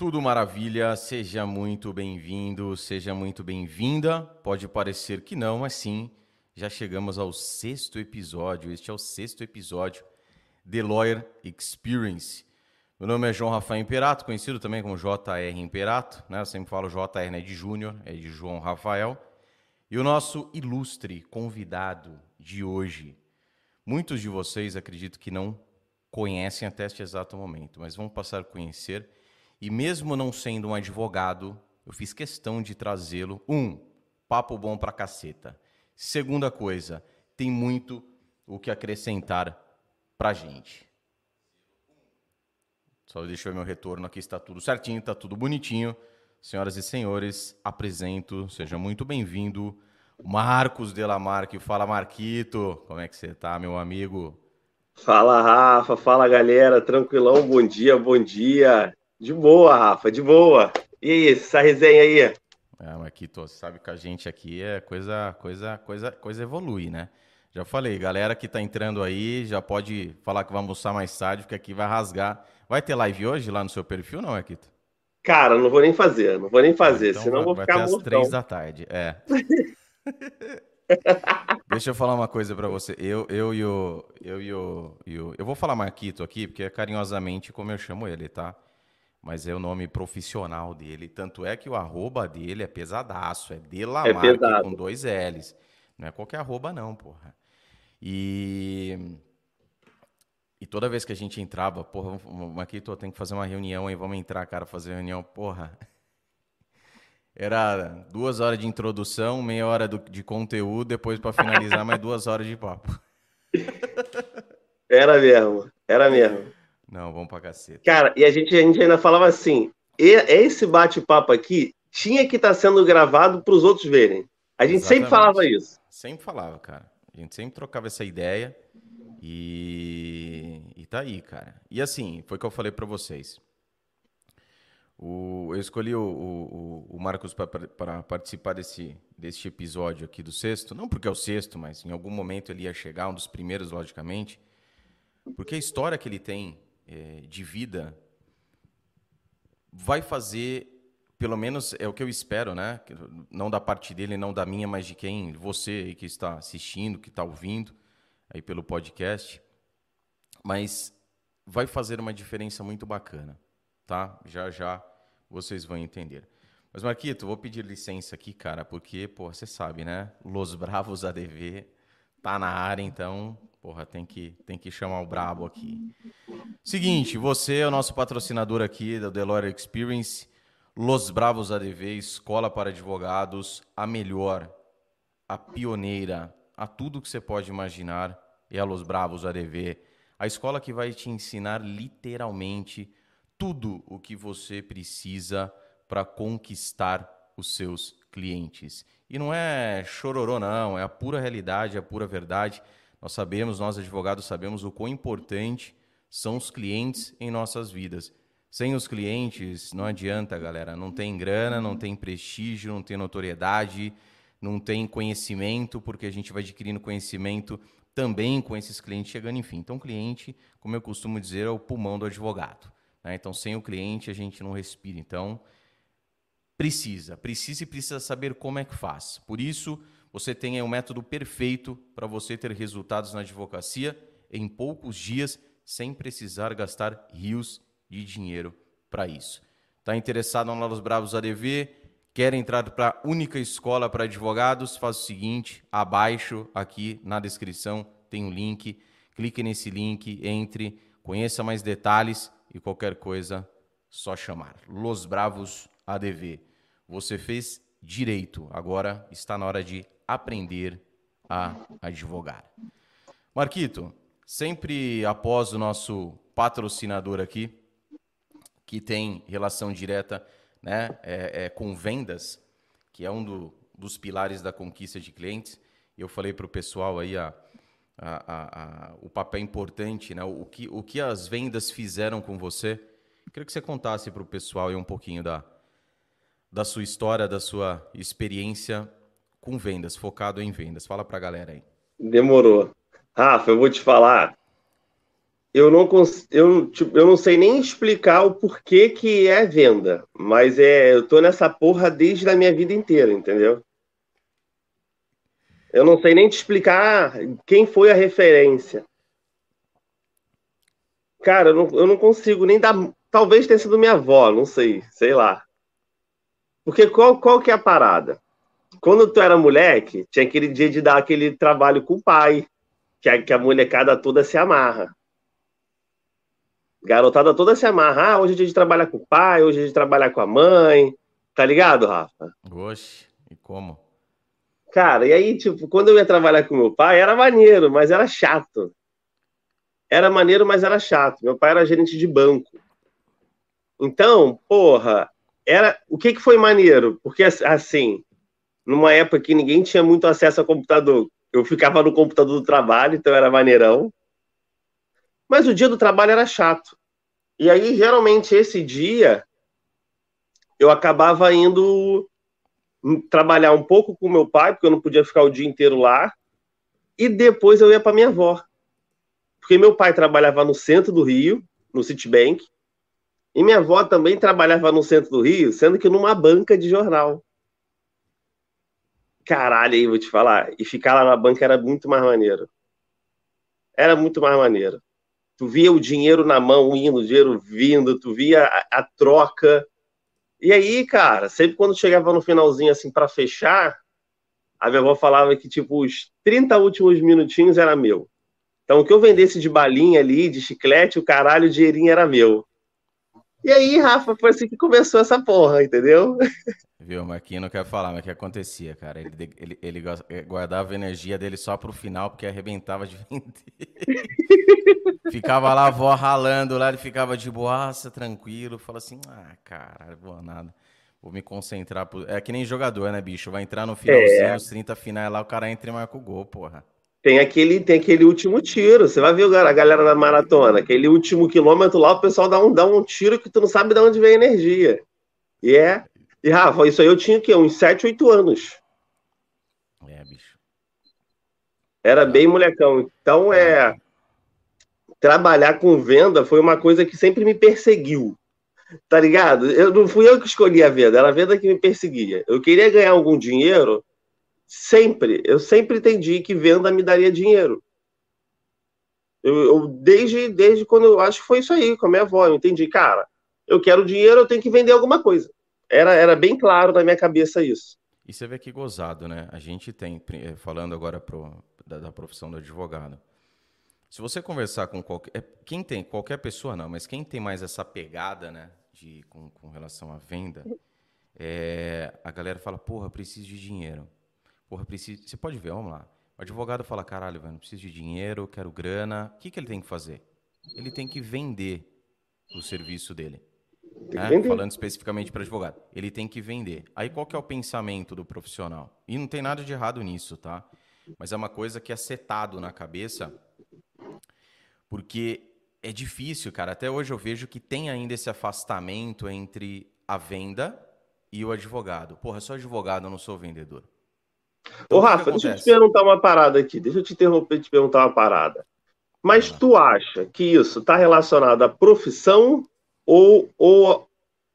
Tudo maravilha, seja muito bem-vindo, seja muito bem-vinda. Pode parecer que não, mas sim, já chegamos ao sexto episódio. Este é o sexto episódio The Lawyer Experience. Meu nome é João Rafael Imperato, conhecido também como JR Imperato, né? Eu sempre falo JR, não é de Júnior, é de João Rafael. E o nosso ilustre convidado de hoje. Muitos de vocês acredito que não conhecem até este exato momento, mas vão passar a conhecer. E mesmo não sendo um advogado, eu fiz questão de trazê-lo. Papo bom pra caceta. Segunda coisa, tem muito o que acrescentar pra gente. Só deixa eu ver meu retorno aqui, está tudo certinho, está tudo bonitinho. Senhoras e senhores, apresento, seja muito bem-vindo, Marcos Delamarque. Fala, Marquito, como é que você tá, meu amigo? Fala, Rafa. Fala, galera. Tranquilão. Bom dia, bom dia. De boa, Rafa, de boa. E aí, essa resenha aí? Marquito, você sabe que a gente aqui é coisa evolui, né? Já falei, galera que tá entrando aí, já pode falar que vai almoçar mais tarde, porque aqui vai rasgar. Vai ter live hoje lá no seu perfil, não, Marquito? Cara, não vou nem fazer, não vou nem fazer, Então senão eu vou vai ficar ter às três mortão. da tarde. Deixa eu falar uma coisa pra você. Eu vou falar Marquito aqui, porque é carinhosamente como eu chamo ele, tá? Mas é o nome profissional dele. Tanto é que o arroba dele é pesadaço. É É Delamarque com pesado. dois L's. Não é qualquer arroba, não, porra. E, e toda vez que a gente entrava, porra, Marquito, tem que fazer uma reunião aí, vamos entrar, cara, fazer reunião, porra. Era 2 horas de introdução, meia hora de conteúdo, depois pra finalizar mais 2 horas de papo. Era mesmo, era mesmo. Não, vamos pra caceta. Cara, e a gente ainda falava assim: esse bate-papo aqui tinha que estar sendo gravado para os outros verem. A gente sempre falava Exatamente. isso. Sempre falava, cara. A gente sempre trocava essa ideia e tá aí, cara. E assim, foi o que eu falei pra vocês. Eu escolhi o Marcos para participar desse episódio aqui do sexto. Não porque é o sexto, mas em algum momento ele ia chegar, um dos primeiros, logicamente. Porque a história que ele tem de vida vai fazer, pelo menos é o que eu espero, né? Não da parte dele, não da minha, mas de quem, você aí que está assistindo, que está ouvindo aí pelo podcast. Mas vai fazer uma diferença muito bacana, tá? Já já vocês vão entender. Mas, Marquito, vou pedir licença aqui, cara, porque, pô, você sabe, né? Los Bravos ADV tá na área, então, porra, tem que chamar o brabo aqui. Seguinte, você é o nosso patrocinador aqui da The Lawyer Experience, Los Bravos ADV, escola para advogados, a melhor, a pioneira, a tudo que você pode imaginar é a Los Bravos ADV, a escola que vai te ensinar literalmente tudo o que você precisa para conquistar os seus clientes. E não é chororô, não, é a pura realidade, é a pura verdade. Nós advogados sabemos o quão importante são os clientes em nossas vidas. Sem os clientes, não adianta, galera. Não tem grana, não tem prestígio, não tem notoriedade, não tem conhecimento, porque a gente vai adquirindo conhecimento também com esses clientes chegando, enfim. Então, cliente, como eu costumo dizer, é o pulmão do advogado, né? Então, sem o cliente, a gente não respira. Então, precisa saber como é que faz. Por isso, você tem aí um método perfeito para você ter resultados na advocacia em poucos dias, sem precisar gastar rios de dinheiro para isso. Está interessado na Los Bravos ADV? Quer entrar para a única escola para advogados? Faz o seguinte, abaixo aqui na descrição tem um link, clique nesse link, entre, conheça mais detalhes e qualquer coisa, só chamar. Los Bravos ADV. Você fez direito, agora está na hora de aprender a advogar. Marquito, sempre após o nosso patrocinador aqui, que tem relação direta, né, com vendas, que é dos pilares da conquista de clientes. Eu falei para o pessoal aí o papel importante, né, o que as vendas fizeram com você. Queria que você contasse para o pessoal aí um pouquinho da sua história, da sua experiência com vendas, focado em vendas. Fala para a galera aí. Demorou. Rafa, eu vou te falar. eu não sei nem explicar o porquê que é venda, mas eu tô nessa porra desde a minha vida inteira, entendeu? Eu não sei nem te explicar quem foi a referência. Cara, eu não consigo nem dar. Talvez tenha sido minha avó, não sei, sei lá. Porque qual que é a parada? Quando tu era moleque, tinha aquele dia de dar aquele trabalho com o pai, que a molecada toda se amarra. Garotada toda se amarra. Ah, hoje é dia de trabalhar com o pai, hoje é dia de trabalhar com a mãe. Tá ligado, Rafa? Oxe, e como? Cara, e aí, tipo, quando eu ia trabalhar com meu pai, era maneiro, mas era chato. Era maneiro, mas era chato. Meu pai era gerente de banco. Então, porra, o que foi maneiro? Porque assim, numa época que ninguém tinha muito acesso a computador, eu ficava no computador do trabalho, então era maneirão. Mas o dia do trabalho era chato. E aí, geralmente, esse dia, eu acabava indo trabalhar um pouco com meu pai, porque eu não podia ficar o dia inteiro lá, e depois eu ia para minha avó. Porque meu pai trabalhava no centro do Rio, no Citibank, e minha avó também trabalhava no centro do Rio, sendo que numa banca de jornal. Caralho, aí vou te falar. E ficar lá na banca era muito mais maneiro. Era muito mais maneiro. Tu via o dinheiro na mão indo, o dinheiro vindo, tu via a troca. E aí, cara, sempre quando chegava no finalzinho assim para fechar, a minha avó falava que tipo os 30 últimos minutinhos era meu. Então o que eu vendesse de balinha ali, de chiclete, o caralho, o dinheirinho era meu. E aí, Rafa, foi assim que começou essa porra, entendeu? Viu, Marquinhos não quer falar, mas o que acontecia, cara? Ele guardava a energia dele só pro final, porque arrebentava de vender. Ficava lá, a avó ralando lá, ele ficava de boaça, tranquilo. Fala assim, cara, vou nada. Vou me concentrar. É que nem jogador, né, bicho? Vai entrar no finalzinho, É, os 30 finais lá, o cara entra e marca o gol, porra. tem aquele último tiro. Você vai ver a galera da maratona, aquele último quilômetro lá, o pessoal dá um tiro que tu não sabe de onde vem a energia. E é. E, Rafa, isso aí eu tinha o quê? Uns 7, 8 anos. É, bicho. Era Tá, bem molecão. Então, tá. trabalhar com venda foi uma coisa que sempre me perseguiu. Tá ligado? Não fui eu que escolhi a venda, era a venda que me perseguia. Eu queria ganhar algum dinheiro, sempre. Eu sempre entendi que venda me daria dinheiro. Desde quando eu acho que foi isso aí, com a minha avó, eu entendi, cara, eu quero dinheiro, eu tenho que vender alguma coisa. Era bem claro na minha cabeça isso. E você vê que gozado, né? A gente tem, falando agora da profissão do advogado. Se você conversar com quem tem, qualquer pessoa não, mas quem tem mais essa pegada, né, com relação à venda, a galera fala, porra, preciso de dinheiro. Porra, preciso. Você pode ver, vamos lá. O advogado fala, caralho, velho, preciso de dinheiro, quero grana. O que ele tem que fazer? Ele tem que vender o serviço dele. Tem que Né? vender. Falando especificamente para advogado. Ele tem que vender. Aí qual que é o pensamento do profissional? E não tem nada de errado nisso, tá? Mas é uma coisa que é setado na cabeça, porque é difícil, cara. Até hoje eu vejo que tem ainda esse afastamento entre a venda e o advogado. Porra, eu sou advogado, eu não sou vendedor. Então Ô, o que Rafa, deixa eu te acontece? perguntar uma parada aqui. Deixa eu te interromper e te perguntar uma parada. Vai Mas lá. tu acha que isso está relacionado à profissão ou,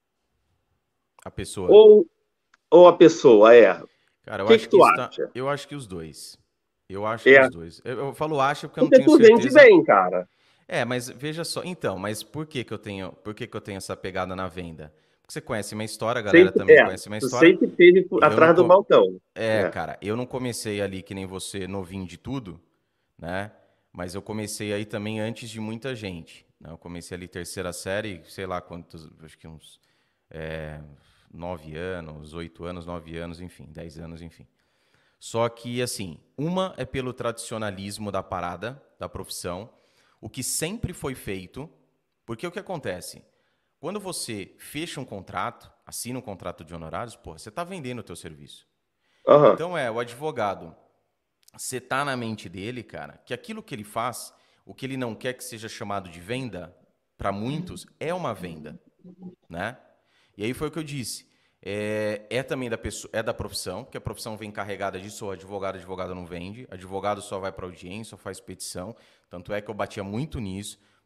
A pessoa. ou, ou à pessoa? O Cara, eu que acho que que tu está. acha? Eu acho que os dois. Eu acho que É, os dois. Eu falo acho porque eu não porque tenho tu vende certeza. bem, cara. Mas veja só. Então, mas por que que eu tenho essa pegada na venda? Porque você conhece minha história, a galera Sempre, também conhece minha tu história. sempre esteve Eu não. atrás do balcão. É. Cara, eu não comecei ali que nem você, novinho de tudo, né? Mas eu comecei aí também antes de muita gente, né? Eu comecei ali terceira série, sei lá quantos, acho que uns 9 anos, 8 anos, 9 anos, enfim, 10 anos, enfim. Só que, assim, uma é pelo tradicionalismo da parada, da profissão, o que sempre foi feito, porque o que acontece? Quando você fecha um contrato, assina um contrato de honorários, porra, você está vendendo o teu serviço. Aham. Então, o advogado, você tá na mente dele, cara, que aquilo que ele faz, o que ele não quer que seja chamado de venda, para muitos, é uma venda, né? E aí foi o que eu disse. É também da pessoa, é da profissão, porque a profissão vem carregada disso, o advogado não vende, advogado só vai para audiência, só faz petição. Tanto é que eu batia muito nisso.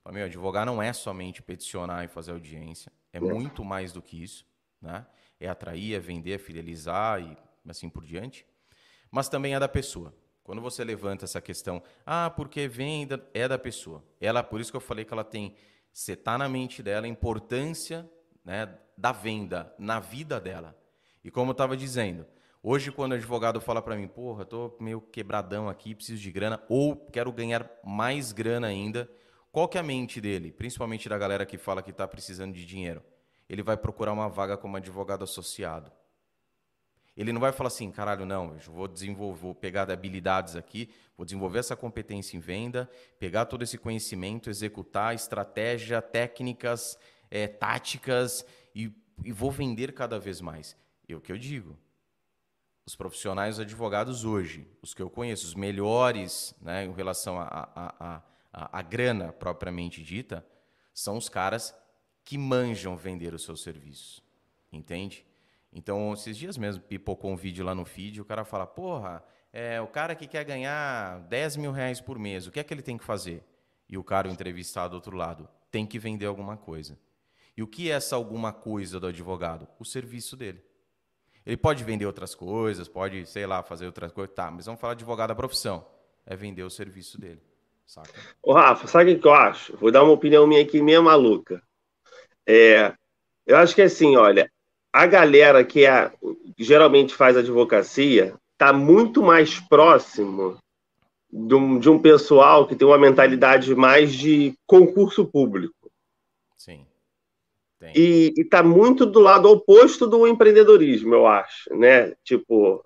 Meu, advogar não é somente peticionar e fazer audiência, é muito mais do que isso, né? É atrair, é vender, é fidelizar e assim por diante. Mas também é da pessoa. Quando você levanta essa questão, porque venda é da pessoa. Ela, por isso que eu falei que ela tem, setar na mente dela a importância, né, da venda na vida dela. E como eu estava dizendo, hoje quando o advogado fala para mim, porra, tô meio quebradão aqui, preciso de grana, ou quero ganhar mais grana ainda, qual que é a mente dele? Principalmente da galera que fala que está precisando de dinheiro. Ele vai procurar uma vaga como advogado associado. Ele não vai falar assim, caralho, não, eu vou desenvolver, vou pegar habilidades aqui, vou desenvolver essa competência em venda, pegar todo esse conhecimento, executar estratégia, técnicas, táticas e vou vender cada vez mais. É o que eu digo. Os profissionais os advogados hoje, os que eu conheço, os melhores, né, em relação à grana propriamente dita, são os caras que manjam vender os seus serviços. Entende? Então, esses dias mesmo, pipocou um vídeo lá no feed, o cara fala, porra, o cara que quer ganhar 10 mil reais por mês, o que é que ele tem que fazer? E o cara, o entrevistado do outro lado, tem que vender alguma coisa. E o que é essa alguma coisa do advogado? O serviço dele. Ele pode vender outras coisas, pode, sei lá, fazer outras coisas, tá, mas vamos falar de advogado da profissão. É vender o serviço dele, saca? Ô, Rafa, sabe o que eu acho? Vou dar uma opinião minha aqui, meio maluca. Eu acho que assim, olha, a galera que geralmente faz advocacia está muito mais próximo de um pessoal que tem uma mentalidade mais de concurso público. Sim, tem. E está muito do lado oposto do empreendedorismo, eu acho, né? Tipo,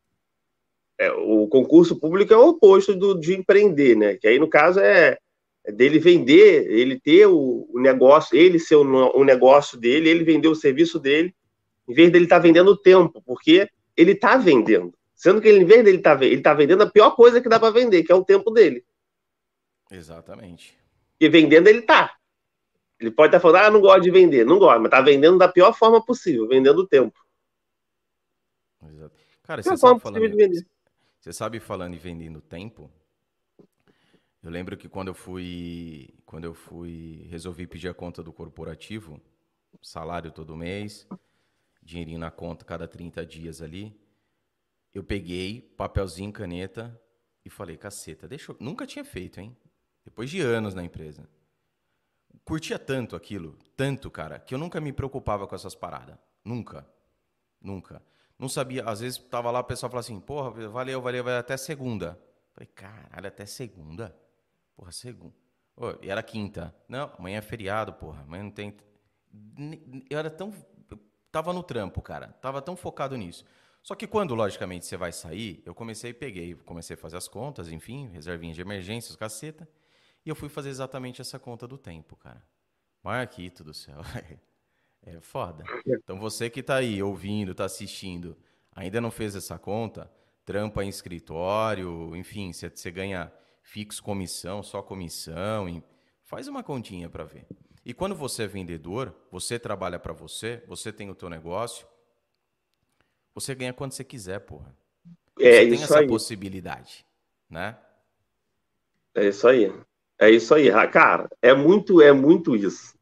o concurso público é o oposto de empreender, né? Que aí, no caso, é dele vender, ele ter o negócio, ele ser o negócio dele, ele vender o serviço dele, em vez dele estar vendendo o tempo, porque ele está vendendo. Sendo que ele, em vez dele estar vendendo a pior coisa que dá para vender, que é o tempo dele. Exatamente. E vendendo ele está. Ele pode estar falando, não gosto de vender. Não gosta, mas está vendendo da pior forma possível, vendendo o tempo. Exato. Cara, você sabe falando e vendendo tempo? Eu lembro que quando eu fui, resolvi pedir a conta do corporativo, salário todo mês, dinheirinho na conta cada 30 dias ali, eu peguei papelzinho, caneta e falei, caceta, nunca tinha feito, hein? Depois de anos na empresa. Curtia tanto aquilo, tanto, cara, que eu nunca me preocupava com essas paradas. Nunca. Nunca. Não sabia, às vezes tava lá, o pessoal falava assim, porra, valeu, vai até segunda. Falei, caralho, até segunda? Porra, segunda. E era quinta. Não, amanhã é feriado, porra. Amanhã não tem. Eu era tão. Eu tava no trampo, cara. Tava tão focado nisso. Só que quando, logicamente, você vai sair, eu comecei a fazer as contas, enfim, reservinha de emergência, os caceta. E eu fui fazer exatamente essa conta do tempo, cara. Marquito do céu. É foda. Então você que tá aí ouvindo, tá assistindo, ainda não fez essa conta, trampa em escritório, enfim, você ganha fixo comissão, só comissão, faz uma continha para ver. E quando você é vendedor, você trabalha para você tem o teu negócio, você ganha quando você quiser, porra. Você tem essa possibilidade, né? É isso aí. É isso aí. Cara, é muito isso.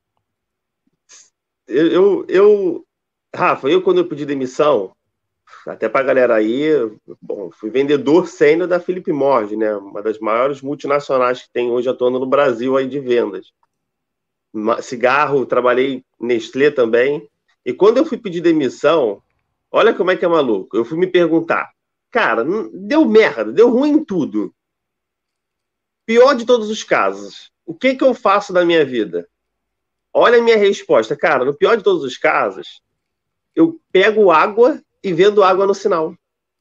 Rafa, quando eu pedi demissão, até pra galera aí, bom, fui vendedor sênior da Philip Morris, né? Uma das maiores multinacionais que tem hoje atuando no Brasil aí de vendas. Cigarro, trabalhei Nestlé também. E quando eu fui pedir demissão, olha como é que é maluco. Eu fui me perguntar, cara, deu merda, deu ruim em tudo. Pior de todos os casos, o que eu faço na minha vida? Olha a minha resposta, cara, no pior de todos os casos, eu pego água e vendo água no sinal.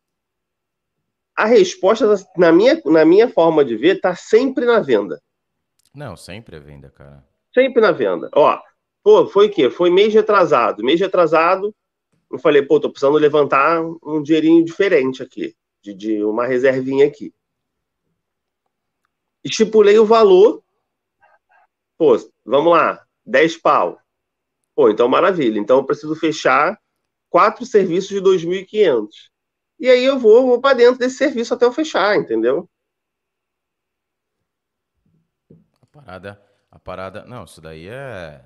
A resposta, na minha forma de ver, está sempre na venda. Não, sempre é venda, cara. Sempre na venda. Foi o quê? Foi mês retrasado. Mês retrasado, eu falei, tô precisando levantar um dinheirinho diferente aqui, de uma reservinha aqui. Estipulei o valor, vamos lá, 10 pau. Então maravilha. Então eu preciso fechar 4 serviços de 2.500. E aí eu vou para dentro desse serviço até eu fechar, entendeu? A parada. Não, isso daí é.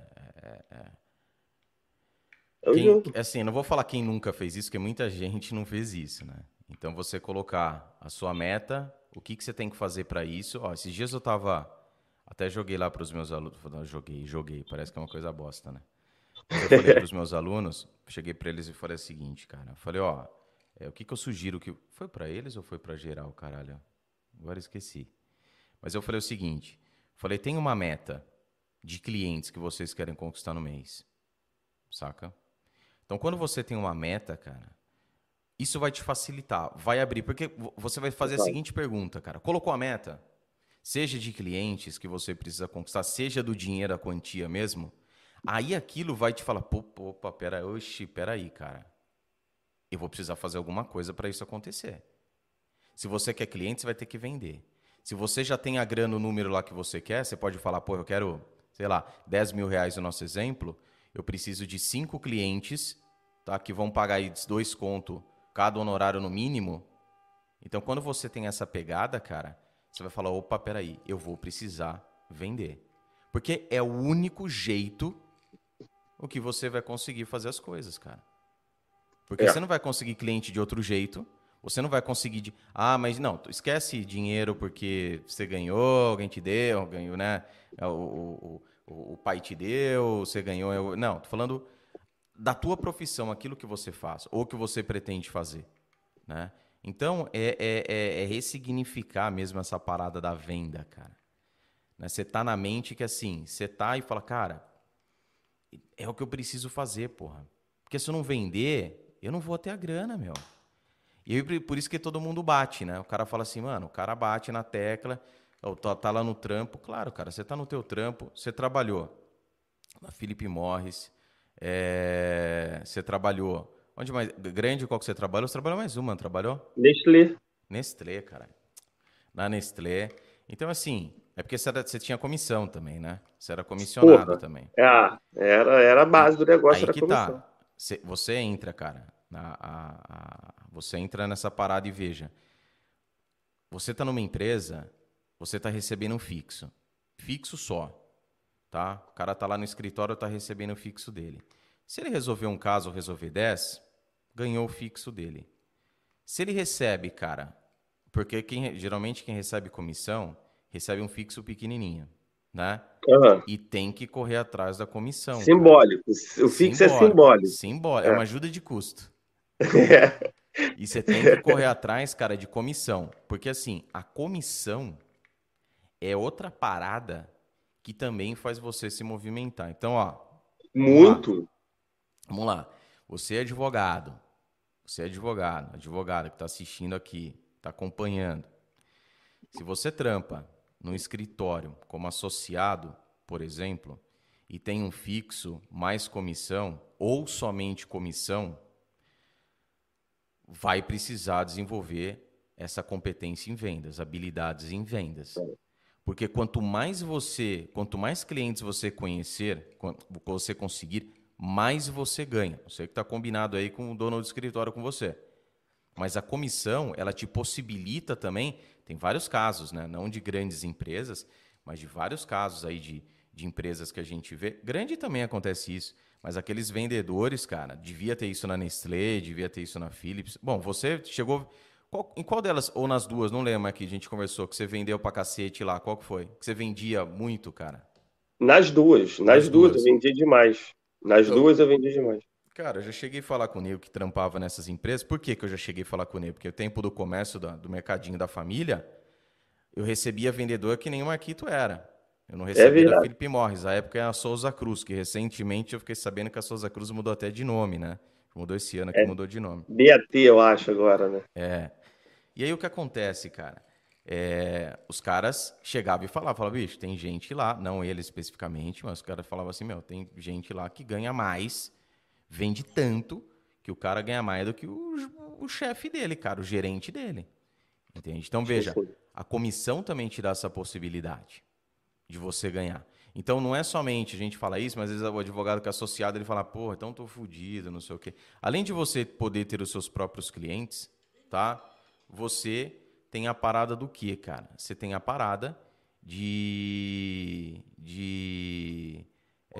Eu juro. Assim, eu não vou falar quem nunca fez isso, porque muita gente não fez isso, né? Então você colocar a sua meta, o que que você tem que fazer para isso? Ó, esses dias eu tava. Até joguei lá para os meus alunos. Não, joguei, parece que é uma coisa bosta, né? Mas eu falei para os meus alunos, cheguei para eles e falei o seguinte, cara. Eu falei, ó, o que que eu sugiro que. Foi para eles ou foi para geral, caralho? Agora eu esqueci. Mas eu falei o seguinte: falei, tem uma meta de clientes que vocês querem conquistar no mês, saca? Então, quando você tem uma meta, cara, isso vai te facilitar, vai abrir, porque você vai fazer a seguinte pergunta, cara. Colocou a meta, seja de clientes que você precisa conquistar, seja do dinheiro, a quantia mesmo, aí aquilo vai te falar, pô, opa, peraí, cara. Eu vou precisar fazer alguma coisa para isso acontecer. Se você quer cliente, você vai ter que vender. Se você já tem a grana, o número lá que você quer, você pode falar, pô, eu quero, sei lá, 10 mil reais no nosso exemplo, eu preciso de 5 clientes, tá, que vão pagar aí 2 conto cada honorário no mínimo. Então, quando você tem essa pegada, cara, você vai falar, opa, peraí, eu vou precisar vender. Porque é o único jeito o que você vai conseguir fazer as coisas, cara. Porque você É. não vai conseguir cliente de outro jeito. Você não vai conseguir. Ah, mas não, esquece dinheiro porque você ganhou, alguém te deu, ganhou, né? O pai te deu, você ganhou. Não, tô falando da tua profissão, aquilo que você faz, ou que você pretende fazer, né? Então, é ressignificar mesmo essa parada da venda, cara. Né? Você tá na mente que assim, você tá e fala, cara, é o que eu preciso fazer, porra. Porque se eu não vender, eu não vou ter a grana, meu. E aí, por isso que todo mundo bate, né? O cara fala assim, mano, o cara bate na tecla, tá lá no trampo. Claro, cara, você tá no teu trampo, você trabalhou na Philip Morris, você trabalhou... Onde mais? Grande, qual que você trabalhou? Você trabalhou mais uma, não trabalhou? Nestlé. Nestlé, cara. Na Nestlé. Então, assim, é porque você tinha comissão também, né? Você era comissionado Porra. também. Era a E base do negócio, aí era a que comissão. tá. Você entra, cara. Você entra nessa parada e veja. Você está numa empresa, você está recebendo um fixo. Fixo só. Tá? O cara está lá no escritório, está recebendo o fixo dele. Se ele resolver um caso ou resolver 10, ganhou o fixo dele. Se ele recebe, cara, porque geralmente quem recebe comissão, recebe um fixo pequenininho, né? Aham. E tem que correr atrás da comissão, cara. Simbólico. O fixo é Simbólico. simbólico. Simbólico. É É. uma ajuda de custo. E você tem que correr atrás, cara, de comissão. Porque, assim, a comissão é outra parada que também faz você se movimentar. Então, ó, vamos lá. Muito. Vamos lá. Você é advogado. Você é advogado, advogada que está assistindo aqui, está acompanhando. Se você trampa num escritório como associado, por exemplo, e tem um fixo mais comissão ou somente comissão, vai precisar desenvolver essa competência em vendas, habilidades em vendas. Porque quanto mais clientes você conhecer, quanto você conseguir, mais você ganha. Você que está combinado aí com o dono do escritório com você. Mas a comissão, ela te possibilita também, tem vários casos, né? Não de grandes empresas, mas de vários casos aí de empresas que a gente vê. Grande também acontece isso, mas aqueles vendedores, cara, devia ter isso na Nestlé, devia ter isso na Philips. Bom, você chegou... em qual delas, ou nas duas, não lembro aqui, a gente conversou, que você vendeu pra cacete lá, qual que foi? Que você vendia muito, cara? Nas duas. Nas Nas duas eu duas. vendi demais. Nas Então, duas eu vendi demais. cara, eu já cheguei a falar com o nego que trampava nessas empresas. Por que que eu já cheguei a falar com o nego? Porque o tempo do comércio, do mercadinho da família, eu recebia vendedor que nem o Marquito era. Eu não É recebia da verdade. Felipe Morris. A época era a Souza Cruz, que recentemente eu fiquei sabendo que a Souza Cruz mudou até de nome, né? Mudou esse ano que É mudou de nome. BAT, eu acho, agora, né? E aí o que acontece, cara? Os caras chegavam e falavam, bicho, tem gente lá, não ele especificamente, mas os caras falavam assim, meu, tem gente lá que ganha mais, vende tanto, que o cara ganha mais do que o chefe dele, cara, o gerente dele. Entende? Então, Sim, veja, sim. a comissão também te dá essa possibilidade de você ganhar. Então, não é somente, a gente fala isso, mas às vezes o advogado que é associado, ele fala, pô, então tô fudido, não sei o quê. Além de você poder ter os seus próprios clientes, tá? Você tem a parada do quê, cara? Você tem a parada de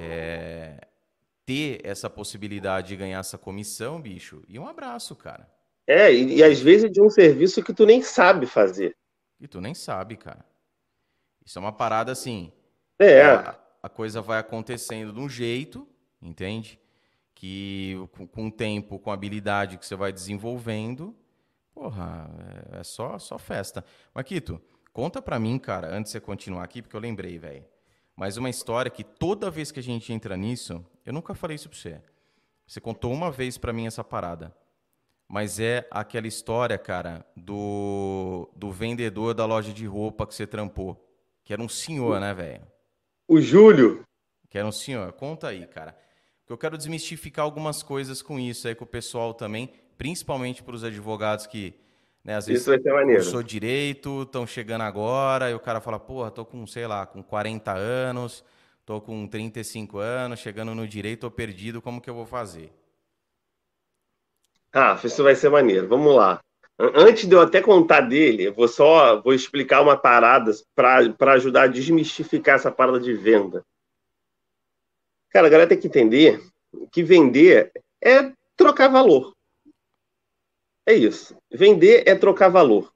ter essa possibilidade de ganhar essa comissão, bicho. E um abraço, cara. E às vezes de um serviço que tu nem sabe fazer. E tu nem sabe, cara. Isso é uma parada assim, que É, a coisa vai acontecendo de um jeito, entende? Que com o tempo, com a habilidade que você vai desenvolvendo, porra, é só festa. Marquito, conta pra mim, cara, antes de você continuar aqui, porque eu lembrei, velho. Mas uma história que toda vez que a gente entra nisso, eu nunca falei isso pra você. Você contou uma vez pra mim essa parada. Mas é aquela história, cara, do vendedor da loja de roupa que você trampou. Que era um senhor, né, velho? o Júlio, Que era um senhor. Conta aí, cara. Porque eu quero desmistificar algumas coisas com isso aí, com o pessoal também, principalmente para os advogados que, né, às isso vezes vai ser maneiro. cursou direito, estão chegando agora, e o cara fala, porra, tô com, sei lá, com 40 anos, tô com 35 anos, chegando no direito, tô perdido, como que eu vou fazer? Rafa, isso vai ser maneiro. Vamos lá. Antes de eu até contar dele, vou explicar uma parada para ajudar a desmistificar essa parada de venda. Cara, a galera tem que entender que vender é trocar valor. É isso. Vender é trocar valor.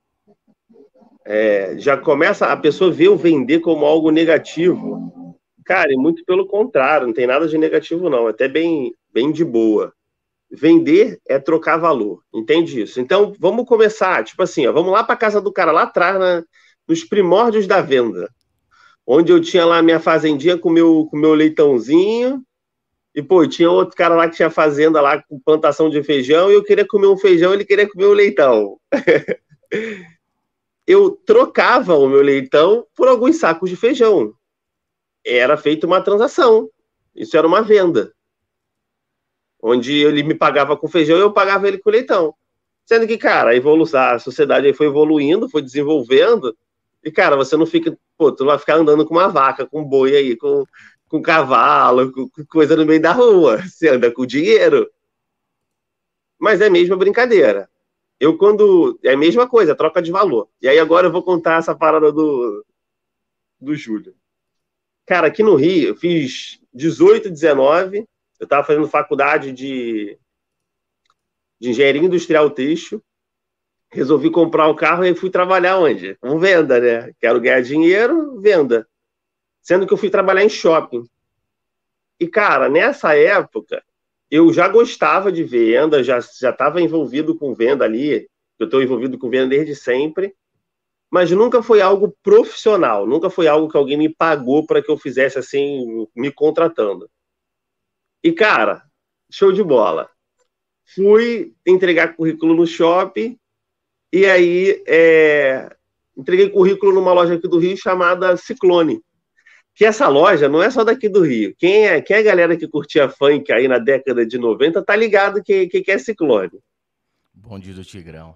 Já começa a pessoa ver o vender como algo negativo. Cara, e muito pelo contrário, não tem nada de negativo, não. É até bem de boa. Vender é trocar valor, entende isso? Então, vamos começar, tipo assim, ó, vamos lá para casa do cara, lá atrás, nos primórdios da venda, onde eu tinha lá minha fazendinha com meu leitãozinho, e, pô, tinha outro cara lá que tinha fazenda lá com plantação de feijão, e eu queria comer um feijão, ele queria comer um leitão. Eu trocava o meu leitão por alguns sacos de feijão. Era feita uma transação. Isso era uma venda. Onde ele me pagava com feijão e eu pagava ele com leitão. Sendo que, cara, a sociedade aí foi evoluindo, foi desenvolvendo, e, cara, você não fica, pô, tu não vai ficar andando com uma vaca, com boi aí, com cavalo, com coisa no meio da rua. Você anda com dinheiro. Mas é a mesma brincadeira. É a mesma coisa, troca de valor. E aí agora eu vou contar essa parada do Júlio. Cara, aqui no Rio, eu fiz 18, 19, eu estava fazendo faculdade de engenharia industrial têxtil, resolvi comprar um carro e fui trabalhar onde? Com venda, né? Quero ganhar dinheiro, venda. Sendo que eu fui trabalhar em shopping. E, cara, nessa época, eu já gostava de venda, já estava envolvido com venda ali, eu estou envolvido com venda desde sempre, mas nunca foi algo profissional, nunca foi algo que alguém me pagou para que eu fizesse assim, me contratando. E, cara, show de bola. Fui entregar currículo no shopping, e aí entreguei currículo numa loja aqui do Rio chamada Ciclone. Que essa loja não é só daqui do Rio. Quem é a galera que curtia funk aí na década de 90 tá ligado que é Ciclone. Bonde do Tigrão.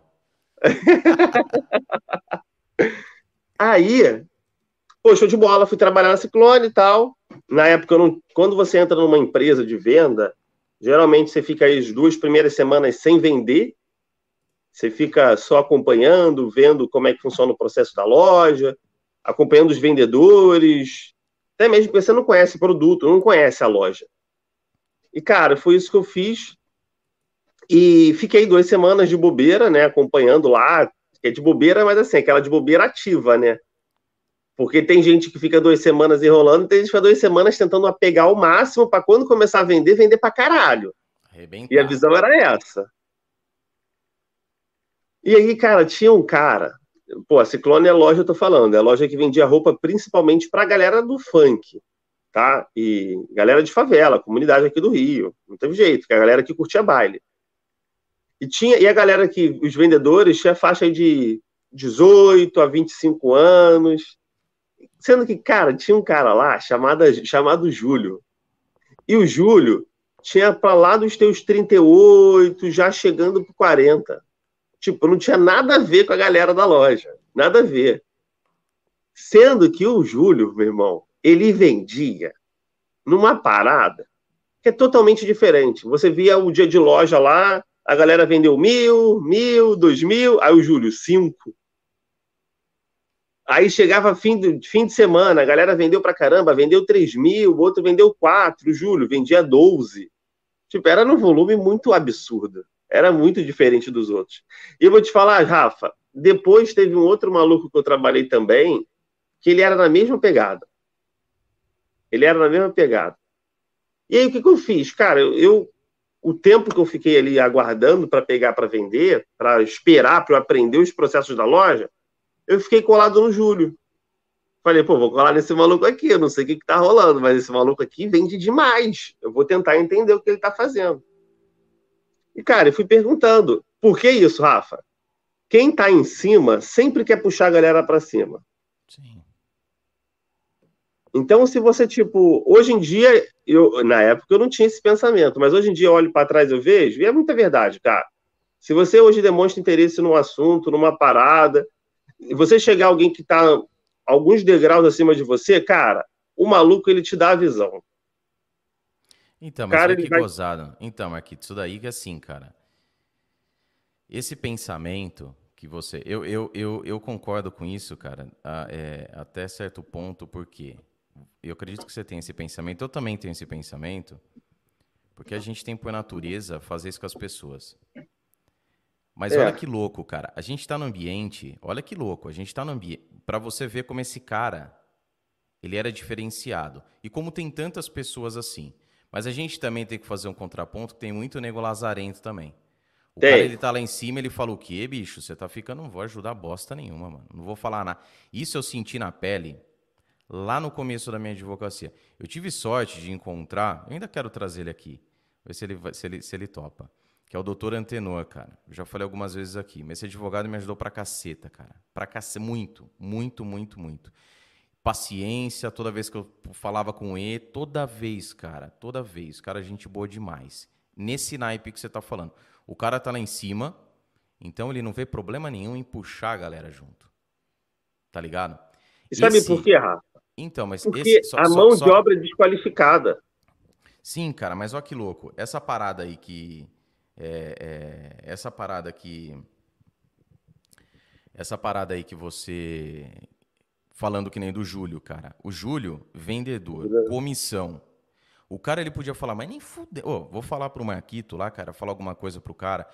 Aí, pô, show de bola, fui trabalhar na Ciclone e tal. Na época, quando você entra numa empresa de venda, geralmente você fica aí as 2 primeiras semanas sem vender. Você fica só acompanhando, vendo como é que funciona o processo da loja, acompanhando os vendedores, até mesmo porque você não conhece o produto, não conhece a loja. E, cara, foi isso que eu fiz. E fiquei 2 semanas de bobeira, né, acompanhando lá. É de bobeira, mas assim, aquela de bobeira ativa, né? Porque tem gente que fica 2 semanas enrolando, e tem gente que fica 2 semanas tentando pegar o máximo para quando começar a vender, vender pra caralho. E a Arrebentar. visão era essa. E aí, cara, tinha um cara. Pô, a Ciclone é a loja, eu tô falando, é a loja que vendia roupa principalmente pra galera do funk, tá? E galera de favela, comunidade aqui do Rio. Não teve jeito, que é a galera que curtia baile. E a galera que, os vendedores, tinha faixa aí de 18 a 25 anos. Sendo que, cara, tinha um cara lá chamado Júlio. E o Júlio tinha pra lá dos teus 38, já chegando pro 40. Tipo, não tinha nada a ver com a galera da loja. Nada a ver. Sendo que o Júlio, meu irmão, ele vendia numa parada que é totalmente diferente. Você via o dia de loja lá, a galera vendeu 1.000, 1.000, 2.000, aí o Júlio, 5. Aí chegava fim de semana, a galera vendeu pra caramba, vendeu 3.000, o outro vendeu 4, o Júlio vendia 12. Tipo, era num volume muito absurdo. Era muito diferente dos outros. E eu vou te falar, Rafa, depois teve um outro maluco que eu trabalhei também, que ele era na mesma pegada. Ele era na mesma pegada. E aí, o que eu fiz? Cara, o tempo que eu fiquei ali aguardando para pegar para vender, para esperar, para eu aprender os processos da loja, eu fiquei colado no Júlio. Falei, pô, vou colar nesse maluco aqui, eu não sei o que tá rolando, mas esse maluco aqui vende demais. Eu vou tentar entender o que ele tá fazendo. E, cara, eu fui perguntando, por que isso, Rafa? Quem tá em cima sempre quer puxar a galera para cima. Sim. Então, se você, tipo, hoje em dia, na época eu não tinha esse pensamento, mas hoje em dia eu olho para trás e eu vejo, e é muita verdade, cara. Se você hoje demonstra interesse num assunto, numa parada, e você chegar alguém que está alguns degraus acima de você, cara, o maluco ele te dá a visão. Então, mas Cara, olha ele que vai. gozado. Então, Marquito, isso daí que é assim, cara. Esse pensamento que você. Eu concordo com isso, cara, até certo ponto, porque eu acredito que você tem esse pensamento. Eu também tenho esse pensamento, porque a gente tem por natureza fazer isso com as pessoas. Mas olha É, que louco, cara. A gente tá no ambiente. Olha que louco. A gente tá no ambiente. Pra você ver como esse cara, ele era diferenciado. E como tem tantas pessoas assim. Mas a gente também tem que fazer um contraponto que tem muito nego lazarento também. O cara, tem. ele tá lá em cima, ele fala o quê, bicho? Você tá ficando, não vou ajudar bosta nenhuma, mano. Não vou falar nada. Isso eu senti na pele lá no começo da minha advocacia. Eu tive sorte de encontrar, eu ainda quero trazer ele aqui, ver se ele topa. Que é o doutor Antenor, cara. Eu já falei algumas vezes aqui, mas esse advogado me ajudou pra caceta, cara. Pra caceta, muito, muito, muito, muito. Paciência, toda vez que eu falava com ele, toda vez, cara, toda vez. Cara, gente boa demais. Nesse naipe que você tá falando. O cara tá lá em cima, então ele não vê problema nenhum em puxar a galera junto. Tá ligado? E sabe por Esse. quê, Rafa? Então, mas esse. Porque a mão de obra é desqualificada. Sim, cara, mas olha que louco. Essa parada aí que. Essa parada que. Essa parada aí que você. Falando que nem do Júlio, cara. O Júlio, vendedor, comissão. O cara, ele podia falar, mas nem fudeu. Ô, vou falar pro Marquito lá, cara, falar alguma coisa pro cara.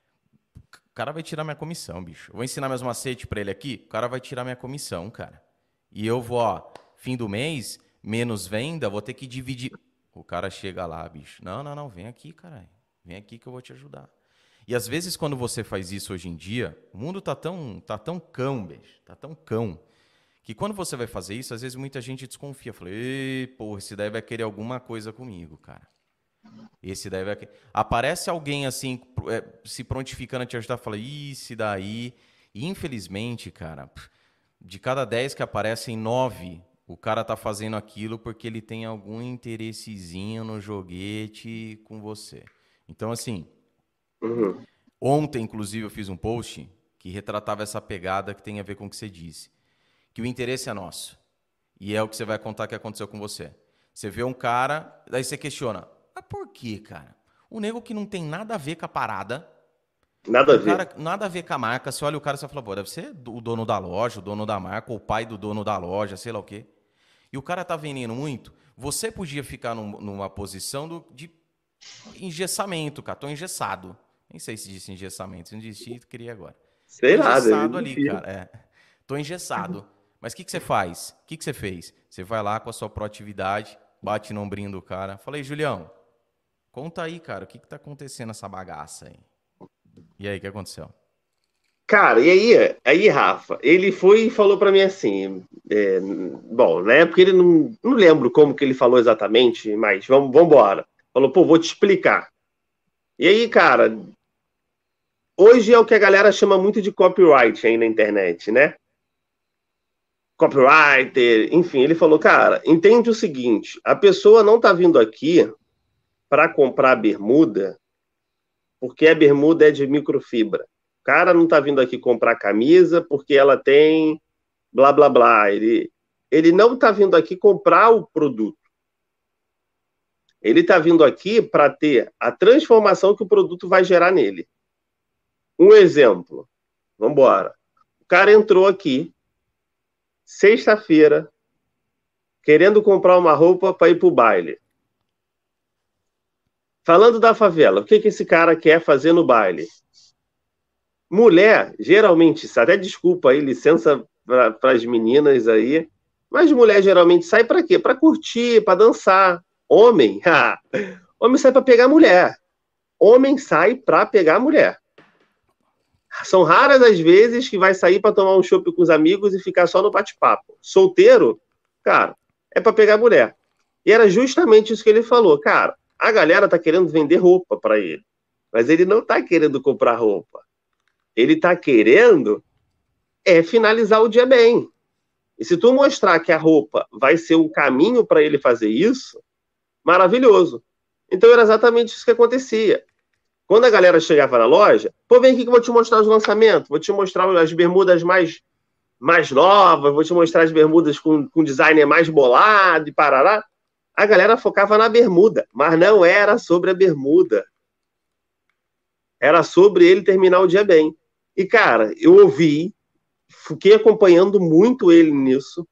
O cara vai tirar minha comissão, bicho. Eu vou ensinar meus macetes pra ele aqui, o cara vai tirar minha comissão, cara. E eu vou, ó, fim do mês, menos venda, vou ter que dividir. O cara chega lá, bicho. Não, não, não, vem aqui, caralho. Vem aqui que eu vou te ajudar. E às vezes, quando você faz isso hoje em dia, o mundo tá tão cão, bicho. Tá tão cão. Que quando você vai fazer isso, às vezes muita gente desconfia. Fala, ei, porra, esse daí vai querer alguma coisa comigo, cara. Esse daí vai querer. Aparece alguém assim, se prontificando a te ajudar, fala, esse daí. E infelizmente, cara, de cada 10 que aparecem, 9, o cara tá fazendo aquilo porque ele tem algum interessezinho no joguete com você. Então, assim, ontem, inclusive, eu fiz um post que retratava essa pegada que tem a ver com o que você disse. Que o interesse é nosso. E é o que você vai contar que aconteceu com você. Você vê um cara, daí você questiona. Mas por quê, cara? O nego que não tem nada a ver com a parada. Nada a ver. Cara, nada a ver com a marca. Você olha o cara e você fala, pô, deve ser o dono da loja, o dono da marca, ou o pai do dono da loja, sei lá o quê. E o cara tá vendendo muito. Você podia ficar numa posição de engessamento, cara. Tô engessado. Nem sei se disse engessamento. Se não disse, queria agora. Sei Tô lá, engessado ali, cara. Tô engessado. Mas o que você faz? O que você fez? Você vai lá com a sua proatividade, bate no ombrinho do cara. Falei, Julião, conta aí, cara, o que tá acontecendo nessa bagaça aí? E aí, o que aconteceu? Cara, e aí, Rafa, ele foi e falou pra mim assim, bom, na época ele não lembro como que ele falou exatamente, mas vamos embora. Falou, pô, vou te explicar. E aí, cara, hoje é o que a galera chama muito de copyright aí na internet, né? Copywriter, enfim, ele falou, cara, entende o seguinte, a pessoa não tá vindo aqui para comprar bermuda porque a bermuda é de microfibra. O cara não tá vindo aqui comprar camisa porque ela tem blá, blá, blá. Ele não tá vindo aqui comprar o produto. Ele tá vindo aqui para ter a transformação que o produto vai gerar nele. Um exemplo. Vamos embora. O cara entrou aqui, sexta-feira, querendo comprar uma roupa para ir pro baile. Falando da favela, o que esse cara quer fazer no baile? Mulher, geralmente, até desculpa aí, licença para as meninas aí, mas mulher geralmente sai para quê? Para curtir, para dançar. Homem, homem sai para pegar mulher. Homem sai para pegar mulher. São raras as vezes que vai sair para tomar um chopp com os amigos e ficar só no bate-papo. Solteiro, cara, é para pegar mulher. E era justamente isso que ele falou. Cara, a galera tá querendo vender roupa para ele, mas ele não tá querendo comprar roupa. Ele tá querendo finalizar o dia bem. E se tu mostrar que a roupa vai ser um caminho para ele fazer isso, maravilhoso. Então era exatamente isso que acontecia. Quando a galera chegava na loja, pô, vem aqui que eu vou te mostrar os lançamentos, vou te mostrar as bermudas mais novas, vou te mostrar as bermudas com design mais bolado e parará. A galera focava na bermuda, mas não era sobre a bermuda. Era sobre ele terminar o dia bem. E, cara, eu ouvi, fiquei acompanhando muito ele nisso,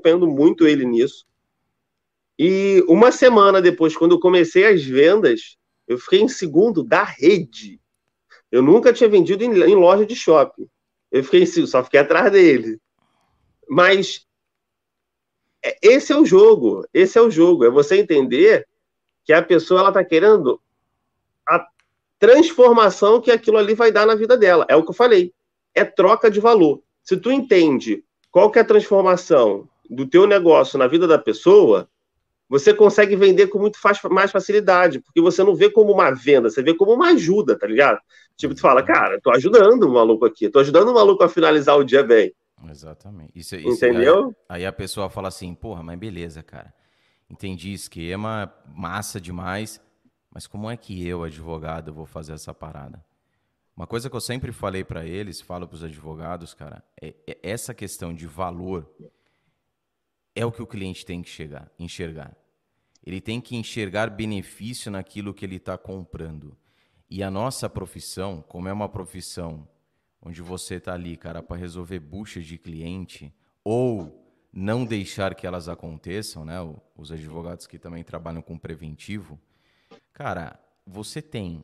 E uma semana depois, quando eu comecei as vendas, eu fiquei em segundo da rede. Eu nunca tinha vendido em loja de shopping. Só fiquei atrás dele. Mas esse é o jogo. É você entender que a pessoa ela está querendo a transformação que aquilo ali vai dar na vida dela. É o que eu falei. É troca de valor. Se tu entende qual que é a transformação do teu negócio na vida da pessoa, você consegue vender com muito mais facilidade, porque você não vê como uma venda, você vê como uma ajuda, tá ligado? Tipo, tu fala, cara, tô ajudando o maluco aqui, tô ajudando o maluco a finalizar o dia bem. Exatamente. Entendeu? Aí a pessoa fala assim, porra, mas beleza, cara. Entendi esquema, massa demais, mas como é que eu, advogado, vou fazer essa parada? Uma coisa que eu sempre falei para eles, falo para os advogados, cara, é essa questão de valor é o que o cliente tem que enxergar. Ele tem que enxergar benefício naquilo que ele está comprando. E a nossa profissão, como é uma profissão onde você está ali, cara, para resolver buchas de cliente ou não deixar que elas aconteçam, né? Os advogados que também trabalham com preventivo, cara, você tem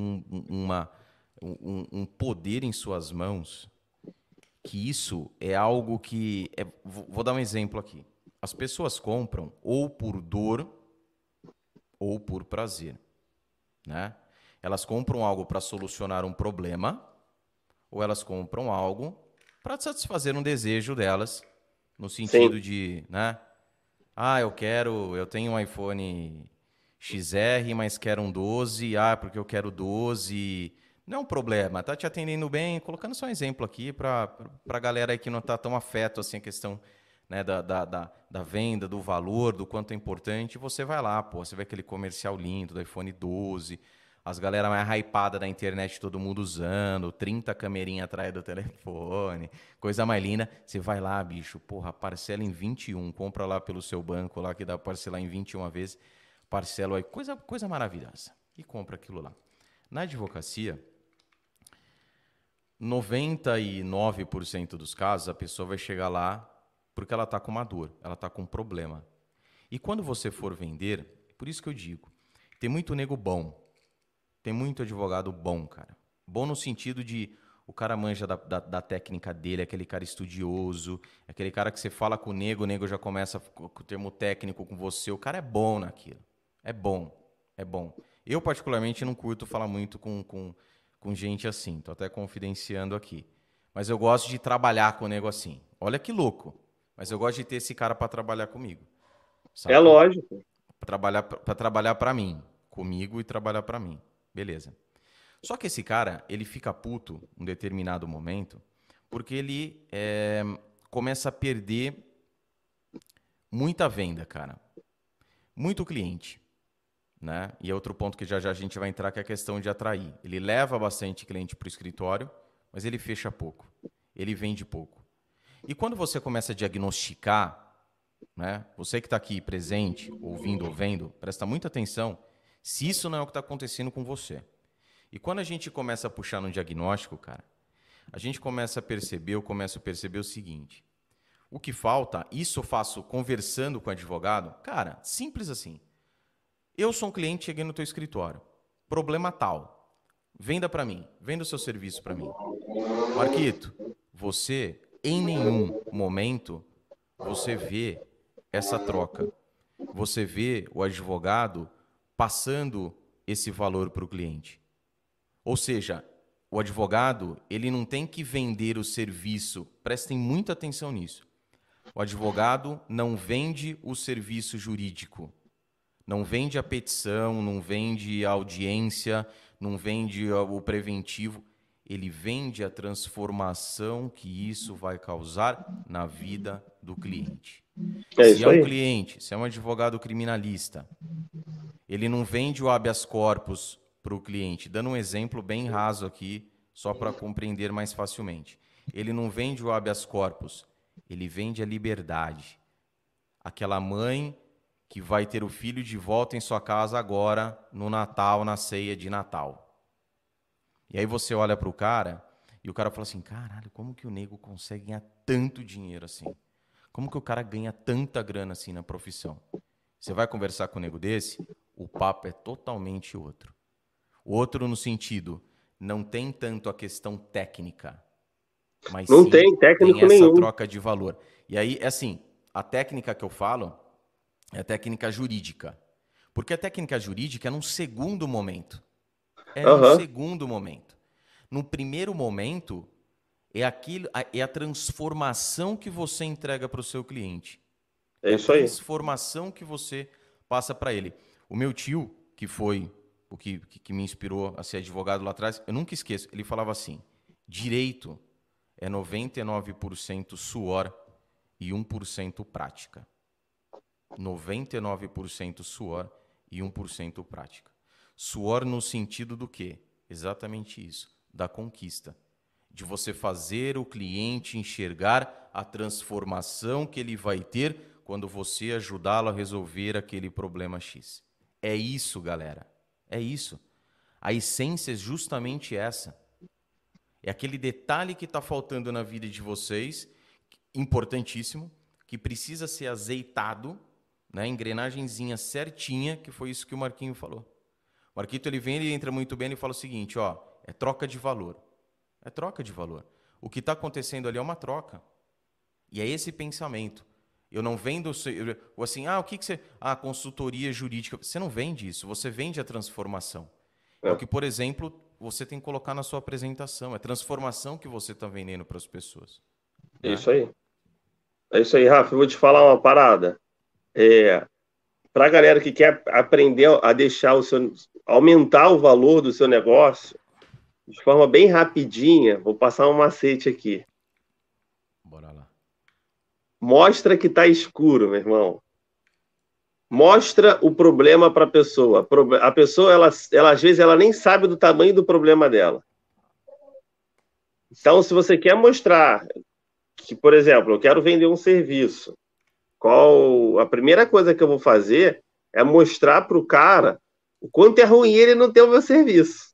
um poder em suas mãos que isso é algo que... vou dar um exemplo aqui. As pessoas compram ou por dor ou por prazer, né? Elas compram algo para solucionar um problema ou elas compram algo para satisfazer um desejo delas, no sentido de, né? Ah, eu tenho um iPhone XR, mas quero um 12, porque eu quero 12. Não é um problema, tá te atendendo bem, colocando só um exemplo aqui para a galera aí que não está tão afeto assim a questão, né, da venda, do valor, do quanto é importante. Você vai lá, pô, você vê aquele comercial lindo do iPhone 12, as galera mais hypada da internet, todo mundo usando, 30 camerinha atrás do telefone, coisa mais linda. Você vai lá, bicho, porra, parcela em 21, compra lá pelo seu banco lá que dá para parcelar em 21 vezes, parcela aí, coisa maravilhosa. E compra aquilo lá. Na advocacia, 99% dos casos, a pessoa vai chegar lá porque ela está com uma dor, ela está com um problema. E quando você for vender, por isso que eu digo, tem muito nego bom, tem muito advogado bom, cara. Bom no sentido de o cara manja da técnica dele, aquele cara estudioso, aquele cara que você fala com o nego já começa com o termo técnico com você, o cara é bom naquilo. É bom. Eu, particularmente, não curto falar muito com gente assim, tô até confidenciando aqui. Mas eu gosto de trabalhar com o nego assim. Olha que louco. Mas eu gosto de ter esse cara para trabalhar comigo. Saca? É lógico. Para trabalhar para mim. Comigo e trabalhar para mim. Beleza. Só que esse cara, ele fica puto em um determinado momento porque ele começa a perder muita venda, cara. Muito cliente. Né? E é outro ponto que já a gente vai entrar, que é a questão de atrair. Ele leva bastante cliente para o escritório, mas ele fecha pouco. Ele vende pouco. E quando você começa a diagnosticar, né, você que está aqui presente, ouvindo ou vendo, presta muita atenção se isso não é o que está acontecendo com você. E quando a gente começa a puxar no diagnóstico, cara, a gente começa a perceber, eu começo a perceber o seguinte: O que falta, isso eu faço conversando com o advogado. Cara, simples assim. Eu sou um cliente, cheguei no teu escritório. Problema tal. Venda para mim. Venda o seu serviço para mim. Marquito, você, em nenhum momento, você vê essa troca. Você vê o advogado passando esse valor para o cliente. Ou seja, o advogado, ele não tem que vender o serviço. Prestem muita atenção nisso. O advogado não vende o serviço jurídico. Não vende a petição, não vende a audiência, não vende o preventivo. Ele vende a transformação que isso vai causar na vida do cliente. É Se isso é um aí. cliente, se é um advogado criminalista, ele não vende o habeas corpus para o cliente. Dando um exemplo bem raso aqui, só para compreender mais facilmente. Ele não vende o habeas corpus, ele vende a liberdade. Aquela mãe que vai ter o filho de volta em sua casa agora, no Natal, na ceia de Natal. E aí você olha para o cara e o cara fala assim, caralho, como que o nego consegue ganhar tanto dinheiro assim? Como que o cara ganha tanta grana assim na profissão? Você vai conversar com um nego desse, o papo é totalmente outro. Outro no sentido, não tem tanto a questão técnica, mas Não sim tem tem técnico essa nenhum. troca de valor. E aí, assim, a técnica que eu falo é a técnica jurídica. Porque a técnica jurídica é num segundo momento. É num Aham, segundo momento. No primeiro momento, é a transformação que você entrega para o seu cliente. é É a isso aí. transformação que você passa para ele. O meu tio, que foi o que me inspirou a ser advogado lá atrás, eu nunca esqueço. Ele falava assim: direito é 99% suor e 1% prática. 99% suor e 1% prática. Suor no sentido do quê? Exatamente isso, da conquista. De você fazer o cliente enxergar a transformação que ele vai ter quando você ajudá-lo a resolver aquele problema X. É isso, galera. É isso. A essência é justamente essa. É aquele detalhe que está faltando na vida de vocês, importantíssimo, que precisa ser azeitado, né? Engrenagenzinha certinha, que foi isso que o Marquinho falou. O Marquito, ele vem, ele entra muito bem, ele fala o seguinte, ó, é troca de valor. É troca de valor. O que está acontecendo ali é uma troca. E é esse pensamento. Eu não vendo assim, o que você... Ah, consultoria jurídica. Você não vende isso, você vende a transformação. É o É, que, por exemplo, você tem que colocar na sua apresentação. É transformação que você está vendendo para as pessoas. é Né? isso aí. É isso aí, Rafa. Eu vou te falar uma parada. Para a galera que quer aprender a deixar aumentar o valor do seu negócio, de forma bem rapidinha, vou passar um macete aqui. Bora lá. Mostra que tá escuro, meu irmão. Mostra o problema para a pessoa. A pessoa, ela às vezes, ela nem sabe do tamanho do problema dela. Então, se você quer mostrar que, por exemplo, eu quero vender um serviço, qual a primeira coisa que eu vou fazer é mostrar para o cara o quanto é ruim ele não ter o meu serviço.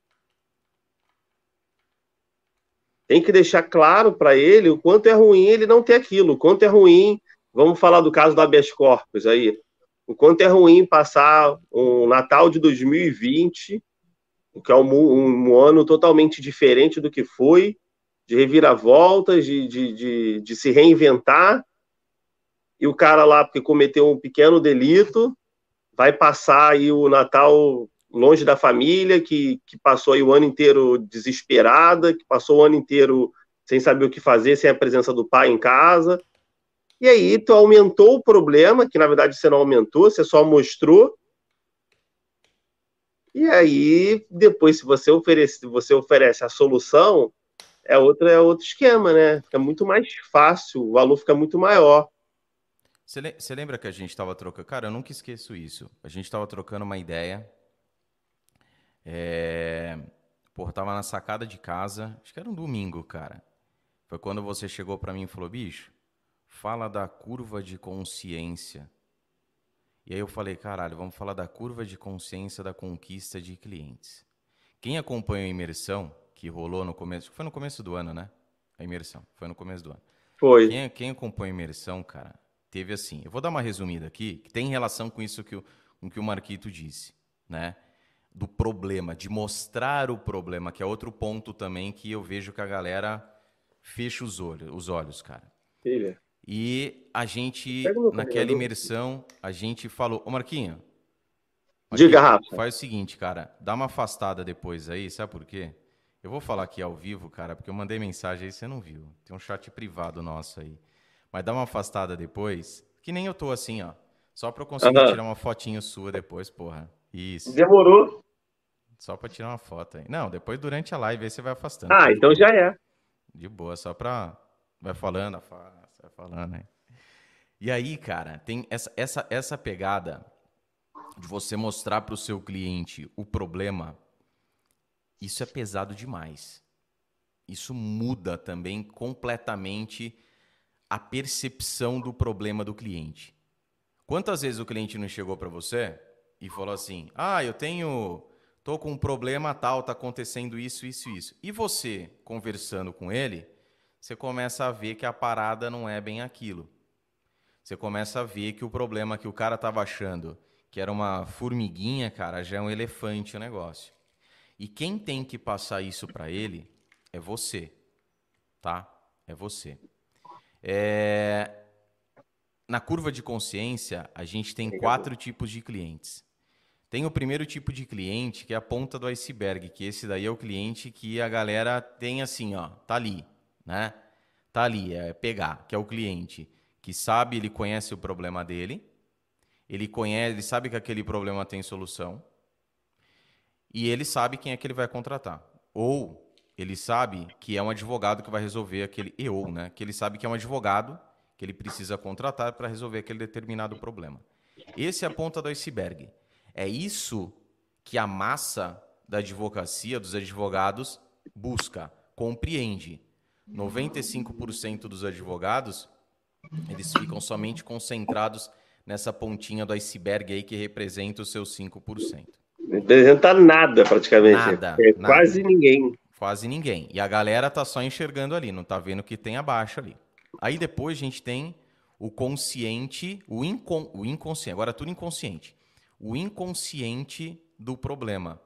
Tem que deixar claro para ele o quanto é ruim ele não ter aquilo, o quanto é ruim. Vamos falar do caso do habeas corpus aí. O quanto é ruim passar um Natal de 2020, que é um ano totalmente diferente do que foi, de reviravoltas, de se reinventar, e o cara lá, porque cometeu um pequeno delito, vai passar aí o Natal longe da família, que passou aí o ano inteiro desesperada, que passou o ano inteiro sem saber o que fazer, sem a presença do pai em casa. E aí tu aumentou o problema, que na verdade você não aumentou, você só mostrou. E aí, depois, se você oferece a solução, é outro esquema, né? Fica muito mais fácil, o valor fica muito maior. Você lembra que a gente estava trocando? Cara, eu nunca esqueço isso. A gente estava trocando uma ideia. É... Pô, tava na sacada de casa. Acho que era um domingo, cara. Foi quando você chegou para mim e falou, bicho, fala da curva de consciência. E aí eu falei, caralho, vamos falar da curva de consciência da conquista de clientes. Quem acompanha a imersão, que rolou no começo, foi no começo do ano, né? A imersão, foi no começo do ano. Foi. Quem acompanha a imersão, cara, teve assim. Eu vou dar uma resumida aqui, que tem relação com isso com que o Marquito disse, né? Do problema, de mostrar o problema, que é outro ponto também que eu vejo que a galera fecha os olhos, cara. Filha. E a Pega gente, o meu naquela carregador. imersão, a gente falou, ô Marquinho, Diga, Marquito, Rafa. faz o seguinte, cara, dá uma afastada depois aí, sabe por quê? Eu vou falar aqui ao vivo, cara, porque eu mandei mensagem aí, você não viu. Tem um chat privado nosso aí. Mas dá uma afastada depois, que nem eu tô assim, ó. Só pra eu conseguir Aham. tirar uma fotinho sua depois, porra. Isso. Demorou. Só pra tirar uma foto aí. Não, depois durante a live aí você vai afastando, Ah, fica de então boa. já é. De boa, só pra. Vai falando, afasta, vai falando aí. E aí, cara, tem essa pegada de você mostrar pro seu cliente o problema. Isso é pesado demais. Isso muda também completamente a percepção do problema do cliente. Quantas vezes o cliente não chegou para você e falou assim: "Ah, tô com um problema tal, tá acontecendo isso, isso, isso". E você, conversando com ele, você começa a ver que a parada não é bem aquilo. Você começa a ver que o problema que o cara tava achando que era uma formiguinha, cara, já é um elefante o negócio. E quem tem que passar isso para ele é você, tá? É você. Na curva de consciência, a gente tem Carregador. 4 tipos de clientes. Tem o primeiro tipo de cliente, que é a ponta do iceberg, que esse daí é o cliente que a galera tem assim, ó, tá ali, né? Tá ali, é pegar, que é o cliente que sabe, ele conhece o problema dele, ele sabe que aquele problema tem solução, e ele sabe quem é que ele vai contratar. Ou ele sabe que é um advogado que vai resolver aquele. Ou, né? Que ele sabe que é um advogado que ele precisa contratar para resolver aquele determinado problema. Esse é a ponta do iceberg. É isso que a massa da advocacia, dos advogados, busca, compreende. 95% dos advogados, eles ficam somente concentrados nessa pontinha do iceberg aí que representa os seus 5%. Não apresenta nada praticamente. Nada, É nada. quase ninguém. Quase ninguém. E a galera tá só enxergando ali, não tá vendo o que tem abaixo ali. Aí depois a gente tem o consciente, o inconsciente, agora tudo inconsciente. O inconsciente do problema,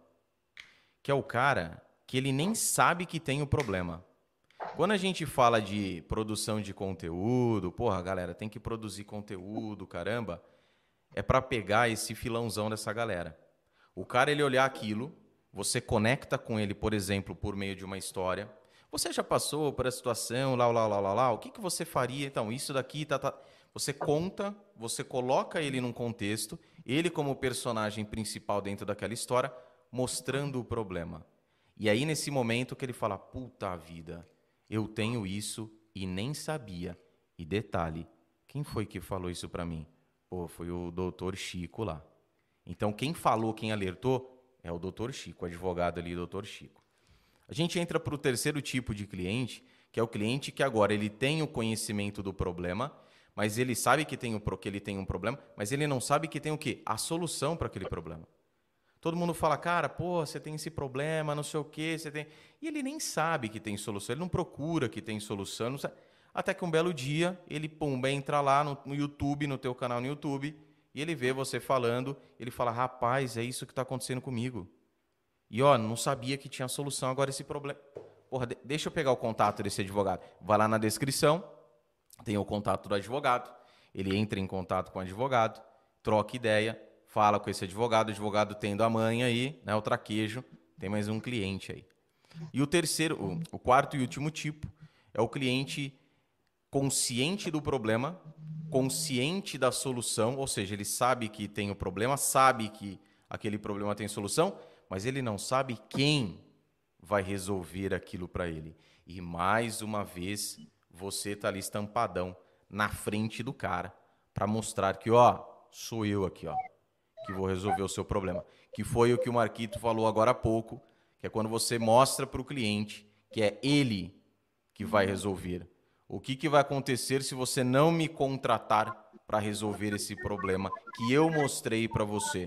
que é o cara que ele nem sabe que tem o problema. Quando a gente fala de produção de conteúdo, porra, galera, tem que produzir conteúdo, caramba, é para pegar esse filãozão dessa galera. O cara, ele olhar aquilo, você conecta com ele, por exemplo, por meio de uma história. Você já passou por essa situação, lá, o que, que você faria? Então, isso daqui, tá. Você conta, você coloca ele num contexto, ele como personagem principal dentro daquela história, mostrando o problema. E aí, nesse momento que ele fala, puta vida, eu tenho isso e nem sabia. E detalhe, quem foi que falou isso pra mim? Pô, foi o doutor Chico lá. Então, quem falou, quem alertou, é o doutor Chico, o advogado ali, doutor Chico. A gente entra para o terceiro tipo de cliente, que é o cliente que agora ele tem o conhecimento do problema, mas ele sabe que ele tem um problema, mas ele não sabe que tem o quê? A solução para aquele problema. Todo mundo fala, cara, pô, você tem esse problema, não sei o quê, você tem... E ele nem sabe que tem solução, ele não procura que tem solução, não sabe... Até que um belo dia, ele, pumba, entra lá no YouTube, no teu canal no YouTube, e ele vê você falando, ele fala, rapaz, é isso que está acontecendo comigo. E, ó, não sabia que tinha solução agora esse problema. Porra, deixa eu pegar o contato desse advogado. Vai lá na descrição, tem o contato do advogado, ele entra em contato com o advogado, troca ideia, fala com esse advogado, o advogado tendo a manha aí, né, o traquejo, tem mais um cliente aí. E o terceiro, o quarto e último tipo, é o cliente consciente do problema, consciente da solução, ou seja, ele sabe que tem o problema, sabe que aquele problema tem solução, mas ele não sabe quem vai resolver aquilo para ele. E mais uma vez, você está ali estampadão na frente do cara para mostrar que, ó, sou eu aqui, ó, que vou resolver o seu problema. Que foi o que o Marquito falou agora há pouco, que é quando você mostra para o cliente que é ele que vai resolver. O que vai acontecer se você não me contratar para resolver esse problema que eu mostrei para você?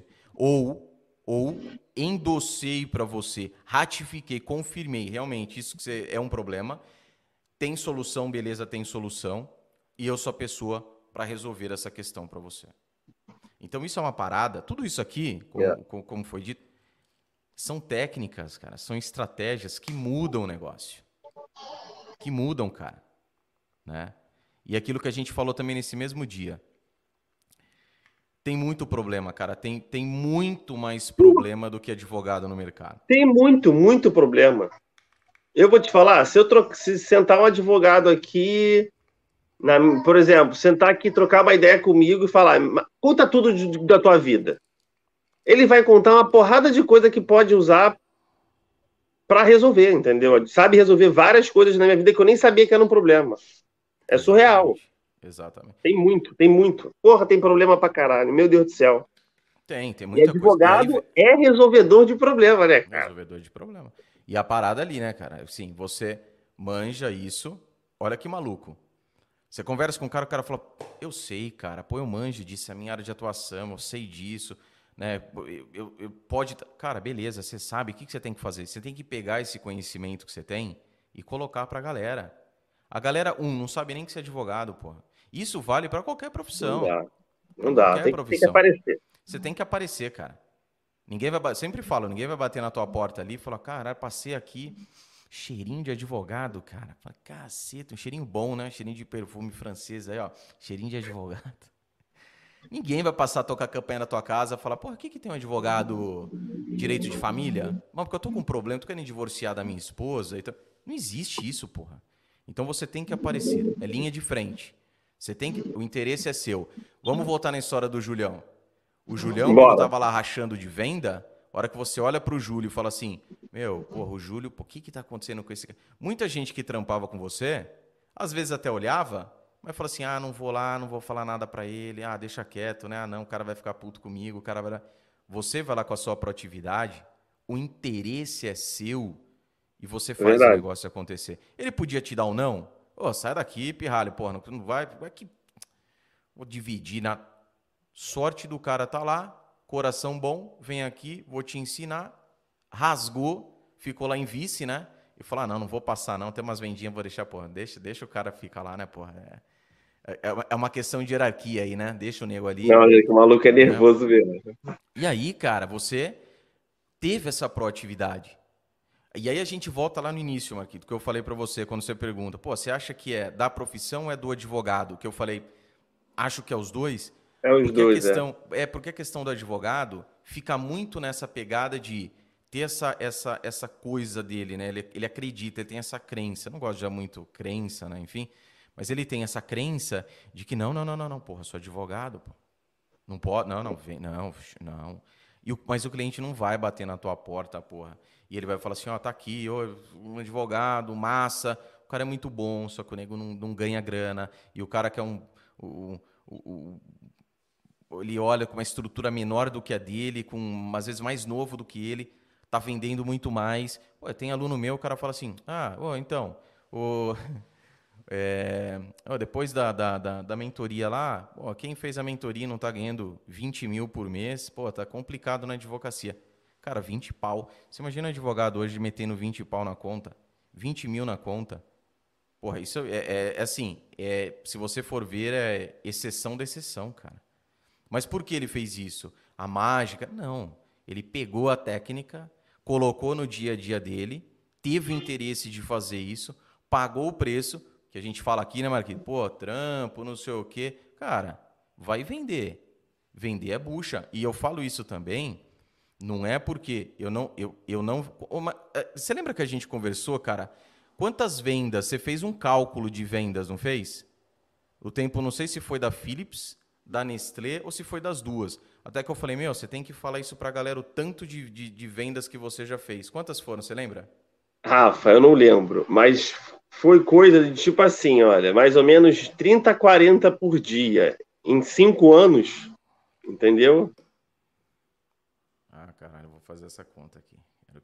Ou endossei para você, ratifiquei, confirmei, realmente, isso que é um problema. Tem solução, beleza, tem solução. E eu sou a pessoa para resolver essa questão para você. Então, isso é uma parada. Tudo isso aqui, como foi dito, são técnicas, cara. São estratégias que mudam o negócio. Que mudam, cara. Né? E aquilo que a gente falou também nesse mesmo dia. Tem muito problema, cara. Tem muito mais problema do que advogado no mercado. Tem muito, muito problema. Eu vou te falar, se sentar um advogado aqui, por exemplo, sentar aqui, trocar uma ideia comigo e falar, conta tudo da tua vida. Ele vai contar uma porrada de coisa que pode usar para resolver, entendeu? Sabe resolver várias coisas na minha vida que eu nem sabia que era um problema. É surreal. Exatamente. Tem muito, tem muito. Porra, tem problema pra caralho, meu Deus do céu. Tem E muita coisa. advogado é resolvedor de problema, né, cara? Resolvedor de problema. E a parada ali, né, cara? Assim, você manja isso. Olha que maluco. Você conversa com o cara fala, eu sei, cara, pô, eu manjo disso, é a minha área de atuação, eu sei disso, né? Pode. Cara, beleza, você sabe o que você tem que fazer. Você tem que pegar esse conhecimento que você tem e colocar pra galera. A galera, não sabe nem que você é advogado, porra. Isso vale pra qualquer profissão. Não dá. Não pra dá. qualquer Tem que profissão. aparecer. Você tem que aparecer, cara. Ninguém vai, sempre falo, ninguém vai bater na tua porta ali e falar, caralho, passei aqui, cheirinho de advogado, cara. Fala, caceta, um cheirinho bom, né? Cheirinho de perfume francês aí, ó. Cheirinho de advogado. Ninguém vai passar a tocar campanha na tua casa e falar, porra, aqui que tem um advogado direito de família? Mas porque eu tô com um problema, tô querendo divorciar da minha esposa. Então... Não existe isso, porra. Então você tem que aparecer. É linha de frente. Você tem que... O interesse é seu. Vamos voltar na história do Julião. O Julião, quando tava lá rachando de venda, a hora que você olha pro Júlio e fala assim, meu, porra, o Júlio, o que tá acontecendo com esse cara? Muita gente que trampava com você, às vezes até olhava, mas fala assim, não vou lá, não vou falar nada pra ele, deixa quieto, né? Não, o cara vai ficar puto comigo, o cara vai... Você vai lá com a sua proatividade, o interesse é seu e você faz o negócio acontecer. Ele podia te dar um não? Sai daqui, pirralho, porra, não vai que... Vou dividir na... Sorte do cara tá lá, coração bom, vem aqui, vou te ensinar. Rasgou, ficou lá em vice, né? E falou, não vou passar não, tem umas vendinhas, vou deixar, porra, deixa o cara ficar lá, né, porra. É uma questão de hierarquia aí, né? Deixa o nego ali. Não, gente, o maluco é nervoso mesmo. E aí, cara, você teve essa proatividade. E aí a gente volta lá no início, Marquito, que eu falei pra você, quando você pergunta, você acha que é da profissão ou é do advogado? Que eu falei, acho que é os dois. É os dois, porque a questão do advogado fica muito nessa pegada de ter essa coisa dele, né? Ele acredita, ele tem essa crença. Eu não gosto de muito crença, né? Enfim, mas ele tem essa crença de que não, porra, sou advogado, pô. Não pode, não. Mas o cliente não vai bater na tua porta, porra. E ele vai falar assim, tá aqui, um advogado, massa, o cara é muito bom, só que o nego não ganha grana, e o cara quer ele olha com uma estrutura menor do que a dele, às vezes mais novo do que ele, tá vendendo muito mais. Tem aluno meu, o cara fala assim, então, depois da mentoria lá, quem fez a mentoria e não tá ganhando 20 mil por mês, tá complicado na advocacia. Cara, 20 pau. Você imagina um advogado hoje metendo 20 pau na conta? 20 mil na conta? Porra, isso é assim, se você for ver, é exceção da exceção, cara. Mas por que ele fez isso? A mágica? Não. Ele pegou a técnica, colocou no dia a dia dele, teve o interesse de fazer isso, pagou o preço, que a gente fala aqui, né, Marquinhos? Trampo, não sei o quê. Cara, vai vender. Vender é bucha. E eu falo isso também, não é porque eu não... Você lembra que a gente conversou, cara? Quantas vendas? Você fez um cálculo de vendas, não fez? O tempo, não sei se foi da Philips, da Nestlé ou se foi das duas. Até que eu falei, você tem que falar isso pra galera, o tanto de vendas que você já fez. Quantas foram, você lembra? Rafa, eu não lembro, mas foi coisa de tipo assim, olha, mais ou menos 30, 40 por dia, em 5 anos, entendeu? Caralho, eu vou fazer essa conta aqui.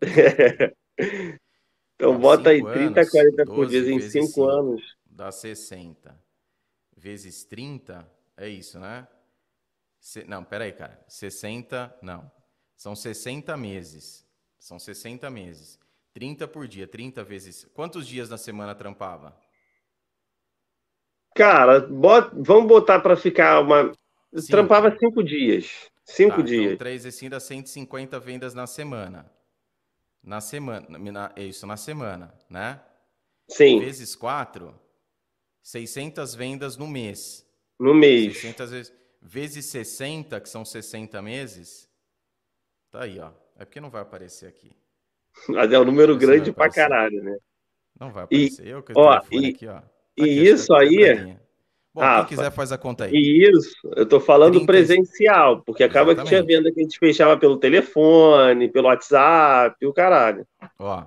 Então bota aí 30, anos, 40 por dia em 5 anos. Dá 60. Vezes 30, é isso, né? Não, peraí, cara. 60, não. São 60 meses. 30 por dia. 30 vezes... Quantos dias na semana trampava? Cara, vamos botar para ficar uma. Eu 5. trampava 5 dias. Cinco Tá, então dias. 3 assim dá 150 vendas na semana. Na semana, é isso, na semana, né? Sim, Vezes 4, 600 vendas no mês. no mês. 600 vezes 60, que são 60 meses. Tá aí, ó. É porque não vai aparecer aqui. Mas é um Deixa eu número ver se vai grande pra aparecer. caralho, né? Não vai E, aparecer. Eu com o ó, telefone e, aqui, ó. Tá aqui, e acho que isso é aí, dobradinha. Bom, quem Rafa, quiser faz a conta aí. e isso, eu tô falando 30. presencial, porque acaba que tinha Exatamente. venda que a gente fechava pelo telefone, pelo WhatsApp, o caralho. Ó,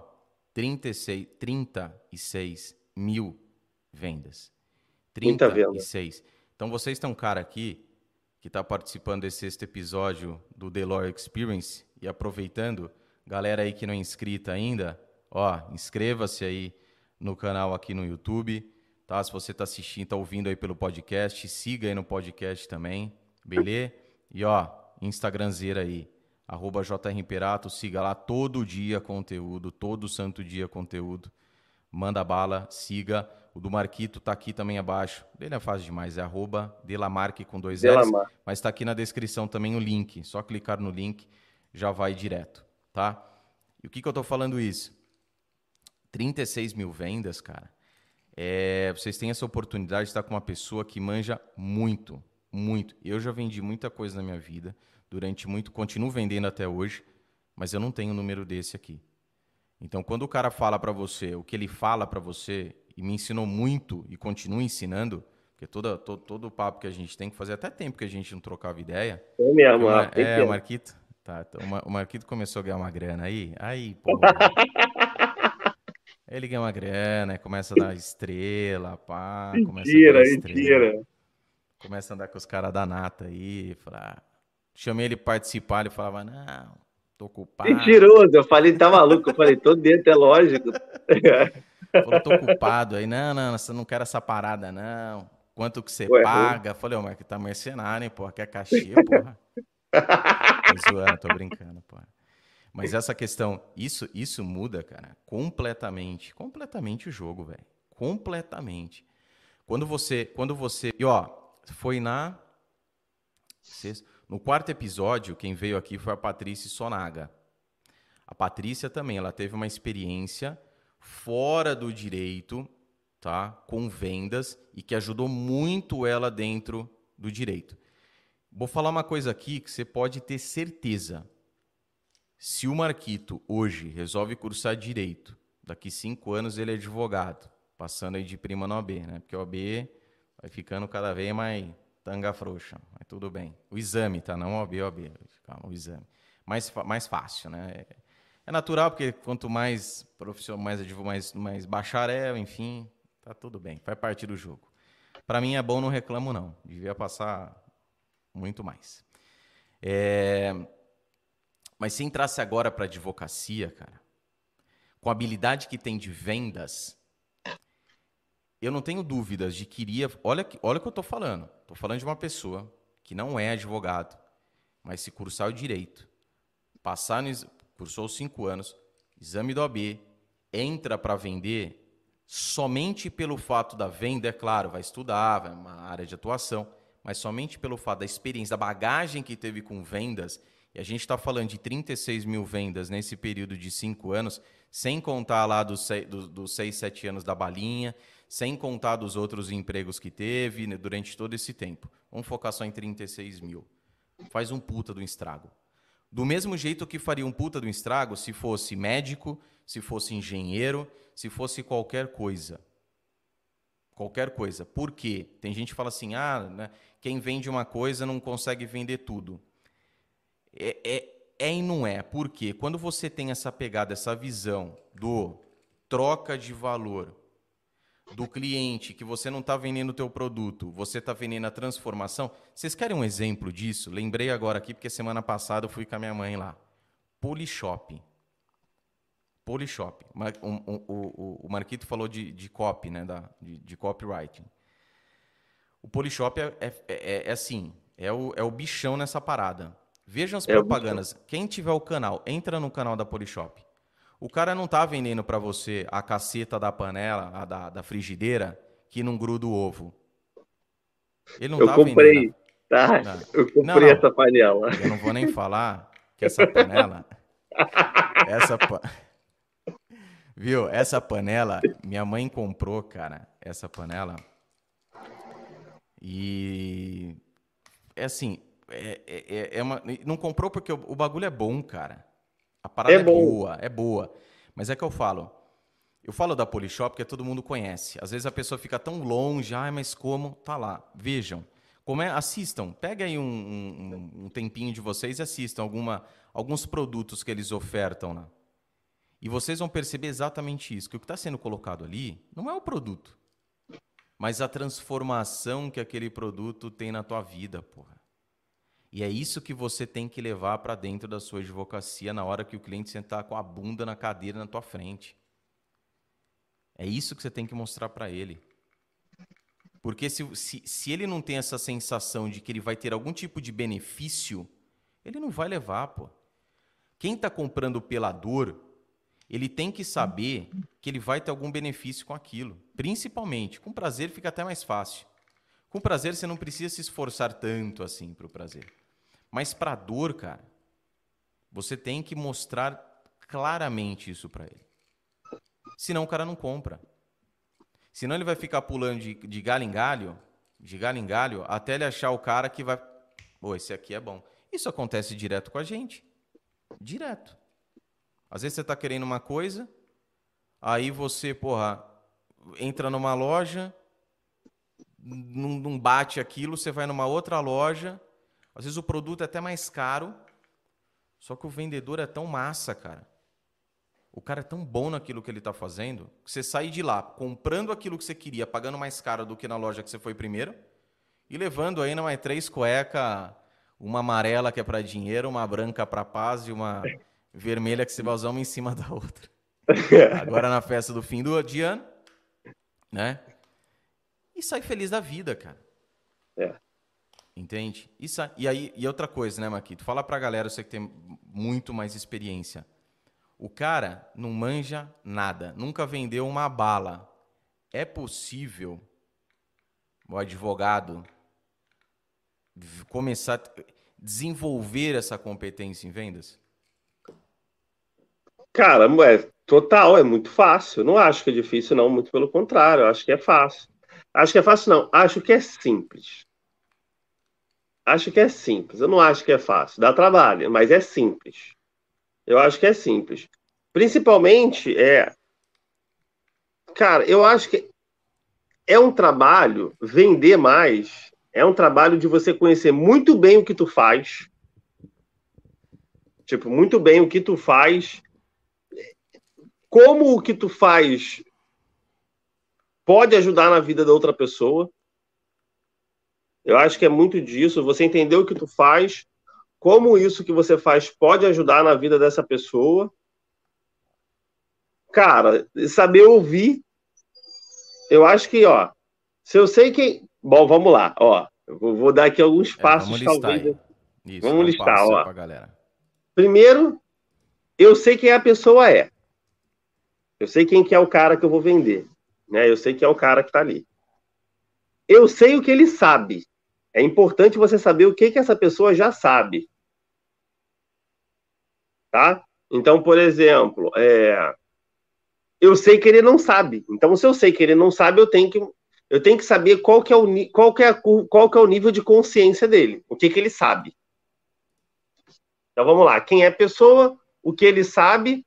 36 mil vendas. Muita trinta e venda. seis. Então vocês têm um cara aqui que está participando desse sexto episódio do The Lore Experience e aproveitando, galera aí que não é inscrita ainda, ó, inscreva-se aí no canal aqui no YouTube, tá? Se você está assistindo, está ouvindo aí pelo podcast, siga aí no podcast também, beleza? E ó, Instagramzeira aí, @JRImperato, siga lá todo dia conteúdo, todo santo dia conteúdo. Manda bala, siga. O do Marquito tá aqui também abaixo. Ele é fácil demais, é @Delamarque com 2 L's, Delamar. mas está aqui na descrição também o link. Só clicar no link, já vai direto, tá? E o que eu tô falando isso? 36 mil vendas, cara. Vocês têm essa oportunidade de estar com uma pessoa que manja muito, muito. Eu já vendi muita coisa na minha vida, continuo vendendo até hoje, mas eu não tenho um número desse aqui. Então, quando o cara fala para você o que ele fala para você, e me ensinou muito e continua ensinando, porque todo o papo que a gente tem que fazer, até tempo que a gente não trocava ideia, É porque mesmo, Rafa, tem o tempo. Marquito, tá, então, o Marquito começou a ganhar uma grana aí, porra, ele ganha uma grana, começa a dar estrela, pá, começa a ganhar Mentira, estrela, mentira. começa a andar com os caras da nata aí, chamei ele para participar, ele falava, não, tô ocupado. Mentiroso. Eu falei, tá maluco? Eu falei, tô dentro, é lógico. Falou, tô ocupado. Aí, não, você não quer essa parada, não. Quanto que você Ué, paga? Falei, ô, mas que tá mercenário, hein, porra? Quer cachê, porra? Tô zoando, tô brincando, porra. Mas essa questão, isso muda, cara, completamente o jogo, velho. Completamente. E ó, foi no quarto episódio, quem veio aqui foi a Patrícia Sonaga. A Patrícia também, ela teve uma experiência fora do direito, tá? Com vendas e que ajudou muito ela dentro do direito. Vou falar uma coisa aqui que você pode ter certeza. Se o Marquito hoje resolve cursar direito, daqui 5 anos ele é advogado, passando aí de prima no OAB, né? Porque o OAB vai ficando cada vez mais tanga frouxa, mas tudo bem. O exame, tá? Não o OAB, calma, o exame. Mais fácil, né? É natural, porque quanto mais profissional, mais bacharel, enfim, tá tudo bem, faz parte do jogo. Para mim é bom, não reclamo não, devia passar muito mais. Mas se entrasse agora para advocacia, cara, com a habilidade que tem de vendas, eu não tenho dúvidas de que iria... Olha o que eu estou falando. Estou falando de uma pessoa que não é advogado, mas se cursar o direito, cursou 5 anos, exame do OAB, entra para vender, somente pelo fato da venda, é claro, vai estudar, vai uma área de atuação, mas somente pelo fato da experiência, da bagagem que teve com vendas, e a gente está falando de 36 mil vendas nesse período de 5 anos, sem contar lá dos 6, 7 anos da balinha, sem contar dos outros empregos que teve, né, durante todo esse tempo. Vamos focar só em 36 mil. Faz um puta do estrago. Do mesmo jeito que faria um puta do estrago se fosse médico, se fosse engenheiro, se fosse qualquer coisa. Qualquer coisa. Por quê? Tem gente que fala assim, né, quem vende uma coisa não consegue vender tudo. E não é. Por quê? Quando você tem essa pegada, essa visão do troca de valor do cliente, que você não está vendendo o teu produto, você está vendendo a transformação. Vocês querem um exemplo disso? Lembrei agora aqui, porque semana passada eu fui com a minha mãe lá. Polishop. O Marquito falou de copy, né? De copywriting. O Polishop é assim, é o bichão nessa parada. Vejam as é o bichão. propagandas. Quem tiver o canal, entra no canal da Polishop. O cara não tá vendendo para você a caceta da panela, da frigideira, que não gruda o ovo. Ele não Eu tá vendendo. comprei, tá? Não, Eu não, comprei não. essa panela. Eu não vou nem falar que essa panela. Essa. Viu? Essa panela, minha mãe comprou, cara, essa panela. E. É assim. Não comprou porque o bagulho é bom, cara. A É parada é bom. boa, é boa. Mas é que eu falo. Eu falo da Polishop porque todo mundo conhece. Às vezes a pessoa fica tão longe, mas como? Tá lá. Vejam. Assistam. Pega aí um tempinho de vocês e assistam alguns produtos que eles ofertam lá. E vocês vão perceber exatamente isso, que o que está sendo colocado ali não é o produto, mas a transformação que aquele produto tem na tua vida, porra. E é isso que você tem que levar para dentro da sua advocacia na hora que o cliente sentar com a bunda na cadeira na tua frente. É isso que você tem que mostrar para ele. Porque se ele não tem essa sensação de que ele vai ter algum tipo de benefício, ele não vai levar, pô. Quem está comprando pela dor, ele tem que saber que ele vai ter algum benefício com aquilo. Principalmente, com prazer fica até mais fácil. Com prazer você não precisa se esforçar tanto assim para o prazer. Mas para a dor, cara, você tem que mostrar claramente isso para ele. Senão o cara não compra. Senão ele vai ficar pulando de galho em galho, até ele achar o cara que vai... Pô, esse aqui é bom. Isso acontece direto com a gente. Direto. Às vezes você está querendo uma coisa, aí você, porra, entra numa loja, não bate aquilo, você vai numa outra loja, às vezes o produto é até mais caro, só que o vendedor é tão massa, cara. O cara é tão bom naquilo que ele está fazendo, que você sai de lá comprando aquilo que você queria, pagando mais caro do que na loja que você foi primeiro, e levando ainda mais 3 cuecas, uma amarela que é para dinheiro, uma branca para paz e uma vermelha que você vai usar uma em cima da outra. Agora na festa do fim do ano, né? E sai feliz da vida, cara. É. Entende? E outra coisa, né, Maquito? Fala pra galera, você que tem muito mais experiência. O cara não manja nada, nunca vendeu uma bala. É possível o advogado começar a desenvolver essa competência em vendas? Cara, total, é muito fácil. Não acho que é difícil, não, muito pelo contrário, acho que é fácil. Acho que é fácil, não, acho que é simples. Acho que é simples, eu não acho que é fácil. Dá trabalho, mas é simples. Eu acho que é simples. Principalmente, cara, eu acho que é um trabalho, vender mais, é um trabalho de você conhecer muito bem o que tu faz. Tipo, muito bem o que tu faz, como o que tu faz pode ajudar na vida da outra pessoa. Eu acho que é muito disso, você entender o que tu faz, como isso que você faz pode ajudar na vida dessa pessoa. Cara, saber ouvir, eu acho que, ó, se eu sei quem... Bom, vamos lá, ó, eu vou dar aqui alguns Vamos passos, listar talvez. aí. Isso, dá Vamos um listar, passo aí ó. pra galera. Primeiro, eu sei quem a pessoa é. Eu sei quem que é o cara que eu vou vender, né? Eu sei quem é o cara que tá ali. Eu sei o que ele sabe. É importante você saber o que que essa pessoa já sabe, tá? Então, por exemplo, eu sei que ele não sabe. Então, se eu sei que ele não sabe, eu tenho que saber qual que é o nível de consciência dele, o que que ele sabe. Então, vamos lá. Quem é a pessoa, o que ele sabe,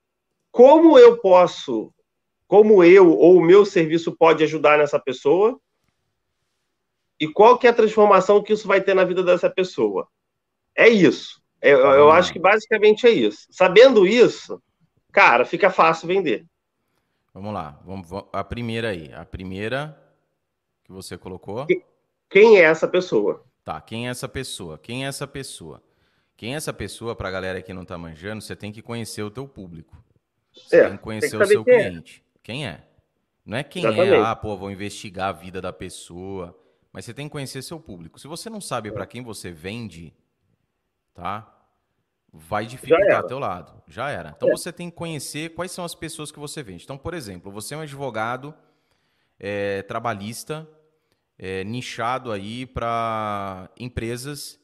como eu ou o meu serviço pode ajudar nessa pessoa e qual que é a transformação que isso vai ter na vida dessa pessoa. É isso. Então Eu vamos acho lá. que basicamente é isso. Sabendo isso, cara, fica fácil vender. Vamos lá. A primeira aí. A primeira que você colocou. Quem é essa pessoa? Tá, quem é essa pessoa? Quem é essa pessoa? Quem é essa pessoa, pra galera que não tá manjando, você tem que conhecer o teu público. Você tem que Tem que conhecer o saber seu quem é. cliente. Quem é? Não é quem é, Exatamente. vou investigar a vida da pessoa. Mas você tem que conhecer seu público. Se você não sabe pra quem você vende, tá? Vai Já dificultar era. teu lado. Já era. Então você tem que conhecer quais são as pessoas que você vende. Então, por exemplo, você é um advogado trabalhista nichado aí para empresas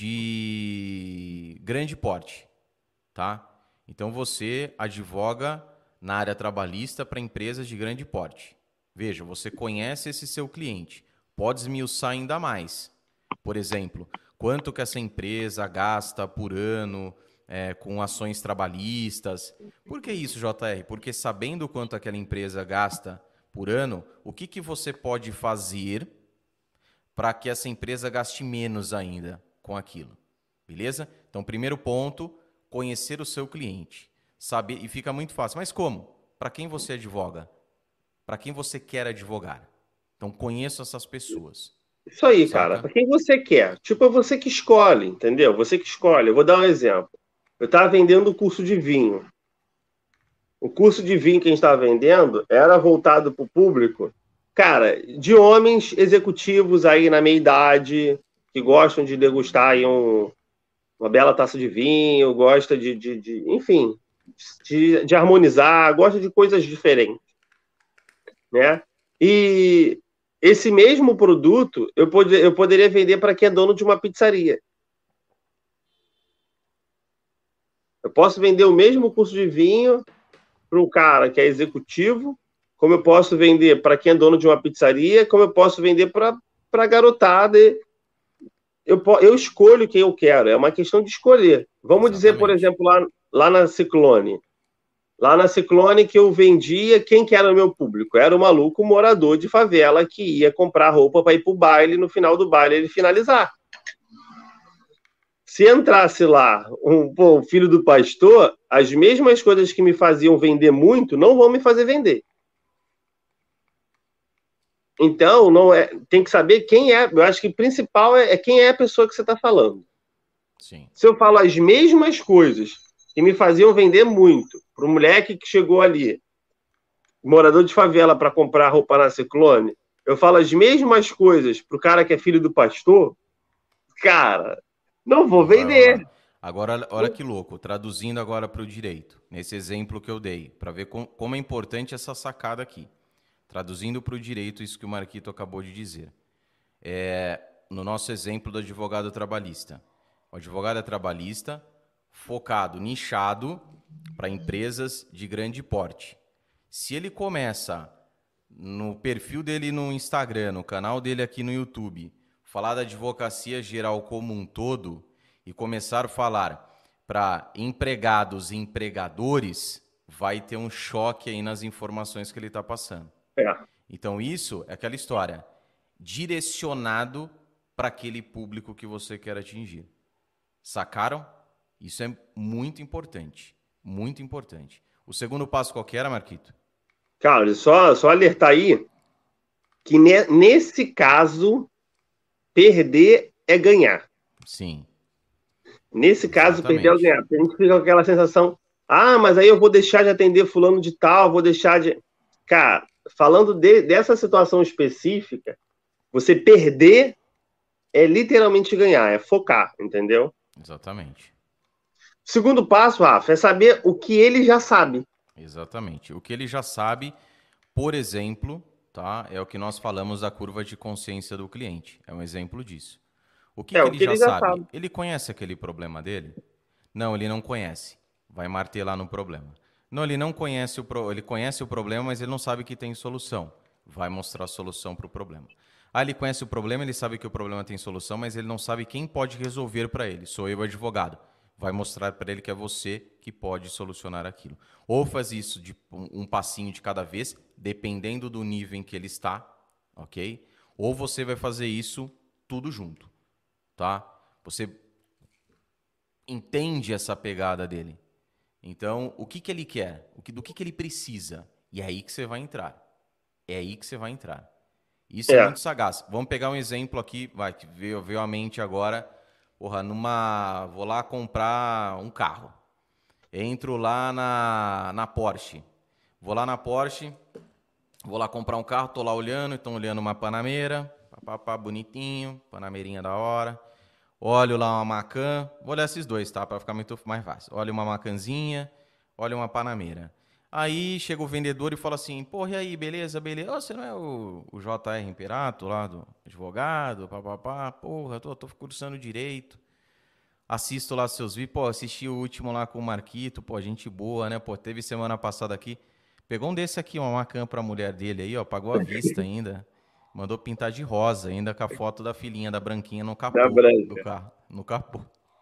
de grande porte, tá? Então você advoga na área trabalhista para empresas de grande porte. Veja, você conhece esse seu cliente, pode esmiuçar ainda mais. Por exemplo, quanto que essa empresa gasta por ano com ações trabalhistas. Por que isso, JR? Porque sabendo quanto aquela empresa gasta por ano, o que, que você pode fazer para que essa empresa gaste menos ainda com aquilo? Beleza? Então, primeiro ponto, conhecer o seu cliente. Saber, e fica muito fácil. Mas como? Para quem você advoga? Para quem você quer advogar? Então, conheça essas pessoas. Isso aí, cara. Saca? Para quem você quer. Tipo, é você que escolhe, entendeu? Você que escolhe. Eu vou dar um exemplo. Eu estava vendendo o curso de vinho. O curso de vinho que a gente estava vendendo era voltado para o público, cara, de homens executivos aí na meia idade, que gostam de degustar aí uma bela taça de vinho, gosta enfim, de harmonizar, gosta de coisas diferentes, né? E esse mesmo produto eu poderia vender para quem é dono de uma pizzaria. Eu posso vender o mesmo curso de vinho para um cara que é executivo, como eu posso vender para quem é dono de uma pizzaria, como eu posso vender para a garotada. Eu escolho quem eu quero, é uma questão de escolher. Vamos dizer, por Exatamente. exemplo, lá na Ciclone. Lá na Ciclone que eu vendia, quem que era o meu público? Era o maluco morador de favela que ia comprar roupa para ir para o baile, no final do baile ele finalizar. Se entrasse lá um filho do pastor, as mesmas coisas que me faziam vender muito não vão me fazer vender. Então, não é, tem que saber quem é. Eu acho que o principal é quem é a pessoa que você está falando. Sim. Se eu falo as mesmas coisas que me faziam vender muito para o moleque que chegou ali, morador de favela, para comprar roupa na Ciclone, eu falo as mesmas coisas para o cara que é filho do pastor, cara, não vou Não vai vender. rolar. Agora, olha que louco, traduzindo agora para o direito, nesse exemplo que eu dei, para ver como é importante essa sacada aqui. Traduzindo para o direito isso que o Marquito acabou de dizer. No nosso exemplo do advogado trabalhista. O advogado é trabalhista focado, nichado para empresas de grande porte. Se ele começa no perfil dele no Instagram, no canal dele aqui no YouTube, falar da advocacia geral como um todo e começar a falar para empregados e empregadores, vai ter um choque aí nas informações que ele está passando. É. Então isso é aquela história, direcionado para aquele público que você quer atingir. Sacaram? Isso é muito importante, muito importante. O segundo passo qual que era, Marquito? Cara, só alertar aí que nesse caso, perder é ganhar. Sim, Nesse caso, perder é exatamente. ganhar. Porque a gente fica com aquela sensação, mas aí eu vou deixar de atender fulano de tal, vou deixar de... Cara, falando dessa situação específica, você perder é literalmente ganhar, é focar, entendeu? Exatamente. Segundo passo, Rafa, é saber o que ele já sabe. Exatamente. O que ele já sabe, por exemplo, tá? É o que nós falamos da curva de consciência do cliente. É um exemplo disso. O que É que o ele que já ele já sabe? sabe. Ele conhece aquele problema dele? Não, ele não conhece. Vai martelar no problema. Não, ele não conhece ele conhece o problema, mas ele não sabe que tem solução. Vai mostrar a solução para o problema. Ah, ele conhece o problema, ele sabe que o problema tem solução, mas ele não sabe quem pode resolver para ele. Sou eu, advogado. Vai mostrar para ele que é você que pode solucionar aquilo. Ou faz isso de um passinho de cada vez, dependendo do nível em que ele está, ok? Ou você vai fazer isso tudo junto, tá? Você entende essa pegada dele. Então, o que que ele quer? Do que ele precisa? E é aí que você vai entrar. É aí que você vai entrar. Isso é É, muito sagaz. Vamos pegar um exemplo aqui, vai, que veio à mente agora. Porra, vou lá comprar um carro. Entro lá na Porsche. Vou lá na Porsche, vou lá comprar um carro, tô lá olhando, estão olhando uma Panamera, papapá, bonitinho, Panamerinha da hora. Olho lá uma Macan, vou olhar esses dois, tá? Para ficar muito mais fácil. Olha uma Macanzinha, olha uma Panamera. Aí chega o vendedor e fala assim, porra, e aí, beleza, beleza? Ô, você não é o JR Imperato lá do advogado, papapá? Porra, tô cursando direito. Assisto lá seus vídeos, pô, assisti o último lá com o Marquito, pô, gente boa, né? Pô, teve semana passada aqui. Pegou um desse aqui, uma Macan pra mulher dele aí, ó, pagou à vista ainda. Mandou pintar de rosa, ainda com a foto da filhinha, da branquinha no Da capô do Branca. carro, no capô.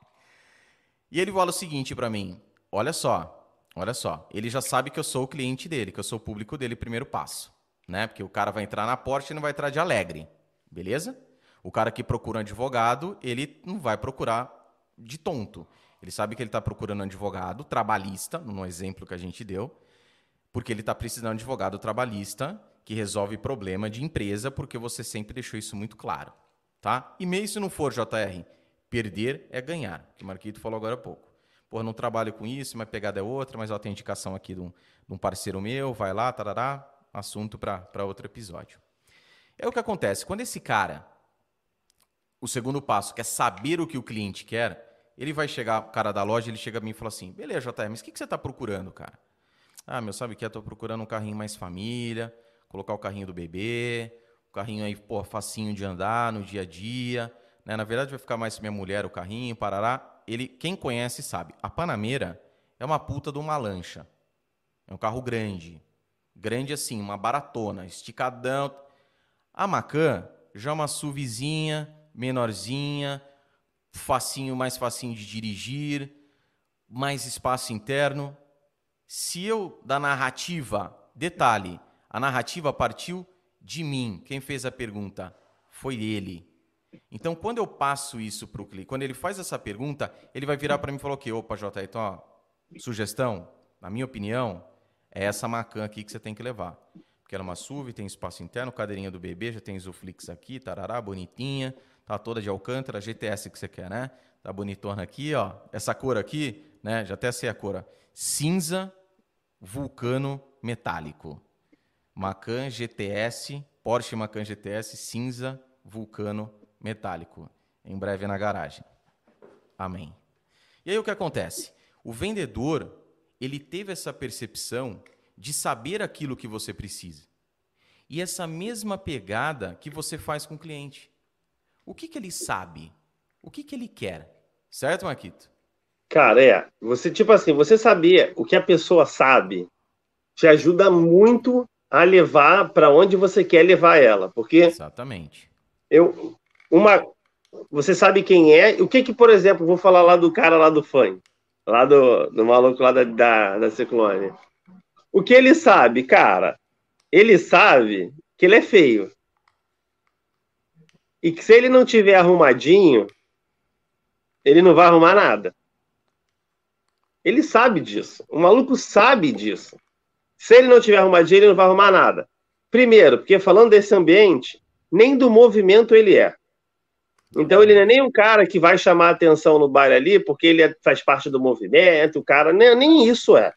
E ele fala o seguinte pra mim: olha só, olha só. Ele já sabe que eu sou o cliente dele, que eu sou o público dele, primeiro passo, né? Porque o cara vai entrar na Porsche e não vai entrar de alegre, beleza? O cara que procura um advogado, ele não vai procurar de tonto. Ele sabe que ele está procurando um advogado trabalhista, no exemplo que a gente deu, porque ele está precisando de um advogado trabalhista que resolve problema de empresa, porque você sempre deixou isso muito claro, tá? E mesmo se não for, JR, perder é ganhar, que o Marquito falou agora há pouco. Pô, não trabalho com isso, minha pegada é outra, mas ó, tem indicação aqui de um parceiro meu, vai lá, tarará, assunto para outro episódio. É o que acontece, quando esse cara, o segundo passo, quer saber o que o cliente quer, ele vai chegar, o cara da loja, ele chega a mim e fala assim, beleza, JR, mas o que você está procurando, cara? Ah, meu, sabe o que? Eu tô procurando um carrinho mais família, colocar o carrinho do bebê, o carrinho aí, pô, facinho de andar no dia a dia, né? Na verdade vai ficar mais minha mulher o carrinho, parará. Ele, quem conhece sabe, a Panamera é uma puta de uma lancha. É um carro grande. Grande assim, uma baratona, esticadão. A Macan já é uma SUVzinha, menorzinha, facinho, mais facinho de dirigir, mais espaço interno. Se eu, da narrativa, detalhe, a narrativa partiu de mim. Quem fez a pergunta foi ele. Então, quando eu passo isso para o cliente, quando ele faz essa pergunta, ele vai virar para mim e falar o quê? Opa, Jota, então, ó, sugestão, na minha opinião, é essa Macan aqui que você tem que levar. Porque ela é uma SUV, tem espaço interno, cadeirinha do bebê, já tem Isoflix aqui, tarará, bonitinha, tá toda de Alcântara, GTS que você quer, né? Tá bonitona aqui, ó. Essa cor aqui, né? Já até sei a cor, ó. Cinza, vulcano metálico. Macan GTS, Porsche Macan GTS, cinza, vulcano metálico. Em breve na garagem. Amém. E aí o que acontece? O vendedor, ele teve essa percepção de saber aquilo que você precisa. E essa mesma pegada que você faz com o cliente. O que ele sabe? O que ele quer? Certo, Marquito? Cara, você, tipo assim, você sabia o que a pessoa sabe te ajuda muito a levar para onde você quer levar ela. Porque Exatamente. eu, uma, você sabe quem é, o que, por exemplo, vou falar lá do cara lá do funk, lá do maluco lá da Ciclone. O que ele sabe, cara? Ele sabe que ele é feio. E que se ele não tiver arrumadinho, ele não vai arrumar nada. Ele sabe disso. O maluco sabe disso. Se ele não tiver arrumadinho, ele não vai arrumar nada. Primeiro, porque falando desse ambiente, nem do movimento ele é. Então ele não é nem um cara que vai chamar a atenção no baile ali, porque ele faz parte do movimento, o cara nem isso é.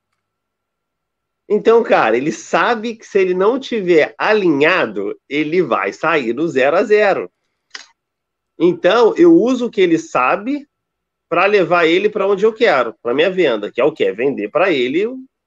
Então, cara, ele sabe que se ele não tiver alinhado, ele vai sair do 0 a 0. Então, eu uso o que ele sabe para levar ele para onde eu quero, para minha venda, que é o quê? Vender para ele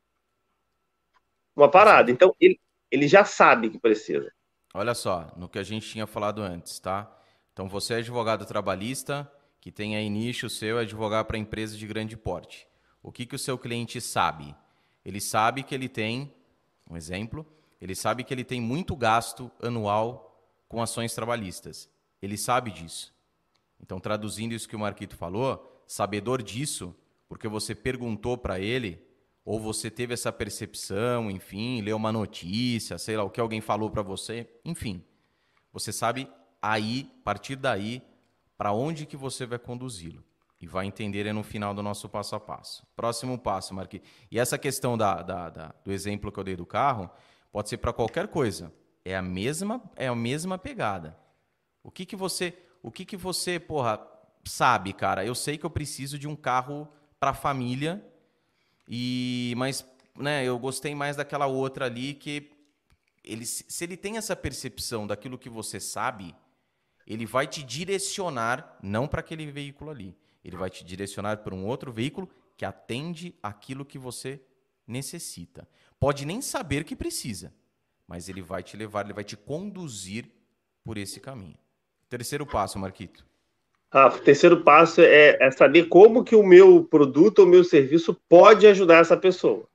uma parada. Então, ele já sabe que precisa. Olha só, no que a gente tinha falado antes, tá? Então, você é advogado trabalhista, que tem aí nicho seu, é advogar para empresas de grande porte. O que o seu cliente sabe? Ele sabe que ele tem, um exemplo, ele sabe que ele tem muito gasto anual com ações trabalhistas. Ele sabe disso. Então, traduzindo isso que o Marquito falou, sabedor disso, porque você perguntou para ele, ou você teve essa percepção, enfim, leu uma notícia, sei lá, o que alguém falou para você, enfim. Você sabe aí, a partir daí, para onde que você vai conduzi-lo. E vai entender no final do nosso passo a passo. Próximo passo, Marquinhos. E essa questão do exemplo que eu dei do carro, pode ser para qualquer coisa. É a mesma pegada. O que você, porra, sabe, cara? Eu sei que eu preciso de um carro para a família, mas, né, eu gostei mais daquela outra ali que se ele tem essa percepção daquilo que você sabe, ele vai te direcionar não para aquele veículo ali. Ele vai te direcionar para um outro veículo que atende aquilo que você necessita. Pode nem saber que precisa, mas ele vai te levar, ele vai te conduzir por esse caminho. Terceiro passo, Marquito. O terceiro passo é saber como que o meu produto ou meu serviço pode ajudar essa pessoa.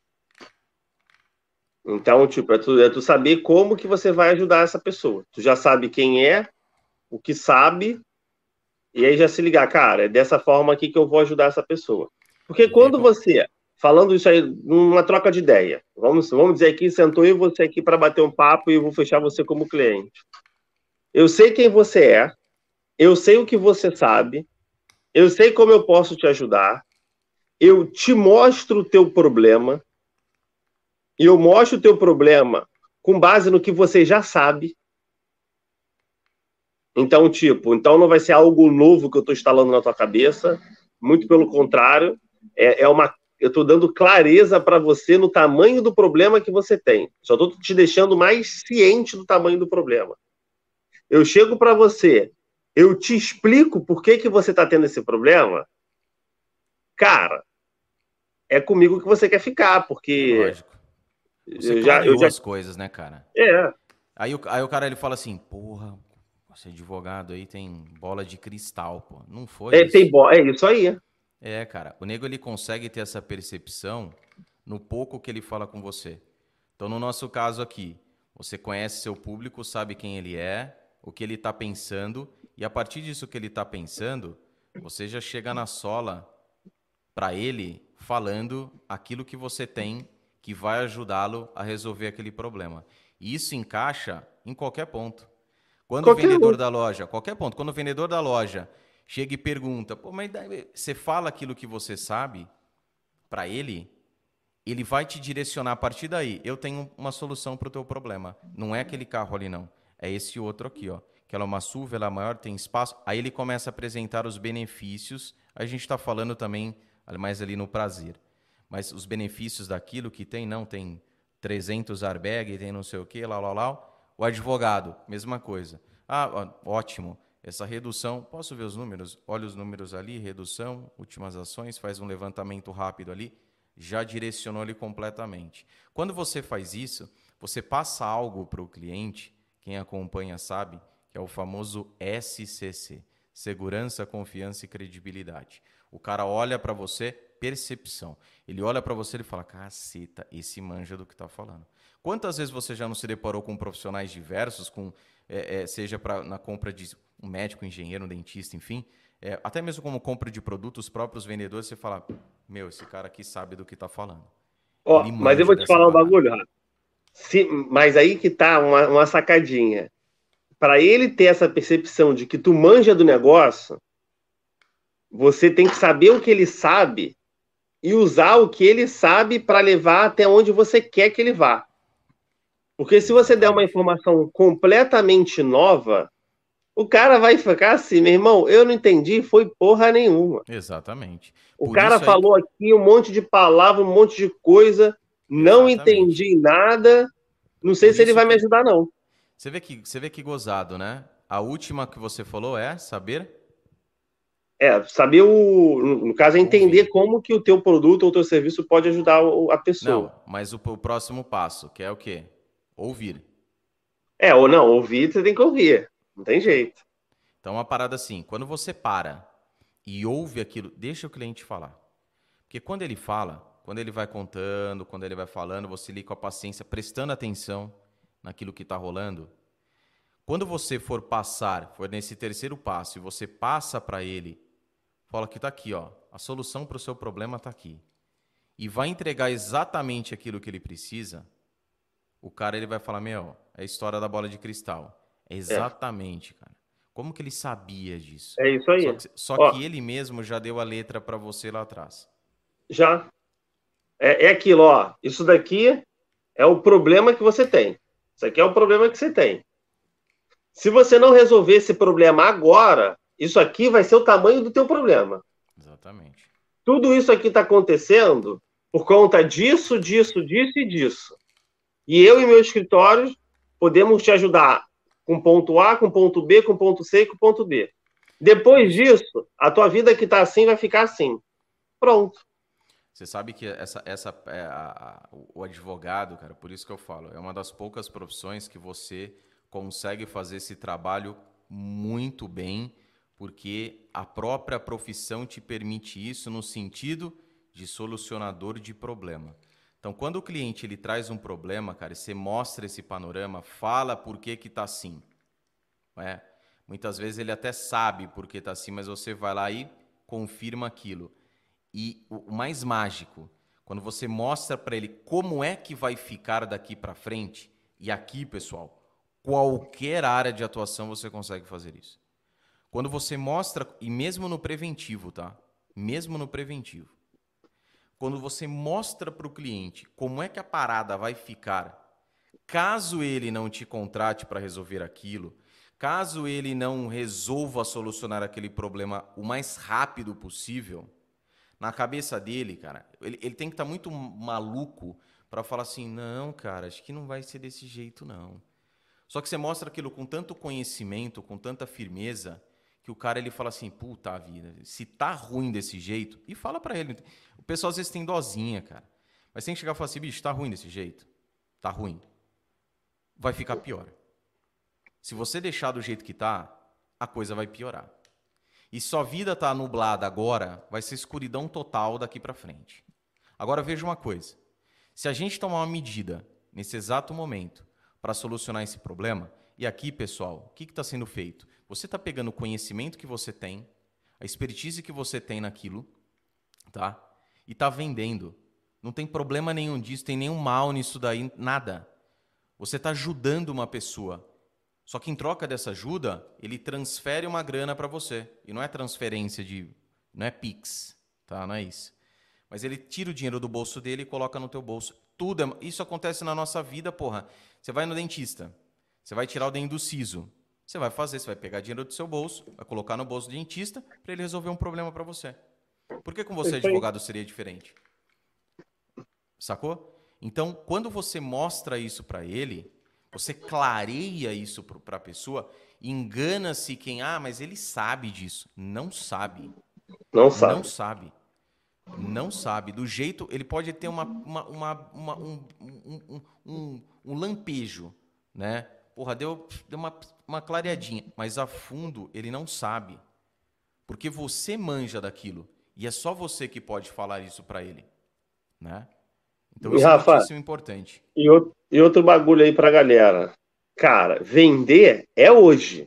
Então, tipo, é tu saber como que você vai ajudar essa pessoa. Tu já sabe quem é, o que sabe, e aí já se ligar, cara, é dessa forma aqui que eu vou ajudar essa pessoa. Porque quando você, falando isso aí, numa troca de ideia, vamos dizer aqui, sentou eu e você aqui para bater um papo e eu vou fechar você como cliente. Eu sei quem você é, eu sei o que você sabe, eu sei como eu posso te ajudar, eu te mostro o teu problema, e eu mostro o teu problema com base no que você já sabe. Então, então não vai ser algo novo que eu estou instalando na tua cabeça, muito pelo contrário, eu estou dando clareza para você no tamanho do problema que você tem. Só estou te deixando mais ciente do tamanho do problema. Eu chego para você, eu te explico por que você está tendo esse problema, cara, é comigo que você quer ficar, porque... Lógico. Você clareou as coisas, né, cara? Aí o cara ele fala assim, porra, esse advogado aí tem bola de cristal, pô. Não foi isso. É isso aí. Cara. O nego ele consegue ter essa percepção no pouco que ele fala com você. Então, no nosso caso aqui, você conhece seu público, sabe quem ele é, o que ele está pensando, e a partir disso que ele está pensando, você já chega na sola para ele falando aquilo que você tem que vai ajudá-lo a resolver aquele problema. E isso encaixa em qualquer ponto. Quando o vendedor da loja, qualquer ponto, quando o vendedor da loja chega e pergunta, pô, mas você fala aquilo que você sabe para ele vai te direcionar a partir daí. Eu tenho uma solução para o teu problema. Não é aquele carro ali, não. É esse outro aqui, ó. Que ela é uma SUV, ela é maior, tem espaço. Aí ele começa a apresentar os benefícios. A gente está falando também mais ali no prazer. Mas os benefícios daquilo que tem, não, tem 300 airbag, tem não sei o quê, lá. O advogado, mesma coisa. Ótimo. Essa redução, posso ver os números? Olha os números ali, redução, últimas ações, faz um levantamento rápido ali, já direcionou ele completamente. Quando você faz isso, você passa algo para o cliente, quem acompanha sabe, que é o famoso SCC, Segurança, Confiança e Credibilidade. O cara olha para você, percepção. Ele olha para você e fala, caceta, esse manja do que está falando. Quantas vezes você já não se deparou com profissionais diversos, seja na compra de um médico, um engenheiro, um dentista, enfim, até mesmo como compra de produtos, os próprios vendedores, você fala, meu, esse cara aqui sabe do que está falando. Mas eu vou te falar um bagulho, Rafa. Mas aí que tá uma sacadinha. Para ele ter essa percepção de que tu manja do negócio, você tem que saber o que ele sabe e usar o que ele sabe para levar até onde você quer que ele vá. Porque se você der uma informação completamente nova, o cara vai ficar assim, meu irmão, eu não entendi, foi porra nenhuma. Exatamente. O cara falou aqui um monte de palavra, um monte de coisa, não entendi nada, não sei se ele vai me ajudar, não. Você vê que gozado, né? A última que você falou é saber? Saber no caso, é entender como que o teu produto ou o teu serviço pode ajudar a pessoa. Não, mas o próximo passo, que é o quê? Ouvir. Ou não, ouvir, você tem que ouvir. Não tem jeito. Então, uma parada assim, quando você para e ouve aquilo, deixa o cliente falar. Porque quando ele fala, quando ele vai contando, quando ele vai falando, você liga com a paciência, prestando atenção naquilo que está rolando. Quando você for nesse terceiro passo, e você passa para ele, fala que está aqui, ó, a solução para o seu problema está aqui. E vai entregar exatamente aquilo que ele precisa, o cara ele vai falar, meu, é a história da bola de cristal. É exatamente, cara. Como que ele sabia disso? É isso aí. Só que ele mesmo já deu a letra para você lá atrás. Já. É aquilo, ó. Isso daqui é o problema que você tem. Isso aqui é o problema que você tem. Se você não resolver esse problema agora, isso aqui vai ser o tamanho do teu problema. Exatamente. Tudo isso aqui está acontecendo por conta disso, disso, disso e disso. E eu e meu escritório podemos te ajudar com ponto A, com ponto B, com ponto C e com ponto D. Depois disso, a tua vida que está assim vai ficar assim. Pronto. Você sabe que o advogado, cara, por isso que eu falo, é uma das poucas profissões que você consegue fazer esse trabalho muito bem, porque a própria profissão te permite isso no sentido de solucionador de problema. Então, quando o cliente ele traz um problema, cara, e você mostra esse panorama, fala por que que tá assim, não é? Muitas vezes ele até sabe por que tá assim, mas você vai lá e confirma aquilo. E o mais mágico, quando você mostra para ele como é que vai ficar daqui para frente, e aqui, pessoal, qualquer área de atuação você consegue fazer isso. Quando você mostra, e mesmo no preventivo, tá? Mesmo no preventivo. Quando você mostra para o cliente como é que a parada vai ficar, caso ele não te contrate para resolver aquilo, caso ele não resolva solucionar aquele problema o mais rápido possível, na cabeça dele, cara, ele tem que estar muito maluco para falar assim, não, cara, acho que não vai ser desse jeito, não. Só que você mostra aquilo com tanto conhecimento, com tanta firmeza, que o cara ele fala assim, puta vida, se tá ruim desse jeito, e fala para ele. O pessoal às vezes tem dosinha, cara. Mas tem que chegar e falar assim, bicho, tá ruim desse jeito? Tá ruim. Vai ficar pior. Se você deixar do jeito que tá, a coisa vai piorar. E se sua vida tá nublada agora, vai ser escuridão total daqui para frente. Agora veja uma coisa. Se a gente tomar uma medida nesse exato momento para solucionar esse problema, e aqui, pessoal, o que está sendo feito? Você está pegando o conhecimento que você tem, a expertise que você tem naquilo, tá? E está vendendo. Não tem problema nenhum disso, tem nenhum mal nisso daí, nada. Você está ajudando uma pessoa. Só que em troca dessa ajuda, ele transfere uma grana para você. E não é transferência não é Pix, tá? Não é isso. Mas ele tira o dinheiro do bolso dele e coloca no teu bolso. Isso acontece na nossa vida, porra. Você vai no dentista, você vai tirar o dente do siso. Você vai pegar dinheiro do seu bolso, vai colocar no bolso do dentista para ele resolver um problema para você. Por que com você, advogado, seria diferente? Sacou? Então, quando você mostra isso para ele, você clareia isso para a pessoa, engana-se quem, mas ele sabe disso. Não sabe. Não Não sabe. sabe. Não sabe. Do jeito, ele pode ter um lampejo, né? Porra, deu uma clareadinha, mas a fundo ele não sabe. Porque você manja daquilo. E é só você que pode falar isso para ele, né? Então E isso é Rafa, muitíssimo importante. e outro bagulho aí pra galera. Cara, vender é hoje.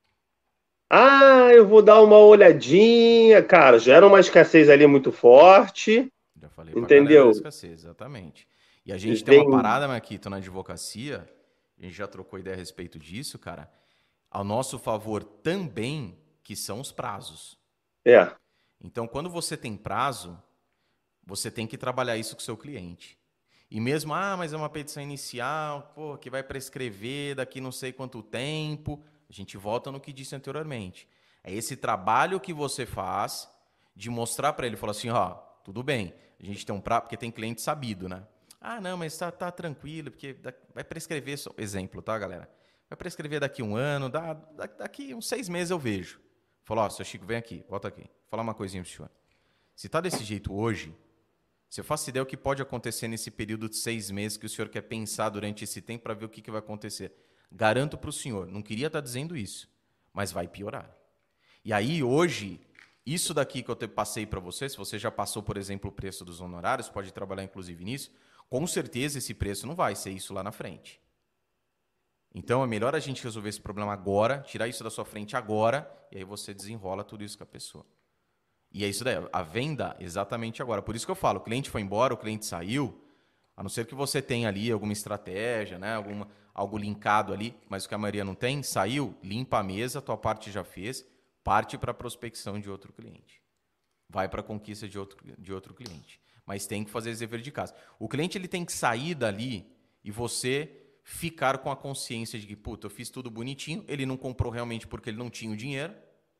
Eu vou dar uma olhadinha, cara. Gera uma escassez ali muito forte, Já falei pra galera da entendeu? escassez, exatamente. E a gente tem uma Vem, parada, Marquito, na advocacia, a gente já trocou ideia a respeito disso, cara, ao nosso favor também, que são os prazos. é, Então, quando você tem prazo, você tem que trabalhar isso com o seu cliente. E mesmo, mas é uma petição inicial, pô, que vai prescrever daqui não sei quanto tempo, a gente volta no que disse anteriormente. É esse trabalho que você faz de mostrar para ele, falar assim, tudo bem, a gente tem um prazo, porque tem cliente sabido, né? Não, mas tá tranquilo, porque vai prescrever, exemplo, tá, galera? Vai prescrever daqui um ano, daqui uns 6 meses eu vejo. Falou, seu Chico, vem aqui, volta aqui. Vou falar uma coisinha pro senhor. Se tá desse jeito hoje, se eu faço ideia o que pode acontecer nesse período de 6 meses que o senhor quer pensar durante esse tempo para ver o que vai acontecer. Garanto para o senhor, não queria estar dizendo isso, mas vai piorar. E aí, hoje, isso daqui que eu passei para você, se você já passou, por exemplo, o preço dos honorários, pode trabalhar inclusive nisso, com certeza esse preço não vai ser isso lá na frente. Então, é melhor a gente resolver esse problema agora, tirar isso da sua frente agora, e aí você desenrola tudo isso com a pessoa. E é isso daí, a venda exatamente agora. Por isso que eu falo, o cliente foi embora, o cliente saiu, a não ser que você tenha ali alguma estratégia, né, algo linkado ali, mas o que a maioria não tem, saiu, limpa a mesa, tua parte já fez, parte para a prospecção de outro cliente. Vai para a conquista de outro cliente. Mas tem que fazer esse dever de casa. O cliente ele tem que sair dali e você ficar com a consciência de que, puta, eu fiz tudo bonitinho, ele não comprou realmente porque ele não tinha o dinheiro,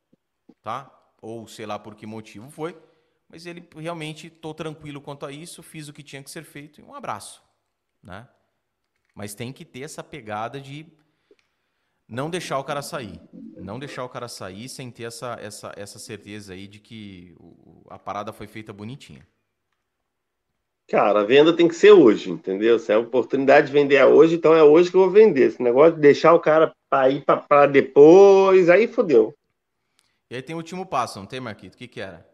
tá? Ou sei lá por que motivo foi, mas ele realmente, estou tranquilo quanto a isso, fiz o que tinha que ser feito e um abraço, né? Mas tem que ter essa pegada de não deixar o cara sair. Não deixar o cara sair sem ter essa certeza aí de que a parada foi feita bonitinha. Cara, a venda tem que ser hoje, entendeu? Se é a oportunidade de vender é hoje, então é hoje que eu vou vender. Esse negócio de deixar o cara para ir para depois, aí fodeu. E aí tem o último passo, não tem, Marquito? O que que era?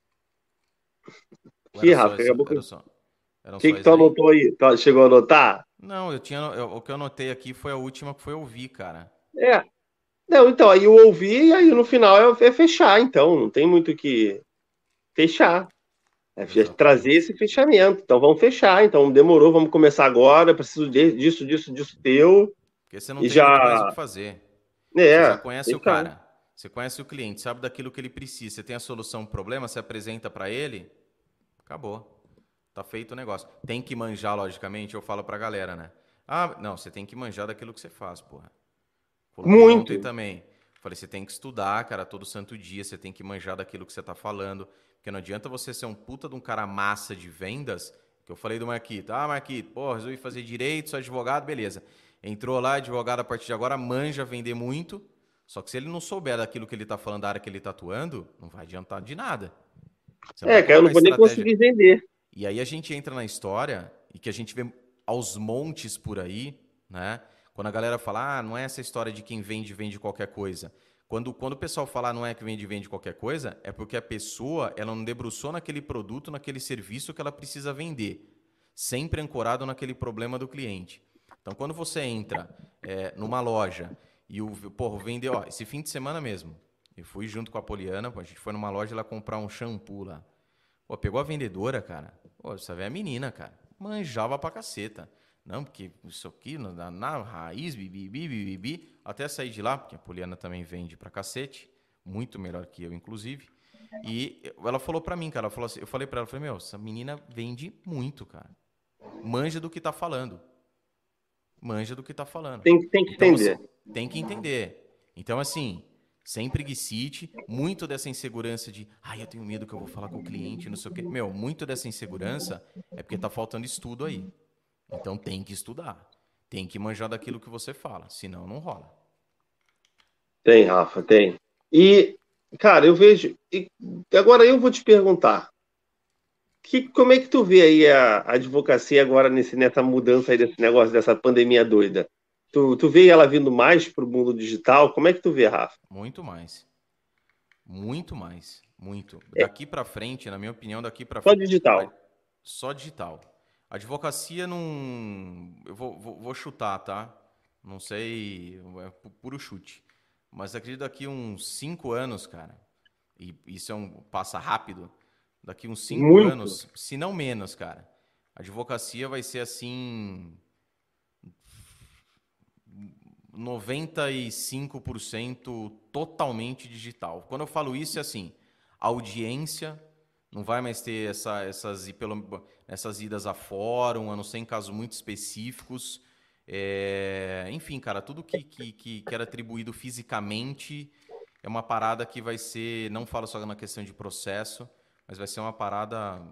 Ou Que, Rafa, acabou com... O eram que só que tu isso aí? anotou aí? Chegou a anotar? Não, o que eu anotei aqui foi a última que foi ouvir, cara. É. Não, então, aí eu ouvi e aí no final é fechar, então. Não tem muito o que fechar. É trazer Exatamente. esse fechamento. Então vamos fechar. Então demorou, vamos começar agora. Eu preciso disso teu. Porque você não E tem muito mais o já. que fazer. Você já É, conhece o fechar. cara, você conhece o cliente, sabe daquilo que ele precisa, você tem a solução pro problema, você apresenta para ele, acabou. Tá feito o negócio. Tem que manjar, logicamente, eu falo pra galera, né? Ah, não, você tem que manjar daquilo que você faz, porra. Coloquei ontem Muito. também. Falei, você tem que estudar, cara, todo santo dia, você tem que manjar daquilo que você tá falando. Porque não adianta você ser um puta de um cara massa de vendas, que eu falei do Marquito. Ah, Marquito, pô, resolvi fazer direito, sou advogado, beleza. Entrou lá, advogado a partir de agora, manja vender muito. Só que se ele não souber daquilo que ele tá falando, da área que ele tá atuando, não vai adiantar de nada. Você não vai É, cara, eu colocar não vou nem estratégia. conseguir vender. E aí a gente entra na história e que a gente vê aos montes por aí, né? Quando a galera fala, ah, não é essa história de quem vende, vende qualquer coisa. Quando o pessoal fala não é que vende, vende qualquer coisa, é porque a pessoa ela não debruçou naquele produto, naquele serviço que ela precisa vender. Sempre ancorado naquele problema do cliente. Então, quando você entra numa loja e o vendeu, ó, esse fim de semana mesmo, eu fui junto com a Poliana, a gente foi numa loja lá comprar um shampoo lá. Pô, pegou a vendedora, cara. Pô, essa velha menina, cara. Manjava pra caceta. Não, porque isso aqui, na raiz, bibi, bibi, bibi. Até sair de lá, porque a Poliana também vende pra cacete. Muito melhor que eu, inclusive. E ela falou pra mim, cara. Ela falou assim, eu falei pra ela, falei, meu, essa menina vende muito, cara. Manja do que tá falando. Manja do que tá falando. Tem que Então você entender. tem que entender. Então, assim, sem preguicite, muito dessa insegurança de, ai, eu tenho medo que eu vou falar com o cliente, não sei o quê. Meu, muito dessa insegurança é porque tá faltando estudo aí. Então tem que estudar. Tem que manjar daquilo que você fala, senão não rola. Tem, Rafa, tem. E, cara, eu vejo. Agora eu vou te perguntar. Como é que tu vê aí a advocacia agora nessa mudança aí desse negócio, dessa pandemia doida? Tu vê ela vindo mais pro mundo digital? Como é que tu vê, Rafa? Muito mais. Muito mais. Muito. É, Daqui pra frente, na minha opinião, daqui pra só frente, digital. só digital. A advocacia não. Eu vou chutar, tá? Não sei, é puro chute. Mas acredito daqui uns 5 anos, cara, e isso passa rápido, daqui uns cinco Muito. anos, se não menos, cara, a advocacia vai ser assim, 95% totalmente digital. Quando eu falo isso, é assim, a audiência não vai mais ter essas idas a fórum, a não ser em casos muito específicos. Enfim, cara, tudo que era atribuído fisicamente é uma parada que vai ser, não falo só na questão de processo, mas vai ser uma parada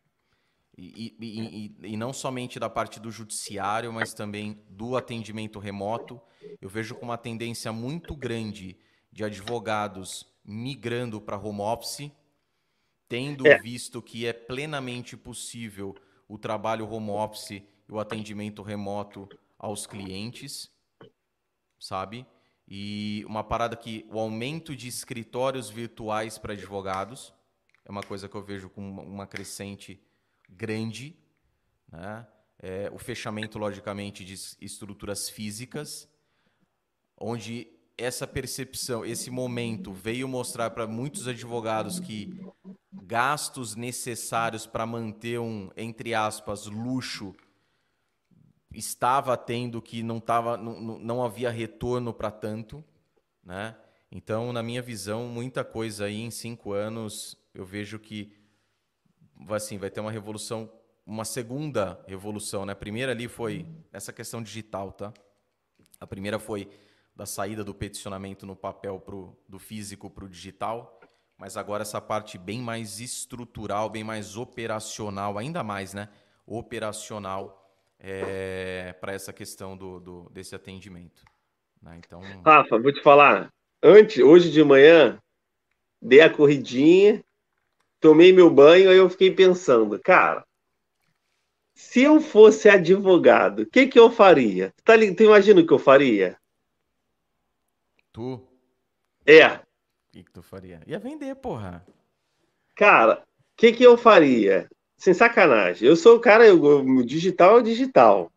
e não somente da parte do judiciário, mas também do atendimento remoto. Eu vejo com uma tendência muito grande de advogados migrando para home office, tendo É, visto que é plenamente possível o trabalho home office e o atendimento remoto aos clientes, sabe? E uma parada que o aumento de escritórios virtuais para advogados é uma coisa que eu vejo com uma crescente grande, né? O fechamento, logicamente, de estruturas físicas, onde essa percepção, esse momento veio mostrar para muitos advogados que gastos necessários para manter entre aspas, luxo estava tendo que não havia retorno para tanto, né? Então, na minha visão, muita coisa aí em 5 anos eu vejo que assim, vai ter uma revolução, uma segunda revolução, né? A primeira ali foi essa questão digital, tá? A primeira foi da saída do peticionamento no papel do físico para o digital, mas agora essa parte bem mais estrutural, bem mais operacional, ainda mais, né? Operacional para essa questão desse atendimento, né? Então, Rafa, vou te falar. Hoje de manhã, dei a corridinha, tomei meu banho, aí eu fiquei pensando, cara, Se eu fosse advogado, o que que eu faria? Tu imagina o que eu faria? Tu? O É, que tu faria? Ia vender, porra. cara, o que que eu faria? Sem sacanagem. Eu sou o cara, o digital é o digital.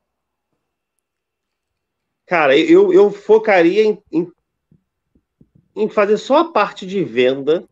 Cara, eu focaria em fazer só a parte de venda.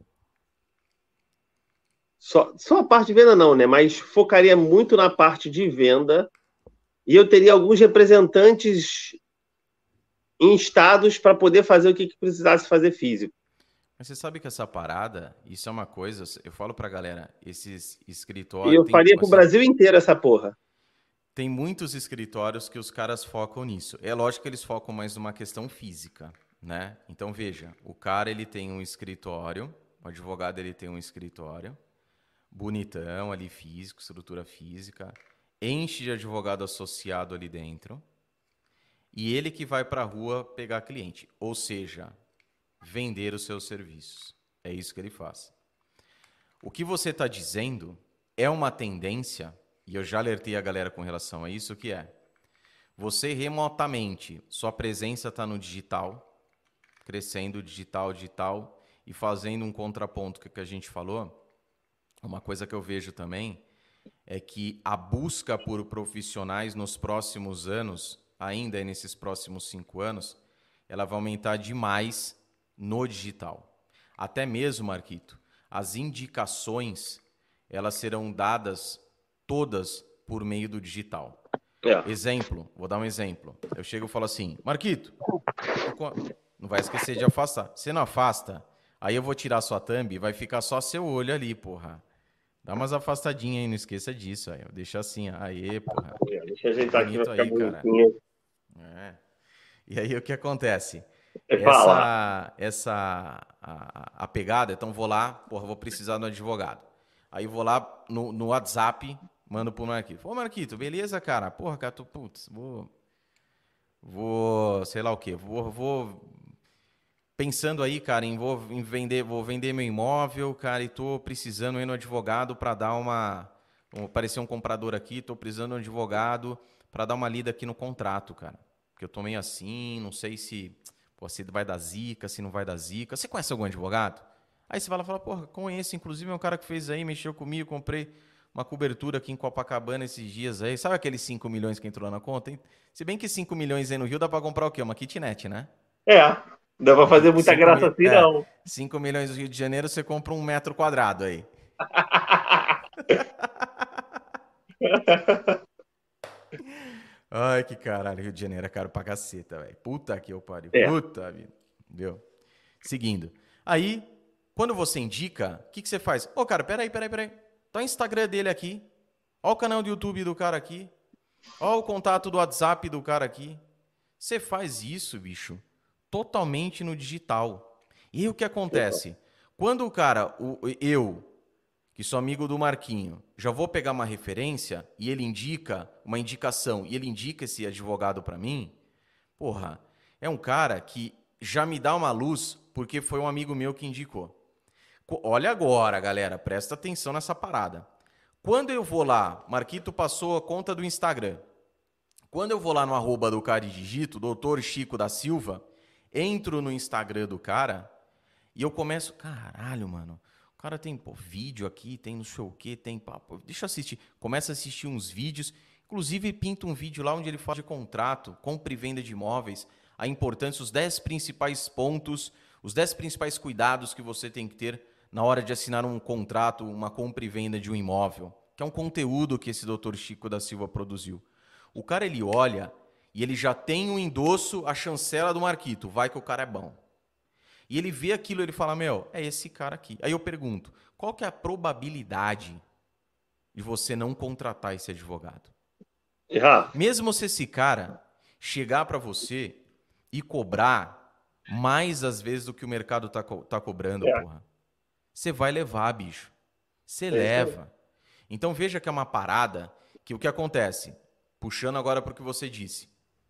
Só a parte de venda não, né? Mas focaria muito na parte de venda. E eu teria alguns representantes em estados para poder fazer o que precisasse fazer físico. Mas você sabe que essa parada, isso é uma coisa, eu falo pra galera, esses E escritórios, eu tem, faria pro assim, Brasil inteiro essa porra. tem muitos escritórios que os caras focam nisso. É lógico que eles focam mais numa questão física, né? Então veja, o cara ele tem um escritório, o advogado ele tem um escritório, bonitão ali físico, estrutura física, enche de advogado associado ali dentro, e ele que vai pra rua pegar cliente, ou seja, vender os seus serviços. É isso que ele faz. O que você está dizendo é uma tendência, e eu já alertei a galera com relação a isso, que é você remotamente, sua presença está no digital, crescendo digital, digital, e fazendo um contraponto que a gente falou. Uma coisa que eu vejo também é que a busca por profissionais nos próximos anos, ainda nesses próximos 5 anos, ela vai aumentar demais no digital. Até mesmo, Marquito, as indicações, elas serão dadas todas por meio do digital. É. Exemplo, vou dar um exemplo. Eu chego e falo assim, Marquito, não vai esquecer de afastar. Você não afasta, aí eu vou tirar sua thumb e vai ficar só seu olho ali, porra. Dá umas afastadinhas aí, não esqueça disso. Aí, deixa assim, aê, porra. Deixa eu ajeitar aqui, vai Bonito ficar aí, cara. bonitinho. É. E aí o que acontece? Vai falar. A pegada, então vou lá, porra, vou precisar do advogado. Aí vou lá no WhatsApp, mando pro Marquito. Ô, Marquito, beleza, cara? Porra, cara, putz, sei lá o quê, vou pensando aí, cara, em vender, vou vender meu imóvel, cara, e tô precisando ir no advogado para dar aparecer um comprador aqui, tô precisando de um advogado para dar uma lida aqui no contrato, cara. Porque eu tô meio assim, não sei se vai dar zica, se não vai dar zica. Você conhece algum advogado? Aí você fala, porra, conheço, inclusive é um cara que fez aí, mexeu comigo, comprei uma cobertura aqui em Copacabana esses dias aí. Sabe aqueles 5 milhões que entrou na conta? Se bem que 5 milhões aí no Rio dá para comprar o quê? Uma kitnet, né? É, não vai fazer muita 5 graça mil, assim, não. 5 milhões do Rio de Janeiro, você compra 1 metro quadrado aí. Ai, que caralho, Rio de Janeiro é caro pra caceta, velho. Puta que eu pariu. É. Puta vida. Entendeu? Seguindo. Aí, quando você indica, o que você faz? Ô, cara, peraí. Tá o Instagram dele aqui. Ó o canal do YouTube do cara aqui. Ó o contato do WhatsApp do cara aqui. Você faz isso, bicho, totalmente no digital. E aí o que acontece? Quando o cara, eu, que sou amigo do Marquinho, já vou pegar uma referência e ele indica uma indicação e ele indica esse advogado para mim, porra, é um cara que já me dá uma luz porque foi um amigo meu que indicou. Olha agora, galera, presta atenção nessa parada. Quando eu vou lá, Marquito passou a conta do Instagram. Quando eu vou lá no arroba do cara e digito, Dr. Chico da Silva, entro no Instagram do cara e eu começo, caralho, mano, o cara tem vídeo aqui, tem não sei o que, tem papo, deixa eu assistir. Começa a assistir uns vídeos, inclusive pinta um vídeo lá onde ele fala de contrato, compra e venda de imóveis, a importância, os 10 principais pontos, os 10 principais cuidados que você tem que ter na hora de assinar um contrato, uma compra e venda de um imóvel, que é um conteúdo que esse Dr. Chico da Silva produziu. O cara, ele olha e ele já tem o endosso, a chancela do Marquito, vai que o cara é bom. E ele vê aquilo, ele fala, meu, é esse cara aqui. Aí eu pergunto, qual que é a probabilidade de você não contratar esse advogado? Já. Mesmo se esse cara chegar para você e cobrar mais às vezes do que o mercado tá cobrando, É. porra, você vai levar, bicho. Você É isso aí. leva. Então veja que é uma parada que o que acontece, puxando agora para o que você disse.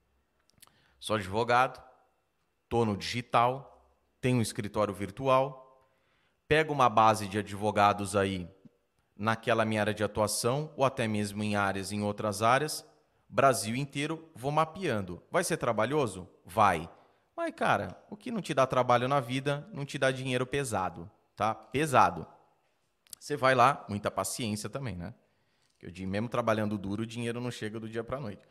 Sou advogado, tô no digital, tenho um escritório virtual, pego uma base de advogados aí naquela minha área de atuação, ou até mesmo em outras áreas, Brasil inteiro, vou mapeando. Vai ser trabalhoso? Vai. Mas, cara, o que não te dá trabalho na vida, não te dá dinheiro pesado, tá? Pesado. Você vai lá, muita paciência também, né? Porque mesmo trabalhando duro, o dinheiro não chega do dia para a noite.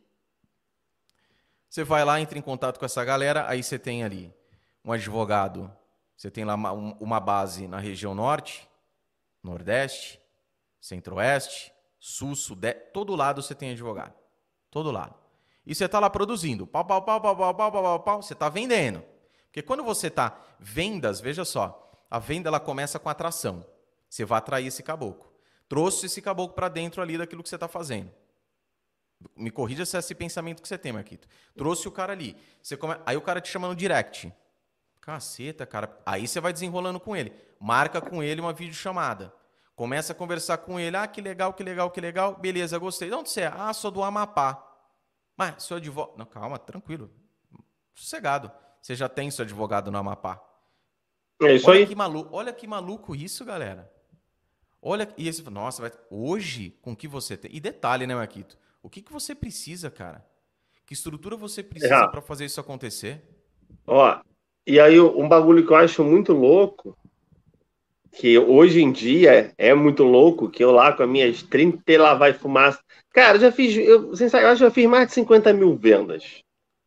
Você vai lá, entra em contato com essa galera, aí você tem ali um advogado, você tem lá uma base na região norte, nordeste, centro-oeste, sul, sudeste, todo lado você tem advogado. Todo lado. E você está lá produzindo. Pau, pau, pau, pau, pau, pau, pau, pau, pau, você está vendendo. Porque quando você está vendas, veja só, a venda ela começa com atração. Você vai atrair esse caboclo. Trouxe esse caboclo para dentro ali daquilo que você está fazendo. Me corrija se é esse pensamento que você tem, Marquito. Trouxe o cara ali. Aí o cara te chama no direct. Caceta, cara. Aí você vai desenrolando com ele. Marca com ele uma videochamada. Começa a conversar com ele. Ah, que legal, que legal, que legal. Beleza, gostei. De onde você é? Ah, sou do Amapá. Mas seu advogado... Não, calma, tranquilo. Sossegado. Você já tem seu advogado no Amapá. É isso aí. Olha que maluco isso, galera. Olha, e esse, nossa, hoje, com o que você tem... E detalhe, né, Marquito? O que você precisa, cara? Que estrutura você precisa para fazer isso acontecer? Ó, e aí um bagulho que eu acho muito louco, que hoje em dia é muito louco, que eu lá com as minhas 30 e lá vai fumaça. Cara, eu acho que já fiz mais de 50 mil vendas.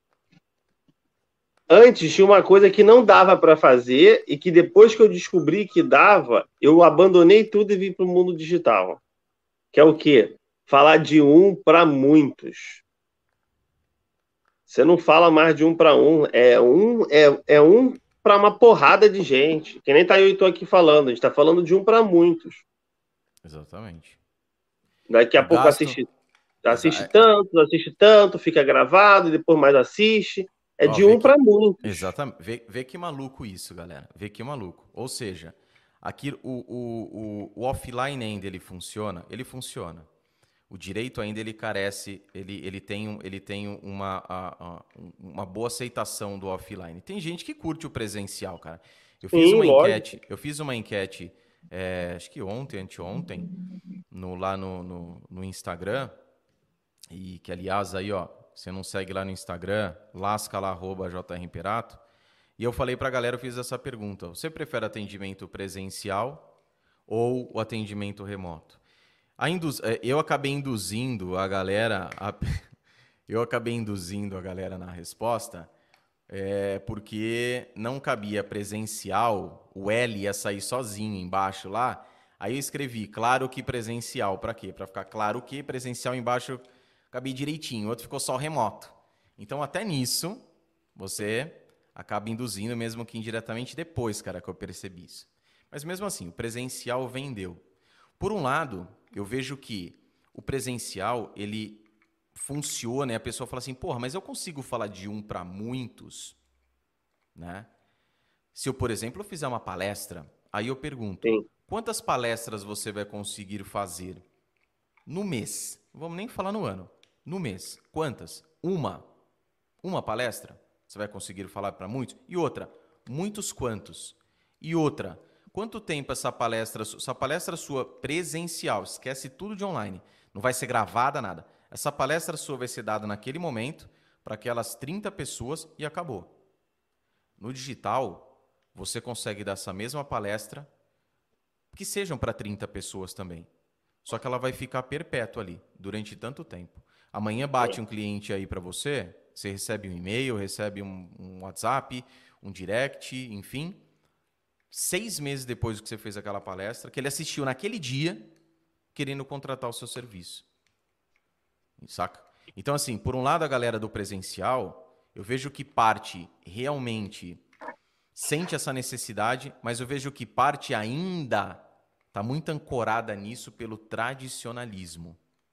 Antes tinha uma coisa que não dava para fazer e que depois que eu descobri que dava, eu abandonei tudo e vim para o mundo digital. Que é o quê? Falar de um para muitos. Você não fala mais de um para um, é um para uma porrada de gente. Que nem tá eu e tô aqui falando, a gente está falando de um para muitos. Exatamente. Daqui a pouco assiste tanto, fica gravado, e depois mais assiste. É de um para muitos. Exatamente. Vê que maluco isso, galera. Vê que maluco. Ou seja, aqui o offline ainda ele funciona. O direito ainda ele carece, ele tem uma boa aceitação do offline. Tem gente que curte o presencial, cara. Eu fiz uma enquete, acho que anteontem, lá no Instagram, e que aliás aí, ó, você não segue lá no Instagram, lasca lá, @jrimperato. E eu falei pra galera, eu fiz essa pergunta. Você prefere atendimento presencial ou o atendimento remoto? Eu acabei induzindo a galera na resposta, porque não cabia presencial, o L ia sair sozinho embaixo lá. Aí eu escrevi, claro que presencial. Para quê? Para ficar claro que presencial embaixo cabia direitinho, o outro ficou só remoto. Então até nisso você acaba induzindo, mesmo que indiretamente depois, cara, que eu percebi isso. Mas mesmo assim, o presencial vendeu. Por um lado, eu vejo que o presencial, ele funciona e a pessoa fala assim, porra, mas eu consigo falar de um para muitos, né? Se eu, por exemplo, fizer uma palestra, aí eu pergunto, quantas palestras você vai conseguir fazer no mês? Não vamos nem falar no ano. No mês. Quantas? Uma palestra? Você vai conseguir falar para muitos? E outra, muitos quantos? E outra, quanto tempo essa palestra sua presencial, esquece tudo de online, não vai ser gravada, nada. Essa palestra sua vai ser dada naquele momento para aquelas 30 pessoas e acabou. No digital, você consegue dar essa mesma palestra que sejam para 30 pessoas também. Só que ela vai ficar perpétua ali, durante tanto tempo. Amanhã bate um cliente aí para você recebe um e-mail, recebe um WhatsApp, um direct, enfim. 6 meses depois que você fez aquela palestra, que ele assistiu naquele dia, querendo contratar o seu serviço. Saca? Então, assim, por um lado, a galera do presencial, eu vejo que parte realmente sente essa necessidade, mas eu vejo que parte ainda está muito ancorada nisso pelo tradicionalismo.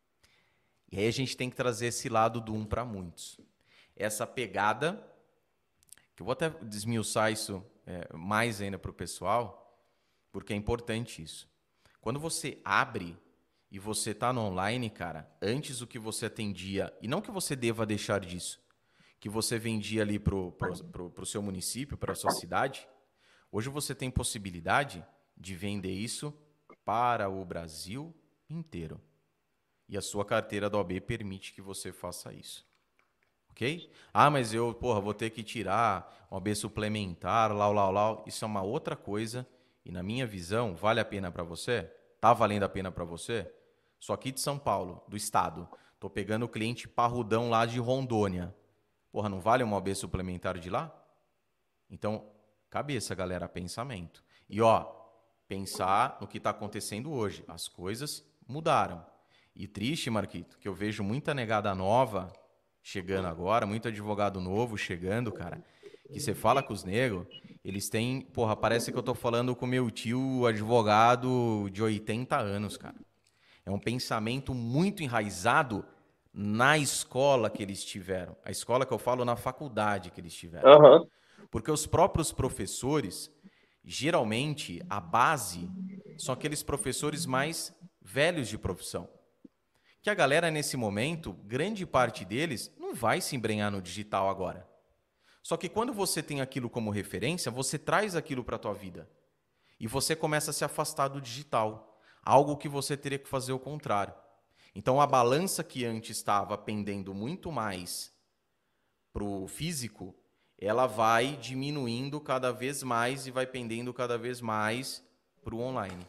E aí a gente tem que trazer esse lado do um para muitos. Essa pegada, que eu vou até desmiuçar isso mais ainda para o pessoal, porque é importante isso. Quando você abre e você está no online, cara, antes o que você atendia, e não que você deva deixar disso, que você vendia ali pro seu município, para a sua cidade, hoje você tem possibilidade de vender isso para o Brasil inteiro. E a sua carteira da OAB permite que você faça isso. Ok? Ah, mas eu, vou ter que tirar OAB suplementar, lá. Isso é uma outra coisa. E na minha visão, vale a pena para você? Tá valendo a pena para você? Sou aqui de São Paulo, do estado. Tô pegando o cliente parrudão lá de Rondônia. Não vale uma OAB suplementar de lá? Então, cabeça, galera, pensamento. E pensar no que está acontecendo hoje. As coisas mudaram. E triste, Marquito, que eu vejo muita negada nova chegando agora, muito advogado novo chegando, cara, que você fala com os negros, eles têm, parece que eu tô falando com meu tio advogado de 80 anos, cara. É um pensamento muito enraizado na escola que eles tiveram. A escola que eu falo, na faculdade que eles tiveram. Aham. Porque os próprios professores, geralmente, a base são aqueles professores mais velhos de profissão. Que a galera, nesse momento, grande parte deles não vai se embrenhar no digital agora. Só que quando você tem aquilo como referência, você traz aquilo para a tua vida. E você começa a se afastar do digital. Algo que você teria que fazer o contrário. Então, a balança que antes estava pendendo muito mais para o físico, ela vai diminuindo cada vez mais e vai pendendo cada vez mais para o online.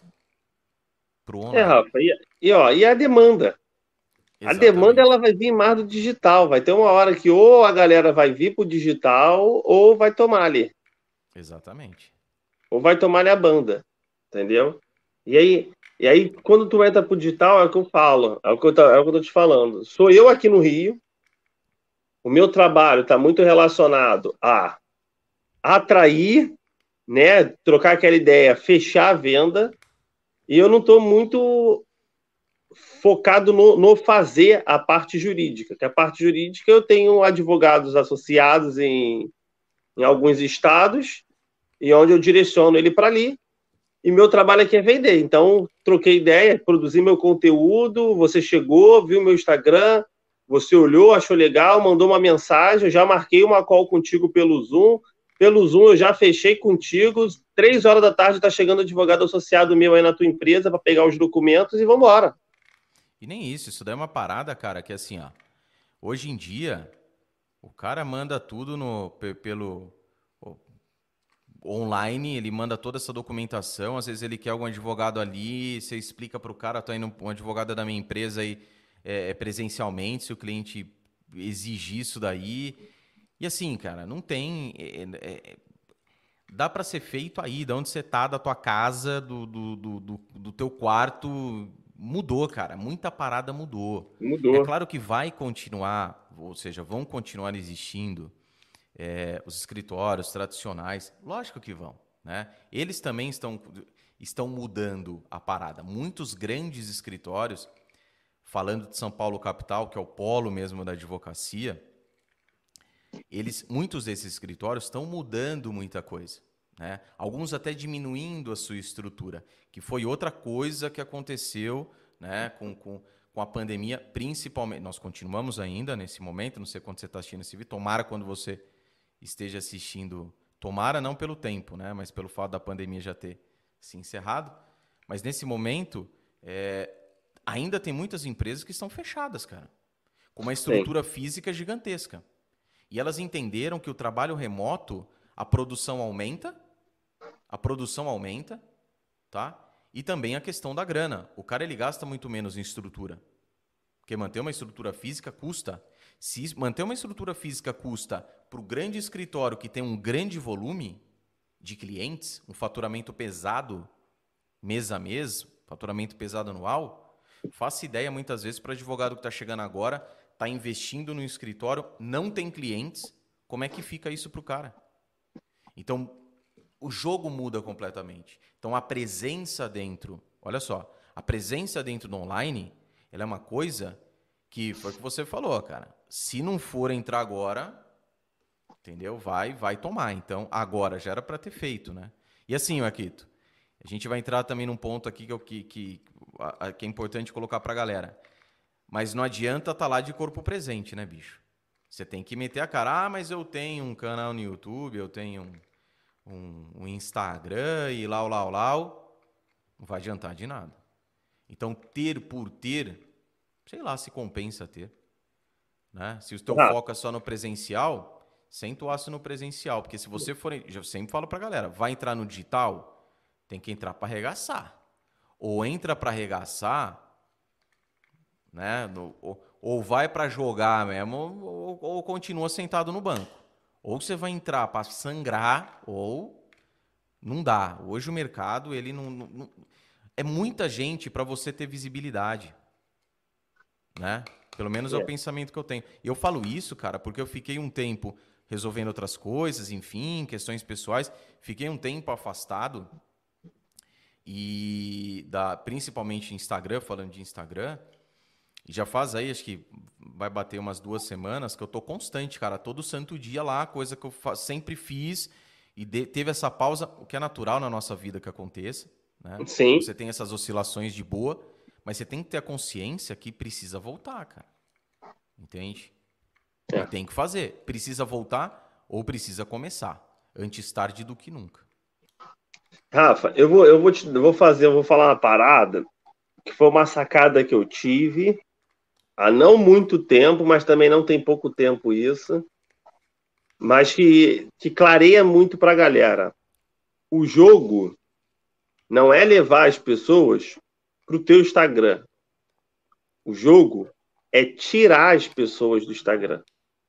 Rafa, e a demanda? A demanda Exatamente. ela vai vir mais do digital. Vai ter uma hora que ou a galera vai vir pro digital ou vai tomar ali. Exatamente. Ou vai tomar ali a banda. Entendeu? E aí, quando tu entra pro digital, é o que eu falo. É o que eu tô te falando. Sou eu aqui no Rio. O meu trabalho está muito relacionado a atrair, né? Trocar aquela ideia, fechar a venda. E eu não estou muito focado no fazer a parte jurídica. Que a parte jurídica eu tenho advogados associados em alguns estados e onde eu direciono ele para ali. E meu trabalho aqui é vender. Então, troquei ideia, produzi meu conteúdo. Você chegou, viu meu Instagram, você olhou, achou legal, mandou uma mensagem. Eu já marquei uma call contigo pelo Zoom. Pelo Zoom, eu já fechei contigo. 3 horas da tarde está chegando advogado associado meu aí na tua empresa para pegar os documentos e vamos embora. E nem isso daí é uma parada, cara, que assim, hoje em dia, o cara manda tudo pelo online, ele manda toda essa documentação, às vezes ele quer algum advogado ali, você explica para o cara, tô indo um advogado da minha empresa aí presencialmente, se o cliente exigir isso daí. E assim, cara, não tem. Dá para ser feito aí, de onde você tá, da tua casa, do teu quarto. Mudou, cara. Muita parada mudou. É Mudou. claro que vai continuar, ou seja, vão continuar existindo os escritórios tradicionais. Lógico que vão, né? Eles também estão mudando a parada. Muitos grandes escritórios, falando de São Paulo capital, que é o polo mesmo da advocacia, muitos desses escritórios estão mudando muita coisa. Né? Alguns até diminuindo a sua estrutura, que foi outra coisa que aconteceu, né, com a pandemia, principalmente. Nós continuamos ainda nesse momento, não sei quando você está assistindo esse vídeo, tomara quando você esteja assistindo, tomara não pelo tempo, né, mas pelo fato da pandemia já ter se encerrado. Mas nesse momento, ainda tem muitas empresas que estão fechadas, cara, com uma Tem. estrutura física gigantesca. E elas entenderam que o trabalho remoto, a produção aumenta, tá? E também a questão da grana. O cara ele gasta muito menos em estrutura. Porque manter uma estrutura física custa. Se manter uma estrutura física custa para o grande escritório que tem um grande volume de clientes, um faturamento pesado mês a mês, faturamento pesado anual, faça ideia muitas vezes para o advogado que está chegando agora, está investindo no escritório, não tem clientes, como é que fica isso para o cara? Então, o jogo muda completamente. Então, a presença dentro, olha só, a presença dentro do online, ela é uma coisa que foi o que você falou, cara. Se não for entrar agora, entendeu? Vai tomar. Então, agora já era para ter feito, né? E assim, Akito, a gente vai entrar também num ponto aqui que é importante colocar para a galera. Mas não adianta estar lá de corpo presente, né, bicho? Você tem que meter a cara. Ah, mas eu tenho um canal no YouTube, eu tenho um Instagram e lá. Não vai adiantar de nada. Então, ter por ter, sei lá se compensa ter. Né? Se o teu foco é só no presencial, senta o aço no presencial. Porque se você for... Eu sempre falo pra galera, vai entrar no digital, tem que entrar para arregaçar. Ou entra para arregaçar, né? Ou vai para jogar mesmo, ou continua sentado no banco. Ou você vai entrar para sangrar, ou não dá. Hoje o mercado, ele não é muita gente para você ter visibilidade, né? Pelo menos é o pensamento que eu tenho. E eu falo isso, cara, porque eu fiquei um tempo resolvendo outras coisas, enfim, questões pessoais. Fiquei um tempo afastado e principalmente Instagram, falando de Instagram. E já faz aí, acho que vai bater umas 2 semanas, que eu tô constante, cara. Todo santo dia lá, coisa que eu sempre fiz. E teve essa pausa, o que é natural na nossa vida que aconteça. Né? Sim. Você tem essas oscilações de boa, mas você tem que ter a consciência que precisa voltar, cara. Entende? E tem que fazer. Precisa voltar ou precisa começar. Antes tarde do que nunca. Rafa, eu vou falar uma parada que foi uma sacada que eu tive há não muito tempo, mas também não tem pouco tempo isso, mas que clareia muito pra galera. O jogo não é levar as pessoas pro teu Instagram. O jogo é tirar as pessoas do Instagram.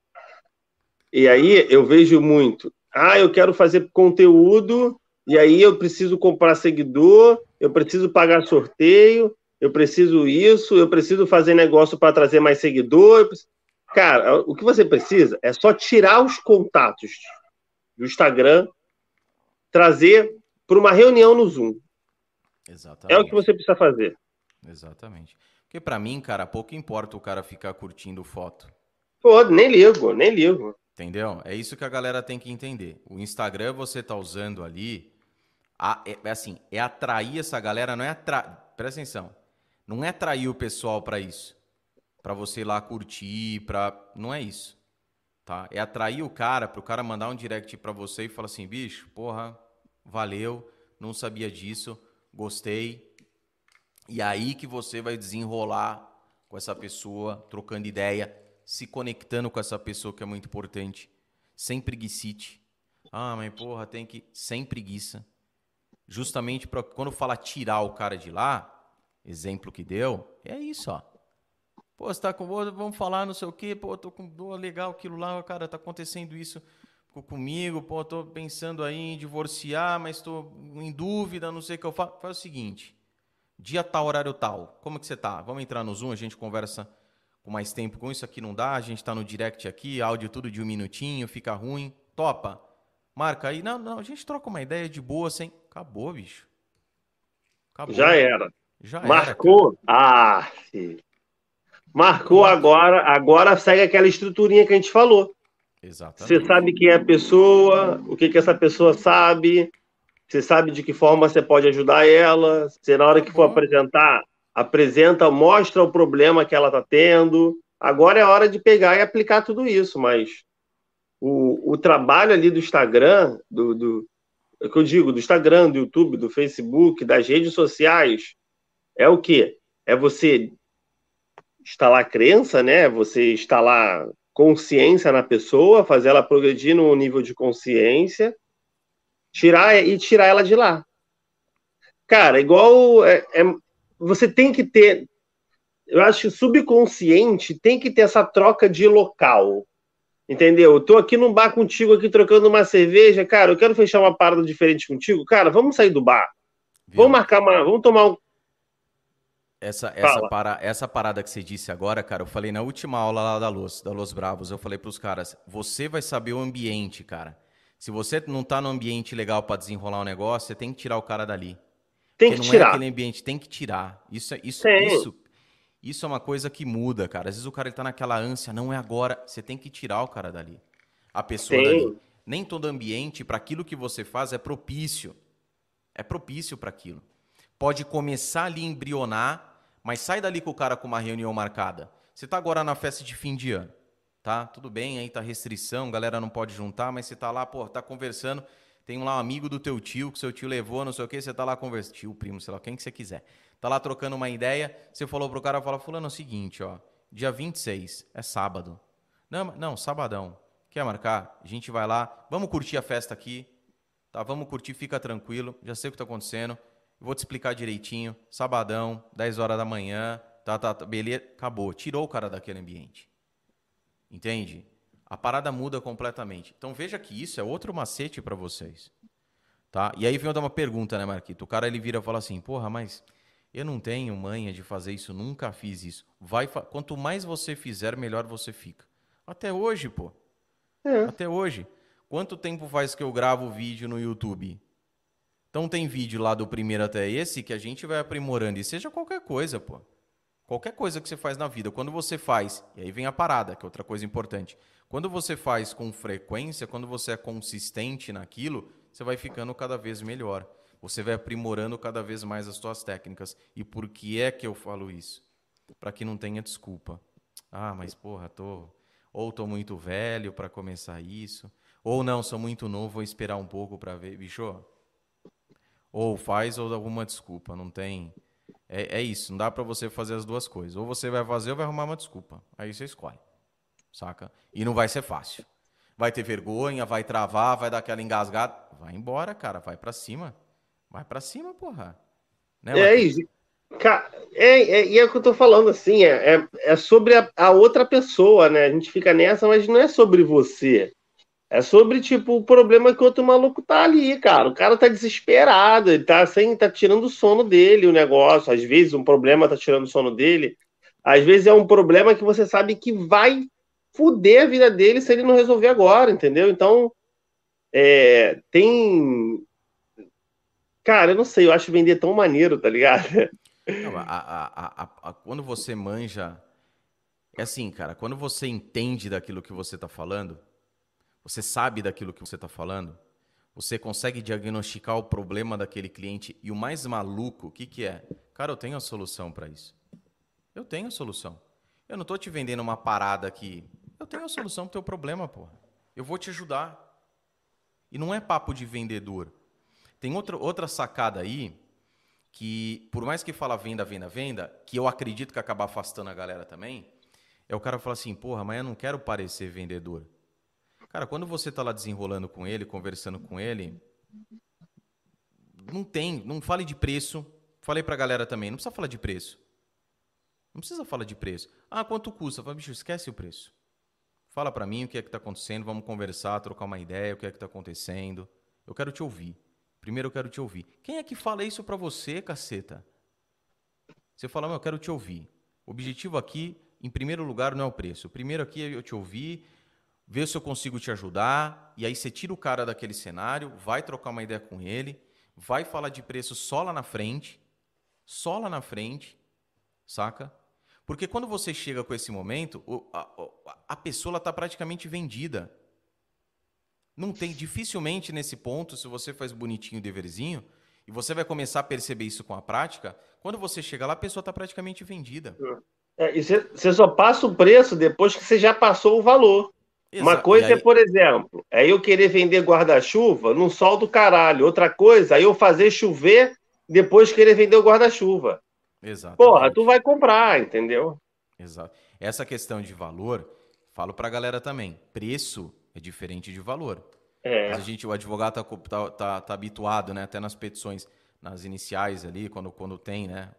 E aí eu vejo muito, eu quero fazer conteúdo e aí eu preciso comprar seguidor, eu preciso pagar sorteio, eu preciso isso, eu preciso fazer negócio para trazer mais seguidores. Cara, o que você precisa é só tirar os contatos do Instagram, trazer para uma reunião no Zoom. Exatamente. É o que você precisa fazer. Exatamente. Porque para mim, cara, pouco importa o cara ficar curtindo foto. Pô, nem ligo, nem ligo. Entendeu? É isso que a galera tem que entender. O Instagram você tá usando ali, é atrair essa galera, não é presta atenção. Não é atrair o pessoal para isso. Para você ir lá curtir, não é isso. Tá? É atrair o cara, pro cara mandar um direct para você e falar assim: "Bicho, porra, valeu, não sabia disso, gostei". E aí que você vai desenrolar com essa pessoa, trocando ideia, se conectando com essa pessoa que é muito importante. Sem preguicite. Mas porra, tem que... Sem preguiça. Justamente para quando fala tirar o cara de lá, exemplo que deu, é isso, ó. Pô, você tá com... Vamos falar não sei o quê, pô, tô com dor, legal aquilo lá, cara, tá acontecendo isso comigo, pô, tô pensando aí em divorciar, mas tô em dúvida, não sei o que eu faço. Faz o seguinte... Dia tal, horário tal. Como que você tá? Vamos entrar no Zoom, a gente conversa com mais tempo com isso aqui, não dá, a gente tá no direct aqui, áudio tudo de 1 minutinho, fica ruim. Topa. Marca aí. Não, a gente troca uma ideia de boa, sem... Acabou, bicho. Acabou. Já era. Já Marcou? Era, Marcou. Agora segue aquela estruturinha que a gente falou. Exatamente. Você sabe quem é a pessoa, o que essa pessoa sabe, você sabe de que forma você pode ajudar ela. Você, na hora que for apresentar, apresenta, mostra o problema que ela está tendo. Agora é hora de pegar e aplicar tudo isso, mas o trabalho ali do Instagram, é o que eu digo, do Instagram, do YouTube, do Facebook, das redes sociais, é o quê? É você instalar crença, né? Você instalar consciência na pessoa, fazer ela progredir no nível de consciência, tirar ela de lá. Cara, igual você tem que ter, eu acho que subconsciente tem que ter essa troca de local, entendeu? Eu tô aqui num bar contigo, aqui trocando uma cerveja, cara, eu quero fechar uma parada diferente contigo, cara, vamos sair do bar, vamos marcar vamos tomar um... Essa parada que você disse agora, cara, eu falei na última aula lá da Los Bravos, eu falei pros caras, você vai saber o ambiente, cara. Se você não tá no ambiente legal para desenrolar um negócio, você tem que tirar o cara dali. Tem que tirar. É aquele ambiente, tem que tirar. Isso é uma coisa que muda, cara. Às vezes o cara ele tá naquela ânsia, não é agora, você tem que tirar o cara dali. A pessoa dali. Nem todo ambiente para aquilo que você faz é propício. É propício para aquilo. Pode começar ali a embrionar, mas sai dali com o cara com uma reunião marcada. Você tá agora na festa de fim de ano, tá? Tudo bem, aí tá restrição, galera não pode juntar, mas você tá lá, pô, tá conversando, Tem lá um amigo do teu tio, que seu tio levou, não sei o quê, você tá lá conversando, tio, primo, sei lá, quem que você quiser. Tá lá trocando uma ideia, você falou pro cara, fala, fulano, é o seguinte, ó, dia 26, é sábado. Não, sabadão. Quer marcar? A gente vai lá, vamos curtir a festa aqui, tá? Vamos curtir, fica tranquilo, já sei o que tá acontecendo, vou te explicar direitinho, sabadão, 10 horas da manhã, tá, beleza, acabou, tirou o cara daquele ambiente. Entende? A parada muda completamente. Então veja que isso é outro macete para vocês. Tá? E aí vem outra uma pergunta, né, Marquito? O cara ele vira e fala assim, porra, mas eu não tenho manha de fazer isso, nunca fiz isso. Quanto mais você fizer, melhor você fica. Até hoje, pô. É. Até hoje. Quanto tempo faz que eu gravo vídeo no YouTube? Então tem vídeo lá do primeiro até esse que a gente vai aprimorando. E seja qualquer coisa, pô. Qualquer coisa que você faz na vida, quando você faz, e aí vem a parada, que é outra coisa importante. Quando você faz com frequência, quando você é consistente naquilo, você vai ficando cada vez melhor. Você vai aprimorando cada vez mais as suas técnicas. E por que é que eu falo isso? Para que não tenha desculpa. Ah, mas porra, tô muito velho para começar isso, ou não, sou muito novo, vou esperar um pouco para ver, bicho. Ou faz ou alguma desculpa, não tem. É isso, não dá pra você fazer as duas coisas. Ou você vai fazer ou vai arrumar uma desculpa. Aí você escolhe, saca? E não vai ser fácil. Vai ter vergonha, vai travar, vai dar aquela engasgada. Vai embora, cara, vai pra cima. Vai pra cima, porra. Né, É Marquito? isso. E é o que eu tô falando, assim, é sobre a outra pessoa, né? A gente fica nessa, mas não é sobre você. É sobre, tipo, o problema que o outro maluco tá ali, cara. O cara tá desesperado, ele tá, assim, tá tirando o sono dele, o negócio. Às vezes um problema tá tirando o sono dele. Às vezes é um problema que você sabe que vai fuder a vida dele se ele não resolver agora, entendeu? Então, tem. Cara, eu não sei, eu acho vender tão maneiro, tá ligado? Não, quando você manja. É assim, cara, quando você entende daquilo que você tá falando, você sabe daquilo que você tá falando, você consegue diagnosticar o problema daquele cliente. E o mais maluco, o que que é? Cara, eu tenho a solução para isso. Eu tenho a solução. Eu não tô te vendendo uma parada aqui. Eu tenho a solução pro teu problema, porra. Eu vou te ajudar. E não é papo de vendedor. Tem outra sacada aí que, por mais que fala venda, venda, venda, que eu acredito que acaba afastando a galera também, é o cara falar assim, porra, mas eu não quero parecer vendedor. Cara, quando você tá lá desenrolando com ele, conversando com ele, não fale de preço. Falei pra galera também, não precisa falar de preço. Não precisa falar de preço. Ah, quanto custa? Fala, bicho, esquece o preço. Fala pra mim o que é que tá acontecendo, vamos conversar, trocar uma ideia, o que é que tá acontecendo. Eu quero te ouvir. Primeiro eu quero te ouvir. Quem é que fala isso pra você, caceta? Você fala, eu quero te ouvir. O objetivo aqui, em primeiro lugar, não é o preço. O primeiro aqui é eu te ouvir, ver se eu consigo te ajudar, e aí você tira o cara daquele cenário, vai trocar uma ideia com ele, vai falar de preço só lá na frente, saca? Porque quando você chega com esse momento, a pessoa está praticamente vendida. Não tem, dificilmente nesse ponto, se você faz bonitinho o deverzinho, e você vai começar a perceber isso com a prática, quando você chega lá, a pessoa está praticamente vendida. E você só passa o preço depois que você já passou o valor. Uma E coisa é, aí, por exemplo, é eu querer vender guarda-chuva num sol do caralho. Outra coisa é eu fazer chover depois querer vender o guarda-chuva. Porra, tu exatamente. vai comprar, entendeu? Exato. Essa questão de valor, falo para a galera também. Preço é diferente de valor. Às É. vezes o advogado tá habituado, né, até nas petições, nas iniciais ali, quando tem, né,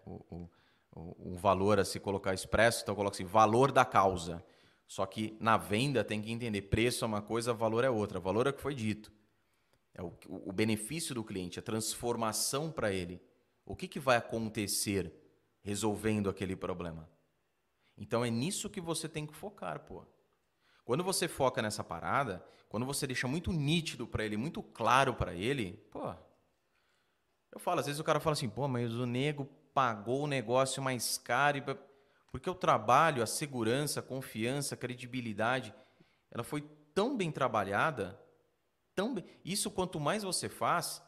o valor a se colocar expresso, então coloca assim, valor da causa. Só que na venda tem que entender, preço é uma coisa, valor é outra. Valor é o que foi dito. É o benefício do cliente, a transformação para ele. O que vai acontecer resolvendo aquele problema? Então é nisso que você tem que focar, pô. Quando você foca nessa parada, quando você deixa muito nítido para ele, muito claro para ele, pô. Eu falo, às vezes o cara fala assim, pô, mas o nego pagou o negócio mais caro porque o trabalho, a segurança, a confiança, a credibilidade, ela foi tão bem trabalhada, tão bem. Isso quanto mais você faz,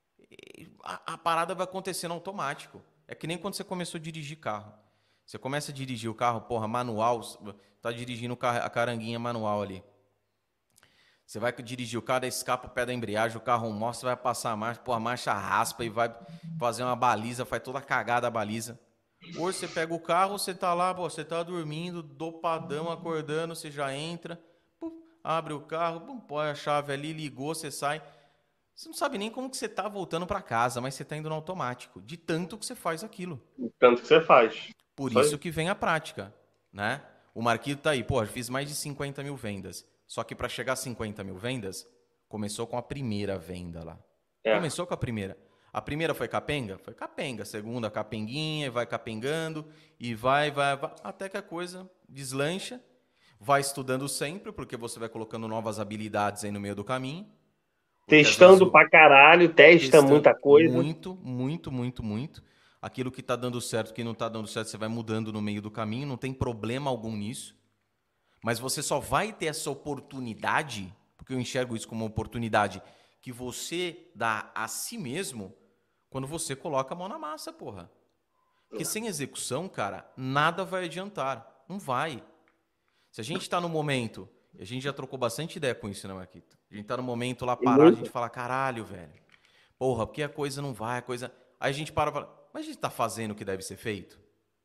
a parada vai acontecendo automático. É que nem quando você começou a dirigir carro. Você começa a dirigir o carro, porra, manual, tá dirigindo a caranguinha manual ali. Você vai dirigir o carro, escapa o pé da embreagem, o carro mostra, vai passar a marcha, pô, a marcha raspa e vai fazer uma baliza, faz toda a cagada a baliza. Hoje você pega o carro, você tá lá, pô, você tá dormindo, dopadão, acordando, você já entra, pum, abre o carro, pum, põe a chave ali, ligou, você sai. Você não sabe nem como que você tá voltando para casa, mas você tá indo no automático, de tanto que você faz aquilo. Tanto que você faz. Por Isso isso aí. que vem a prática, né? O Marquito tá aí, pô, fiz mais de 50 mil vendas. Só que para chegar a 50 mil vendas, começou com a primeira venda lá. É. Começou com a primeira. A primeira foi capenga? Foi capenga. A segunda, capenguinha, e vai capengando, e vai, até que a coisa deslancha. Vai estudando sempre, porque você vai colocando novas habilidades aí no meio do caminho. Porque às vezes Testando pra caralho, testa testando muita coisa. muito, muito, muito, muito. Aquilo que está dando certo, que não está dando certo, você vai mudando no meio do caminho, não tem problema algum nisso. Mas você só vai ter essa oportunidade, porque eu enxergo isso como uma oportunidade que você dá a si mesmo quando você coloca a mão na massa, porra. Porque sem execução, cara, nada vai adiantar. Não vai. Se a gente está no momento, e a gente já trocou bastante ideia com isso, né, Marquito? A gente está no momento lá E parado, a gente muito. fala, caralho, velho. Porra, porque a coisa não vai, a coisa... Aí a gente para e fala, mas a gente está fazendo o que deve ser feito?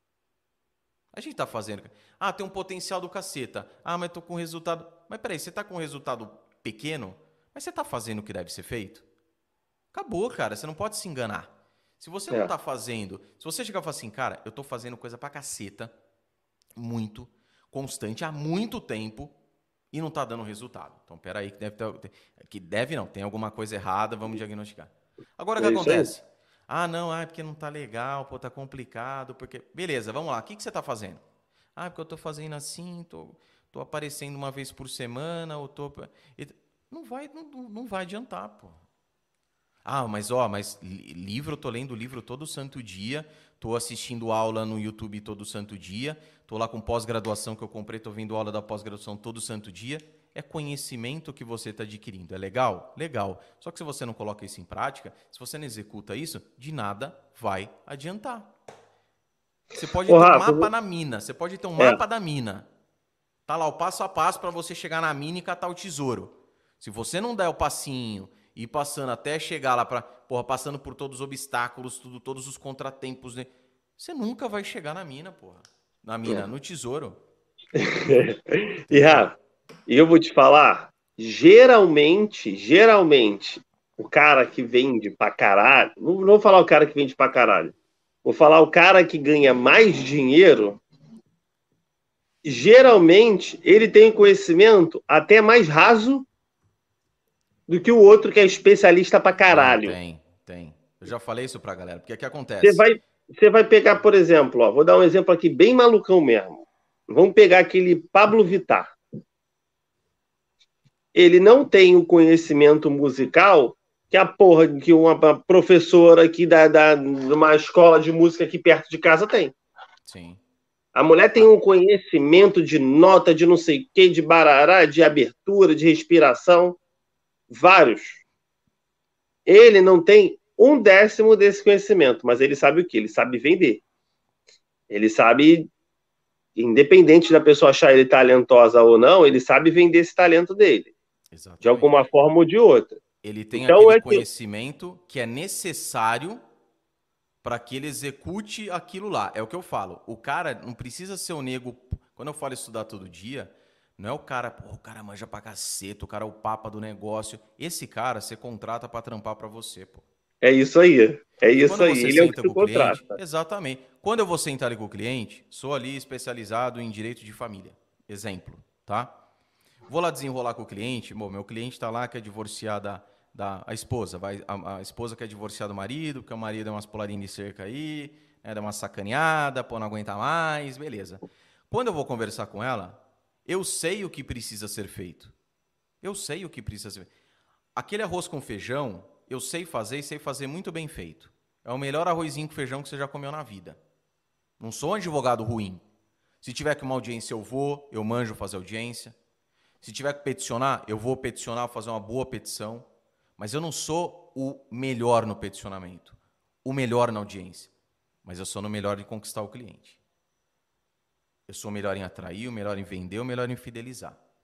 A gente tá fazendo. Ah, tem um potencial do caceta. Ah, mas tô com resultado. Mas peraí, você tá com um resultado pequeno, mas você tá fazendo o que deve ser feito? Acabou, cara. Você não pode se enganar. Se você não É. tá fazendo. Se você chegar e falar assim, cara, eu tô fazendo coisa pra caceta, muito, constante, há muito tempo, e não tá dando resultado. Então, peraí, que deve ter. Que deve não, tem alguma coisa errada, vamos diagnosticar. Agora o que É isso aí. acontece? Ah, não, é porque não tá legal, pô, tá complicado, porque. Beleza, vamos lá. O que você tá fazendo? Ah, porque eu tô fazendo assim, tô aparecendo uma vez por semana, ou tô. Não vai adiantar, pô. Ah, mas livro, eu tô lendo livro todo santo dia, tô assistindo aula no YouTube todo santo dia, tô lá com pós-graduação que eu comprei, tô vendo aula da pós-graduação todo santo dia. É conhecimento que você está adquirindo. É legal? Legal. Só que se você não coloca isso em prática, se você não executa isso, de nada vai adiantar. Você pode Ô, ter um Rafa, mapa na mina, você pode ter um é. mapa da mina. Tá lá o passo a passo para você chegar na mina e catar o tesouro. Se você não der o passinho e ir passando até chegar lá para, porra, passando por todos os obstáculos, todos os contratempos, né? Você nunca vai chegar na mina, porra. Na mina, É. no tesouro. E, Entendeu? Rafa, eu vou te falar, geralmente, o cara que vende pra caralho, não vou falar o cara que vende pra caralho, vou falar o cara que ganha mais dinheiro, geralmente ele tem conhecimento até mais raso do que o outro que é especialista pra Não, caralho. tem. Eu já falei isso pra galera. Porque o que Você acontece? vai, você vai pegar, por exemplo, ó, vou dar um exemplo aqui bem malucão mesmo. Vamos pegar aquele Pablo Vittar. Ele não tem o conhecimento musical que a porra que uma professora aqui de uma escola de música aqui perto de casa tem. Sim. A mulher tem Ah, um conhecimento de nota, de não sei o que, de barará, de abertura, de respiração, vários. Ele não tem um décimo desse conhecimento, mas ele sabe o que? Ele sabe vender. Ele sabe, independente da pessoa achar ele talentosa ou não, ele sabe vender esse talento dele, de exatamente. alguma forma ou de outra. Ele tem Então aquele é que conhecimento que é necessário para que ele execute aquilo lá. É o que eu falo. O cara não precisa ser o nego. Quando eu falo estudar todo dia, não é o cara, pô, o cara manja pra caceta, o cara é o papa do negócio. Esse cara você contrata para trampar para você, pô. é isso aí. É E isso quando aí. você Ele é o que senta tu com o cliente, contrata. exatamente. Quando eu vou sentar ali com o cliente, sou ali especializado em direito de família. Exemplo, tá? Vou lá desenrolar com o cliente. Bom, meu cliente está lá, quer divorciar a esposa. A esposa quer divorciar do marido, porque o marido é umas pularinhas de cerca aí, né, dá uma sacaneada, pô, não aguenta mais, beleza. Quando eu vou conversar com ela, eu sei o que precisa ser feito. Eu sei o que precisa ser feito. Aquele arroz com feijão, eu sei fazer e sei fazer muito bem feito. É o melhor arrozinho com feijão que você já comeu na vida. Não sou um advogado ruim. Se tiver que uma audiência, eu manjo fazer audiência. Se tiver que peticionar, eu vou peticionar, fazer uma boa petição. Mas eu não sou o melhor no peticionamento, o melhor na audiência. Mas eu sou no melhor em conquistar o cliente. Eu sou o melhor em atrair, o melhor em vender, o melhor em fidelizar.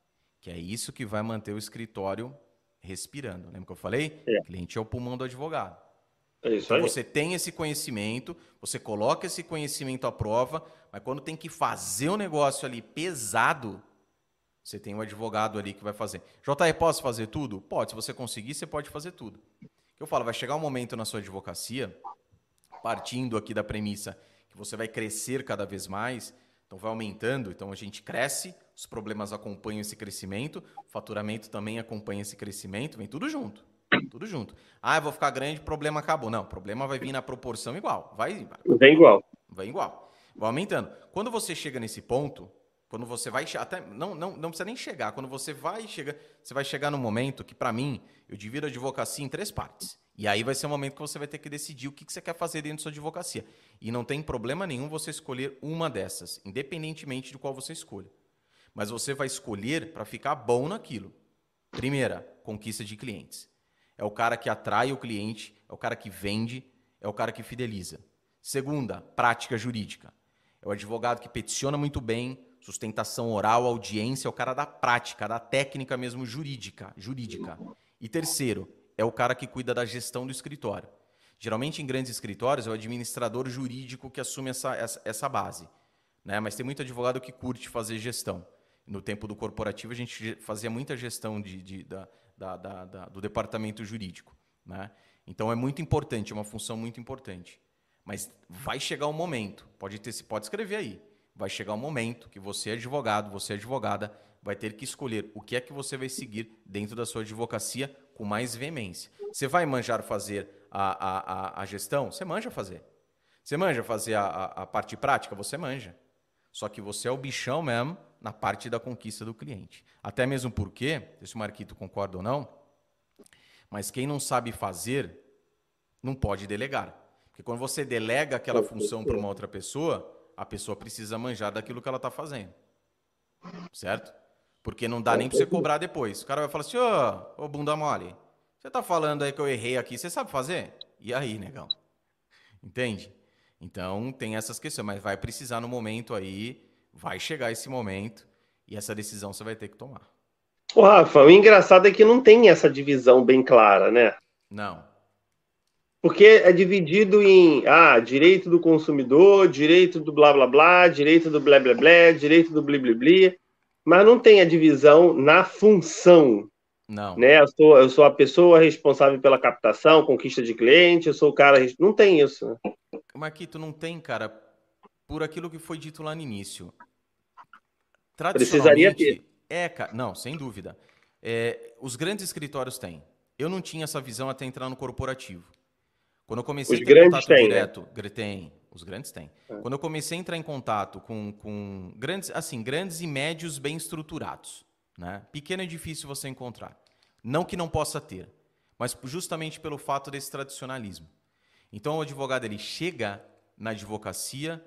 Que é isso que vai manter o escritório respirando. Lembra que eu falei? É, O cliente é o pulmão do advogado. é isso Então aí. você tem esse conhecimento, você coloca esse conhecimento à prova, mas quando tem que fazer o negócio ali pesado, você tem um advogado ali que vai fazer. JR, posso fazer tudo? Pode. Se você conseguir, você pode fazer tudo. O que eu falo, vai chegar um momento na sua advocacia, partindo aqui da premissa que você vai crescer cada vez mais, então vai aumentando, então a gente cresce, os problemas acompanham esse crescimento, o faturamento também acompanha esse crescimento, vem tudo junto. Tudo junto. Ah, eu vou ficar grande, problema acabou. Não, o problema vai vir na proporção igual. Vem igual. Vai igual. Vai aumentando. Quando você chega nesse ponto, quando você vai até não precisa nem chegar, quando você vai chegar no momento que para mim eu divido a advocacia em 3 partes. E aí vai ser o momento que você vai ter que decidir o que você quer fazer dentro da sua advocacia. E não tem problema nenhum você escolher uma dessas, independentemente de qual você escolha. Mas você vai escolher para ficar bom naquilo. Primeira, conquista de clientes. É o cara que atrai o cliente, é o cara que vende, é o cara que fideliza. Segunda, prática jurídica. É o advogado que peticiona muito bem, sustentação oral, audiência, é o cara da prática, da técnica mesmo jurídica. E terceiro, é o cara que cuida da gestão do escritório. Geralmente em grandes escritórios é o administrador jurídico que assume essa base. Né? Mas tem muito advogado que curte fazer gestão. No tempo do corporativo a gente fazia muita gestão do departamento jurídico. Né? Então é muito importante, é uma função muito importante. Mas vai chegar um momento, pode escrever aí, vai chegar um momento que você é advogado, você é advogada, vai ter que escolher o que é que você vai seguir dentro da sua advocacia com mais veemência. Você vai manjar fazer a gestão? Você manja fazer. Você manja fazer a parte prática? Você manja. Só que você é o bichão mesmo na parte da conquista do cliente. Até mesmo porque, não sei se o Marquito concorda ou não, mas quem não sabe fazer, não pode delegar. Porque quando você delega aquela função para uma outra pessoa, a pessoa precisa manjar daquilo que ela está fazendo. Certo? Porque não dá nem para você cobrar depois. O cara vai falar assim, ô bunda mole, você está falando aí que eu errei aqui, você sabe fazer? E aí, negão? Entende? Então, tem essas questões, mas vai precisar no momento aí, vai chegar esse momento e essa decisão você vai ter que tomar. Ô, Rafa, o engraçado é que não tem essa divisão bem clara, né? Não. Porque é dividido em direito do consumidor, direito do blá blá blá, direito do blá blá blá, direito do blí blí blí, mas não tem a divisão na função. Não. Né? Eu sou a pessoa responsável pela captação, conquista de cliente, eu sou o cara. Não tem isso. Né? Marquito, não tem, cara, por aquilo que foi dito lá no início. Precisaria ter. Tradicionalmente, cara, não, sem dúvida. Os grandes escritórios têm. Eu não tinha essa visão até entrar no corporativo. Quando eu comecei Os a ter grandes contato têm, direto, tem, os grandes têm. Quando eu comecei a entrar em contato com grandes, assim, grandes e médios bem estruturados, né? Pequeno é difícil você encontrar. Não que não possa ter, mas justamente pelo fato desse tradicionalismo. Então o advogado ele chega na advocacia,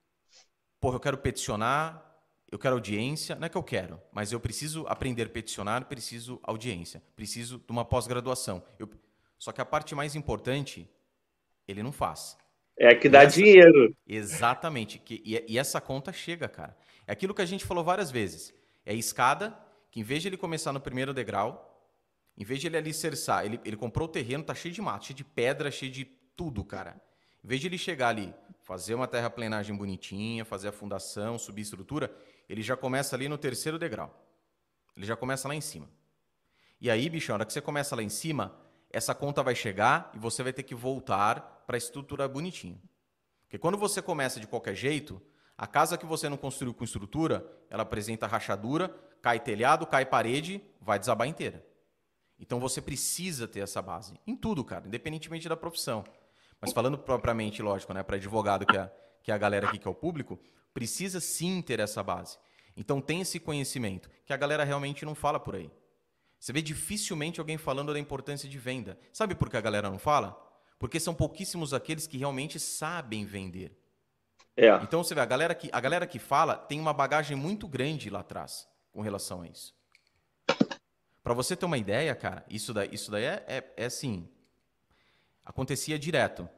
eu quero peticionar, eu quero audiência, não é que eu quero, mas eu preciso aprender a peticionar, preciso audiência, preciso de uma pós-graduação. Só que a parte mais importante ele não faz. É que dá dinheiro. Exatamente. E essa conta chega, cara. É aquilo que a gente falou várias vezes. É a escada que, em vez de ele começar no primeiro degrau, em vez de ele alicerçar, ele comprou o terreno, tá cheio de mato, cheio de pedra, cheio de tudo, cara. Em vez de ele chegar ali, fazer uma terraplenagem bonitinha, fazer a fundação, subir estrutura, ele já começa ali no terceiro degrau. Ele já começa lá em cima. E aí, bicho, na hora que você começa lá em cima, essa conta vai chegar e você vai ter que voltar para a estrutura bonitinha. Porque quando você começa de qualquer jeito, a casa que você não construiu com estrutura, ela apresenta rachadura, cai telhado, cai parede, vai desabar inteira. Então você precisa ter essa base. Em tudo, cara, independentemente da profissão. Mas falando propriamente, lógico, né, para advogado, que é a galera aqui que é o público, precisa sim ter essa base. Então tem esse conhecimento, que a galera realmente não fala por aí. Você vê dificilmente alguém falando da importância de venda. Sabe por que a galera não fala? Porque são pouquíssimos aqueles que realmente sabem vender. Então você vê, a galera que fala tem uma bagagem muito grande lá atrás com relação a isso. Para você ter uma ideia, cara, isso daí é assim, acontecia direto.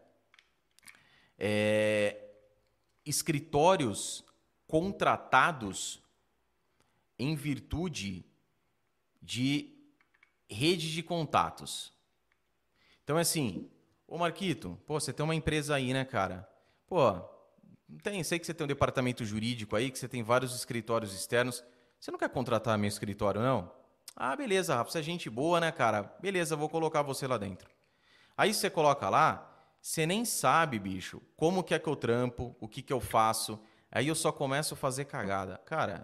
Escritórios contratados em virtude de rede de contatos. Então é assim, ô Marquito, pô, você tem uma empresa aí, né, cara? Pô, sei que você tem um departamento jurídico aí, que você tem vários escritórios externos. Você não quer contratar meu escritório, não? Ah, beleza, Rafa, você é gente boa, né, cara? Beleza, vou colocar você lá dentro. Aí você coloca lá, você nem sabe, bicho, como que é que eu trampo, o que que eu faço. Aí eu só começo a fazer cagada. Cara,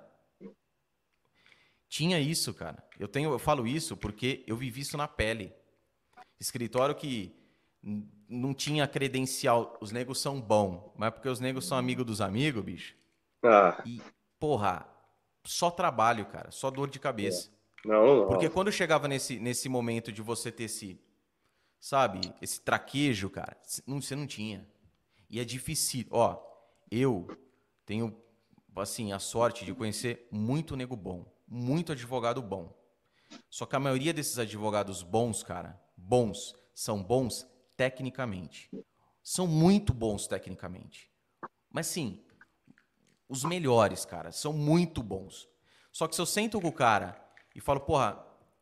tinha isso, cara. Eu falo isso porque eu vivi isso na pele. Escritório que não tinha credencial. Os negros são bons, mas porque os negros são amigos dos amigos, bicho. Ah, E, porra, só trabalho, cara. Só dor de cabeça. não, Porque não. quando chegava nesse momento de você ter esse, sabe, esse traquejo, cara, você não tinha. E é difícil. Ó, eu tenho, assim, a sorte de conhecer muito nego bom. Muito advogado bom. Só que a maioria desses advogados bons, cara, são bons tecnicamente. São muito bons tecnicamente. Mas sim, os melhores, cara, são muito bons. Só que se eu sento com o cara e falo, porra,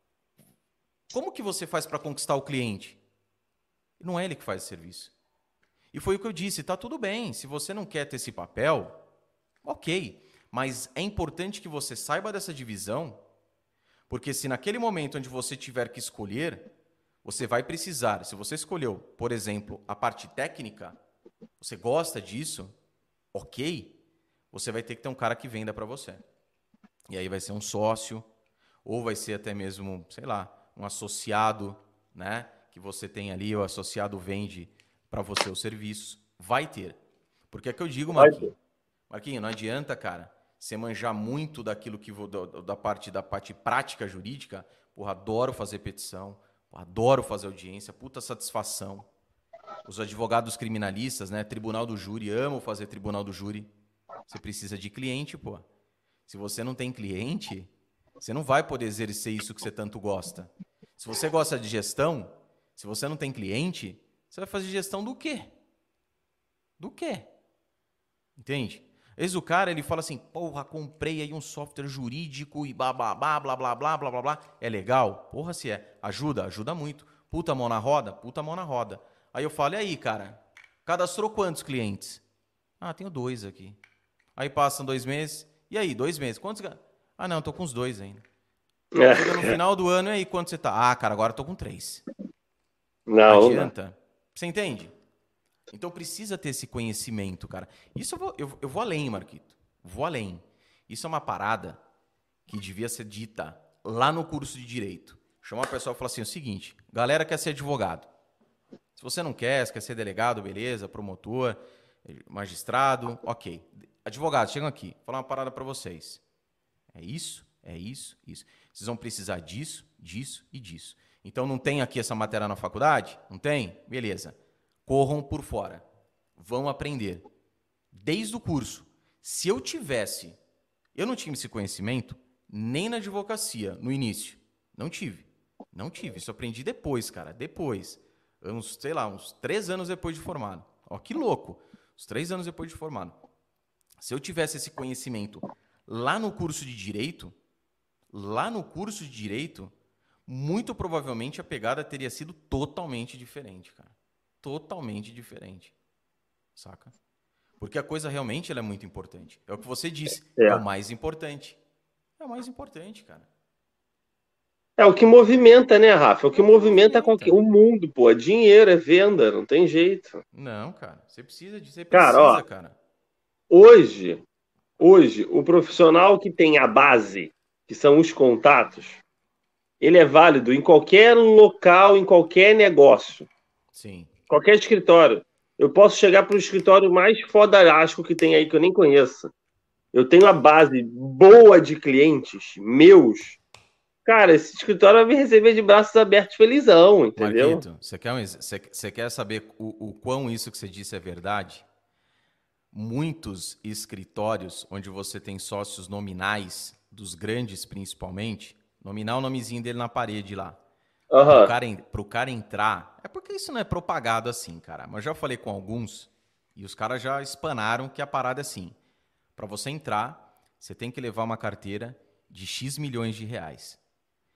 como que você faz para conquistar o cliente? Não é ele que faz o serviço. E foi o que eu disse, tá tudo bem. Se você não quer ter esse papel, ok. Mas é importante que você saiba dessa divisão, porque se naquele momento onde você tiver que escolher, você vai precisar. Se você escolheu, por exemplo, a parte técnica, você gosta disso, ok, você vai ter que ter um cara que venda para você. E aí vai ser um sócio, ou vai ser até mesmo, sei lá, um associado, né? Que você tem ali, o associado vende para você o serviço. Vai ter. Porque é que eu digo, Vai Marquinhos. ter. Marquinhos, não adianta, cara, você manjar muito daquilo que da parte prática jurídica. Porra, adoro fazer petição, porra, adoro fazer audiência, puta satisfação. Os advogados criminalistas, né? Tribunal do júri, amo fazer tribunal do júri. Você precisa de cliente, pô. Se você não tem cliente, você não vai poder exercer isso que você tanto gosta. Se você gosta de gestão, se você não tem cliente, você vai fazer gestão do quê? Do quê? Entende? Às vezes o cara, ele fala assim, porra, comprei aí um software jurídico e blá, blá, blá, blá, blá, blá, blá, blá, blá. É legal? Porra, se é. Ajuda? Ajuda muito. Puta mão na roda? Puta mão na roda. Aí eu falo, e aí, cara? Cadastrou quantos clientes? Ah, tenho 2 aqui. Aí passam 2 meses. E aí, 2 meses? Quantos? Ah, não, tô com os 2 ainda. Chega no É. final do ano, e aí, quanto você tá? Ah, cara, agora eu tô com 3. Não, não dá. Adianta? Você entende? Então precisa ter esse conhecimento, cara. Isso eu vou além, Marquito. Vou além. Isso é uma parada que devia ser dita lá no curso de Direito. Chamar o pessoal e falar assim, o seguinte, galera quer ser advogado. Se você não quer, quer ser delegado, beleza, promotor, magistrado, ok. Advogados, chegam aqui, vou falar uma parada para vocês. É isso, isso. Vocês vão precisar disso, disso e disso. Então não tem aqui essa matéria na faculdade? Não tem? Beleza. Corram por fora. Vão aprender. Desde o curso. Se eu tivesse, eu não tinha esse conhecimento nem na advocacia, no início. Não tive. Não tive. Isso eu aprendi depois, cara. Depois. Sei lá, uns 3 anos depois de formado. Ó, que louco. Uns 3 anos depois de formado. Se eu tivesse esse conhecimento lá no curso de Direito, muito provavelmente a pegada teria sido totalmente diferente, cara. Totalmente diferente. Saca? Porque a coisa realmente ela é muito importante. É o que você disse. É o É. mais importante. É o mais importante, cara. É o que movimenta, né, Rafa? É o É que o que movimenta movimenta. o mundo, pô. É dinheiro, é venda, não tem jeito. Não, cara. Você Cara, ó, precisa, cara. hoje, hoje, o profissional que tem a base, que são os contatos, ele é válido em qualquer local, em qualquer negócio, Sim. qualquer escritório. Eu posso chegar para o escritório mais fodarástico que tem aí, que eu nem conheço. Eu tenho a base boa de clientes meus. Cara, esse escritório vai me receber de braços abertos, felizão, entendeu? Marquito, você quer saber o quão isso que você disse é verdade? Muitos escritórios onde você tem sócios nominais, dos grandes principalmente, nominal o nomezinho dele na parede lá. Aham. Pro cara entrar, é porque isso não é propagado assim, cara. Mas já falei com alguns e os caras já espanaram que a parada é assim. Para você entrar, você tem que levar uma carteira de X milhões de reais.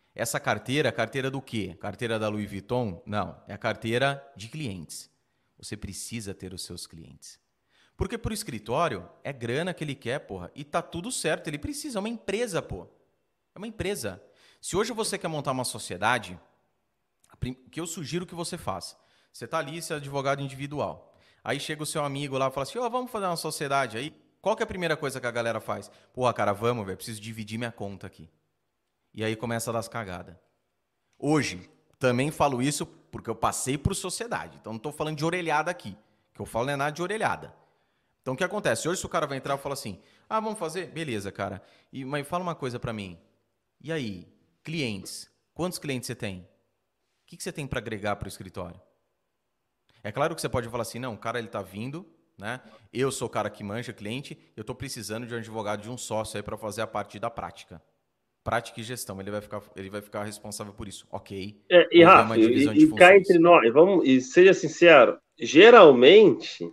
Essa carteira, carteira do quê? Carteira da Louis Vuitton? Não, é a carteira de clientes. Você precisa ter os seus clientes. Porque pro escritório é grana que ele quer, porra, e tá tudo certo, ele precisa, é uma empresa, pô. É uma empresa. Se hoje você quer montar uma sociedade, o que eu sugiro que você faça? Você tá ali, você é advogado individual. Aí chega o seu amigo lá e fala assim, vamos fazer uma sociedade aí. Qual que é a primeira coisa que a galera faz? Porra, cara, vamos, velho, preciso dividir minha conta aqui. E aí começa a dar as cagadas. Hoje, também falo isso porque eu passei por sociedade. Então não estou falando de orelhada aqui. O que eu falo não é nada de orelhada. Então o que acontece? Hoje se o cara vai entrar e fala assim, vamos fazer? Beleza, cara. Mas fala uma coisa para mim. E aí, clientes? Quantos clientes você tem? O que você tem para agregar para o escritório? É claro que você pode falar assim, não, o cara ele tá vindo, né? Eu sou o cara que manja cliente, eu estou precisando de um advogado, de um sócio aí para fazer a parte da prática. Prática e gestão, ele vai ficar responsável por isso. Ok. E Rafa, e cá entre nós, e seja sincero, geralmente,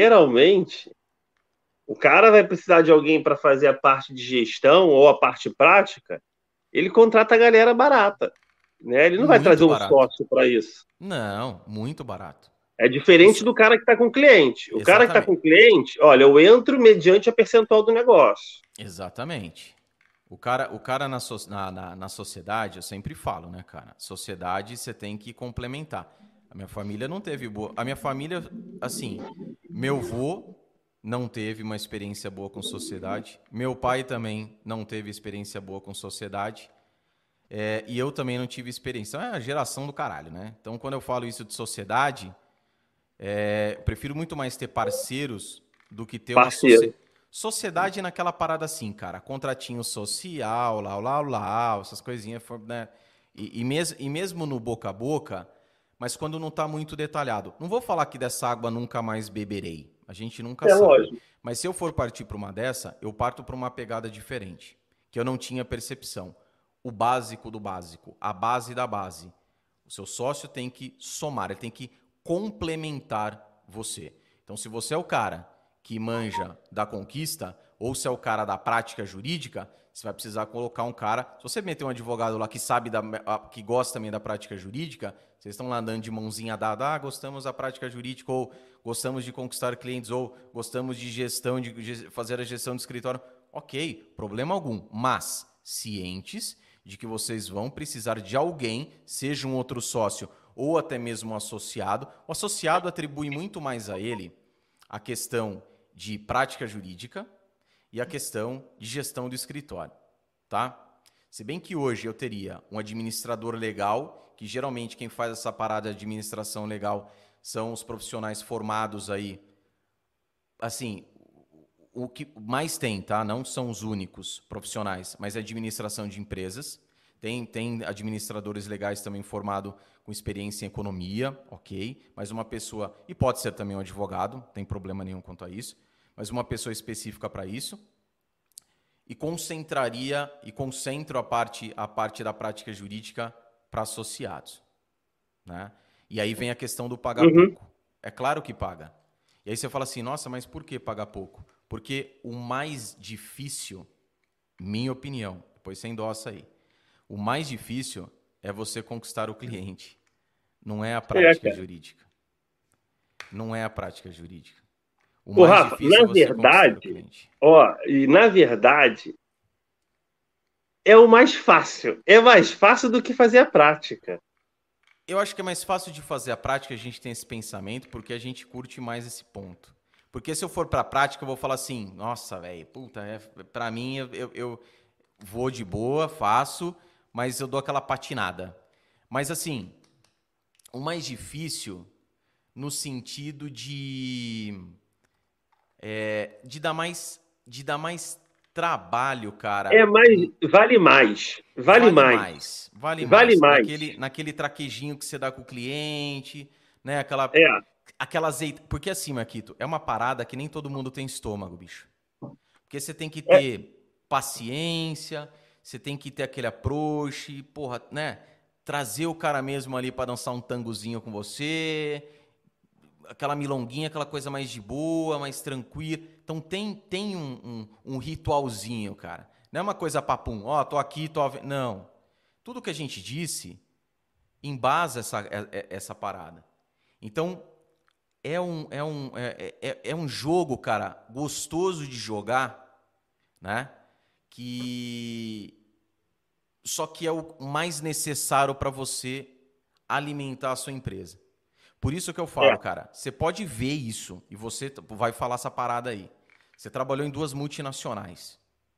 o cara vai precisar de alguém para fazer a parte de gestão ou a parte prática, ele contrata a galera barata, né? Ele não vai trazer um sócio para isso. Não, muito barato. É diferente do cara que está com cliente. O cara que está com cliente, olha, eu entro mediante a percentual do negócio. Exatamente. O cara na sociedade, eu sempre falo, né, cara? Sociedade você tem que complementar. A minha família não teve boa. A minha família, assim, meu avô não teve uma experiência boa com sociedade. Meu pai também não teve experiência boa com sociedade. E eu também não tive experiência. Então é a geração do caralho, né? Então, quando eu falo isso de sociedade, eu prefiro muito mais ter parceiros do que ter uma sociedade naquela parada assim, cara. Contratinho social, lá, essas coisinhas, né? E mesmo no boca a boca, mas quando não tá muito detalhado. Não vou falar que dessa água nunca mais beberei. A gente nunca sabe. Lógico. Mas se eu for partir para uma dessa, eu parto para uma pegada diferente, que eu não tinha percepção. O básico do básico, a base da base. O seu sócio tem que somar, ele tem que complementar você. Então, se você é o cara que manja da conquista, ou se é o cara da prática jurídica, você vai precisar colocar um cara... Se você meter um advogado lá que sabe, que gosta também da prática jurídica, vocês estão lá andando de mãozinha dada, gostamos da prática jurídica, ou gostamos de conquistar clientes, ou gostamos de gestão, de fazer a gestão do escritório. Ok, problema algum, mas cientes de que vocês vão precisar de alguém, seja um outro sócio ou até mesmo um associado. O associado atribui muito mais a ele a questão de prática jurídica e a questão de gestão do escritório, tá? Se bem que hoje eu teria um administrador legal, que geralmente quem faz essa parada de administração legal são os profissionais formados aí, assim, o que mais tem, tá? Não são os únicos profissionais, mas é administração de empresas. Tem administradores legais também formados com experiência em economia, ok. Mas uma pessoa, e pode ser também um advogado, não tem problema nenhum quanto a isso, mas uma pessoa específica para isso. E concentro a parte da prática jurídica para associados, né? E aí vem a questão do pagar pouco. É claro que paga. E aí você fala assim, nossa, mas por que pagar pouco? Porque o mais difícil, minha opinião, depois você endossa aí, o mais difícil é você conquistar o cliente. Não é a prática jurídica. Não é a prática jurídica. O mais Rafa, difícil é você conquistar o cliente. Na verdade, é o mais fácil. É mais fácil do que fazer a prática. Eu acho que é mais fácil de fazer a prática, a gente tem esse pensamento, porque a gente curte mais esse ponto. Porque se eu for para a prática, eu vou falar assim, nossa, velho, para mim, eu vou de boa, faço, mas eu dou aquela patinada. Mas assim, o mais difícil no sentido de dar mais trabalho, cara. Vale mais. Vale mais. Naquele traquejinho que você dá com o cliente, né? Aquela azeite. Porque assim, Marquito, é uma parada que nem todo mundo tem estômago, bicho. Porque você tem que ter paciência, você tem que ter aquele approach, porra, né? Trazer o cara mesmo ali para dançar um tangozinho com você, aquela milonguinha, aquela coisa mais de boa, mais tranquila. Então tem um ritualzinho, cara. Não é uma coisa papum, tô aqui, tô... Não. Tudo que a gente disse embasa essa parada. Então, é um jogo, cara, gostoso de jogar, né? Só que é o mais necessário para você alimentar a sua empresa. Por isso que eu falo, cara, você pode ver isso e você vai falar essa parada aí. Você trabalhou em duas multinacionais.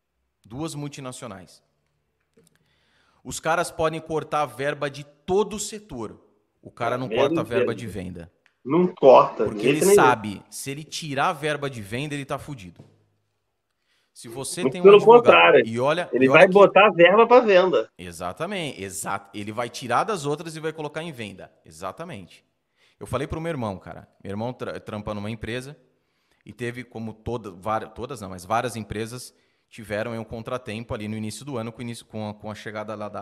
Os caras podem cortar a verba de todo o setor. O cara não corta a verba de venda. Não corta. Porque ele sabe, se ele tirar a verba de venda, ele tá fudido. Se você tem um pelo advogado contrário, e olha... ele vai botar a verba para venda. Exatamente. Ele vai tirar das outras e vai colocar em venda. Exatamente. Eu falei pro meu irmão, cara. Meu irmão trampa numa empresa e teve, como mas várias empresas tiveram um contratempo ali no início do ano com a chegada lá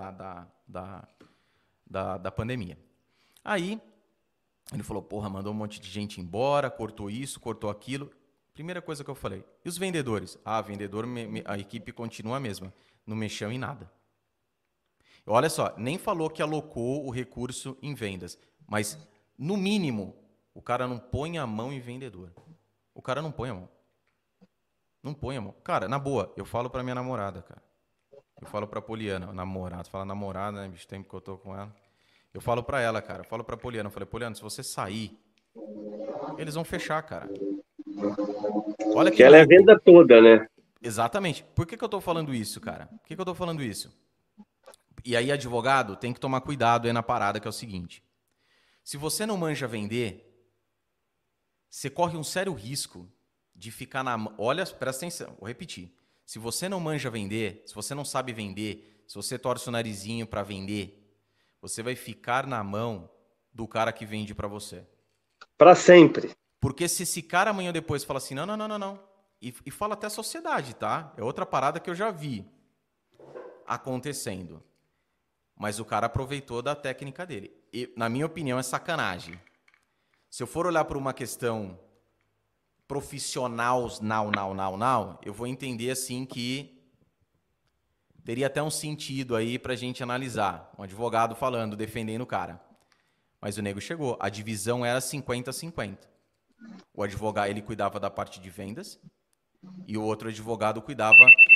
da pandemia. Aí, ele falou, porra, mandou um monte de gente embora, cortou isso, cortou aquilo. Primeira coisa que eu falei, e os vendedores? Vendedor, a equipe continua a mesma, não mexeu em nada. Olha só, nem falou que alocou o recurso em vendas, mas, no mínimo, o cara não põe a mão em vendedor. O cara não põe a mão. Não põe a mão. Cara, na boa, eu falo pra minha namorada, cara. Eu falo pra Poliana, namorada, fala namorada, né, bicho, tempo que eu tô com ela. Eu falo pra ela, cara, eu falo pra Poliana, eu falei, Poliana, se você sair, eles vão fechar, cara. Olha que ela louco. É a venda toda, né? Exatamente. Por que eu tô falando isso, cara? Por que eu tô falando isso? E aí, advogado, tem que tomar cuidado aí na parada, que é o seguinte. Se você não manja vender, você corre um sério risco de ficar na... Olha, presta atenção, vou repetir. Se você não manja vender, se você não sabe vender, se você torce o narizinho para vender, você vai ficar na mão do cara que vende para você. Para sempre. Porque se esse cara amanhã ou depois fala assim, não. E fala até a sociedade, tá? É outra parada que eu já vi acontecendo. Mas o cara aproveitou da técnica dele. E, na minha opinião, é sacanagem. Se eu for olhar por uma questão profissional, eu vou entender assim que teria até um sentido aí pra gente analisar. Um advogado falando, defendendo o cara. Mas o nego chegou. A divisão era 50-50. O advogado, ele cuidava da parte de vendas e o outro advogado cuidava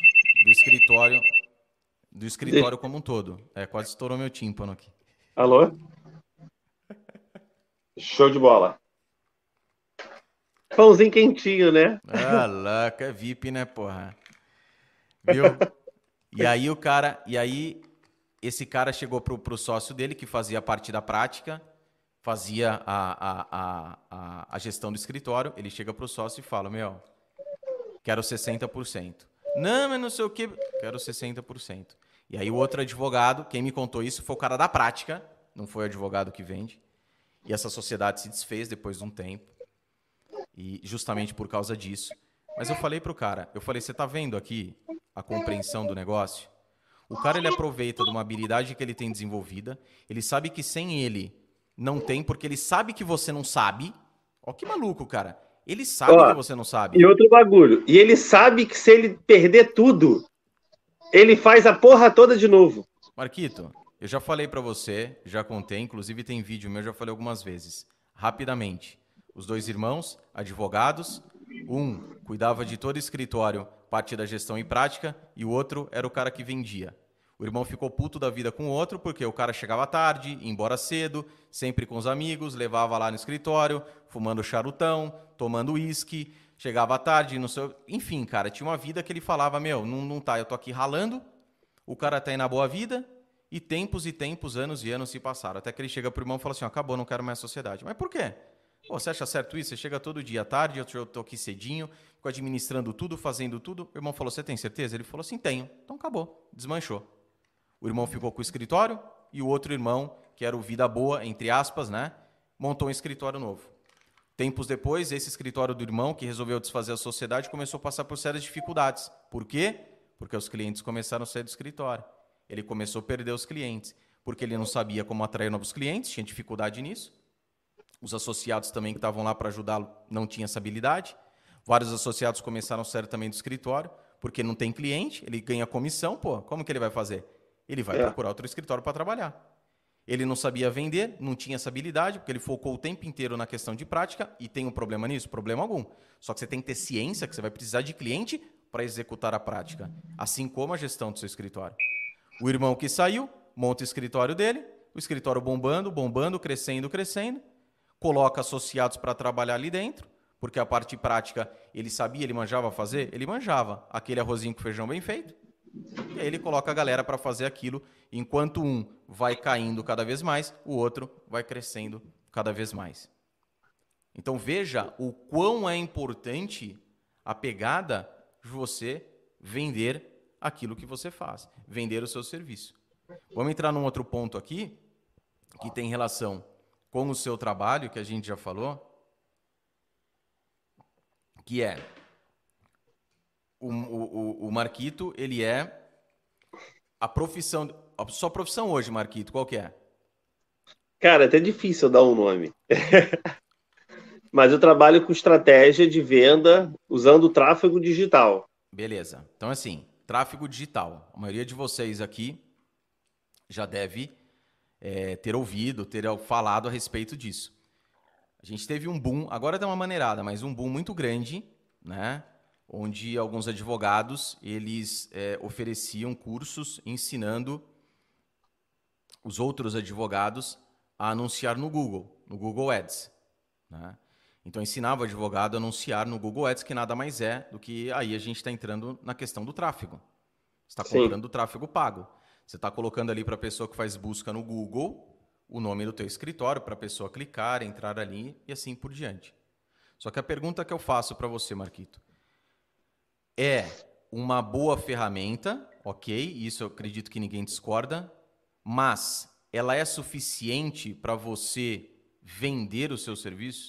do escritório como um todo. Quase estourou meu tímpano aqui. Alô? Show de bola. Pãozinho quentinho, né? Louco, é VIP, né, porra? Viu? E aí esse cara chegou pro sócio dele, que fazia parte da prática, fazia a gestão do escritório, ele chega pro sócio e fala, quero 60%. Não, mas não sei o quê, quero 60%. E aí o outro advogado, quem me contou isso foi o cara da prática, não foi o advogado que vende. E essa sociedade se desfez depois de um tempo. E justamente por causa disso. Mas eu falei pro cara, você tá vendo aqui a compreensão do negócio? O cara, ele aproveita de uma habilidade que ele tem desenvolvida, ele sabe que sem ele não tem, porque ele sabe que você não sabe. Ó que maluco, cara. Ele sabe que você não sabe. E outro bagulho. E ele sabe que se ele perder tudo, ele faz a porra toda de novo. Marquito, eu já falei pra você, já contei, inclusive tem vídeo meu, já falei algumas vezes. Rapidamente. Os dois irmãos, advogados, um cuidava de todo o escritório, parte da gestão e prática, e o outro era o cara que vendia. O irmão ficou puto da vida com o outro, porque o cara chegava tarde, ia embora cedo, sempre com os amigos, levava lá no escritório, fumando charutão, tomando uísque, chegava tarde, não sei... Enfim, cara, tinha uma vida que ele falava, não tá, eu tô aqui ralando, o cara tá aí na boa vida, e tempos, anos e anos se passaram. Até que ele chega pro irmão e fala assim, acabou, não quero mais a sociedade. Mas por quê? Pô, você acha certo isso? Você chega todo dia à tarde, eu tô aqui cedinho, fico administrando tudo, fazendo tudo. O irmão falou, você tem certeza? Ele falou assim, tenho. Então acabou, desmanchou. O irmão ficou com o escritório e o outro irmão, que era o vida boa, entre aspas, né, montou um escritório novo. Tempos depois, esse escritório do irmão, que resolveu desfazer a sociedade, começou a passar por sérias dificuldades. Por quê? Porque os clientes começaram a sair do escritório. Ele começou a perder os clientes, porque ele não sabia como atrair novos clientes, tinha dificuldade nisso. Os associados também que estavam lá para ajudá-lo não tinham essa habilidade. Vários associados começaram a sair também do escritório, porque não tem cliente, ele ganha comissão, pô, como que ele vai fazer? ele vai procurar outro escritório para trabalhar. Ele não sabia vender, não tinha essa habilidade, porque ele focou o tempo inteiro na questão de prática e tem um problema nisso? Problema algum. Só que você tem que ter ciência que você vai precisar de cliente para executar a prática, assim como a gestão do seu escritório. O irmão que saiu, monta o escritório dele, o escritório bombando, bombando, crescendo, crescendo, coloca associados para trabalhar ali dentro, porque a parte prática ele sabia, ele manjava fazer? Ele manjava. Aquele arrozinho com feijão bem feito. E aí ele coloca a galera para fazer aquilo, enquanto um vai caindo cada vez mais, o outro vai crescendo cada vez mais. Então veja o quão é importante a pegada de você vender aquilo que você faz, vender o seu serviço. Vamos entrar num outro ponto aqui, que tem relação com o seu trabalho, que a gente já falou, que é o Marquito, ele é a profissão... A sua profissão hoje, Marquito, qual que é? Cara, é até difícil dar um nome. Mas eu trabalho com estratégia de venda usando o tráfego digital. Beleza. Então, assim, tráfego digital. A maioria de vocês aqui já deve ter ouvido, ter falado a respeito disso. A gente teve um boom, agora dá uma maneirada, mas um boom muito grande, né? Onde alguns advogados eles ofereciam cursos ensinando os outros advogados a anunciar no Google Ads, né? Então, ensinava o advogado a anunciar no Google Ads, que nada mais é do que aí a gente está entrando na questão do tráfego. Você está comprando o tráfego pago. Você está colocando ali para a pessoa que faz busca no Google o nome do teu escritório, para a pessoa clicar, entrar ali e assim por diante. Só que a pergunta que eu faço para você, Marquito, é uma boa ferramenta, ok? Isso eu acredito que ninguém discorda, mas ela é suficiente para você vender o seu serviço?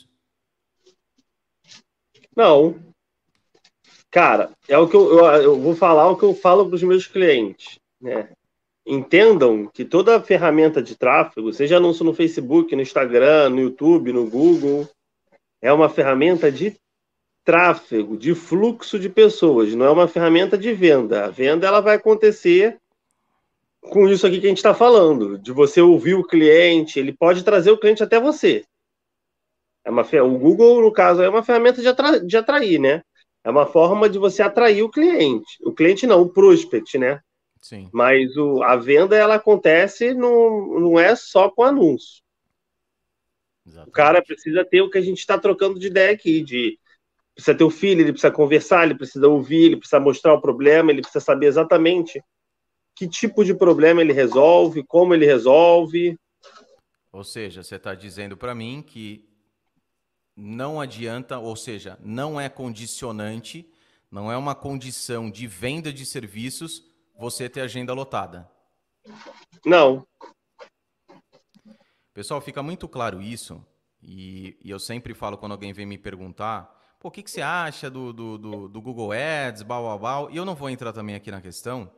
Não. Cara, é o que eu vou falar o que eu falo para os meus clientes, né? Entendam que toda ferramenta de tráfego, seja anúncio no Facebook, no Instagram, no YouTube, no Google, é uma ferramenta de tráfego, de fluxo de pessoas, não é uma ferramenta de venda. A venda ela vai acontecer com isso aqui que a gente está falando, de você ouvir o cliente, ele pode trazer o cliente até você. O Google, no caso, é uma ferramenta de atrair, né? É uma forma de você atrair o cliente. O cliente não, o prospect, né? Sim. Mas a venda, ela acontece, não é só com anúncio. Exatamente. O cara precisa ter o que a gente está trocando de ideia aqui, precisa ter o filho, ele precisa conversar, ele precisa ouvir, ele precisa mostrar o problema, ele precisa saber exatamente que tipo de problema ele resolve, como ele resolve. Ou seja, você está dizendo para mim que não adianta, ou seja, não é condicionante, não é uma condição de venda de serviços você ter agenda lotada. Não. Pessoal, fica muito claro isso, e eu sempre falo quando alguém vem me perguntar, pô, o que você acha do Google Ads, e eu não vou entrar também aqui na questão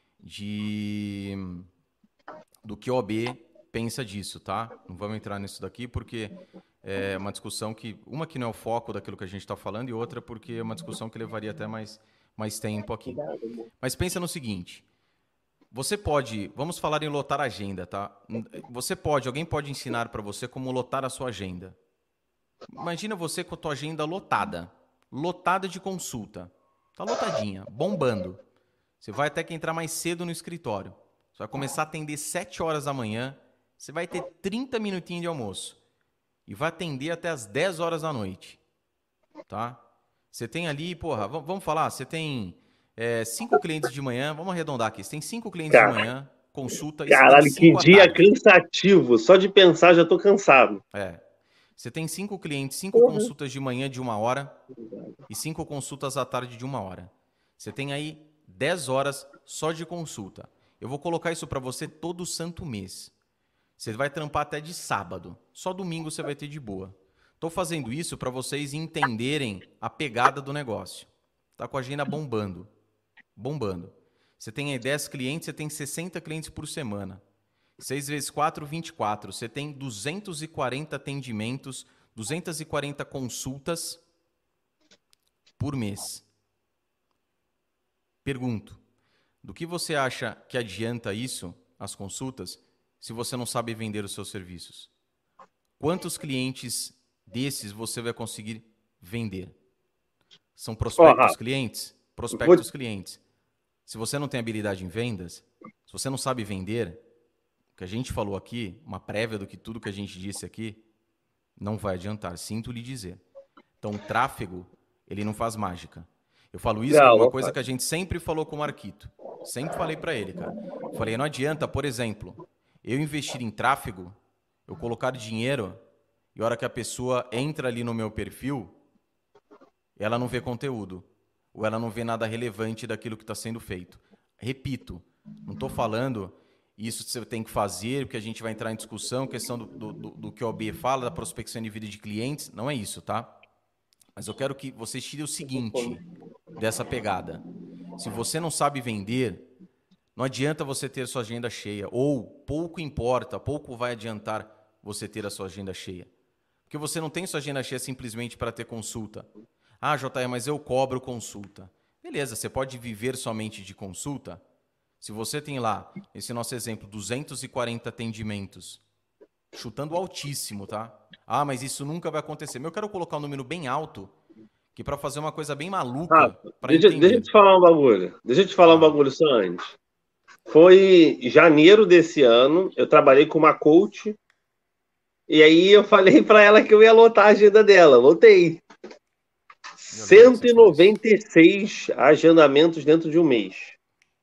do que o OB pensa disso, tá? Não vamos entrar nisso daqui porque é uma discussão uma que não é o foco daquilo que a gente está falando e outra porque é uma discussão que levaria até mais tempo aqui. Mas pensa no seguinte, você pode, vamos falar em lotar a agenda, tá? Alguém pode ensinar para você como lotar a sua agenda. Imagina você com a tua agenda lotada de consulta. Tá lotadinha, bombando. Você vai até que entrar mais cedo no escritório. Você vai começar a atender 7 horas da manhã, você vai ter 30 minutinhos de almoço e vai atender até as 10 horas da noite, tá? Você tem ali, porra, vamos falar, você tem 5 clientes de manhã, vamos arredondar aqui, você tem 5 clientes de manhã, consulta, e você tem Caralho, 5 que à dia tarde. cansativo. Só de pensar já tô cansado. Você tem 5 clientes, 5 consultas de manhã de 1 hora e 5 consultas à tarde de 1 hora. Você tem aí 10 horas só de consulta. Eu vou colocar isso para você todo santo mês. Você vai trampar até de sábado. Só domingo você vai ter de boa. Estou fazendo isso para vocês entenderem a pegada do negócio. Tá com a agenda bombando. Bombando. Você tem aí 10 clientes, você tem 60 clientes por semana. 6 vezes 4, 24. Você tem 240 atendimentos, 240 consultas por mês. Pergunto. Do que você acha que adianta isso, as consultas, se você não sabe vender os seus serviços? Quantos clientes desses você vai conseguir vender? São Ó, prospectos Rafa, clientes? vou, Prospectos clientes. Se você não tem habilidade em vendas, se você não sabe vender, o que a gente falou aqui, uma prévia do que tudo que a gente disse aqui, não vai adiantar, sinto lhe dizer. Então, o tráfego, ele não faz mágica. Eu falo isso que é não, uma não coisa faz. que a gente sempre falou com o Marquito. Sempre falei para ele, cara. Falei, não adianta, por exemplo, eu investir em tráfego, eu colocar dinheiro e a hora que a pessoa entra ali no meu perfil, ela não vê conteúdo. Ou ela não vê nada relevante daquilo que está sendo feito. Repito, não estou falando isso você tem que fazer, porque a gente vai entrar em discussão, questão do que o OB fala, da prospecção de vida de clientes. Não é isso, tá? Mas eu quero que você tire o seguinte dessa pegada. Se você não sabe vender, não adianta você ter sua agenda cheia. Ou pouco importa, pouco vai adiantar você ter a sua agenda cheia. Porque você não tem sua agenda cheia simplesmente para ter consulta. Ah, JR, mas eu cobro consulta. Beleza, você pode viver somente de consulta? Se você tem lá, esse nosso exemplo, 240 atendimentos, chutando altíssimo, tá? Ah, mas isso nunca vai acontecer. Mas eu quero colocar um número bem alto, que para fazer uma coisa bem maluca, Rafa, para deixa eu entender. te falar um bagulho. Deixa eu te falar um Fala. bagulho só antes. Foi em janeiro desse ano, eu trabalhei com uma coach, e aí eu falei para ela que eu ia lotar a agenda dela. Lotei. Eu lembro que você falou isso. 196 agendamentos dentro de um mês.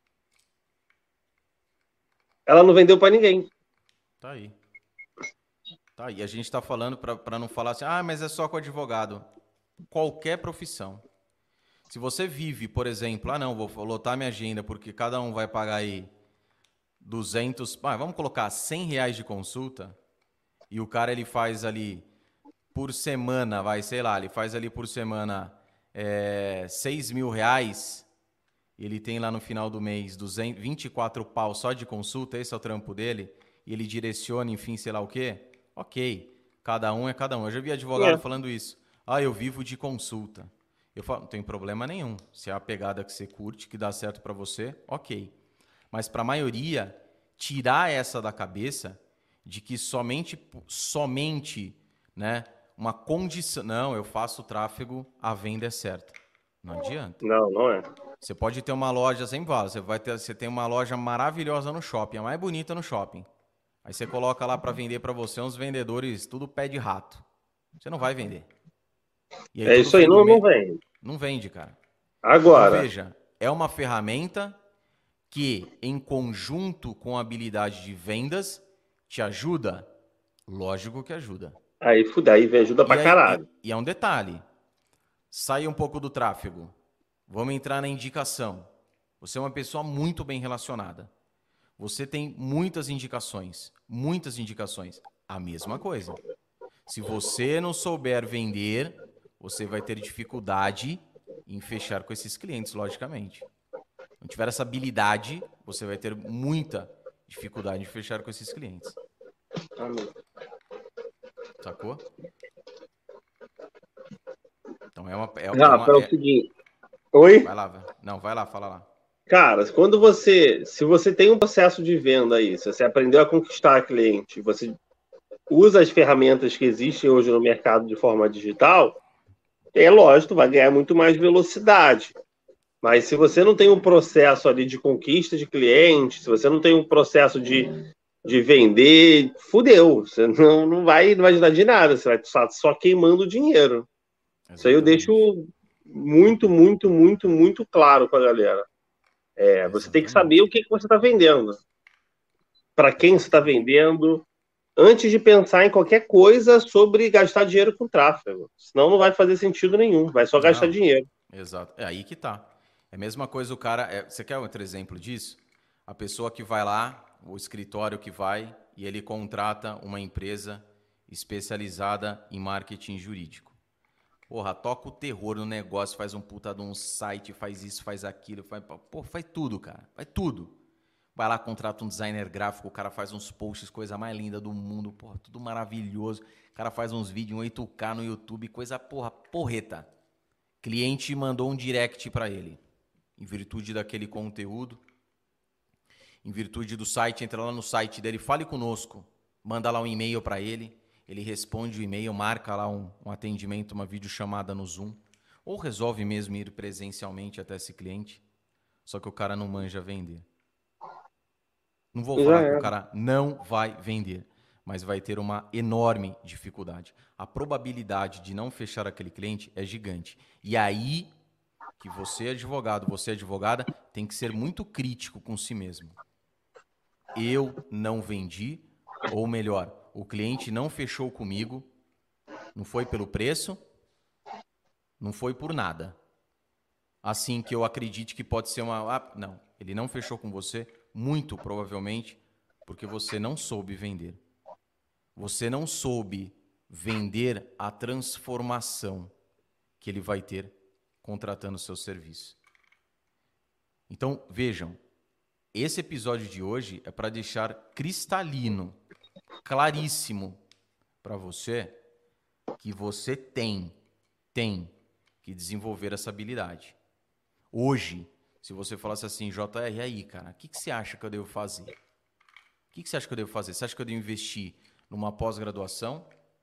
Ela não vendeu para ninguém. Tá aí. Tá aí. A gente está falando para não falar assim, ah, mas é só com advogado. Qualquer profissão. Se você vive, por exemplo, ah, não, vou lotar minha agenda porque cada um vai pagar aí 200, vamos colocar R$ 100 de consulta e o cara ele faz ali por semana, vai, sei lá, ele faz ali por semana R$ 6.000, ele tem lá no final do mês 24 pau só de consulta, esse é o trampo dele, e ele direciona, enfim, sei lá o quê, ok, cada um é cada um. Eu já vi advogado É. falando isso. Ah, eu vivo de consulta. Eu falo, não tem problema nenhum. Se é a pegada que você curte, que dá certo para você, ok. Mas para a maioria, tirar essa da cabeça de que somente, né, uma condição. Não, eu faço tráfego, a venda é certa. Não adianta. Não, não é. Você pode ter uma loja sem vala, você tem uma loja maravilhosa no shopping, a mais bonita no shopping. Aí você coloca lá para vender para você uns vendedores tudo pé de rato. Você não vai vender. E aí É isso aí, fim do não, não mês vem. não vende, cara. Então Agora, veja, é uma ferramenta que, em conjunto com a habilidade de vendas, te ajuda? Lógico que ajuda. aí fuder, aí vem ajuda E, pra aí, caralho. e é um detalhe. Sai um pouco do tráfego. Vamos entrar na indicação. Você é uma pessoa muito bem relacionada. Você tem muitas indicações. Muitas indicações. A mesma coisa. Se você não souber vender, você vai ter dificuldade em fechar com esses clientes, logicamente. Não tiver essa habilidade, você vai ter muita dificuldade em fechar com esses clientes. Sacou? Então Rafa, é o seguinte. Oi? vai lá, não, vai lá, fala lá. Cara, se você tem um processo de venda aí, se você aprendeu a conquistar cliente, você usa as ferramentas que existem hoje no mercado de forma digital, é lógico, vai ganhar muito mais velocidade. Mas se você não tem um processo ali de conquista de cliente, se você não tem um processo de vender, fudeu. Você não vai ajudar de nada, você vai estar só queimando dinheiro. Isso aí eu deixo Exatamente. muito, muito, muito, muito claro para a galera. Você tem que saber o Exatamente. que você está vendendo, para quem você está Exatamente. vendendo, antes de pensar em qualquer coisa sobre gastar dinheiro com tráfego. Senão não vai fazer sentido nenhum, vai só gastar Não, dinheiro. exato. É aí que tá. É a mesma coisa o cara. Você quer outro exemplo disso? A pessoa que vai lá, o escritório que vai, e ele contrata uma empresa especializada em marketing jurídico. Porra, toca o terror no negócio, faz um puta de um site, faz isso, faz aquilo, faz tudo, cara. Faz tudo. Vai lá, contrata um designer gráfico, o cara faz uns posts, coisa mais linda do mundo, porra, tudo maravilhoso. O cara faz uns vídeos em 8K no YouTube, coisa, porra, porreta. Cliente mandou um direct para ele. Em virtude daquele conteúdo, em virtude do site, entra lá no site dele, fale conosco, manda lá um e-mail para ele, ele responde o e-mail, marca lá um atendimento, uma videochamada no Zoom, ou resolve mesmo ir presencialmente até esse cliente, só que o cara não manja vender. Não vou falar que o cara não vai vender, mas vai ter uma enorme dificuldade. A probabilidade de não fechar aquele cliente é gigante. E aí que você, advogado, você, advogada, tem que ser muito crítico com si mesmo. Eu não vendi, ou melhor, o cliente não fechou comigo, não foi pelo preço, não foi por nada. Assim que eu acredite que pode ser uma... não, ele não fechou com você, muito provavelmente, porque você não soube vender. Você não soube vender a transformação que ele vai ter contratando o seu serviço. Então, vejam, esse episódio de hoje é para deixar cristalino, claríssimo para você que você tem que desenvolver essa habilidade. Hoje, se você falasse assim, JR, e aí, cara, o que você acha que eu devo fazer? O que você acha que eu devo fazer? Você acha que eu devo investir numa pós-graduação?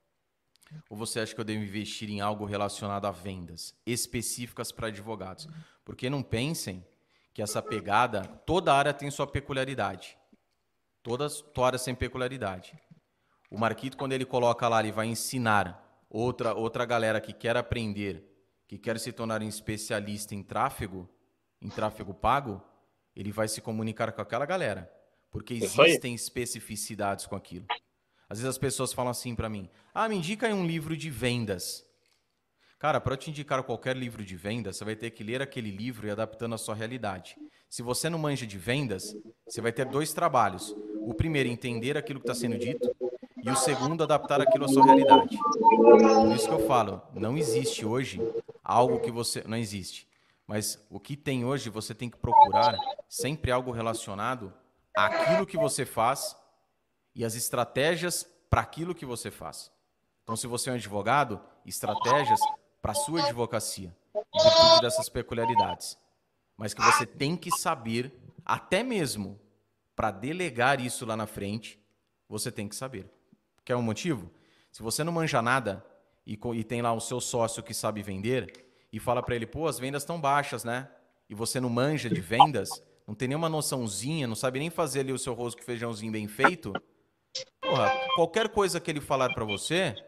Ou você acha que eu devo investir em algo relacionado a vendas específicas para advogados? Porque não pensem que essa pegada, toda área tem sua peculiaridade. Toda área tem peculiaridade. O Marquito, quando ele coloca lá, ele vai ensinar outra galera que quer aprender, que quer se tornar um especialista em tráfego pago, ele vai se comunicar com aquela galera. Porque existem especificidades com aquilo. Às vezes as pessoas falam assim para mim, me indica aí um livro de vendas. Cara, para eu te indicar qualquer livro de vendas, você vai ter que ler aquele livro e adaptando à sua realidade. Se você não manja de vendas, você vai ter 2 trabalhos. O primeiro, entender aquilo que está sendo dito, e o segundo, adaptar aquilo à sua realidade. Por isso que eu falo, não existe hoje algo que você... Não existe. Mas o que tem hoje, você tem que procurar sempre algo relacionado àquilo que você faz e as estratégias para aquilo que você faz. Então, se você é um advogado, estratégias para a sua advocacia, em virtude dessas peculiaridades. Mas que você tem que saber, até mesmo para delegar isso lá na frente, você tem que saber. Quer um motivo? Se você não manja nada e tem lá o seu sócio que sabe vender e fala para ele, as vendas estão baixas, né? E você não manja de vendas, não tem nenhuma noçãozinha, não sabe nem fazer ali o seu arroz com feijãozinho bem feito, qualquer coisa que ele falar para você,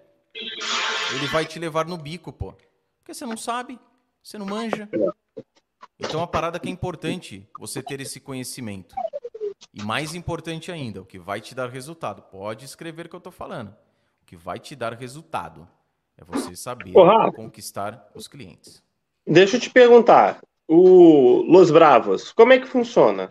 ele vai te levar no bico, Porque você não sabe, você não manja. Então, a parada que é importante, você ter esse conhecimento. E mais importante ainda, o que vai te dar resultado. Pode escrever o que eu estou falando. O que vai te dar resultado é você saber conquistar os clientes. Deixa eu te perguntar, o Los Bravos, como é que funciona?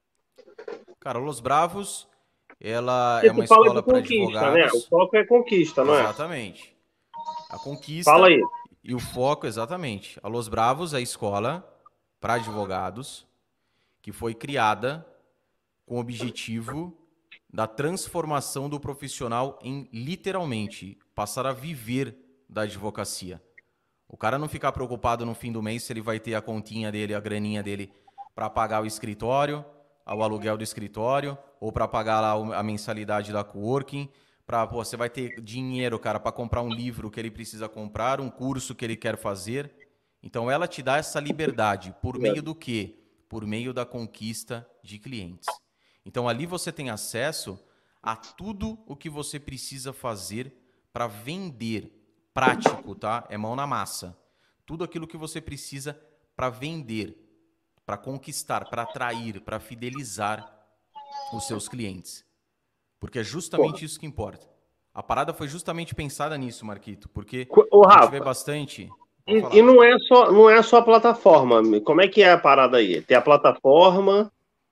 Cara, o Los Bravos, ela é uma escola para advogados. Né? O foco é conquista, não é? Exatamente. A conquista Fala aí. E o foco, exatamente. A Los Bravos é a escola para advogados que foi criada com o objetivo da transformação do profissional em, literalmente, passar a viver da advocacia. O cara não ficar preocupado no fim do mês se ele vai ter a continha dele, a graninha dele para pagar o escritório, o aluguel do escritório, ou para pagar lá a mensalidade da coworking, você vai ter dinheiro, cara, para comprar um livro que ele precisa comprar, um curso que ele quer fazer. Então, ela te dá essa liberdade. Por meio do quê? Por meio da conquista de clientes. Então, ali você tem acesso a tudo o que você precisa fazer para vender. Prático, tá? É mão na massa. Tudo aquilo que você precisa para vender, para conquistar, para atrair, para fidelizar os seus clientes. Porque é justamente isso que importa. A parada foi justamente pensada nisso, Marquito, porque a gente vê bastante... E não é só a plataforma. Como é que é a parada aí? Tem a plataforma,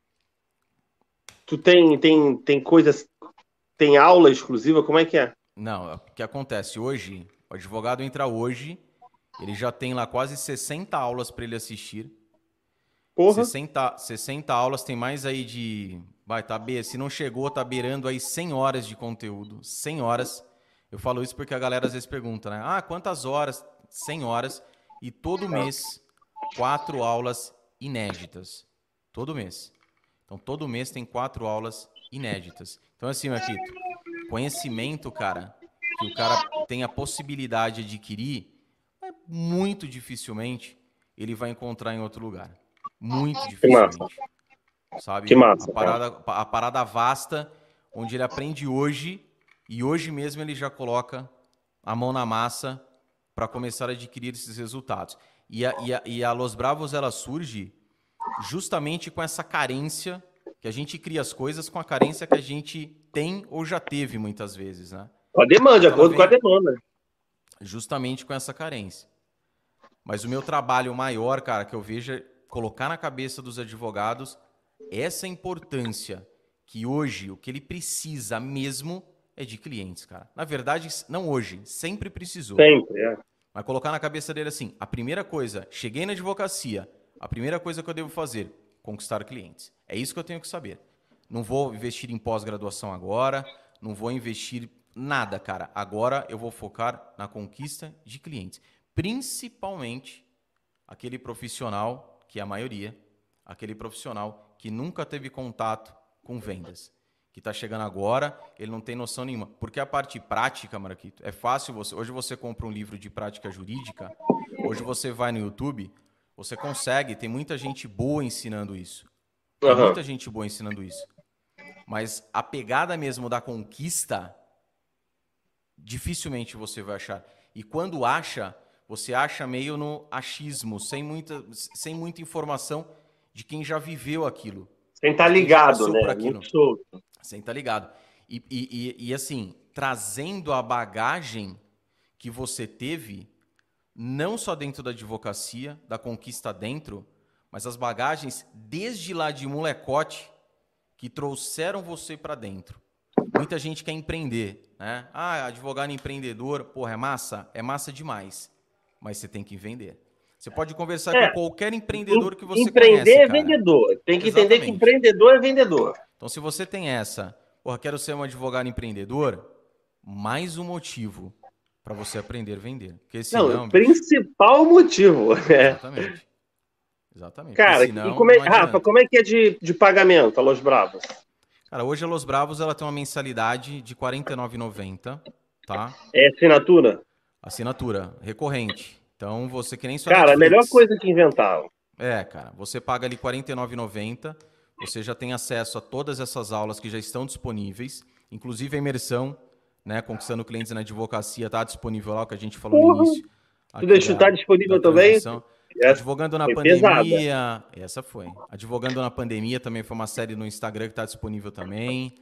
tu tem coisas, tem aula exclusiva, como é que é? Não, o que acontece hoje, o advogado entra hoje, ele já tem lá quase 60 aulas para ele assistir. Porra. 60 aulas, tem mais aí de... se não chegou, tá beirando aí 100 horas de conteúdo. 100 horas. Eu falo isso porque a galera às vezes pergunta, né? Quantas horas? 100 horas. E todo mês, 4 aulas inéditas. Todo mês. Então, todo mês tem 4 aulas inéditas. Então, assim, Marquito, conhecimento, cara, que o cara tem a possibilidade de adquirir, muito dificilmente ele vai encontrar em outro lugar. Muito Que massa, dificilmente. Sabe? que massa, cara. A parada vasta, onde ele aprende hoje, e hoje mesmo ele já coloca a mão na massa para começar a adquirir esses resultados. E a Los Bravos, ela surge justamente com essa carência, que a gente cria as coisas com a carência que a gente tem ou já teve muitas vezes, né? A demanda, de Então, acordo com a demanda. justamente com essa carência. Mas o meu trabalho maior, cara, que eu vejo é colocar na cabeça dos advogados essa importância que hoje o que ele precisa mesmo é de clientes, cara. Na verdade, não hoje, sempre precisou. Sempre, é. Mas colocar na cabeça dele assim, a primeira coisa, cheguei na advocacia, a primeira coisa que eu devo fazer, conquistar clientes. É isso que eu tenho que saber. Não vou investir em pós-graduação agora, não vou investir nada, cara. Agora eu vou focar na conquista de clientes. Principalmente aquele profissional, que é a maioria, aquele profissional que nunca teve contato com vendas, que está chegando agora, ele não tem noção nenhuma. Porque a parte prática, Marquito, é fácil. Hoje você compra um livro de prática jurídica, hoje você vai no YouTube, você consegue, tem muita gente boa ensinando isso. Tem muita gente boa ensinando isso. Mas a pegada mesmo da conquista, dificilmente você vai achar. E quando acha, você acha meio no achismo, sem muita informação de quem já viveu aquilo. Sem estar ligado, né? Muito solto. Sem estar ligado. E assim, trazendo a bagagem que você teve, não só dentro da advocacia, da conquista dentro, mas as bagagens desde lá de molecote que trouxeram você para dentro. Muita gente quer empreender, né? Ah, advogado empreendedor, porra, é massa demais. Mas você tem que vender. Você pode conversar com qualquer empreendedor que você conhece, Empreender é cara. vendedor. Tem que entender que empreendedor é vendedor. Então, se você tem essa, porra, quero ser um advogado empreendedor, mais um motivo para você aprender a vender. Porque senão, não, principal motivo. Exatamente. Exatamente. Cara, senão, Rafa, como é que é de pagamento a Los Bravos? Cara, hoje a Los Bravos ela tem uma mensalidade de R$ 49,90, tá? É assinatura? Assinatura, recorrente. Então, você que nem só Cara, Netflix. a melhor coisa que inventaram. Cara, você paga ali R$ 49,90, você já tem acesso a todas essas aulas que já estão disponíveis, inclusive a imersão, né, Conquistando Clientes na Advocacia, está disponível lá, o que a gente falou no início. Tu deixou estar disponível também? Advogando na Pandemia, pesada. Essa foi. Advogando na Pandemia também foi uma série no Instagram que está disponível também.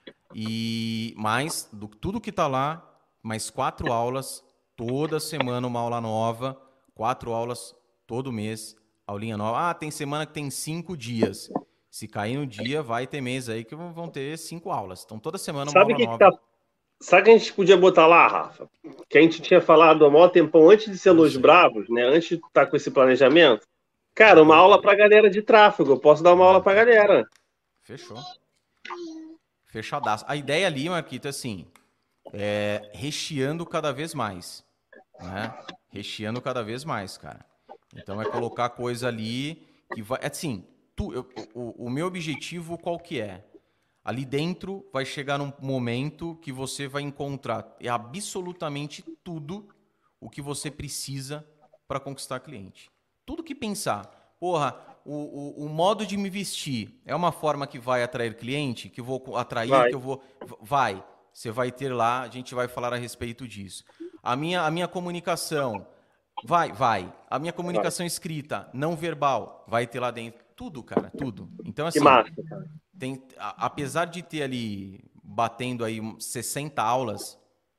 E mais, tudo que está lá, mais 4 aulas, toda semana uma aula nova, 4 aulas todo mês, aulinha nova. Ah, tem semana que tem 5 dias. Se cair no dia, vai ter mês aí que vão ter 5 aulas. Então toda semana uma aula nova. Sabe o que a gente podia botar lá, Rafa? Que a gente tinha falado há maior tempão antes de ser Los Bravos, né? Antes de estar com esse planejamento. Cara, uma aula pra galera de tráfego. Eu posso dar uma aula pra galera. Fechou. Fechadaço. A ideia ali, Marquito, é assim, recheando cada vez mais, né? Recheando cada vez mais, cara. Então é colocar coisa ali que vai... Assim, o meu objetivo qual que é? Ali dentro vai chegar um momento que você vai encontrar absolutamente tudo o que você precisa para conquistar cliente. Tudo que pensar. Porra, o modo de me vestir é uma forma que vai atrair cliente? Que eu vou atrair, que eu vou... Vai. Você vai ter lá, a gente vai falar a respeito disso. A minha comunicação... Vai. A minha comunicação escrita, não verbal, vai ter lá dentro. Tudo, cara, tudo. Então, assim... Que massa, cara. Apesar de ter ali, batendo aí 60 aulas,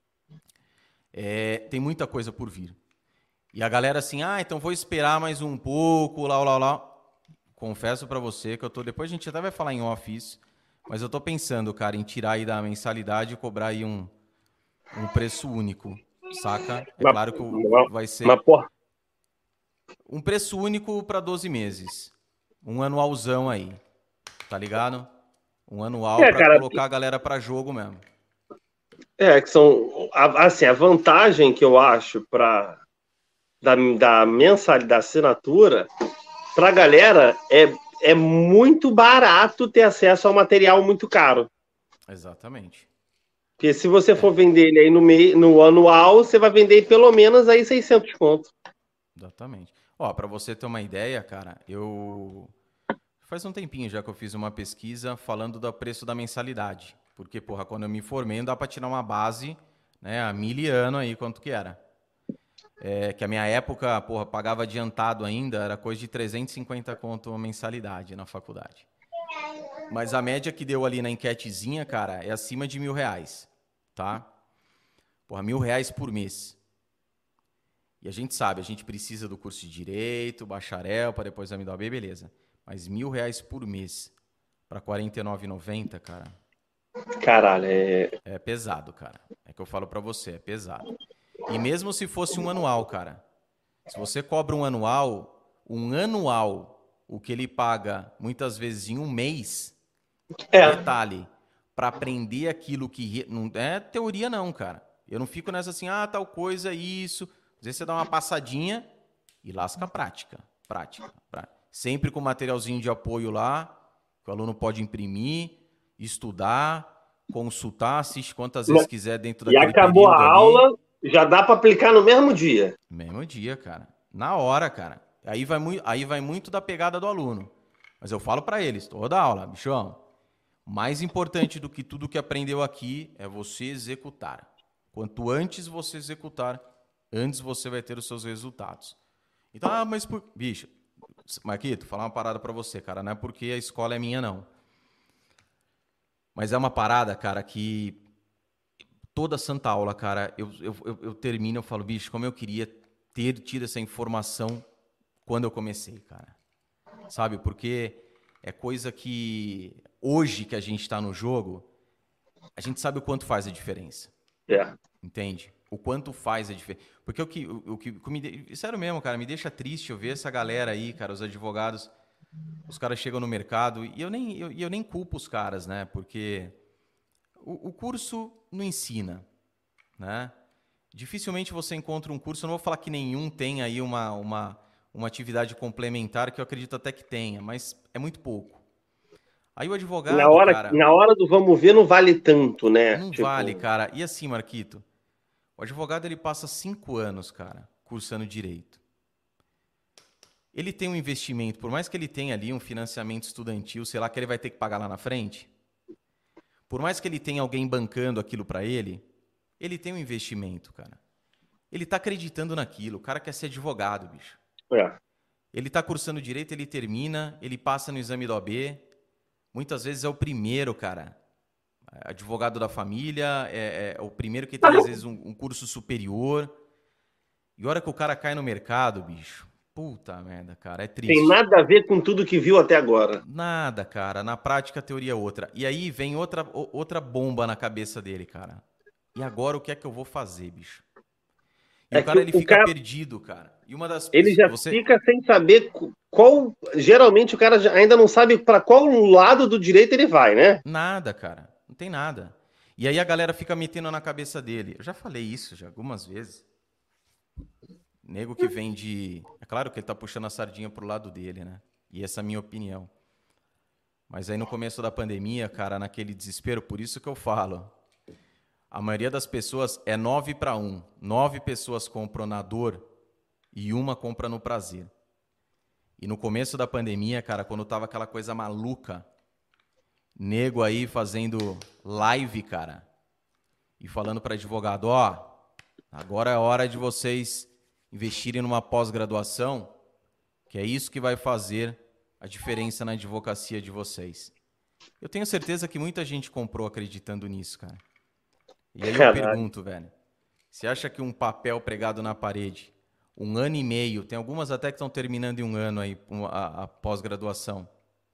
tem muita coisa por vir. E a galera assim, então vou esperar mais um pouco, lá. Confesso pra você que depois a gente até vai falar em off isso, mas eu tô pensando, cara, em tirar aí da mensalidade e cobrar aí um preço único, saca? É claro que vai ser um preço único para 12 meses. Um anualzão aí. Tá ligado? Um anual pra colocar a galera pra jogo mesmo. Que são... Assim, a vantagem que eu acho da mensalidade, da assinatura, pra galera, é muito barato ter acesso ao material muito caro. Exatamente. Porque se você for vender ele aí no anual, você vai vender pelo menos aí 600 conto. Exatamente. Ó, pra você ter uma ideia, cara, faz um tempinho já que eu fiz uma pesquisa falando do preço da mensalidade. Porque, porra, quando eu me formei, não dá pra tirar uma base, né, há 1000 aí, quanto que era. Que a minha época, porra, pagava adiantado ainda, era coisa de 350 conto a mensalidade na faculdade. Mas a média que deu ali na enquetezinha, cara, é acima de R$ 1.000, tá? Porra, R$ 1.000 por mês. E a gente sabe, a gente precisa do curso de Direito, bacharel, para depois da MDOB, beleza. Mas R$ 1.000 por mês para R$ 49,90, cara, Caralho, é pesado, cara. É que eu falo pra você, é pesado. E mesmo se fosse um anual, cara, se você cobra um anual, o que ele paga muitas vezes em um mês, detalhe, para aprender aquilo que não é teoria não, cara. Eu não fico nessa assim, tal coisa, isso. Às vezes você dá uma passadinha e lasca a prática. Prática. Sempre com materialzinho de apoio lá, que o aluno pode imprimir, estudar, consultar, assiste quantas vezes quiser dentro E daquele acabou a período ali. aula, já dá para aplicar no mesmo dia. Mesmo dia, cara. Na hora, cara. Aí vai muito da pegada do aluno. Mas eu falo para eles, toda aula, bichão, mais importante do que tudo que aprendeu aqui é você executar. Quanto antes você executar, antes você vai ter os seus resultados. Então, mas bicho, Marquito, falar uma parada pra você, cara, não é porque a escola é minha, não. Mas é uma parada, cara, que toda santa aula, cara, eu termino, eu falo, bicho, como eu queria ter tido essa informação quando eu comecei, cara. Sabe, porque é coisa que hoje que a gente tá no jogo, a gente sabe o quanto faz a diferença. Entende? O quanto faz a diferença. Porque sério mesmo, cara, me deixa triste eu ver essa galera aí, cara, os advogados, os caras chegam no mercado e eu nem culpo os caras, né? Porque o curso não ensina, né? Dificilmente você encontra um curso, eu não vou falar que nenhum tem aí uma atividade complementar, que eu acredito até que tenha, mas é muito pouco. Aí o advogado, cara, Na hora do vamos ver, não vale tanto, né? não Tipo, vale, cara. E assim, Marquito, o advogado ele passa 5 anos, cara, cursando direito. Ele tem um investimento, por mais que ele tenha ali um financiamento estudantil, sei lá, que ele vai ter que pagar lá na frente, por mais que ele tenha alguém bancando aquilo pra ele tem um investimento, cara. Ele tá acreditando naquilo, o cara quer ser advogado, bicho. Ele tá cursando direito, ele termina, ele passa no exame da OAB, muitas vezes é o primeiro, cara. Advogado da família, é o primeiro que tem, às vezes, um curso superior. E a hora que o cara cai no mercado, bicho, puta merda, cara, é tem triste. nada a ver com tudo que viu até agora. Nada, cara. Na prática, a teoria é outra. E aí vem outra bomba na cabeça dele, cara. E agora o que é que eu vou fazer, bicho? E É o que cara, ele o fica cara, perdido, cara. E uma das ele pessoas... já fica sem saber qual. Geralmente o cara ainda não sabe para qual lado do direito ele vai, né? Nada, cara. Não tem nada. E aí a galera fica metendo na cabeça dele. Eu já falei isso já algumas vezes. Nego que vem de... É claro que ele tá puxando a sardinha pro lado dele, né? E essa é a minha opinião. Mas aí no começo da pandemia, cara, naquele desespero, por isso que eu falo. A maioria das pessoas é 9-1. 9 pessoas compram na dor e uma compra no prazer. E no começo da pandemia, cara, quando tava aquela coisa maluca, nego aí fazendo live, cara, e falando para advogado, agora é hora de vocês investirem numa pós-graduação, que é isso que vai fazer a diferença na advocacia de vocês. Eu tenho certeza que muita gente comprou acreditando nisso, cara. E aí eu pergunto, velho, você acha que um papel pregado na parede, 1 ano e meio, tem algumas até que estão terminando em 1 ano aí a pós-graduação,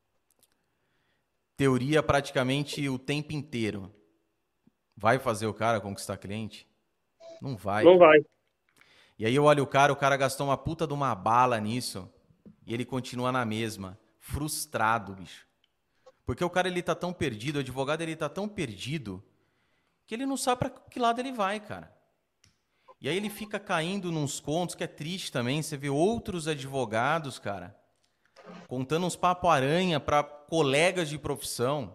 teoria praticamente o tempo inteiro, vai fazer o cara conquistar cliente? Não vai, Não cara. vai. E aí eu olho o cara gastou uma puta de uma bala nisso e ele continua na mesma, frustrado, bicho. Porque o cara ele tá tão perdido, o advogado ele tá tão perdido que ele não sabe pra que lado ele vai, cara. E aí ele fica caindo nos contos, que é triste também, você vê outros advogados, cara, contando uns papo-aranha para colegas de profissão.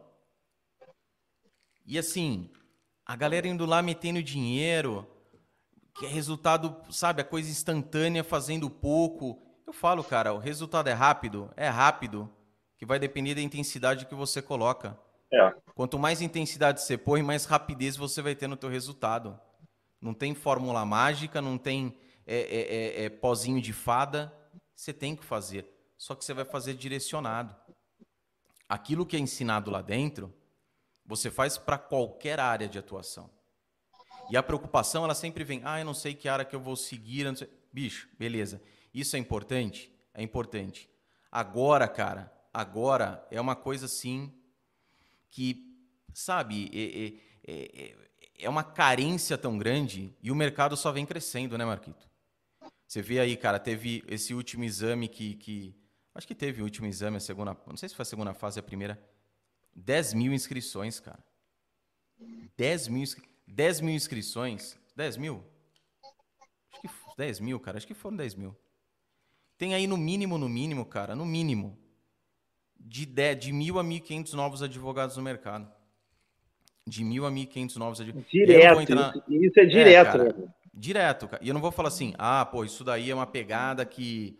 E assim, a galera indo lá metendo dinheiro, que é resultado, sabe, a coisa instantânea fazendo pouco. Eu falo, cara, o resultado é rápido, que vai depender da intensidade que você coloca. É. Quanto mais intensidade você põe, mais rapidez você vai ter no teu resultado. Não tem fórmula mágica, não tem pozinho de fada. Você tem que fazer. Só que você vai fazer direcionado. Aquilo que é ensinado lá dentro, você faz para qualquer área de atuação. E a preocupação, ela sempre vem, eu não sei que área que eu vou seguir. Não sei. Bicho, beleza. Isso é importante? É importante. Agora, cara, é uma coisa assim que, sabe, é uma carência tão grande e o mercado só vem crescendo, né, Marquito? Você vê aí, cara, teve esse último exame acho que teve o último exame, a segunda... Não sei se foi a segunda fase, a primeira. 10 mil inscrições, cara. 10 mil inscrições. 10 mil? Acho que 10 mil, cara. Acho que foram 10 mil. Tem aí no mínimo, cara, no mínimo, de 1.000 a 1.500 novos advogados no mercado. De 1.000 a 1.500 novos advogados. Direto, isso é direto, cara, né? direto, cara. E eu não vou falar assim, isso daí é uma pegada que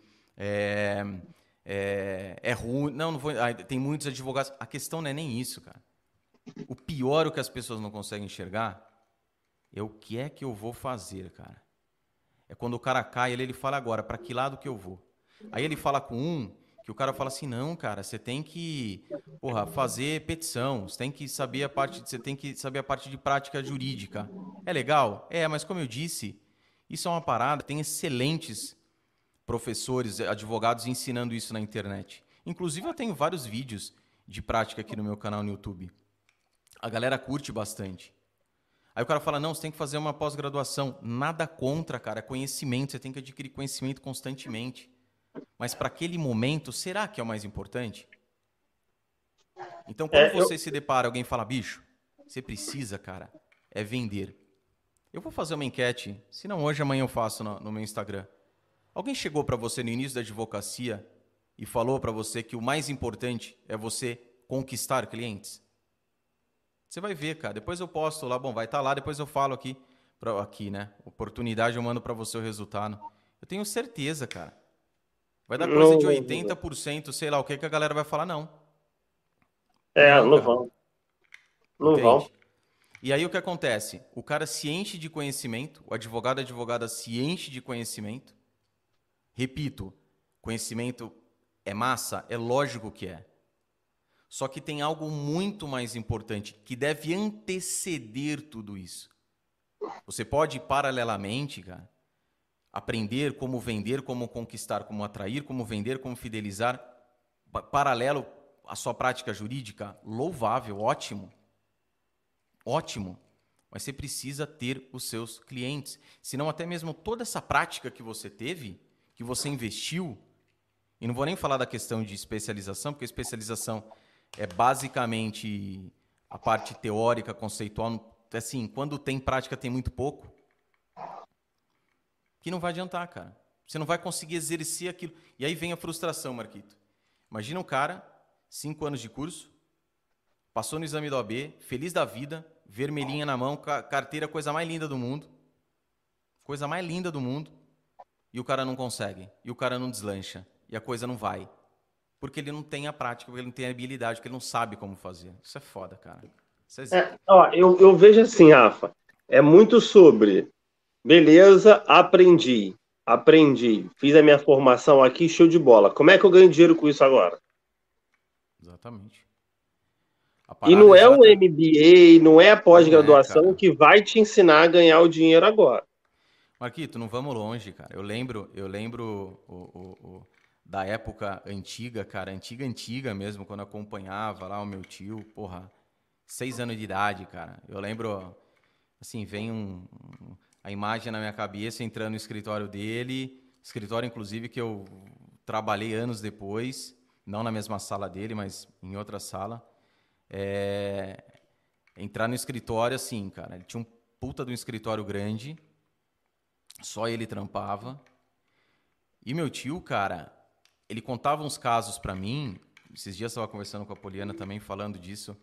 é ruim. Não vou. Tem muitos advogados. A questão não é nem isso, cara. O pior, o que as pessoas não conseguem enxergar, é o que é que eu vou fazer, cara. É quando o cara cai, ele fala agora, para que lado que eu vou? Aí ele fala com que o cara fala assim, não, cara, você tem que, fazer petição, você tem que saber a parte de prática jurídica. É legal? Mas como eu disse, isso é uma parada, tem excelentes professores, advogados ensinando isso na internet. Inclusive eu tenho vários vídeos de prática aqui no meu canal no YouTube. A galera curte bastante. Aí o cara fala, não, você tem que fazer uma pós-graduação. Nada contra, cara, é conhecimento, você tem que adquirir conhecimento constantemente. Mas para aquele momento, será que é o mais importante? Então, quando você se depara, alguém fala, bicho, você precisa, cara, é vender. Eu vou fazer uma enquete, se não hoje, amanhã eu faço no meu Instagram. Alguém chegou para você no início da advocacia e falou para você que o mais importante é você conquistar clientes? Você vai ver, cara. Depois eu posto lá, vai estar lá, depois eu falo aqui, né? Oportunidade, eu mando para você o resultado. Eu tenho certeza, cara. Vai dar coisa de 80%, sei lá o que a galera vai falar, não. Não vão. Não vão. E aí o que acontece? O cara se enche de conhecimento, o advogado, a advogada se enche de conhecimento. Repito, conhecimento é massa? É lógico que é. Só que tem algo muito mais importante, que deve anteceder tudo isso. Você pode, paralelamente, cara, aprender como vender, como conquistar, como atrair, como vender, como fidelizar, paralelo à sua prática jurídica, louvável, ótimo. Ótimo. Mas você precisa ter os seus clientes. Senão até mesmo toda essa prática que você teve, que você investiu, e não vou nem falar da questão de especialização, porque a especialização é basicamente a parte teórica, conceitual. Assim, quando tem prática, tem muito pouco. Que não vai adiantar, cara. Você não vai conseguir exercer aquilo. E aí vem a frustração, Marquito. Imagina um cara, 5 anos de curso, passou no exame da OAB, feliz da vida, vermelhinha na mão, carteira, coisa mais linda do mundo. Coisa mais linda do mundo. E o cara não consegue. E o cara não deslancha. E a coisa não vai. Porque ele não tem a prática, porque ele não tem a habilidade, porque ele não sabe como fazer. Isso é foda, cara. Isso é eu vejo assim, Rafa, é muito sobre, beleza, aprendi, fiz a minha formação aqui, show de bola. Como é que eu ganho dinheiro com isso agora? Exatamente. E não é o MBA, não é a pós-graduação que vai te ensinar a ganhar o dinheiro agora. Marquito, não vamos longe, cara. Eu lembro da época antiga, cara, antiga mesmo, quando eu acompanhava lá o meu tio, 6 anos de idade, cara. Eu lembro, assim, vem a imagem na minha cabeça entrando no escritório dele, escritório, inclusive, que eu trabalhei anos depois, não na mesma sala dele, mas em outra sala. Entrar no escritório, assim, cara, ele tinha um puta de um escritório grande, só ele trampava. E meu tio, cara, ele contava uns casos para mim. Esses dias eu estava conversando com a Poliana também, falando disso.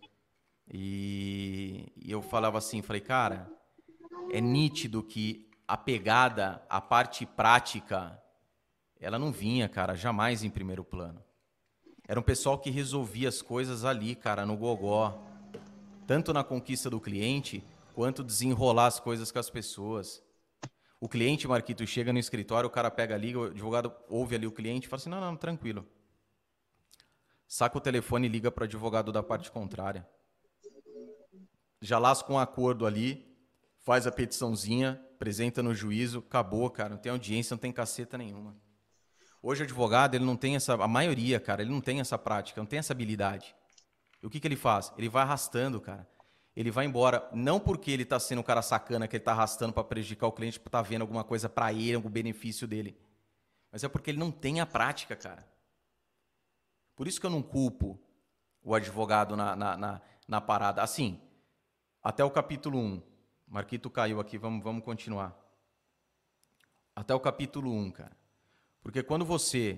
E eu falava assim, falei, cara, é nítido que a pegada, a parte prática, ela não vinha, cara, jamais em primeiro plano. Era um pessoal que resolvia as coisas ali, cara, no gogó. Tanto na conquista do cliente, quanto desenrolar as coisas com as pessoas. O cliente, Marquito, chega no escritório, o cara pega ali, o advogado ouve ali o cliente e fala assim, não, tranquilo. Saca o telefone e liga para o advogado da parte contrária. Já lasca um acordo ali, faz a petiçãozinha, apresenta no juízo, acabou, cara. Não tem audiência, não tem caceta nenhuma. Hoje o advogado, ele não tem essa... A maioria, cara, ele não tem essa prática, não tem essa habilidade. E o que ele faz? Ele vai arrastando, cara. Ele vai embora, não porque ele está sendo um cara sacana, que ele está arrastando para prejudicar o cliente, para estar vendo alguma coisa para ele, algum benefício dele. Mas é porque ele não tem a prática, cara. Por isso que eu não culpo o advogado na parada. Assim, até o capítulo 1. Marquito caiu aqui, vamos continuar. Até o capítulo 1, cara. Porque quando você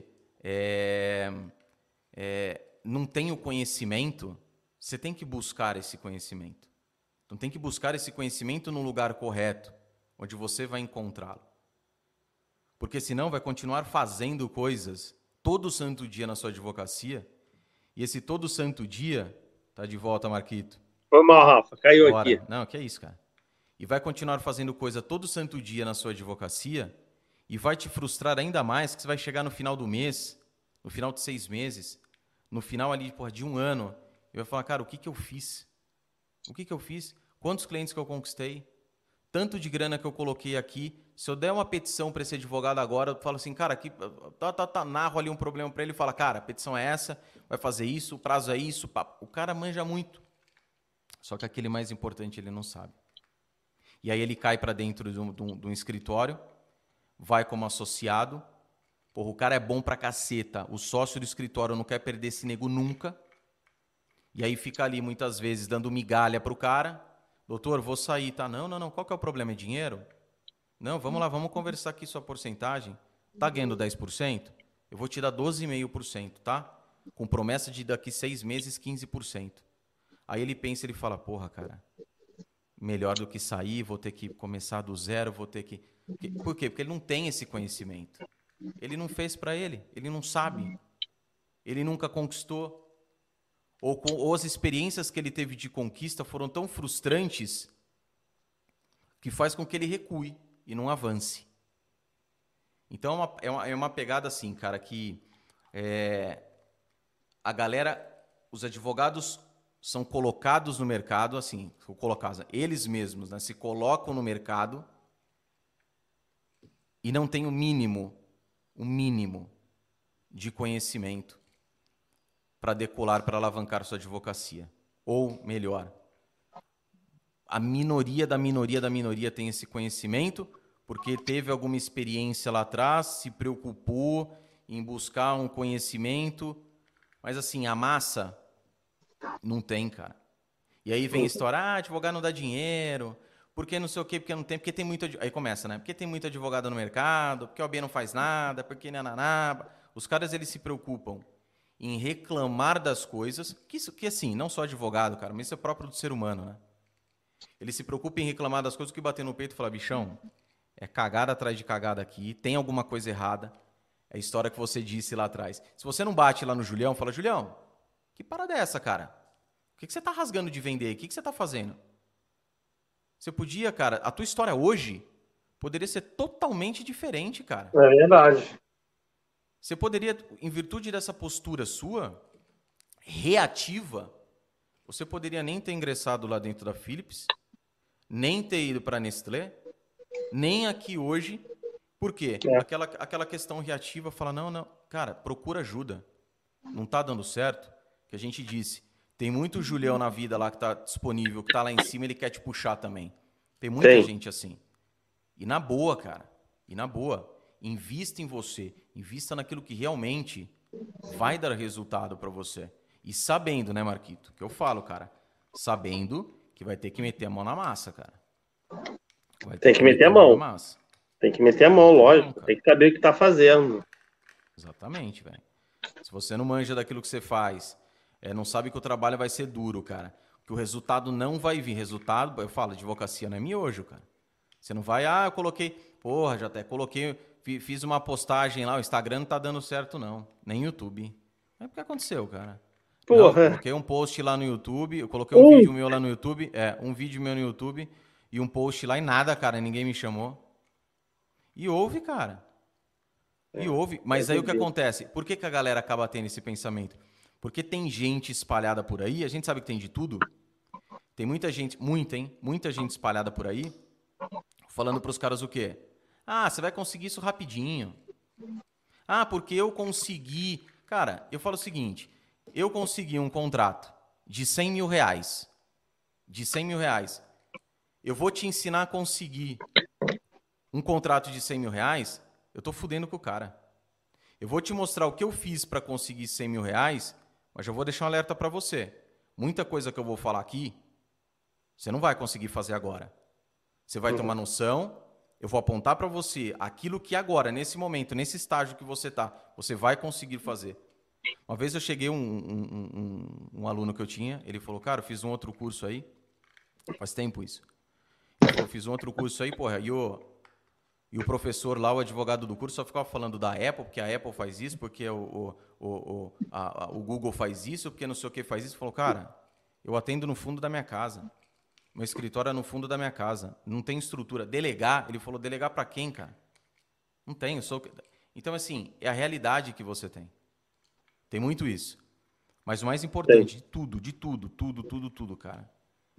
não tem o conhecimento, você tem que buscar esse conhecimento. Então tem que buscar esse conhecimento no lugar correto, onde você vai encontrá-lo. Porque senão vai continuar fazendo coisas todo santo dia na sua advocacia, e esse todo santo dia, tá de volta, Marquito. Foi mal, Rafa, caiu Bora. aqui. Não, que é isso, cara. E vai continuar fazendo coisa todo santo dia na sua advocacia, e vai te frustrar ainda mais, que você vai chegar no final do mês, no final de 6 meses, no final ali, de um ano, e vai falar, cara, o que eu fiz? O que eu fiz? Quantos clientes que eu conquistei? Tanto de grana que eu coloquei aqui. Se eu der uma petição para esse advogado agora, eu falo assim, cara, aqui narro ali um problema para ele e fala, cara, a petição é essa, vai fazer isso, o prazo é isso. Pá. O cara manja muito. Só que aquele mais importante ele não sabe. E aí ele cai para dentro de um escritório, vai como associado. Porra, o cara é bom pra caceta. O sócio do escritório não quer perder esse nego nunca. E aí fica ali muitas vezes dando migalha pro cara. Doutor, vou sair, tá? Não. Qual que é o problema? É dinheiro? Não, vamos lá, vamos conversar aqui sua porcentagem. Tá ganhando 10%? Eu vou te dar 12,5%, tá? Com promessa de daqui 6 meses, 15%. Aí ele pensa, ele fala, porra, cara, melhor do que sair, vou ter que começar do zero, vou ter que... Por quê? Porque ele não tem esse conhecimento. Ele não fez para ele não sabe. Ele nunca conquistou. Ou as experiências que ele teve de conquista foram tão frustrantes que faz com que ele recue e não avance. Então é uma pegada assim, cara, que a galera, os advogados são colocados no mercado, assim, colocados, eles mesmos, né, se colocam no mercado e não têm o mínimo de conhecimento para decolar, para alavancar sua advocacia. Ou, melhor, a minoria da minoria tem esse conhecimento porque teve alguma experiência lá atrás, se preocupou em buscar um conhecimento, mas assim, a massa não tem, cara. E aí vem a história, advogado não dá dinheiro, porque não sei o quê, porque não tem, porque tem muito... Aí começa, né? Porque tem muito advogado no mercado, porque o OAB não faz nada, porque nananá. Os caras, eles se preocupam em reclamar das coisas, que assim, não só advogado, cara, mas isso é próprio do ser humano, né? Ele se preocupa em reclamar das coisas, que bater no peito e falar, bichão, é cagada atrás de cagada aqui, tem alguma coisa errada, é a história que você disse lá atrás. Se você não bate lá no Julião, fala, Julião, que parada é essa, cara? O que você tá rasgando de vender? O que você tá fazendo? Você podia, cara, a tua história hoje poderia ser totalmente diferente, cara. É verdade. Você poderia, em virtude dessa postura sua, reativa, você poderia nem ter ingressado lá dentro da Philips, nem ter ido para a Nestlé, nem aqui hoje. Por quê? Aquela questão reativa, fala, não, cara, procura ajuda. Não está dando certo? Que a gente disse, tem muito Julião na vida lá que está disponível, que está lá em cima, ele quer te puxar também. Tem muita gente assim. E na boa, cara, invista em você, invista naquilo que realmente vai dar resultado para você. E sabendo, né, Marquito, que eu falo, cara, sabendo que vai ter que meter a mão na massa, cara. Tem que meter a mão. Tem que meter a mão, lógico. Tem que saber o que tá fazendo. Exatamente, velho. Se você não manja daquilo que você faz, não sabe que o trabalho vai ser duro, cara, que o resultado não vai vir. Resultado, eu falo, advocacia não é miojo, cara. Você não vai, eu coloquei, porra, já até coloquei, fiz uma postagem lá, o Instagram não tá dando certo não, nem YouTube. Mas o que aconteceu, cara? Não, eu Porra. coloquei um post lá no YouTube, eu coloquei um vídeo meu lá no YouTube, um vídeo meu no YouTube e um post lá e nada, cara, ninguém me chamou. E houve, cara. E houve. Mas aí o que acontece? Por que a galera acaba tendo esse pensamento? Porque tem gente espalhada por aí, a gente sabe que tem de tudo. Tem muita gente, muita, hein? Muita gente espalhada por aí, falando pros caras o quê? Você vai conseguir isso rapidinho. Porque eu consegui... Cara, eu falo o seguinte, eu consegui um contrato de 100 mil reais. De 100 mil reais. Eu vou te ensinar a conseguir um contrato de 100 mil reais, eu tô fudendo com o cara. Eu vou te mostrar o que eu fiz para conseguir 100 mil reais, mas já vou deixar um alerta para você. Muita coisa que eu vou falar aqui, você não vai conseguir fazer agora. Você vai tomar noção, eu vou apontar para você aquilo que agora, nesse momento, nesse estágio que você tá, você vai conseguir fazer. Uma vez eu cheguei, um aluno que eu tinha, ele falou, cara, eu fiz um outro curso aí, faz tempo isso. Ele falou, fiz um outro curso aí, porra, e o professor lá, o advogado do curso, só ficava falando da Apple, porque a Apple faz isso, porque o Google faz isso, porque não sei o que faz isso. Falou, cara, eu atendo no fundo da minha casa. Meu escritório é no fundo da minha casa. Não tem estrutura. Delegar, ele falou, delegar para quem, cara? Não tem. Então, assim, é a realidade que você tem. Tem muito isso. Mas o mais importante de tudo, cara,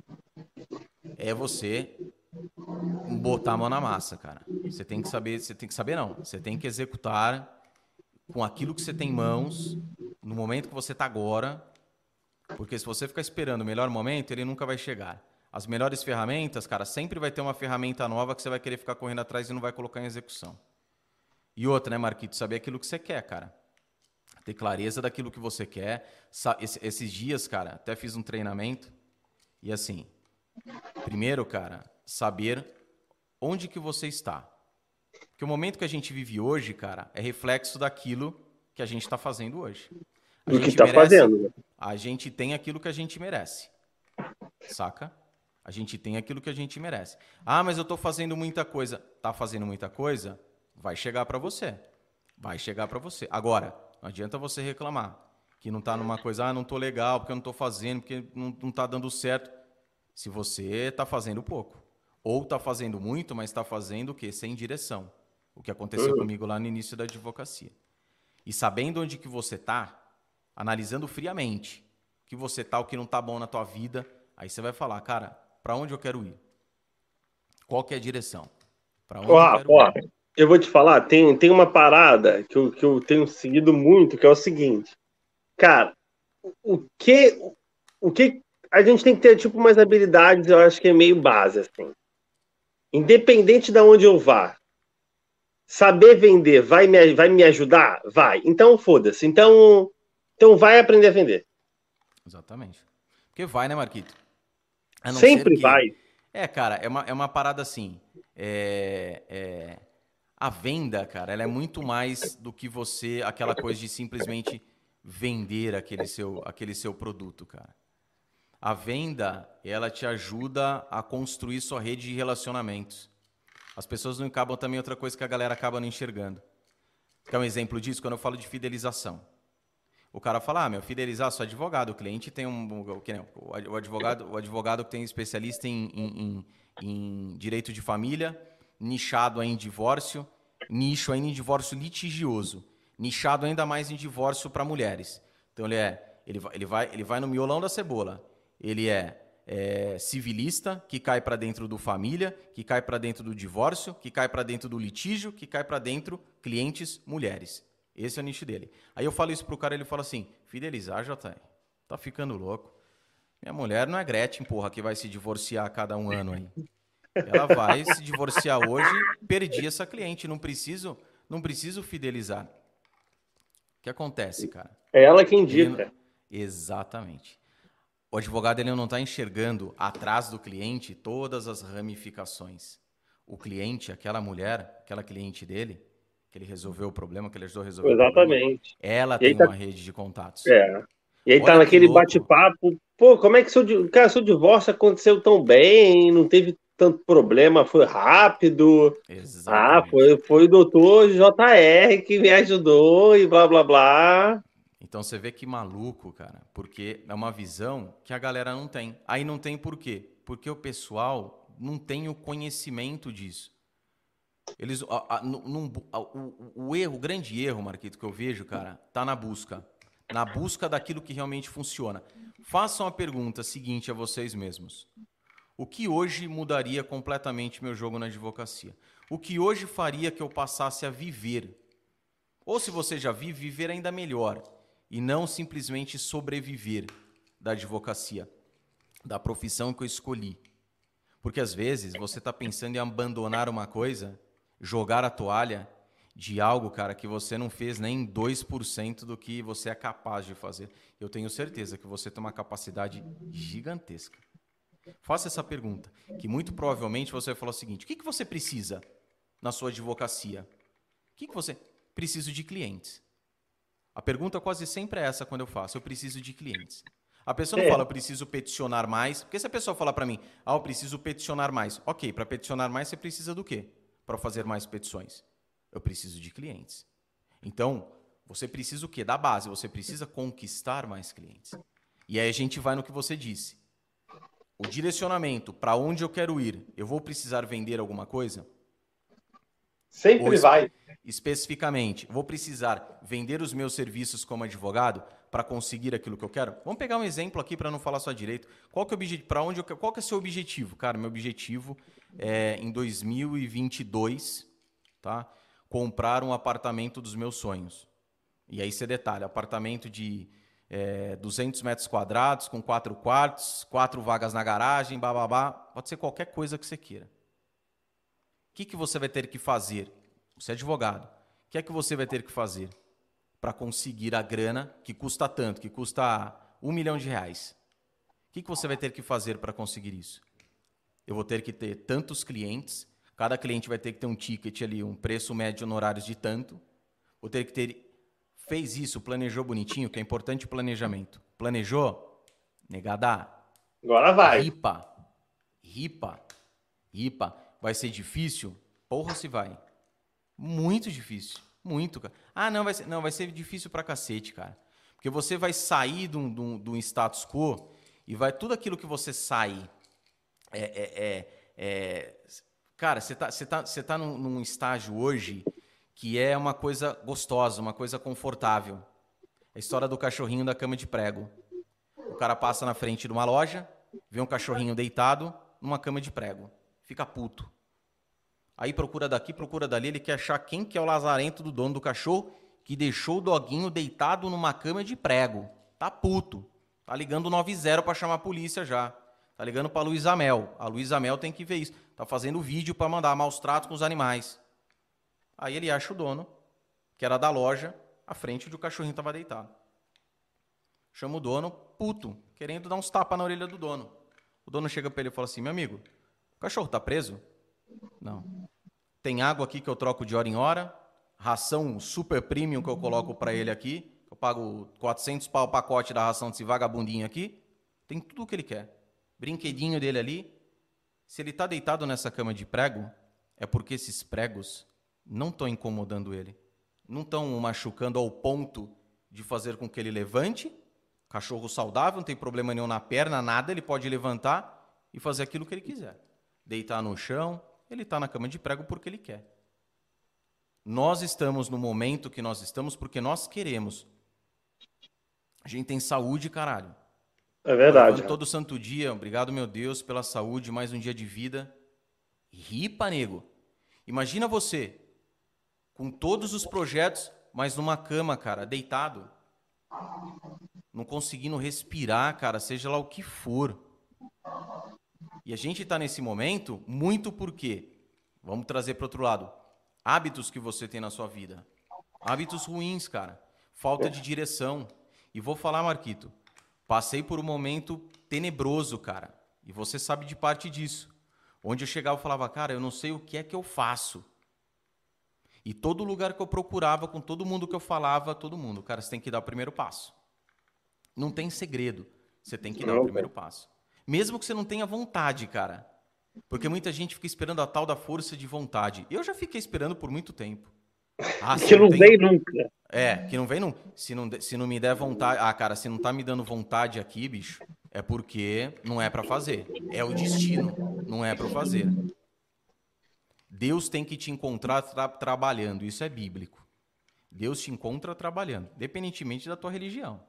é você botar a mão na massa, cara. Você tem que saber não. Você tem que executar com aquilo que você tem em mãos, no momento que você está agora, porque se você ficar esperando o melhor momento, ele nunca vai chegar. As melhores ferramentas, cara, sempre vai ter uma ferramenta nova que você vai querer ficar correndo atrás e não vai colocar em execução. E outra, né, Marquito? Saber aquilo que você quer, cara. Ter clareza daquilo que você quer. Esses dias, cara, até fiz um treinamento e assim, primeiro, cara, saber onde que você está. Porque o momento que a gente vive hoje, cara, é reflexo daquilo que a gente está fazendo hoje. Do que está fazendo, né? A gente tem aquilo que a gente merece. Saca? A gente tem aquilo que a gente merece. Mas eu estou fazendo muita coisa. Tá fazendo muita coisa? Vai chegar para você. Vai chegar para você. Agora, não adianta você reclamar que não está numa coisa, não estou legal, porque eu não estou fazendo, porque não está dando certo. Se você está fazendo pouco. Ou está fazendo muito, mas está fazendo o quê? Sem direção. O que aconteceu comigo lá no início da advocacia. E sabendo onde que você está, analisando friamente o que você está, o que não está bom na tua vida, aí você vai falar, cara, para onde eu quero ir? Qual que é a direção? Para onde eu quero ir? Eu vou te falar, tem uma parada que eu tenho seguido muito, que é o seguinte. Cara, o que a gente tem que ter, tipo, umas habilidades, eu acho que é meio base, assim. Independente de onde eu vá, saber vender vai me ajudar? Vai. Então, foda-se. Então vai aprender a vender. Exatamente. Porque vai, né, Marquito? A não Sempre ser que... vai. Cara, é uma parada assim. A venda, cara, ela é muito mais do que você, aquela coisa de simplesmente vender aquele seu produto, cara. A venda, ela te ajuda a construir sua rede de relacionamentos. As pessoas não acabam também, outra coisa que a galera acaba não enxergando. Quer um exemplo disso? Quando eu falo de fidelização. O cara fala, fidelizar, sou advogado, o cliente tem o advogado que tem especialista em direito de família, nichado em divórcio, nicho ainda em divórcio litigioso, nichado ainda mais em divórcio para mulheres. Então ele vai no miolão da cebola. Ele é civilista, que cai para dentro do família, que cai para dentro do divórcio, que cai para dentro do litígio, que cai para dentro clientes mulheres. Esse é o nicho dele. Aí eu falo isso pro cara, ele fala assim, fidelizar, JR, tá ficando louco. Minha mulher não é Gretchen, porra, que vai se divorciar a cada um ano aí. Ela vai se divorciar hoje, perdi essa cliente, não preciso fidelizar. O que acontece, cara? É ela quem indica. Exatamente. O advogado ele não está enxergando atrás do cliente todas as ramificações. O cliente, aquela mulher, aquela cliente dele, que ele resolveu o problema, que ele ajudou a resolver o problema, Exatamente. ela E aí tem tá, uma rede de contatos. é. E aí tá Olha que naquele louco. bate-papo, pô, como é que seu divórcio aconteceu tão bem, não teve tanto problema, foi rápido. Ah, Exatamente. foi o doutor JR que me ajudou e blá blá blá. Então você vê que maluco, cara, porque é uma visão que a galera não tem. Aí não tem por quê? Porque o pessoal não tem o conhecimento disso. Eles, o erro, o grande erro, Marquito, que eu vejo, cara, tá na busca. Na busca daquilo que realmente funciona. Façam a pergunta seguinte a vocês mesmos. O que hoje mudaria completamente meu jogo na advocacia? O que hoje faria que eu passasse a viver? Ou se você já vive, viver ainda melhor. E não simplesmente sobreviver da advocacia, da profissão que eu escolhi. Porque às vezes você está pensando em abandonar uma coisa, jogar a toalha de algo, cara, que você não fez nem 2% do que você é capaz de fazer. Eu tenho certeza que você tem uma capacidade gigantesca. Faça essa pergunta, que muito provavelmente você vai falar o seguinte: o que você precisa na sua advocacia? O que você... Preciso de clientes. A pergunta quase sempre é essa quando eu faço: eu preciso de clientes. A pessoa não É, fala, eu preciso peticionar mais. Porque se a pessoa falar para mim, eu preciso peticionar mais. Ok, para peticionar mais você precisa do quê? Para fazer mais petições. Eu preciso de clientes. Então, você precisa o quê? Da base. Você precisa conquistar mais clientes. E aí a gente vai no que você disse. O direcionamento, para onde eu quero ir, eu vou precisar vender alguma coisa? Ou sempre vai. especificamente, vou precisar vender os meus serviços como advogado para conseguir aquilo que eu quero? Vamos pegar um exemplo aqui para não falar só direito. Qual que é o objetivo? Para onde qual que é o seu objetivo? Cara, meu objetivo é em 2022, tá? Comprar um apartamento dos meus sonhos. E aí você detalha, apartamento de 200 metros quadrados, com 4 quartos, 4 vagas na garagem, bababá. Pode ser qualquer coisa que você queira. O que você vai ter que fazer? Você é advogado. O que é que você vai ter que fazer para conseguir a grana que custa tanto, que custa R$ 1 milhão? O que você vai ter que fazer para conseguir isso? Eu vou ter que ter tantos clientes, cada cliente vai ter que ter um ticket ali, um preço médio honorários de tanto. Vou ter que ter... Fez isso, planejou bonitinho, que é importante o planejamento. Planejou? Negada. Agora vai. Ripa. Ripa. Ripa. Vai ser difícil? Porra, se vai. Muito difícil. Muito, cara. Ah, não, vai ser difícil pra cacete, cara. Porque você vai sair de um status quo e vai tudo aquilo que você sai. Cara, você tá num estágio hoje que é uma coisa gostosa, uma coisa confortável. A história do cachorrinho da cama de prego. O cara passa na frente de uma loja, vê um cachorrinho deitado numa cama de prego. Fica puto. Aí procura daqui, procura dali, ele quer achar quem que é o lazarento do dono do cachorro que deixou o doguinho deitado numa cama de prego. Tá puto. Tá ligando 90 para chamar a polícia já. Tá ligando pra Luísa Mel. A Luísa Mel tem que ver isso. Tá fazendo vídeo para mandar maus tratos com os animais. Aí ele acha o dono, que era da loja, à frente onde o cachorrinho tava deitado. Chama o dono, puto, querendo dar uns tapas na orelha do dono. O dono chega pra ele e fala assim: meu amigo, o cachorro tá preso? Não. Tem água aqui que eu troco de hora em hora, ração super premium que eu coloco para ele aqui, eu pago 400 pau o pacote da ração desse vagabundinho aqui, tem tudo o que ele quer. Brinquedinho dele ali. Se ele tá deitado nessa cama de prego, é porque esses pregos não estão incomodando ele. Não estão o machucando ao ponto de fazer com que ele levante. Cachorro saudável, não tem problema nenhum na perna, nada, ele pode levantar e fazer aquilo que ele quiser. Deitar no chão, ele está na cama de prego porque ele quer. Nós estamos no momento que nós estamos porque nós queremos. A gente tem saúde, caralho. É Pô, verdade. levanto todo santo dia, obrigado, meu Deus, pela saúde, mais um dia de vida. Ripa, nego. Imagina você, com todos os projetos, mas numa cama, cara, deitado. Não conseguindo respirar, cara, seja lá o que for. E a gente está nesse momento muito porque, vamos trazer para outro lado, hábitos que você tem na sua vida. Hábitos ruins, cara. Falta de direção. E vou falar, Marquito, passei por um momento tenebroso, cara. E você sabe de parte disso. Onde eu chegava e falava, cara, eu não sei o que é que eu faço. E todo lugar que eu procurava, com todo mundo que eu falava, todo mundo, cara, você tem que dar o primeiro passo. Não tem segredo. Você tem que dar o primeiro passo. Mesmo que você não tenha vontade, cara. Porque muita gente fica esperando a tal da força de vontade. Eu já fiquei esperando por muito tempo. Que não vem nunca. Que não vem nunca. Se não me der vontade... Ah, cara, se não tá me dando vontade aqui, bicho, é porque não é pra fazer. É o destino. Não é pra fazer. Deus tem que te encontrar trabalhando. Isso é bíblico. Deus te encontra trabalhando, independentemente da tua religião.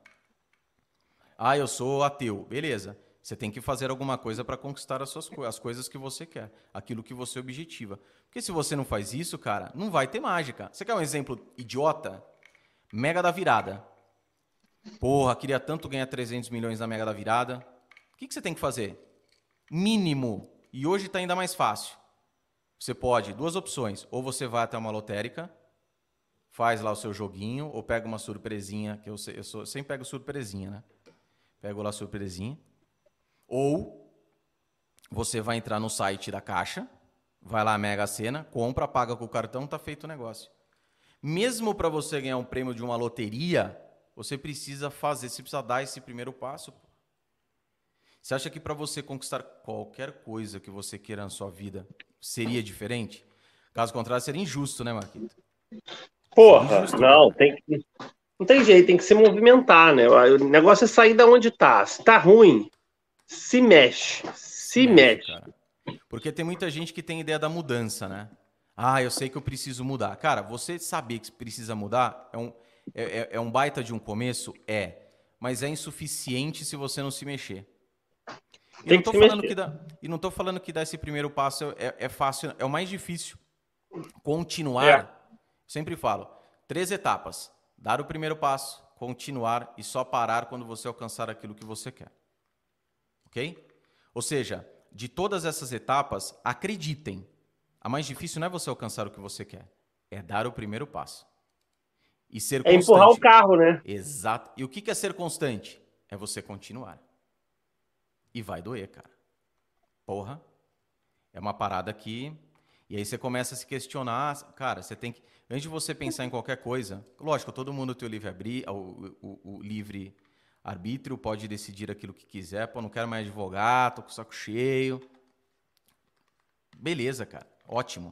Ah, eu sou ateu. Beleza. Você tem que fazer alguma coisa para conquistar as coisas que você quer, aquilo que você objetiva. Porque se você não faz isso, cara, não vai ter mágica. Você quer um exemplo idiota? Mega da Virada. Porra, queria tanto ganhar 300 milhões na Mega da Virada. O que você tem que fazer? Mínimo. E hoje está ainda mais fácil. Você pode, duas opções. Ou você vai até uma lotérica, faz lá o seu joguinho, ou pega uma surpresinha, que eu sempre pego surpresinha, né? Pego lá a surpresinha. Ou você vai entrar no site da Caixa, vai lá Mega Sena, compra, paga com o cartão, tá feito o negócio. Mesmo para você ganhar um prêmio de uma loteria, você precisa dar esse primeiro passo. Você acha que para você conquistar qualquer coisa que você queira na sua vida, seria diferente? Caso contrário, seria injusto, né, Marquito? Porra, injusto, não, não tem jeito, tem que se movimentar, né? O negócio é sair da onde tá. Se tá ruim, se mexe. Se mexe. Cara. Porque tem muita gente que tem ideia da mudança, né? Ah, eu sei que eu preciso mudar. Cara, você saber que precisa mudar é um baita de um começo? Mas é insuficiente se você não se mexer. E não tô falando que dar esse primeiro passo é fácil, é o mais difícil. Continuar, sempre falo, 3 etapas. Dar o primeiro passo, continuar e só parar quando você alcançar aquilo que você quer. Ok? Ou seja, de todas essas etapas, acreditem, a mais difícil não é você alcançar o que você quer, é dar o primeiro passo. E ser constante. É empurrar o carro, né? Exato. E o que é ser constante? É você continuar. E vai doer, cara. Porra. É uma parada que... E aí você começa a se questionar, cara, você tem que... Antes de você pensar em qualquer coisa, lógico, todo mundo tem o livre arbítrio, pode decidir aquilo que quiser, pô, não quero mais advogado, tô com o saco cheio. Beleza, cara, ótimo.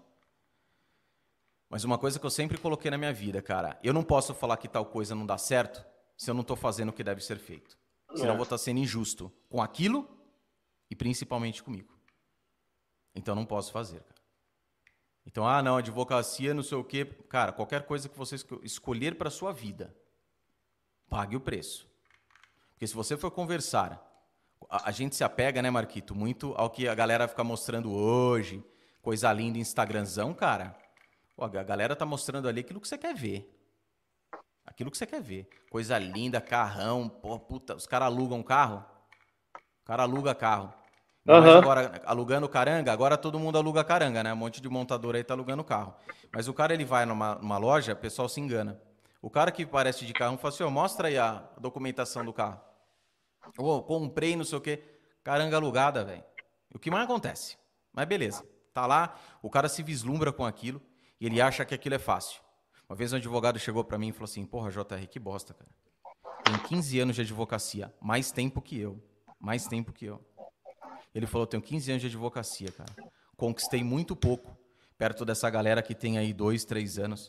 Mas uma coisa que eu sempre coloquei na minha vida, cara, eu não posso falar que tal coisa não dá certo se eu não tô fazendo o que deve ser feito. Senão eu vou estar sendo injusto com aquilo e principalmente comigo. Então não posso fazer, cara. Então, não, advocacia, não sei o quê. Cara, qualquer coisa que você escolher para sua vida, pague o preço. Porque se você for conversar, a gente se apega, né, Marquito, muito ao que a galera fica mostrando hoje, coisa linda, Instagramzão, cara. Pô, a galera tá mostrando ali aquilo que você quer ver. Aquilo que você quer ver. Coisa linda, carrão, pô, puta, os caras alugam carro. O cara aluga carro. Mas agora, alugando caranga, agora todo mundo aluga caranga, né? Um monte de montador aí tá alugando carro. Mas o cara, ele vai numa loja, o pessoal se engana. O cara que parece de carro fala assim, mostra aí a documentação do carro. Comprei, não sei o quê. Caranga alugada, velho. O que mais acontece? Mas beleza. Tá lá, o cara se vislumbra com aquilo e ele acha que aquilo é fácil. Uma vez um advogado chegou pra mim e falou assim, porra, JR, que bosta, cara. Tem 15 anos de advocacia, mais tempo que eu. Mais tempo que eu. Ele falou, tenho 15 anos de advocacia, cara. Conquistei muito pouco, perto dessa galera que tem aí 2, 3 anos.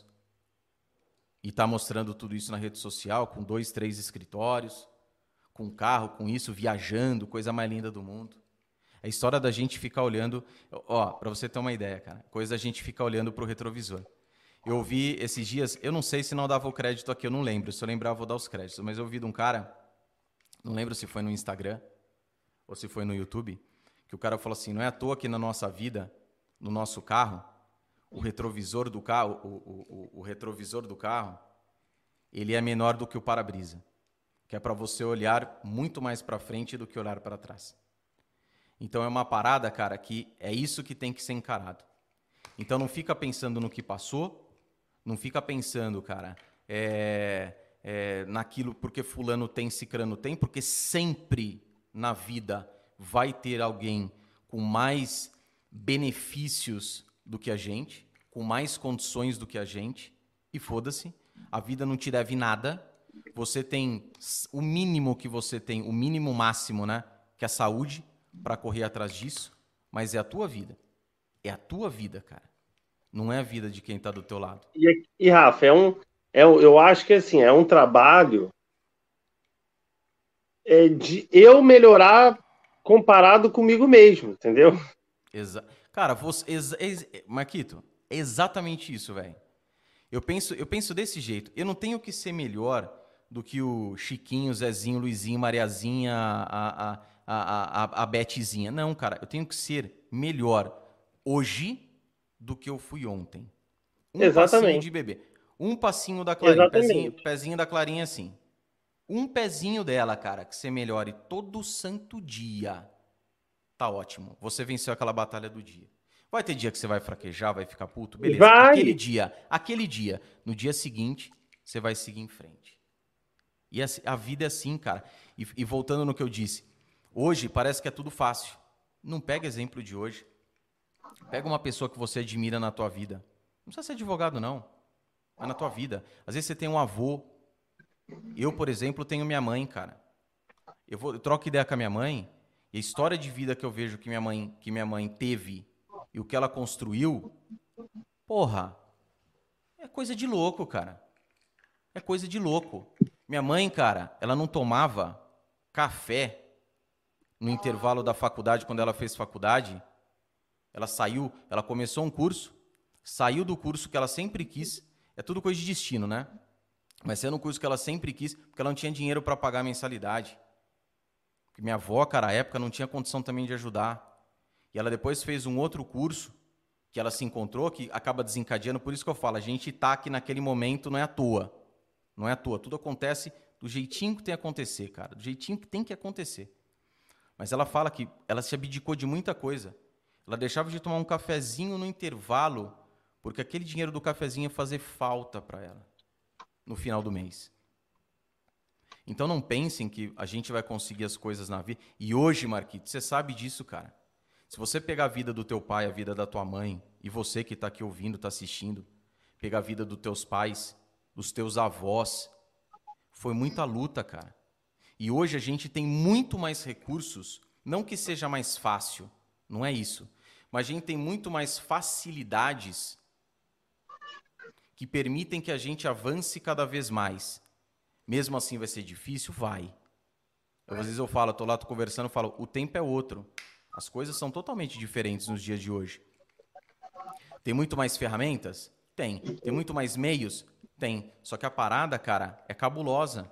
E tá mostrando tudo isso na rede social, com 2, 3 escritórios, com carro, com isso, viajando, coisa mais linda do mundo. É a história da gente ficar olhando... pra você ter uma ideia, cara. Coisa da gente ficar olhando pro retrovisor. Eu ouvi esses dias, eu não sei se não dava o crédito aqui, eu não lembro. Se eu lembrar, eu vou dar os créditos. Mas eu ouvi de um cara, não lembro se foi no Instagram ou se foi no YouTube, que o cara falou assim, não é à toa que na nossa vida, no nosso carro, o retrovisor do carro, o retrovisor do carro, ele é menor do que o para-brisa, que é para você olhar muito mais para frente do que olhar para trás. Então é uma parada, cara, que é isso que tem que ser encarado. Então não fica pensando no que passou, não fica pensando, cara, naquilo porque fulano tem, cicrano tem, porque sempre na vida vai ter alguém com mais benefícios do que a gente, com mais condições do que a gente, e foda-se, a vida não te deve nada, você tem o mínimo que você tem, o mínimo máximo, né? Que é a saúde, para correr atrás disso, mas é a tua vida. É a tua vida, cara. Não é a vida de quem tá do teu lado. E Rafa, eu acho que assim, é um trabalho de eu melhorar comparado comigo mesmo, entendeu? Cara, Marquito, é exatamente isso, velho. Eu penso desse jeito. Eu não tenho que ser melhor do que o Chiquinho, Zezinho, Luizinho, Mariazinha, a Betezinha. Não, cara, eu tenho que ser melhor hoje do que eu fui ontem. Um passinho de Exatamente. bebê. Um passinho da Clarinha. Exatamente. Pezinho da Clarinha assim. Um pezinho dela, cara, que você melhore todo santo dia. Tá ótimo. Você venceu aquela batalha do dia. Vai ter dia que você vai fraquejar, vai ficar puto, beleza. Vai! Aquele dia, no dia seguinte, você vai seguir em frente. E a vida é assim, cara. E voltando no que eu disse, hoje parece que é tudo fácil. Não pega exemplo de hoje. Pega uma pessoa que você admira na tua vida. Não precisa ser advogado, não. Mas na tua vida. Às vezes você tem um avô. Eu, por exemplo, tenho minha mãe, cara. Eu troco ideia com a minha mãe, e a história de vida que eu vejo que minha mãe teve e o que ela construiu, porra, é coisa de louco, cara. É coisa de louco. Minha mãe, cara, ela não tomava café no intervalo da faculdade, quando ela fez faculdade. Ela começou um curso, saiu do curso que ela sempre quis. É tudo coisa de destino, né? Mas sendo um curso que ela sempre quis, porque ela não tinha dinheiro para pagar a mensalidade. Porque minha avó, cara, à época não tinha condição também de ajudar. E ela depois fez um outro curso que ela se encontrou, que acaba desencadeando. Por isso que eu falo, a gente tá aqui naquele momento, não é à toa. Não é à toa. Tudo acontece do jeitinho que tem que acontecer, cara. Do jeitinho que tem que acontecer. Mas ela fala que ela se abdicou de muita coisa. Ela deixava de tomar um cafezinho no intervalo, porque aquele dinheiro do cafezinho ia fazer falta para ela no final do mês. Então não pensem que a gente vai conseguir as coisas na vida. E hoje, Marquito, você sabe disso, cara. Se você pegar a vida do teu pai, a vida da tua mãe, e você que está aqui ouvindo, está assistindo, pegar a vida dos teus pais, dos teus avós, foi muita luta, cara. E hoje a gente tem muito mais recursos, não que seja mais fácil, não é isso, mas a gente tem muito mais facilidades que permitem que a gente avance cada vez mais. Mesmo assim vai ser difícil? Vai. Às vezes eu falo, tô lá, tô conversando, eu falo, o tempo é outro. As coisas são totalmente diferentes nos dias de hoje. Tem muito mais ferramentas? Tem. Tem muito mais meios? Tem. Só que a parada, cara, é cabulosa.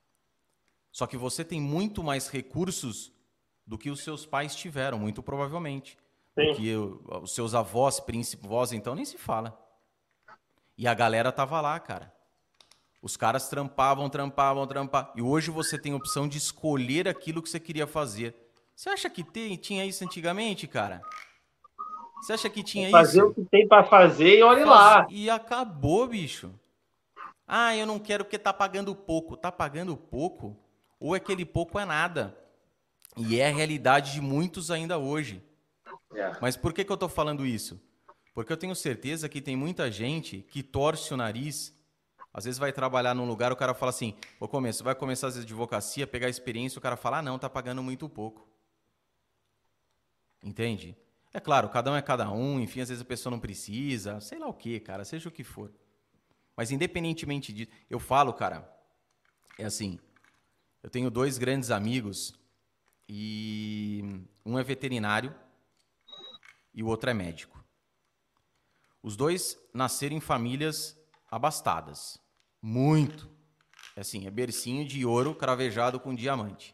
Só que você tem muito mais recursos do que os seus pais tiveram, muito provavelmente. Sim. Do que os seus avós, vós, então, nem se fala. E a galera tava lá, cara. Os caras trampavam. E hoje você tem a opção de escolher aquilo que você queria fazer. Você acha que tinha isso antigamente, cara? Você acha que tinha fazer isso? O que tem para fazer e olhe lá. E acabou, bicho. Ah, eu não quero porque tá pagando pouco. Tá pagando pouco? Ou aquele pouco é nada. E é a realidade de muitos ainda hoje. Mas por que eu tô falando isso? Porque eu tenho certeza que tem muita gente que torce o nariz. Às vezes vai trabalhar num lugar, o cara fala assim, vai começar a advocacia, pegar experiência, o cara fala, ah, não, tá pagando muito pouco. Entende? É claro, cada um é cada um, enfim, às vezes a pessoa não precisa, sei lá o que, cara, seja o que for. Mas independentemente disso, eu falo, cara, é assim, eu tenho 2 grandes amigos e um é veterinário e o outro é médico. Os 2 nasceram em famílias abastadas. Muito. Assim, é bercinho de ouro cravejado com diamante.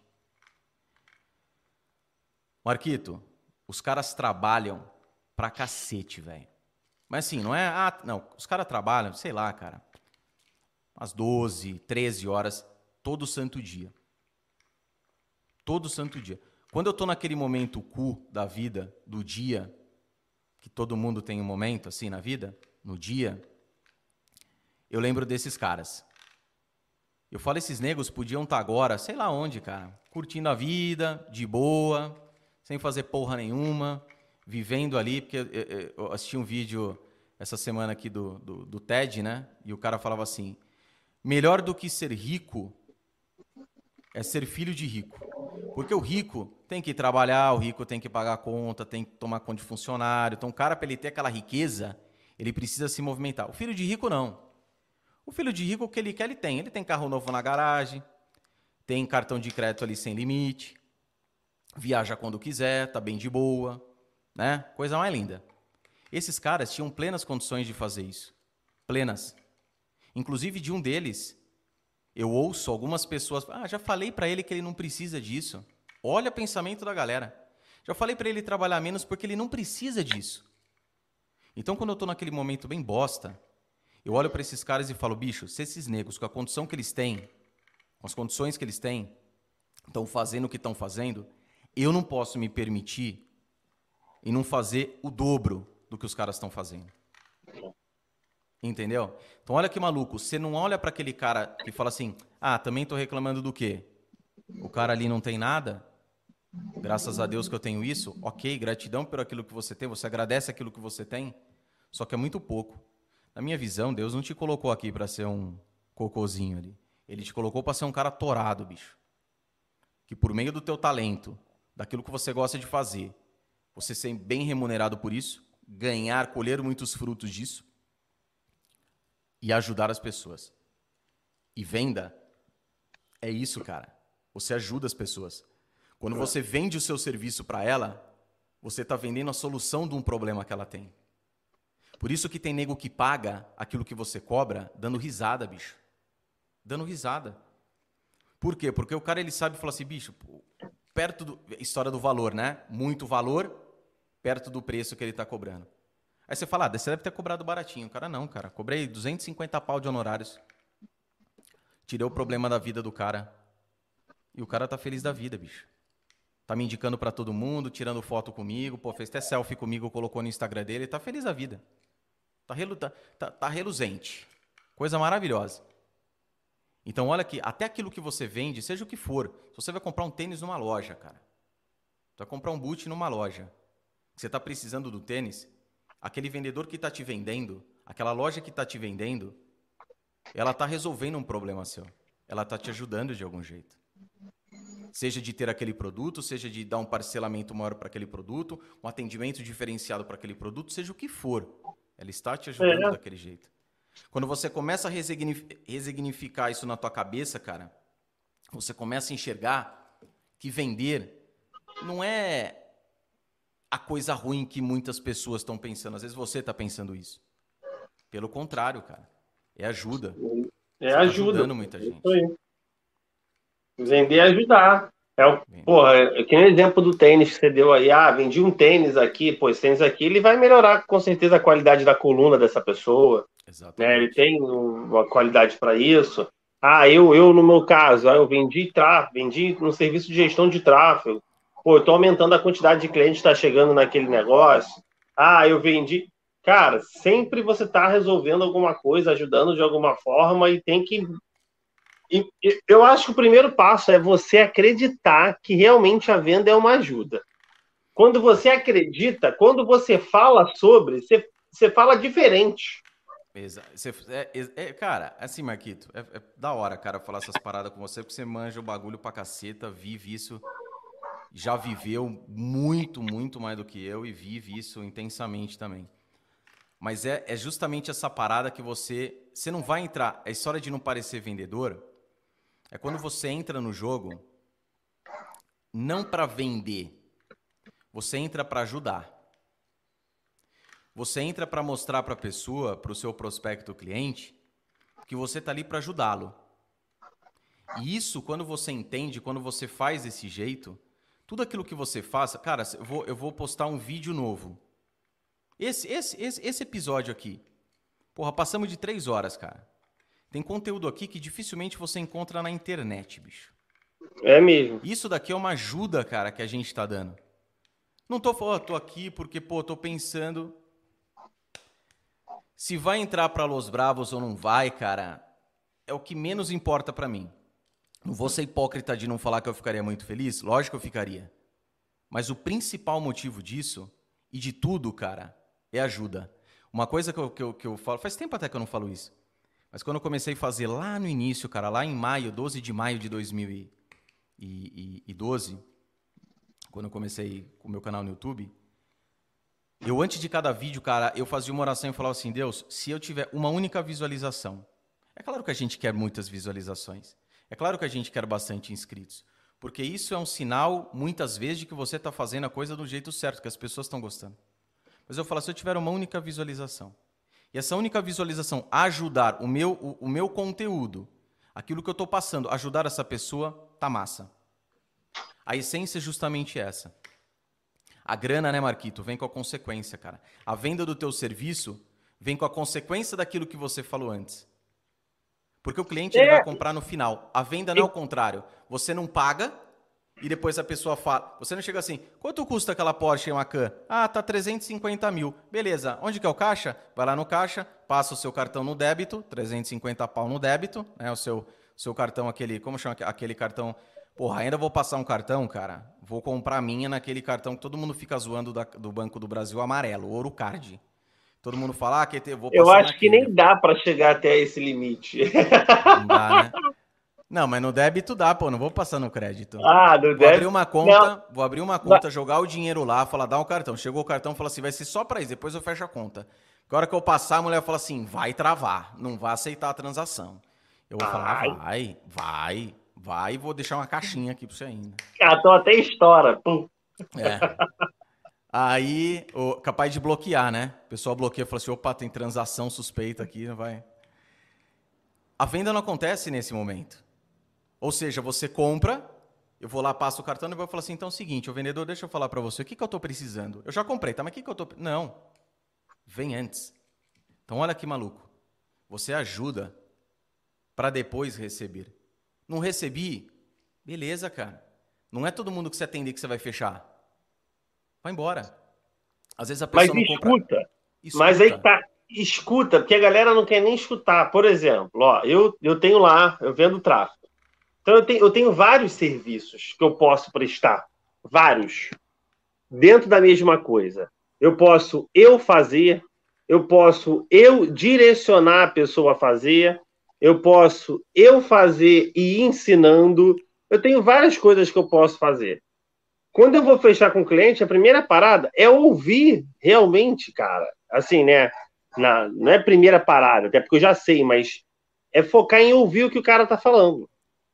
Marquito, os caras trabalham pra cacete, velho. Mas assim, não é... não, os caras trabalham, sei lá, cara, umas 12, 13 horas, todo santo dia. Todo santo dia. Quando eu tô naquele momento cu da vida, do dia, que todo mundo tem um momento assim na vida, no dia, eu lembro desses caras. Eu falo, esses negros podiam estar agora, sei lá onde, cara, curtindo a vida, de boa, sem fazer porra nenhuma, vivendo ali, porque eu assisti um vídeo essa semana aqui do TED, né? E o cara falava assim, melhor do que ser rico é ser filho de rico. Porque o rico tem que trabalhar, o rico tem que pagar a conta, tem que tomar conta de funcionário. Então, o cara, para ele ter aquela riqueza, ele precisa se movimentar. O filho de rico, não. O filho de rico, o que ele quer, ele tem. Ele tem carro novo na garagem, tem cartão de crédito ali sem limite, viaja quando quiser, tá bem de boa, né? Coisa mais linda. Esses caras tinham plenas condições de fazer isso. Plenas. Inclusive, de um deles, eu ouço algumas pessoas... já falei para ele que ele não precisa disso. Olha o pensamento da galera. Já falei para ele trabalhar menos porque ele não precisa disso. Então, quando eu tô naquele momento bem bosta, eu olho para esses caras e falo, bicho, se esses negros, com a condição que eles têm, com as condições que eles têm, estão fazendo o que estão fazendo, eu não posso me permitir e não fazer o dobro do que os caras estão fazendo. Entendeu? Então, olha que maluco. Você não olha para aquele cara que fala assim, também tô reclamando do quê? O cara ali não tem nada? Graças a Deus que eu tenho isso. Ok, gratidão por aquilo que você tem. Você agradece aquilo que você tem. Só que é muito pouco. Na minha visão, Deus não te colocou aqui para ser um cocôzinho ali. Ele te colocou para ser um cara torado, bicho. Que por meio do teu talento, daquilo que você gosta de fazer, você ser bem remunerado por isso, ganhar, colher muitos frutos disso e ajudar as pessoas. E venda é isso, cara. Você ajuda as pessoas. Quando você vende o seu serviço para ela, você está vendendo a solução de um problema que ela tem. Por isso que tem nego que paga aquilo que você cobra dando risada, bicho. Dando risada. Por quê? Porque o cara, ele sabe falar assim, bicho, perto do... História do valor, né? Muito valor perto do preço que ele está cobrando. Aí você fala, você deve ter cobrado baratinho. O cara, não, cara. Cobrei 250 pau de honorários. Tirei o problema da vida do cara. E o cara tá feliz da vida, bicho. Tá me indicando pra todo mundo, tirando foto comigo, fez até selfie comigo, colocou no Instagram dele, tá feliz da vida. Tá reluzente. Coisa maravilhosa. Então, olha aqui, até aquilo que você vende, seja o que for, se você vai comprar um tênis numa loja, cara, você vai comprar um boot numa loja, você tá precisando do tênis, aquele vendedor que tá te vendendo, aquela loja que tá te vendendo, ela tá resolvendo um problema seu. Ela tá te ajudando de algum jeito. Seja de ter aquele produto, seja de dar um parcelamento maior para aquele produto, um atendimento diferenciado para aquele produto, seja o que for. Ela está te ajudando daquele jeito. Quando você começa a resignificar isso na tua cabeça, cara, você começa a enxergar que vender não é a coisa ruim que muitas pessoas estão pensando. Às vezes você está pensando isso. Pelo contrário, cara. É ajuda. É você tá ajuda. Ajudando muita gente. Isso aí. Vender é ajudar. É que nem o exemplo do tênis que você deu aí. Vendi um tênis aqui, esse tênis aqui, ele vai melhorar com certeza a qualidade da coluna dessa pessoa. Exatamente. Né? Ele tem uma qualidade para isso. Eu no meu caso, eu vendi tráfego, vendi um serviço de gestão de tráfego. Eu tô aumentando a quantidade de clientes que está chegando naquele negócio. Eu vendi. Cara, sempre você está resolvendo alguma coisa, ajudando de alguma forma e tem que... Eu acho que o primeiro passo é você acreditar que realmente a venda é uma ajuda. Quando você acredita, quando você fala sobre, você fala diferente. Cara, assim, Marquito, é da hora, cara, falar essas paradas com você, porque você manja o bagulho pra caceta, vive isso, já viveu muito, muito mais do que eu e vive isso intensamente também. Mas é justamente essa parada que você não vai entrar, a história de não parecer vendedor, é quando você entra no jogo, não para vender, você entra para ajudar. Você entra para mostrar para a pessoa, para o seu prospecto cliente, que você está ali para ajudá-lo. E isso, quando você entende, quando você faz desse jeito, tudo aquilo que você faça... Cara, eu vou postar um vídeo novo. Esse episódio aqui. Porra, passamos de 3 horas, cara. Tem conteúdo aqui que dificilmente você encontra na internet, bicho. É mesmo. Isso daqui é uma ajuda, cara, que a gente tá dando. Não tô falando, tô aqui porque, tô pensando... Se vai entrar pra Los Bravos ou não vai, cara, é o que menos importa pra mim. Não vou ser hipócrita de não falar que eu ficaria muito feliz. Lógico que eu ficaria. Mas o principal motivo disso, e de tudo, cara, é ajuda. Uma coisa que eu falo, faz tempo até que eu não falo isso, mas quando eu comecei a fazer lá no início, cara, lá em maio, 12 de maio de 2012, quando eu comecei com o meu canal no YouTube, eu antes de cada vídeo, cara, eu fazia uma oração e falava assim, Deus, se eu tiver uma única visualização, é claro que a gente quer muitas visualizações, é claro que a gente quer bastante inscritos, porque isso é um sinal, muitas vezes, de que você está fazendo a coisa do jeito certo, que as pessoas estão gostando. Mas eu falo, se eu tiver uma única visualização, e essa única visualização ajudar o meu conteúdo, aquilo que eu estou passando, ajudar essa pessoa, tá massa. A essência é justamente essa. A grana, né, Marquito, vem com a consequência, cara. A venda do teu serviço vem com a consequência daquilo que você falou antes. Porque o cliente ele vai comprar no final. A venda não é o contrário. Você não paga e depois a pessoa fala... Você não chega assim, quanto custa aquela Porsche Macan? Ah, tá 350 mil. Beleza, onde que é o caixa? Vai lá no caixa, passa o seu cartão no débito, 350 pau no débito, né? O seu cartão, aquele... Como chama aquele cartão... Porra, ainda vou passar um cartão, cara. Vou comprar a minha naquele cartão que todo mundo fica zoando do Banco do Brasil amarelo, Ouro Card. Todo mundo fala, vou passar Eu acho naquele. que nem dá para chegar até esse limite. Não dá, né? Não, mas no débito dá, pô. Não vou passar no crédito. Ah, no Vou débito. Vou abrir uma conta, jogar o dinheiro lá, falar, dá um cartão. Chegou o cartão, fala assim, vai ser só pra isso, depois eu fecho a conta. A hora que eu passar, a mulher fala assim, vai travar, não vai aceitar a transação. Eu vou falar, vai, vou deixar uma caixinha aqui pra você ainda. Cartão até estoura. Pum. É. Aí, capaz de bloquear, né? O pessoal bloqueia e fala assim, opa, tem transação suspeita aqui, não vai. A venda não acontece nesse momento. Ou seja, você compra, eu vou lá, passo o cartão e vou falar assim, então é o seguinte, o vendedor, deixa eu falar para você, o que eu tô precisando? Eu já comprei, tá? Mas o que eu tô... Não, vem antes. Então olha que maluco. Você ajuda para depois receber. Não recebi? Beleza, cara. Não é todo mundo que você atender que você vai fechar. Vai embora. Às vezes a pessoa não compra... Mas aí tá, escuta, porque a galera não quer nem escutar. Por exemplo, ó, eu tenho lá, eu vendo tráfego. Então eu tenho vários serviços que eu posso prestar. Vários. Dentro da mesma coisa. Eu posso fazer, eu posso direcionar a pessoa a fazer, eu posso fazer e ir ensinando. Eu tenho várias coisas que eu posso fazer. Quando eu vou fechar com o cliente, a primeira parada é ouvir realmente, cara. Assim, né? Não é primeira parada, até porque eu já sei, mas é focar em ouvir o que o cara tá falando.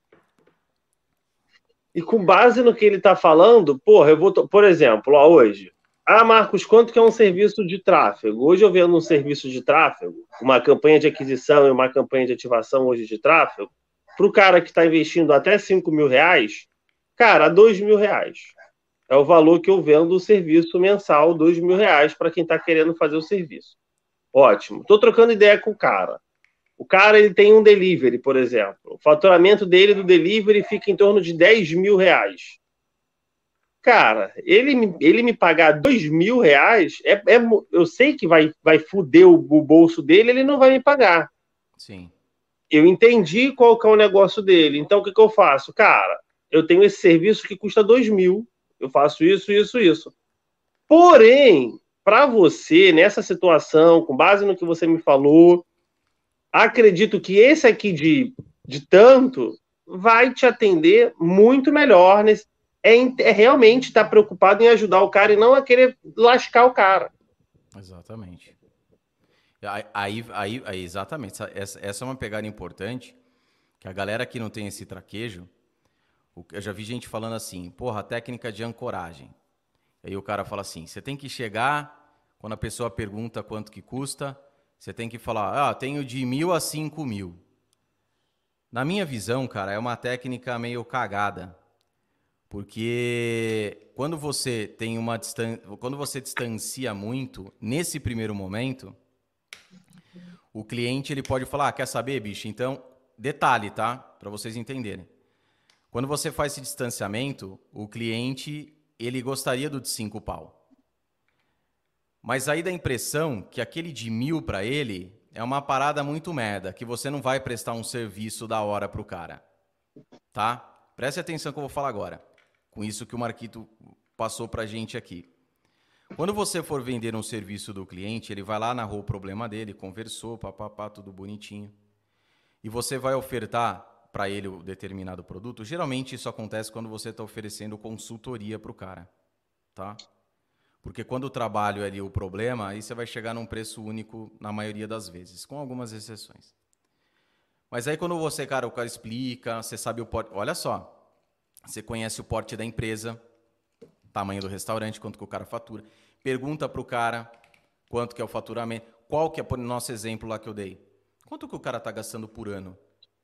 E com base no que ele tá falando, porra, eu vou... Por exemplo, ó, hoje. Ah, Marcos, quanto que é um serviço de tráfego? Hoje eu vendo um serviço de tráfego, uma campanha de aquisição e uma campanha de ativação hoje de tráfego, para o cara que está investindo até 5 mil reais, cara, 2 mil reais. É o valor que eu vendo o serviço mensal, 2 mil reais, para quem está querendo fazer o serviço. Ótimo. Estou trocando ideia com o cara. O cara ele tem um delivery, por exemplo. O faturamento dele do delivery fica em torno de 10 mil reais. Cara, ele me pagar 2 mil reais, eu sei que vai fuder o bolso dele, ele não vai me pagar. Sim. Eu entendi qual que é o negócio dele. Então, o que eu faço? Cara, eu tenho esse serviço que custa 2 mil. Eu faço isso, isso, isso. Porém, para você, nessa situação, com base no que você me falou, acredito que esse aqui de tanto vai te atender muito melhor. É realmente estar preocupado em ajudar o cara e não a querer lascar o cara. Exatamente. Exatamente. Essa é uma pegada importante, que a galera que não tem esse traquejo, eu já vi gente falando assim, porra, a técnica de ancoragem. Aí o cara fala assim, você tem que chegar, quando a pessoa pergunta quanto que custa, você tem que falar, tenho de 1.000 a 5.000. Na minha visão, cara, é uma técnica meio cagada. Porque quando você tem quando você distancia muito, nesse primeiro momento, o cliente ele pode falar, quer saber, bicho? Então, detalhe, tá? Para vocês entenderem. Quando você faz esse distanciamento, o cliente ele gostaria do de 5 pau. Mas aí dá a impressão que aquele de 1.000 para ele é uma parada muito merda, que você não vai prestar um serviço da hora pro cara. Tá? Preste atenção que eu vou falar agora. Com isso que o Marquito passou pra gente aqui. Quando você for vender um serviço do cliente, ele vai lá, narrou o problema dele, conversou, papapá, tudo bonitinho. E você vai ofertar para ele o determinado produto. Geralmente isso acontece quando você está oferecendo consultoria para o cara, tá? Porque quando o trabalho é ali o problema, aí você vai chegar num preço único na maioria das vezes, com algumas exceções. Mas aí quando você, cara, o cara explica, você sabe o porte... Olha só, você conhece o porte da empresa, tamanho do restaurante, quanto que o cara fatura. Pergunta para o cara quanto que é o faturamento. Qual que é, por nosso exemplo lá que eu dei? Quanto que o cara está gastando por ano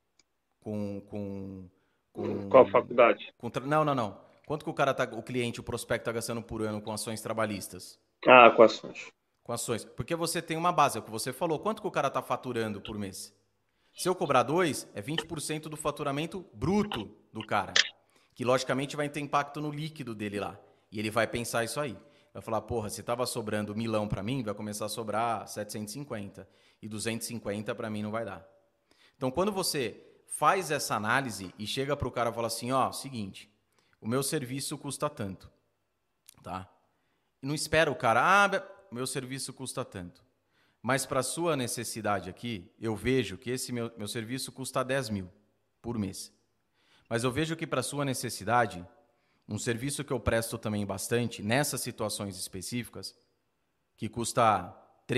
com Qual faculdade? Não. Quanto que o cliente, o prospecto está gastando por ano com ações trabalhistas? Ah, com ações. Com ações. Porque você tem uma base, é o que você falou. Quanto que o cara está faturando por mês? Se eu cobrar 2, é 20% do faturamento bruto do cara. Que, logicamente, vai ter impacto no líquido dele lá. E ele vai pensar isso aí. Vai falar, porra, se estava sobrando 1.000.000 para mim, vai começar a sobrar 750. E 250 para mim não vai dar. Então, quando você faz essa análise e chega para o cara e fala assim, ó, seguinte, o meu serviço custa tanto, tá? E não espera o cara, o meu serviço custa tanto. Mas para a sua necessidade aqui, eu vejo que esse meu serviço custa 10.000 por mês. Mas eu vejo que para a sua necessidade, um serviço que eu presto também bastante, nessas situações específicas, que custa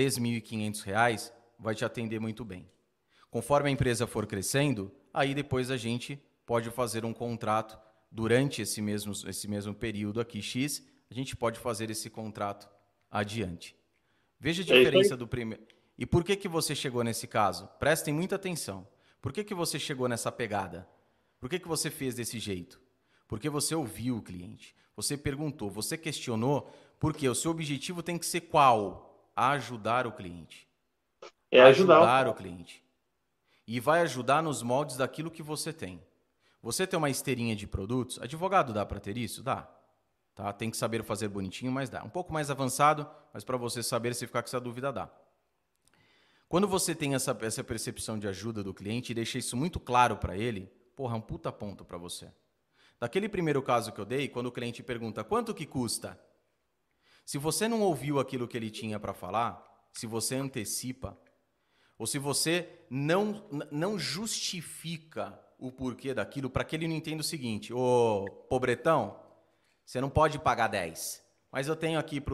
R$3.500, vai te atender muito bem. Conforme a empresa for crescendo, aí depois a gente pode fazer um contrato durante esse mesmo período aqui, X, a gente pode fazer esse contrato adiante. Veja a diferença do primeiro. E por que você chegou nesse caso? Prestem muita atenção. Por que você chegou nessa pegada? Por que você fez desse jeito? Porque você ouviu o cliente, você perguntou, você questionou, porque o seu objetivo tem que ser qual? Ajudar o cliente. Ajudar o cliente. E vai ajudar nos moldes daquilo que você tem. Você tem uma esteirinha de produtos, advogado dá para ter isso? Dá. Tá? Tem que saber fazer bonitinho, mas dá. Um pouco mais avançado, mas para você saber, se ficar com essa dúvida, dá. Quando você tem essa percepção de ajuda do cliente e deixa isso muito claro para ele, porra, é um puta ponto para você. Daquele primeiro caso que eu dei, quando o cliente pergunta quanto que custa, se você não ouviu aquilo que ele tinha para falar, se você antecipa, ou se você não justifica o porquê daquilo, para que ele não entenda o seguinte, ô pobretão, você não pode pagar 10, mas eu tenho aqui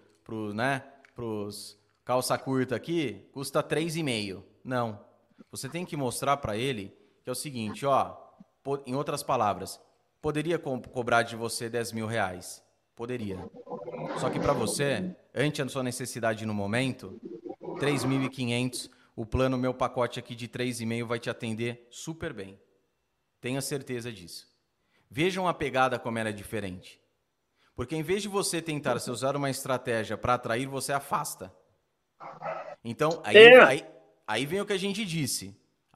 pros calça curta aqui, custa 3,5. Não. Você tem que mostrar para ele que é o seguinte, ó, em outras palavras, poderia cobrar de você R$10.000? Poderia. Só que para você, ante a sua necessidade no momento, 3.500, o plano, meu pacote aqui de 3,5 vai te atender super bem. Tenha certeza disso. Vejam a pegada como ela é diferente. Porque em vez de você tentar usar uma estratégia para atrair, você afasta. Então, aí vem o que a gente disse.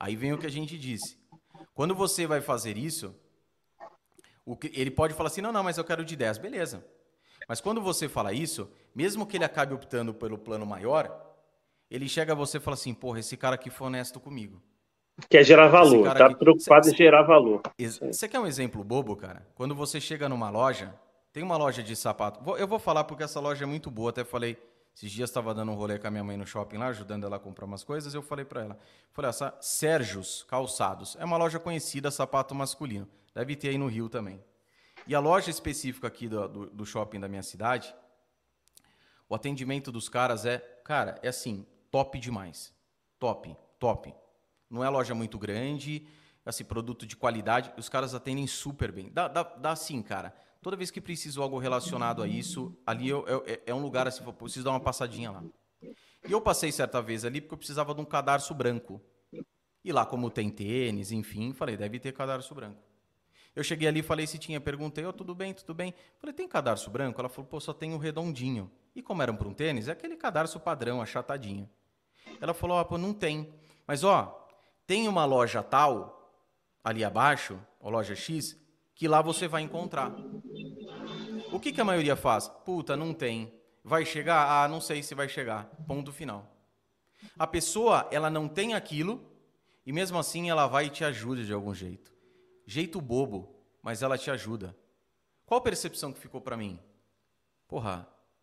Quando você vai fazer isso, ele pode falar assim, não, mas eu quero de 10. Beleza. Mas quando você fala isso, mesmo que ele acabe optando pelo plano maior, ele chega a você e fala assim, porra, esse cara aqui foi honesto comigo. Quer gerar valor, tá preocupado em gerar valor. Você quer um exemplo bobo, cara? Quando você chega numa loja, tem uma loja de sapato. Eu vou falar porque essa loja é muito boa. Até falei, esses dias estava dando um rolê com a minha mãe no shopping lá, ajudando ela a comprar umas coisas. Eu falei para ela, essa Sérgios Calçados. É uma loja conhecida, sapato masculino. Deve ter aí no Rio também. E a loja específica aqui do shopping da minha cidade, o atendimento dos caras é assim, top demais. Top. Não é loja muito grande, assim, produto de qualidade, os caras atendem super bem. Dá sim, cara. Toda vez que preciso algo relacionado a isso, ali é um lugar assim, eu preciso dar uma passadinha lá. E eu passei certa vez ali porque eu precisava de um cadarço branco. E lá, como tem tênis, enfim, falei, deve ter cadarço branco. Eu cheguei ali e falei se tinha, perguntei, tudo bem. Falei, tem cadarço branco? Ela falou, só tem o redondinho. E como era para um tênis, é aquele cadarço padrão, achatadinho. Ela falou, não tem. Mas, tem uma loja tal, ali abaixo, a loja X, que lá você vai encontrar. O que a maioria faz? Puta, não tem. Vai chegar? Não sei se vai chegar. Ponto final. A pessoa, ela não tem aquilo e mesmo assim ela vai e te ajuda de algum jeito. Jeito bobo, mas ela te ajuda. Qual a percepção que ficou pra mim? Porra,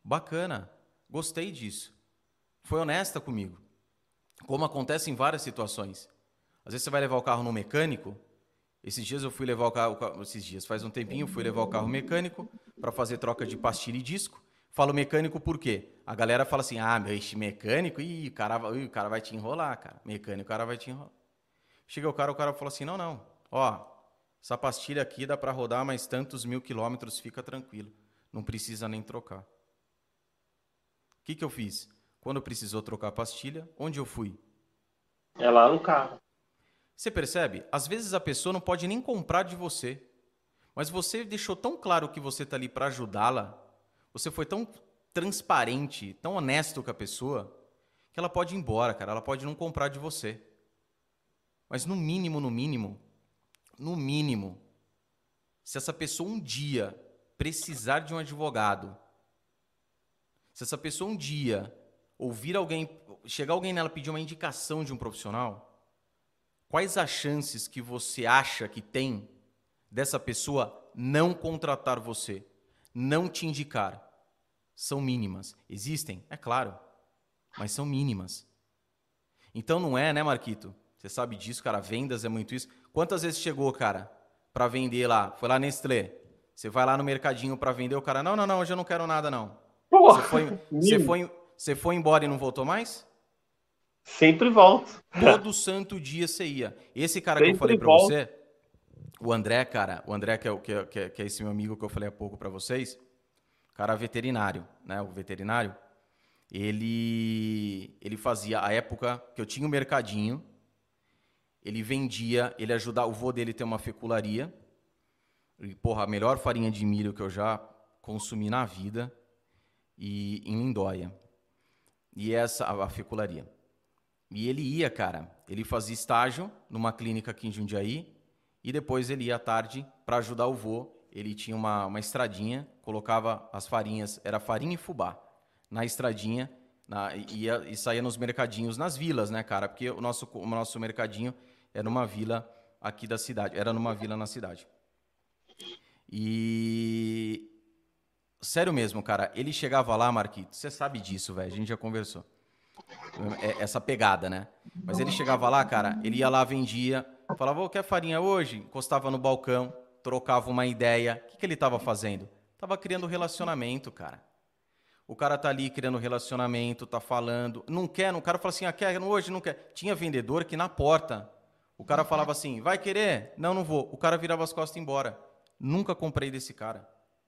Bacana, gostei disso. Foi honesta comigo. Como acontece em várias situações. Às vezes você vai levar o carro no mecânico. Esses dias eu fui levar o carro... Esses dias, faz um tempinho, eu fui levar o carro mecânico para fazer troca de pastilha e disco. Falo mecânico por quê? A galera fala assim, esse mecânico, o cara vai te enrolar, cara. Mecânico, o cara vai te enrolar. Chega o cara falou assim, não. Ó, essa pastilha aqui dá para rodar mais tantos 1000 quilômetros, fica tranquilo. Não precisa nem trocar. O que eu fiz? Quando precisou trocar a pastilha, onde eu fui? É lá no carro. Você percebe? Às vezes a pessoa não pode nem comprar de você, mas você deixou tão claro que você está ali para ajudá-la, você foi tão transparente, tão honesto com a pessoa, que ela pode ir embora, cara. Ela pode não comprar de você. Mas no mínimo, se essa pessoa um dia precisar de um advogado, se essa pessoa um dia ouvir alguém, chegar alguém nela pedir uma indicação de um profissional, quais as chances que você acha que tem dessa pessoa não contratar você, não te indicar? São mínimas. Existem? É claro, mas são mínimas. Então não é, né, Marquito? Você sabe disso, cara, vendas é muito isso. Quantas vezes chegou, cara, para vender lá? Foi lá Nestlé. Você vai lá no mercadinho para vender, o cara, não, hoje eu não quero nada, não. Você foi embora e não voltou mais? Sempre volto. Todo santo dia você ia. Esse cara Sempre que eu falei para volto. você, o André, cara, que é esse meu amigo que eu falei há pouco para vocês, cara veterinário, né? O veterinário, ele fazia, a época que eu tinha o mercadinho, ele vendia, ele ajudava, o vô dele tem uma fecularia, e, porra, a melhor farinha de milho que eu já consumi na vida, e em Lindóia. E essa, a fecularia. E ele ia, cara, ele fazia estágio numa clínica aqui em Jundiaí, e depois ele ia à tarde para ajudar o vô. Ele tinha uma estradinha, colocava as farinhas, era farinha e fubá, na estradinha, e saía nos mercadinhos, nas vilas, né, cara? Porque o nosso mercadinho era numa vila aqui da cidade, era numa vila na cidade. E... Sério mesmo, cara, ele chegava lá, Marquito, você sabe disso, velho, a gente já conversou. Essa pegada, né? Mas ele chegava lá, cara, ele ia lá, vendia, falava, quer farinha hoje? Encostava no balcão, trocava uma ideia. O que ele estava fazendo? Tava criando relacionamento, cara. O cara tá ali criando relacionamento, tá falando, não quer, o cara fala assim, quer hoje, não quer. Tinha vendedor que na porta, o cara falava assim, vai querer? Não vou. O cara virava as costas e ia embora. Nunca comprei desse cara.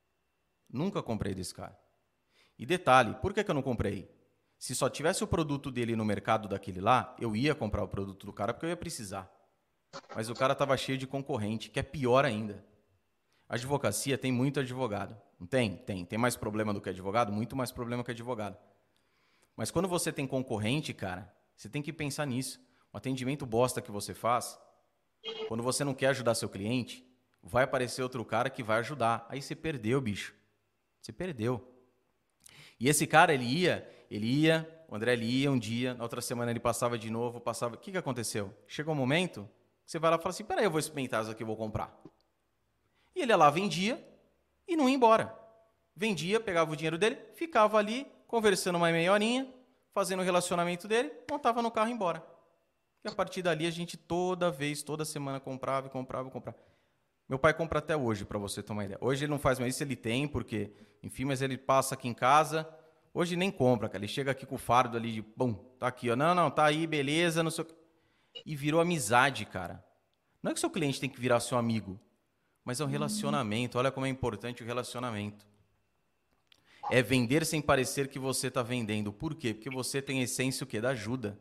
E detalhe, por que eu não comprei? Se só tivesse o produto dele no mercado daquele lá, eu ia comprar o produto do cara porque eu ia precisar. Mas o cara estava cheio de concorrente, que é pior ainda. A advocacia tem muito advogado. Não tem? Tem mais problema do que advogado? Muito mais problema que advogado. Mas quando você tem concorrente, cara, você tem que pensar nisso. O atendimento bosta que você faz, quando você não quer ajudar seu cliente, vai aparecer outro cara que vai ajudar. Aí você perdeu, bicho. Você perdeu. E esse cara, ele ia, o André ele ia um dia, na outra semana ele passava de novo, O que aconteceu? Chegou um momento que você vai lá e fala assim, peraí, eu vou experimentar isso aqui, eu vou comprar. E ele ia lá, vendia e não ia embora. Vendia, pegava o dinheiro dele, ficava ali, conversando uma meia horinha, fazendo o relacionamento dele, montava no carro e ia embora. E a partir dali a gente toda semana comprava. Meu pai compra até hoje, para você ter uma ideia. Hoje ele não faz mais isso, ele tem, porque, enfim, mas ele passa aqui em casa. Hoje nem compra, cara. Ele chega aqui com o fardo ali de, tá aqui, ó. Não, tá aí, beleza, não sei o quê. E virou amizade, cara. Não é que seu cliente tem que virar seu amigo, mas é um relacionamento. Olha como é importante o relacionamento. É vender sem parecer que você tá vendendo. Por quê? Porque você tem a essência o quê? Da ajuda.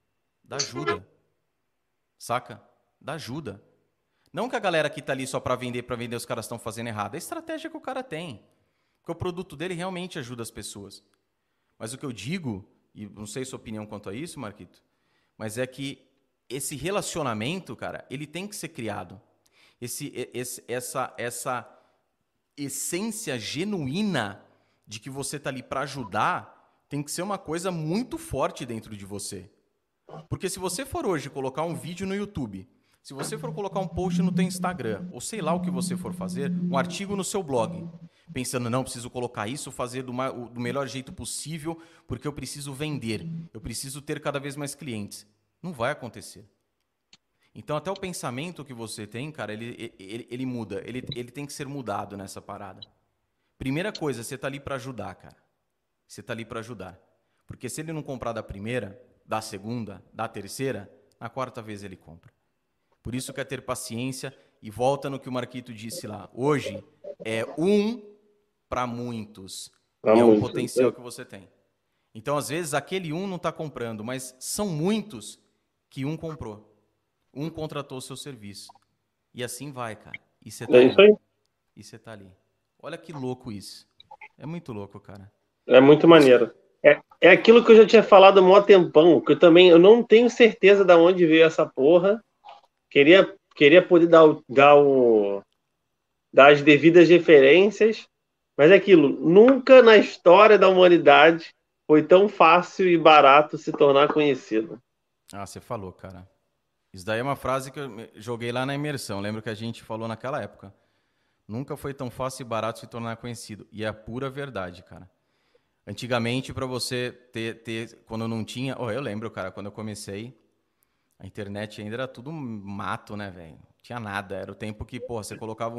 Saca? Da ajuda. Não que a galera que tá ali só para vender, os caras estão fazendo errado. É a estratégia que o cara tem. Porque o produto dele realmente ajuda as pessoas. Mas o que eu digo, e não sei sua opinião quanto a isso, Marquito, mas é que esse relacionamento, cara, ele tem que ser criado. Essa essência genuína de que você tá ali para ajudar tem que ser uma coisa muito forte dentro de você. Porque se você for hoje colocar um vídeo no YouTube Se você for colocar um post no teu Instagram, ou sei lá o que você for fazer, um artigo no seu blog, pensando, não, preciso colocar isso, fazer do melhor jeito possível, porque eu preciso vender, eu preciso ter cada vez mais clientes. Não vai acontecer. Então, até o pensamento que você tem, cara, ele muda, ele tem que ser mudado nessa parada. Primeira coisa, você tá ali para ajudar, cara. Você tá ali para ajudar. Porque se ele não comprar da primeira, da segunda, da terceira, na quarta vez ele compra. Por isso que é ter paciência e volta no que o Marquito disse lá. Hoje é um para muitos Pra e é o muito. potencial que você tem. Então, às vezes, aquele um não está comprando, mas são muitos que um comprou. Um contratou o seu serviço. E assim vai, cara. E você tá É ali. isso aí. E você tá ali. Olha que louco isso. É muito louco, cara. É muito Por isso que... maneiro. É aquilo que eu já tinha falado há mó tempão, que eu não tenho certeza de onde veio essa porra. Queria poder dar as devidas referências, mas é aquilo, nunca na história da humanidade foi tão fácil e barato se tornar conhecido. Ah, você falou, cara. Isso daí é uma frase que eu joguei lá na imersão. Lembro que a gente falou naquela época. Nunca foi tão fácil e barato se tornar conhecido. E é a pura verdade, cara. Antigamente, para você ter, quando não tinha. Oh, eu lembro, cara, quando eu comecei, a internet ainda era tudo mato, né, velho? Não tinha nada. Era o tempo que, pô, você colocava um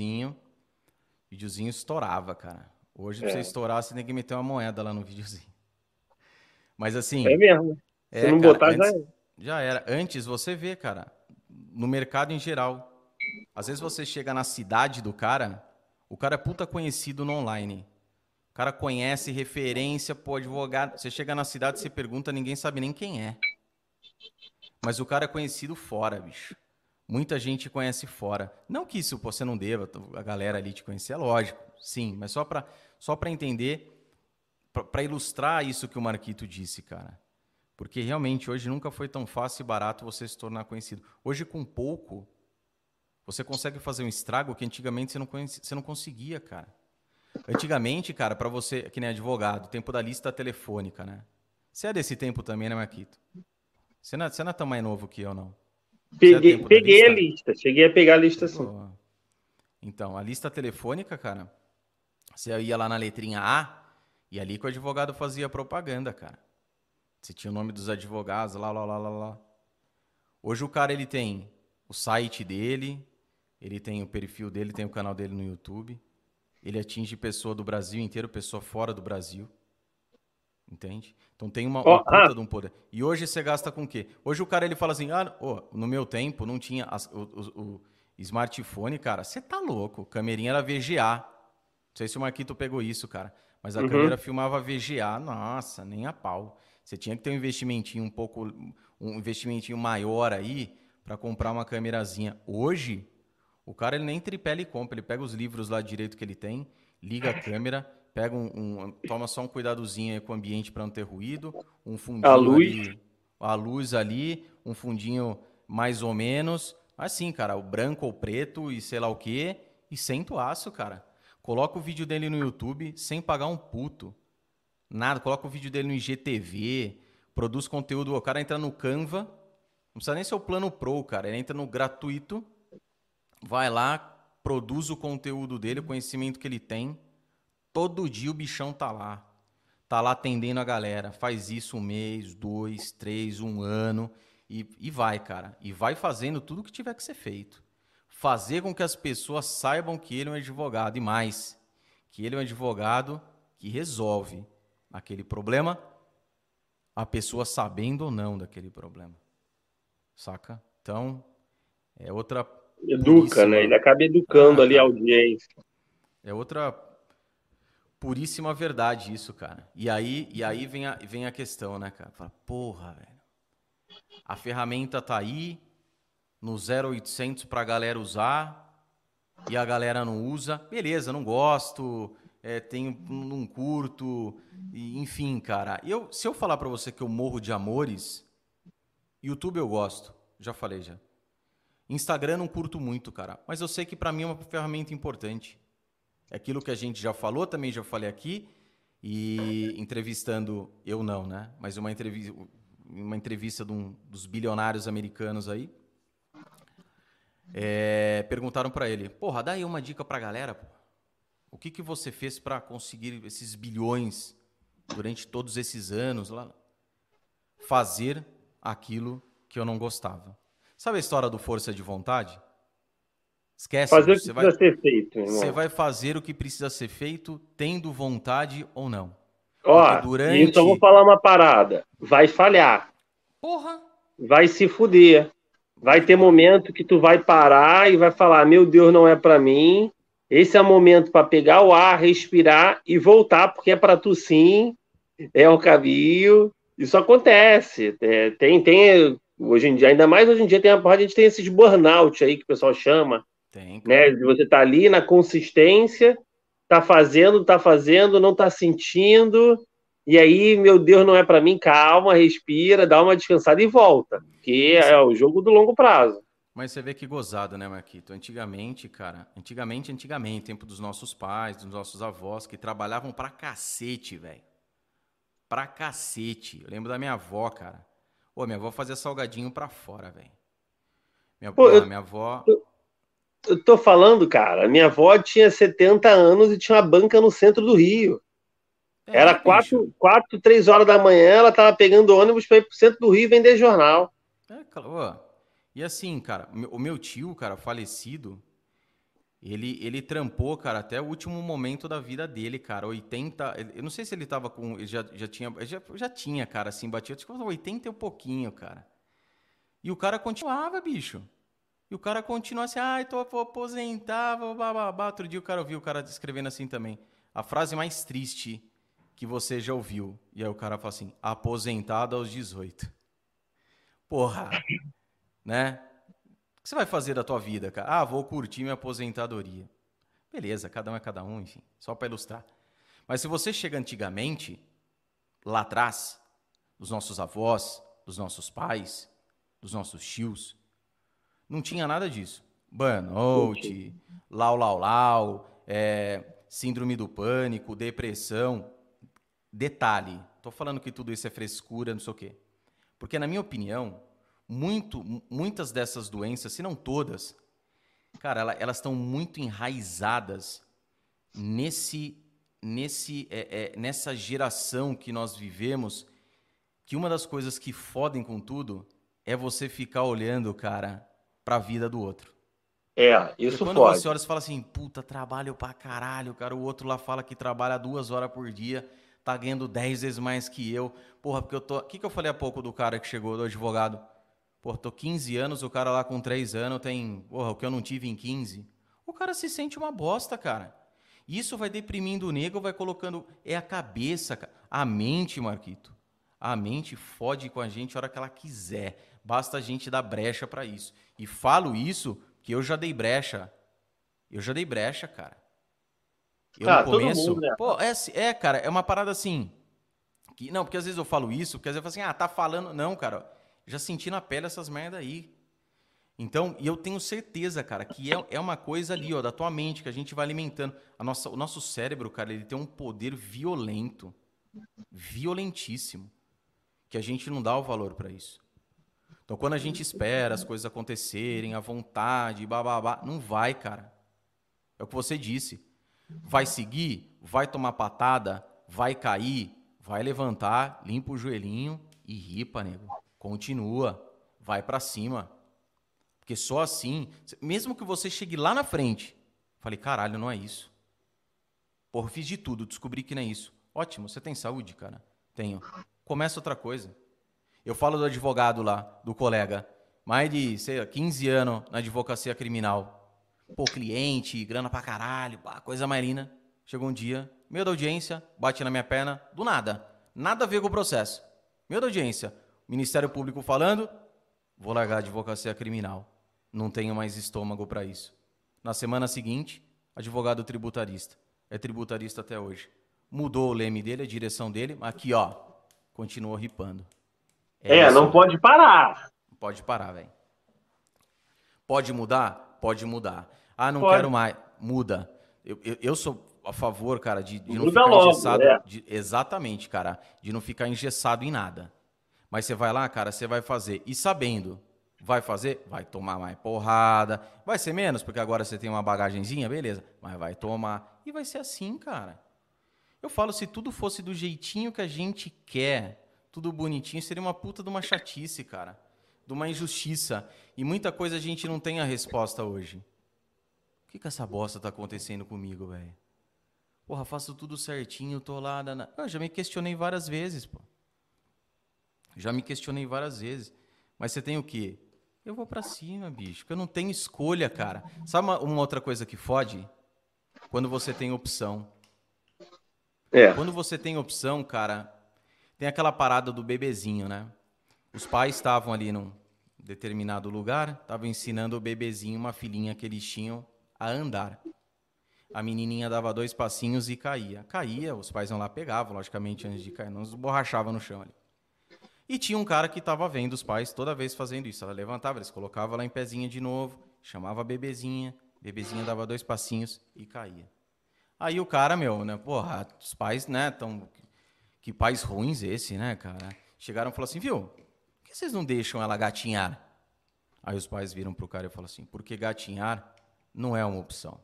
videozinho estourava, cara. Hoje, pra você É, estourar, você tem que meter uma moeda lá no videozinho. Mas é assim, mesmo. Se não cara, botar, já antes é. já era. Antes você vê, cara, no mercado em geral. Às vezes você chega na cidade do cara, o cara é puta conhecido no online. O cara conhece referência, pô, advogado. Você chega na cidade, você pergunta, ninguém sabe nem quem é. Mas o cara é conhecido fora, bicho. Muita gente conhece fora. Não que isso você não deva, a galera ali te conhecer, é lógico, sim, mas só para entender, para ilustrar isso que o Marquito disse, cara. Porque realmente hoje nunca foi tão fácil e barato você se tornar conhecido. Hoje, com pouco, você consegue fazer um estrago que antigamente você não conseguia, cara. Antigamente, cara, para você, que nem advogado, tempo da lista telefônica, né? Você é desse tempo também, né, Marquito? Você não é tão mais novo que eu, não. Você é do tempo da Peguei a lista? lista, cheguei a pegar a lista assim. Pegou. Então, a lista telefônica, cara, você ia lá na letrinha A e ali que o advogado fazia propaganda, cara. Você tinha o nome dos advogados, lá, lá, lá, lá, lá. Hoje o cara, ele tem o site dele, ele tem o perfil dele, tem o canal dele no YouTube. Ele atinge pessoa do Brasil inteiro, pessoa fora do Brasil. Entende? Então tem um Ó, puta de um poder. E hoje você gasta com o quê? Hoje o cara ele fala assim: ah, no meu tempo não tinha o smartphone, cara. Você tá louco. Camerinha era VGA. Não sei se o Marquito pegou isso, cara. Mas a câmera uhum. filmava VGA. Nossa, nem a pau. Você tinha que ter um investimentinho maior aí para comprar uma câmerazinha. Hoje, o cara ele nem tripé ele compra. Ele pega os livros lá direito que ele tem, liga a câmera, pega toma só um cuidadozinho aí com o ambiente para não ter ruído, um A fundinho luz. ali, a luz ali, um fundinho mais ou menos, assim, cara, o branco ou preto e sei lá o quê, e senta o aço, cara. Coloca o vídeo dele no YouTube sem pagar um puto. Nada, coloca o vídeo dele no IGTV, produz conteúdo, o cara entra no Canva, não precisa nem ser o plano Pro, cara, ele entra no gratuito, vai lá, produz o conteúdo dele, o conhecimento que ele tem. Todo dia o bichão tá lá. Tá lá atendendo a galera. Faz isso um mês, 2, 3, um ano. E vai, cara. E vai fazendo tudo o que tiver que ser feito. Fazer com que as pessoas saibam que ele é um advogado. E mais, que ele é um advogado que resolve aquele problema, a pessoa sabendo ou não daquele problema. Saca? Então, é outra Educa, né? Ele puríssima. acaba educando Ah, ali a cara. audiência. É outra puríssima verdade isso, cara. E aí vem a questão, né, cara? Fala, porra, velho. A ferramenta tá aí no 0800 pra galera usar e a galera não usa. Beleza, não gosto, não curto, enfim, cara. Se eu falar pra você que eu morro de amores, YouTube eu gosto, já falei já. Instagram não curto muito, cara, mas eu sei que pra mim é uma ferramenta importante. É aquilo que a gente já falou, também já falei aqui, e entrevistando, eu não, né? Mas uma entrevista de dos bilionários americanos aí. perguntaram pra ele, porra, dá aí uma dica pra galera, pô. O que você fez pra conseguir esses bilhões durante todos esses anos lá? Fazer aquilo que eu não gostava. Sabe a história do força de vontade? Esquece, Fazer o bicho. que precisa ser feito, meu Você irmão. vai fazer o que precisa ser feito, tendo vontade ou não. Porque Ó, e só vou durante... falar uma parada. Vai falhar. Porra! Vai se fuder. Vai ter Vai. momento que tu vai parar e vai falar: meu Deus, não é pra mim. Esse é o momento para pegar o ar, respirar e voltar, porque é para tu sim, é o caminho. Isso acontece. Hoje em dia, ainda mais hoje em dia, a gente tem esses burnout aí que o pessoal chama, Tem, né? cara. De você tá ali na consistência, tá fazendo, não tá sentindo, e aí, meu Deus, não é para mim, calma, respira, dá uma descansada e volta, que Mas, é o jogo do longo prazo. mas você vê que gozado, né, Marquito? Antigamente, cara, antigamente, tempo dos nossos pais, dos nossos avós, que trabalhavam pra cacete, velho. Pra cacete. Eu lembro da minha avó, cara. Pô, minha avó fazia salgadinho pra fora, velho. Pô, eu, Minha avó... eu tô falando, cara, minha avó tinha 70 anos e tinha uma banca no centro do Rio. Era É, bicho. 3 horas da manhã, ela tava pegando ônibus para ir pro centro do Rio vender jornal. Ô, e assim, cara, o meu tio, cara, falecido, ele trampou, cara, até o último momento da vida dele, cara. 80. Eu não sei se ele tava com. Ele já tinha. Já tinha, cara, assim, batido. Acho que 80 e um pouquinho, cara. E o cara continuava, bicho. E o cara continua assim, vou aposentar, vou bababá. Outro dia o cara ouviu o cara escrevendo assim também. A frase mais triste que você já ouviu. E aí o cara fala assim, aposentado aos 18. Porra, né? O que você vai fazer da tua vida, cara? Vou curtir minha aposentadoria. Beleza, cada um é cada um, enfim, só para ilustrar. Mas se você chega antigamente, lá atrás, dos nossos avós, dos nossos pais, dos nossos tios, não tinha nada disso. Burnout, lau, síndrome do pânico, depressão. Detalhe, tô falando que tudo isso é frescura, não sei o quê. Porque, na minha opinião, muitas dessas doenças, se não todas, cara, elas estão muito enraizadas nessa geração que nós vivemos, que uma das coisas que fodem com tudo é você ficar olhando, cara, pra vida do outro. É, Porque isso quando você fode. olha, você fala assim, puta, trabalho pra caralho, cara, o outro lá fala que trabalha 2 horas por dia, tá ganhando 10 vezes mais que eu. Porra, porque eu tô... O que eu falei há pouco do cara que chegou, do advogado? Pô, tô 15 anos, o cara lá com 3 anos tem, porra, o que eu não tive em 15. O cara se sente uma bosta, cara. Isso vai deprimindo o nego, vai colocando... É a cabeça, cara. A mente, Marquito. A mente fode com a gente a hora que ela quiser. Basta a gente dar brecha pra isso. E falo isso que eu já dei brecha. Eu já dei brecha, cara. Eu no Ah, todo mundo, começo... né? Pô, cara, é uma parada assim... Não, porque às vezes eu falo isso, porque às vezes eu falo assim, tá falando... Não, cara, já senti na pele essas merda aí. Então, e eu tenho certeza, cara, que é uma coisa ali, ó, da tua mente, que a gente vai alimentando. O nosso cérebro, cara, ele tem um poder violento, violentíssimo, que a gente não dá o valor pra isso. Então, quando a gente espera as coisas acontecerem, à vontade, bababá, não vai, cara. É o que você disse. Vai seguir, vai tomar patada, vai cair, vai levantar, limpa o joelhinho e ripa, nego. Continua, vai pra cima. Porque só assim, mesmo que você chegue lá na frente, falei, caralho, não é isso. Porra, fiz de tudo, descobri que não é isso. Ótimo, você tem saúde, cara? Tenho. Começa outra coisa. Eu falo do advogado lá, do colega, mais de, sei lá, 15 anos na advocacia criminal. Pô, cliente, grana pra caralho, pá, coisa mais linda. Chegou um dia, meio da audiência, bate na minha perna, do nada. Nada a ver com o processo. Meio da audiência, Ministério Público falando, vou largar a advocacia criminal. Não tenho mais estômago para isso. Na semana seguinte, advogado tributarista. É tributarista até hoje. Mudou o leme dele, a direção dele, mas aqui, ó, continuou ripando. É isso Não aí. pode parar. Pode parar, velho. Pode mudar? Pode mudar. Não Pode. quero mais. Muda. Eu sou a favor, cara, de não Muda ficar logo, engessado. é. Exatamente, cara. De não ficar engessado em nada. Mas você vai lá, cara, você vai fazer. E sabendo Vai fazer? Vai tomar mais porrada. Vai ser menos, porque agora você tem uma bagagenzinha, beleza. Mas vai tomar. E vai ser assim, cara. Eu falo, se tudo fosse do jeitinho que a gente quer, tudo bonitinho, seria uma puta de uma chatice, cara. De uma injustiça. E muita coisa a gente não tem a resposta hoje. O que essa bosta tá acontecendo comigo, velho? Porra, faço tudo certinho, tô lá... Eu já me questionei várias vezes, pô. Já me questionei várias vezes. Mas você tem o quê? Eu vou pra cima, bicho. Porque eu não tenho escolha, cara. Sabe uma outra coisa que fode? Quando você tem opção. É. Quando você tem opção, cara, tem aquela parada do bebezinho, né? Os pais estavam ali num determinado lugar, estavam ensinando o bebezinho, uma filhinha que eles tinham, a andar. A menininha dava 2 passinhos e caía. Caía, os pais iam lá, pegavam, logicamente, antes de cair, não esborrachava no chão ali. E tinha um cara que estava vendo os pais toda vez fazendo isso. Ela levantava, eles colocavam ela em pezinha de novo, chamava a bebezinha dava 2 passinhos e caía. Aí o cara, meu, né, porra, os pais, né, tão... Que pais ruins esse, né, cara? Chegaram e falaram assim, viu, por que vocês não deixam ela gatinhar? Aí os pais viram pro cara e falaram assim, porque gatinhar não é uma opção.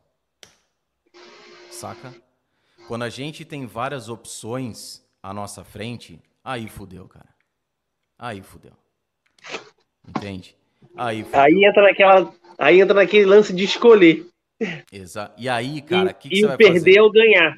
Saca? Quando a gente tem várias opções à nossa frente, aí fudeu, cara. Aí fudeu. Entende? Aí fudeu. Aí entra naquele lance de escolher. E aí, cara, o que E você o vai perder fazer? ou ganhar.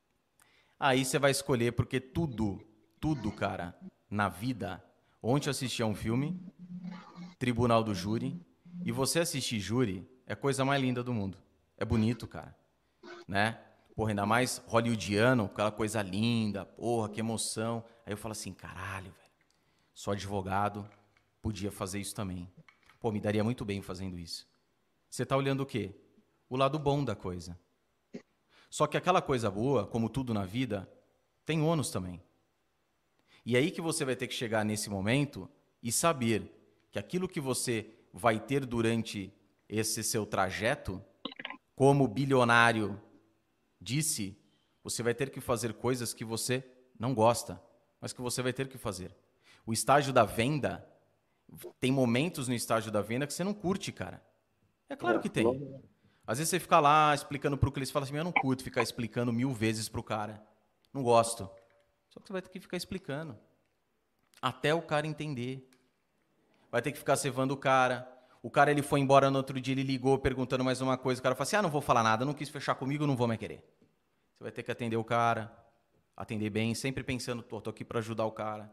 Aí você vai escolher, porque tudo, cara, na vida. Ontem eu assisti a um filme, Tribunal do Júri, e você assistir júri é a coisa mais linda do mundo. É bonito, cara. Né? Porra, ainda mais hollywoodiano, aquela coisa linda, porra, que emoção. Aí eu falo assim, caralho, velho, sou advogado, podia fazer isso também. Pô, me daria muito bem fazendo isso. Você tá olhando o quê? O lado bom da coisa. Só que aquela coisa boa, como tudo na vida, tem ônus também. E é aí que você vai ter que chegar nesse momento e saber que aquilo que você vai ter durante esse seu trajeto, como bilionário disse, você vai ter que fazer coisas que você não gosta, mas que você vai ter que fazer. O estágio da venda, tem momentos no estágio da venda que você não curte, cara. É claro que tem. Às vezes você fica lá explicando pro cliente, você fala assim, eu não curto ficar explicando 1000 vezes pro cara. Não gosto. Só que você vai ter que ficar explicando. Até o cara entender. Vai ter que ficar cevando o cara. O cara, ele foi embora no outro dia, ele ligou perguntando mais uma coisa. O cara fala assim, não vou falar nada, não quis fechar comigo, não vou mais querer. Você vai ter que atender o cara, atender bem, sempre pensando, tô aqui para ajudar o cara.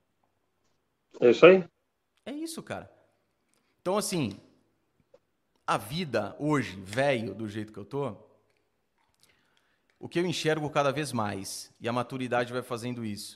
É isso aí? É isso, cara. Então, assim, a vida hoje, velho, do jeito que eu tô, o que eu enxergo cada vez mais, e a maturidade vai fazendo isso,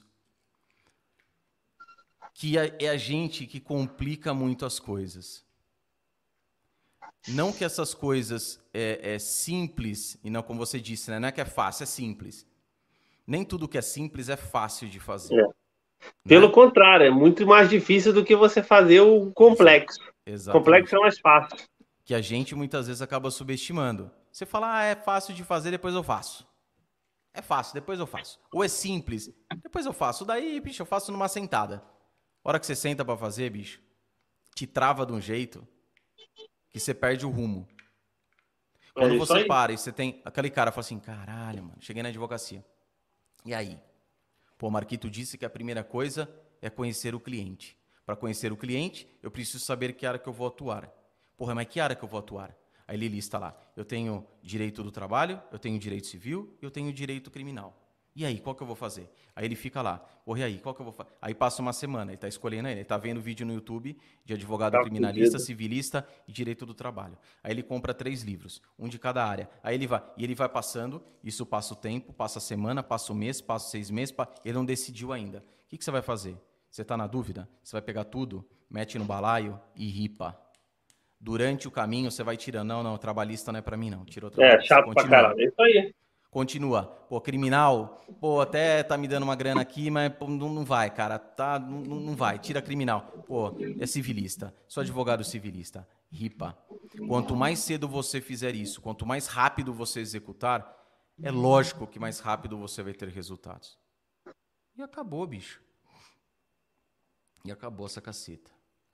que é a gente que complica muito as coisas. Não que essas coisas é simples, e não como você disse, né? Não é que é fácil, é simples. Nem tudo que é simples é fácil de fazer. É. Pelo Né? contrário, é muito mais difícil do que você fazer o complexo. Complexo Exatamente. é mais fácil. Que a gente muitas vezes acaba subestimando. Você fala, é fácil de fazer, depois eu faço. É fácil, depois eu faço. Ou é simples, depois eu faço. Daí, bicho, eu faço numa sentada. A hora que você senta pra fazer, bicho, te trava de um jeito que você perde o rumo. É Quando isso você aí. para e você tem... Aquele cara fala assim, caralho, mano, cheguei na advocacia. E aí? Pô, Marquito disse que a primeira coisa é conhecer o cliente. Para conhecer o cliente, eu preciso saber que área que eu vou atuar. Porra, mas que área que eu vou atuar? Aí ele lista lá, eu tenho direito do trabalho, eu tenho direito civil, eu tenho direito criminal. E aí, qual que eu vou fazer? Aí ele fica lá, porra, e aí, qual que eu vou fazer? Aí passa uma semana, ele está escolhendo, ele está vendo vídeo no YouTube de advogado Tá criminalista, fudido. civilista e direito do trabalho. Aí ele compra 3 livros, um de cada área. Aí ele vai passando, isso passa o tempo, passa a semana, passa o mês, passa 6 meses, ele não decidiu ainda. O que você vai fazer? Você está na dúvida? Você vai pegar tudo, mete no balaio e ripa. Durante o caminho, você vai tirando. Não, trabalhista não é para mim, não. Tirou trabalhista. Chato pra Continua. caralho. É isso aí. Continua. Pô, criminal, pô, até tá me dando uma grana aqui, mas pô, não vai, cara. Tá, não vai. Tira criminal. Pô, é civilista. Sou advogado civilista. Ripa. Quanto mais cedo você fizer isso, quanto mais rápido você executar, é lógico que mais rápido você vai ter resultados. E acabou, bicho. E acabou essa caceta.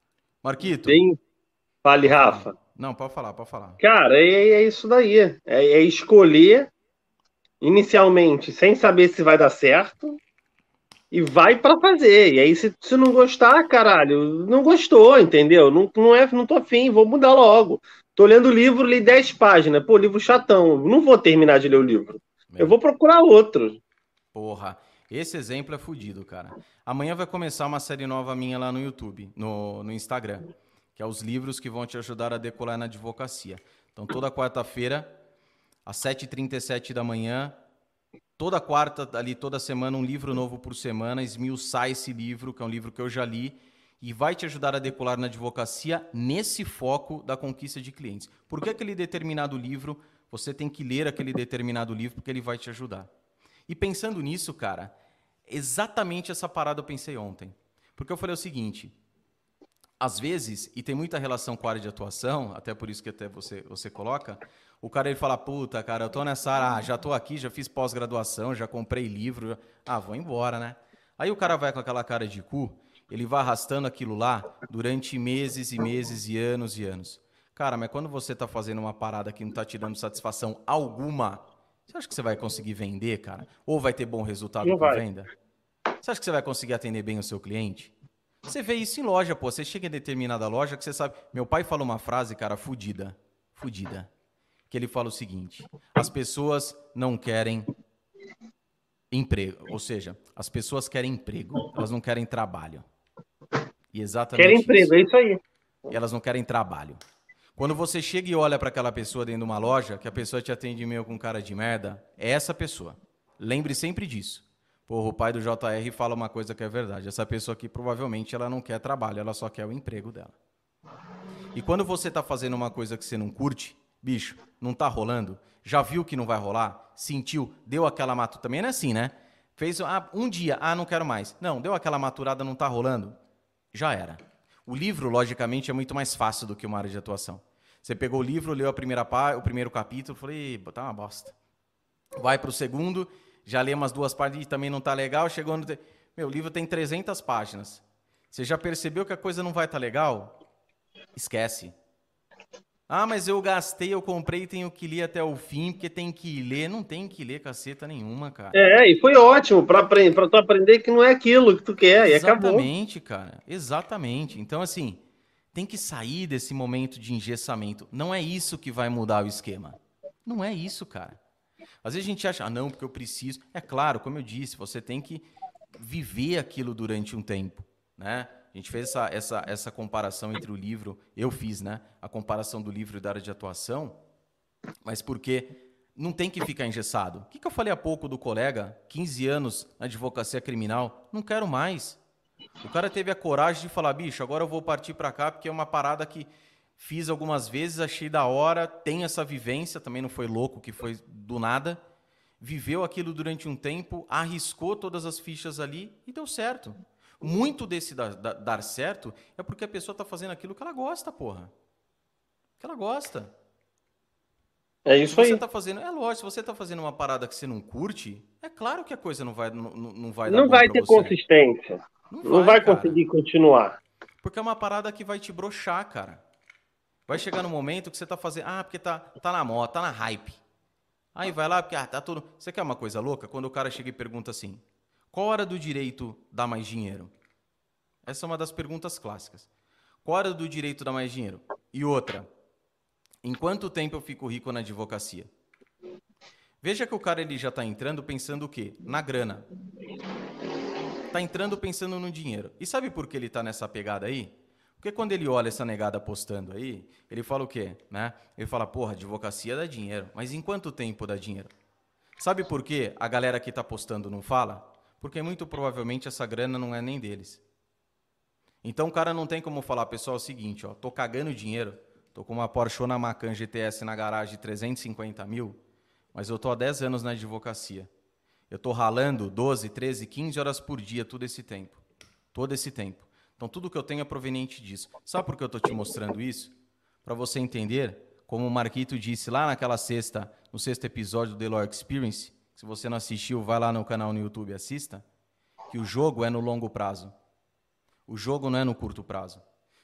Marquito. Bem, fale, Pode falar. Rafa. Não, pode falar, pode falar. Cara, é isso daí. É escolher inicialmente sem saber se vai dar certo e vai pra fazer. E aí, se não gostar, caralho, não gostou, entendeu? Não tô afim, vou mudar logo. Tô lendo o livro, li 10 páginas. Pô, livro chatão. Não vou terminar de ler o livro. Eu É. vou procurar outro. Porra, esse exemplo é fudido, cara. Amanhã vai começar uma série nova minha lá no YouTube, no Instagram, que é os livros que vão te ajudar a decolar na advocacia. Então, toda quarta-feira, às 7h37 da manhã, toda quarta, ali, toda semana, um livro novo por semana, esmiuçar esse livro, que é um livro que eu já li, e vai te ajudar a decolar na advocacia nesse foco da conquista de clientes. Por que aquele determinado livro, você tem que ler aquele determinado livro, porque ele vai te ajudar. E pensando nisso, cara, exatamente essa parada eu pensei ontem. Porque eu falei o seguinte, às vezes, e tem muita relação com a área de atuação, até por isso que até você coloca, o cara ele fala, puta, cara, eu tô nessa área, já tô aqui, já fiz pós-graduação, já comprei livro, vou embora, né? Aí o cara vai com aquela cara de cu, ele vai arrastando aquilo lá durante meses e meses e anos. Cara, mas quando você tá fazendo uma parada que não tá te dando satisfação alguma, você acha que você vai conseguir vender, cara? Ou vai ter bom resultado Não com vai. venda? Você acha que você vai conseguir atender bem o seu cliente? Você vê isso em loja, pô. Você chega em determinada loja que você sabe. Meu pai fala uma frase, cara, fudida. Fudida. Que ele fala o seguinte: as pessoas não querem emprego. Ou seja, as pessoas querem emprego, elas não querem trabalho. E Quer exatamente emprego, isso. é isso aí. E elas não querem trabalho. Quando você chega e olha para aquela pessoa dentro de uma loja, que a pessoa te atende meio com cara de merda, é essa pessoa. Lembre sempre disso. Porra, o pai do JR fala uma coisa que é verdade. Essa pessoa aqui provavelmente ela não quer trabalho, ela só quer o emprego dela. E quando você tá fazendo uma coisa que você não curte, bicho, não tá rolando, já viu que não vai rolar, sentiu, deu aquela maturada, também não é assim, né? Fez um dia, não quero mais. Não, deu aquela maturada, não tá rolando, já era. O livro, logicamente, é muito mais fácil do que uma área de atuação. Você pegou o livro, leu o primeiro capítulo, falei, tá uma bosta. Vai pro segundo, já lê umas 2 páginas e também não tá legal, chegou no... Meu, o livro tem 300 páginas. Você já percebeu que a coisa não vai estar legal? Esquece. Mas eu gastei, eu comprei, tenho que ler até o fim, porque tem que ler. Não tem que ler caceta nenhuma, cara. E foi ótimo pra tu aprender que não é aquilo que tu quer, e acabou. Exatamente, cara. Exatamente. Então, assim, tem que sair desse momento de engessamento. Não é isso que vai mudar o esquema. Não é isso, cara. Às vezes a gente acha, não, porque eu preciso. É claro, como eu disse, você tem que viver aquilo durante um tempo, né? A gente fez essa comparação entre o livro, eu fiz, né? A comparação do livro e da área de atuação, mas porque não tem que ficar engessado. O que eu falei há pouco do colega, 15 anos na advocacia criminal? Não quero mais. O cara teve a coragem de falar, bicho, agora eu vou partir para cá, porque é uma parada que fiz algumas vezes, achei da hora, tem essa vivência, também não foi louco, que foi do nada. Viveu aquilo durante um tempo, arriscou todas as fichas ali e deu certo. Muito desse dar certo é porque a pessoa está fazendo aquilo que ela gosta, porra. Que ela gosta. É Se isso você aí. está fazendo, é lógico, se você está fazendo uma parada que você não curte, é claro que a coisa não vai dar Não bom vai para ter você. consistência. Não Não vai, vai cara. conseguir continuar. Porque é uma parada que vai te broxar, cara. Vai chegar no momento que você tá fazendo, porque tá na moda, tá na hype. Aí vai lá, porque tá tudo... Você quer uma coisa louca? Quando o cara chega e pergunta assim, qual hora do direito dá mais dinheiro? Essa é uma das perguntas clássicas. Qual hora do direito dá mais dinheiro? E outra, em quanto tempo eu fico rico na advocacia? Veja que o cara ele já tá entrando pensando o quê? Na grana. Tá entrando pensando no dinheiro. E sabe por que ele tá nessa pegada aí? Porque quando ele olha essa negada postando aí, ele fala o quê? Né? Ele fala, porra, advocacia dá dinheiro. Mas em quanto tempo dá dinheiro? Sabe por que a galera que tá postando não fala? Porque muito provavelmente essa grana não é nem deles. Então o cara não tem como falar, pessoal, é o seguinte, tô cagando dinheiro, tô com uma Porschona Macan GTS na garagem de 350 mil, mas eu tô há 10 anos na advocacia. Eu tô ralando 12, 13, 15 horas por dia todo esse tempo. Todo esse tempo. Então tudo que eu tenho é proveniente disso. Sabe por que eu tô te mostrando isso? Para você entender, como o Marquito disse lá no sexto episódio do The Law Experience, se você não assistiu, vai lá no canal no YouTube e assista, que o jogo é no longo prazo. O jogo não é no curto prazo.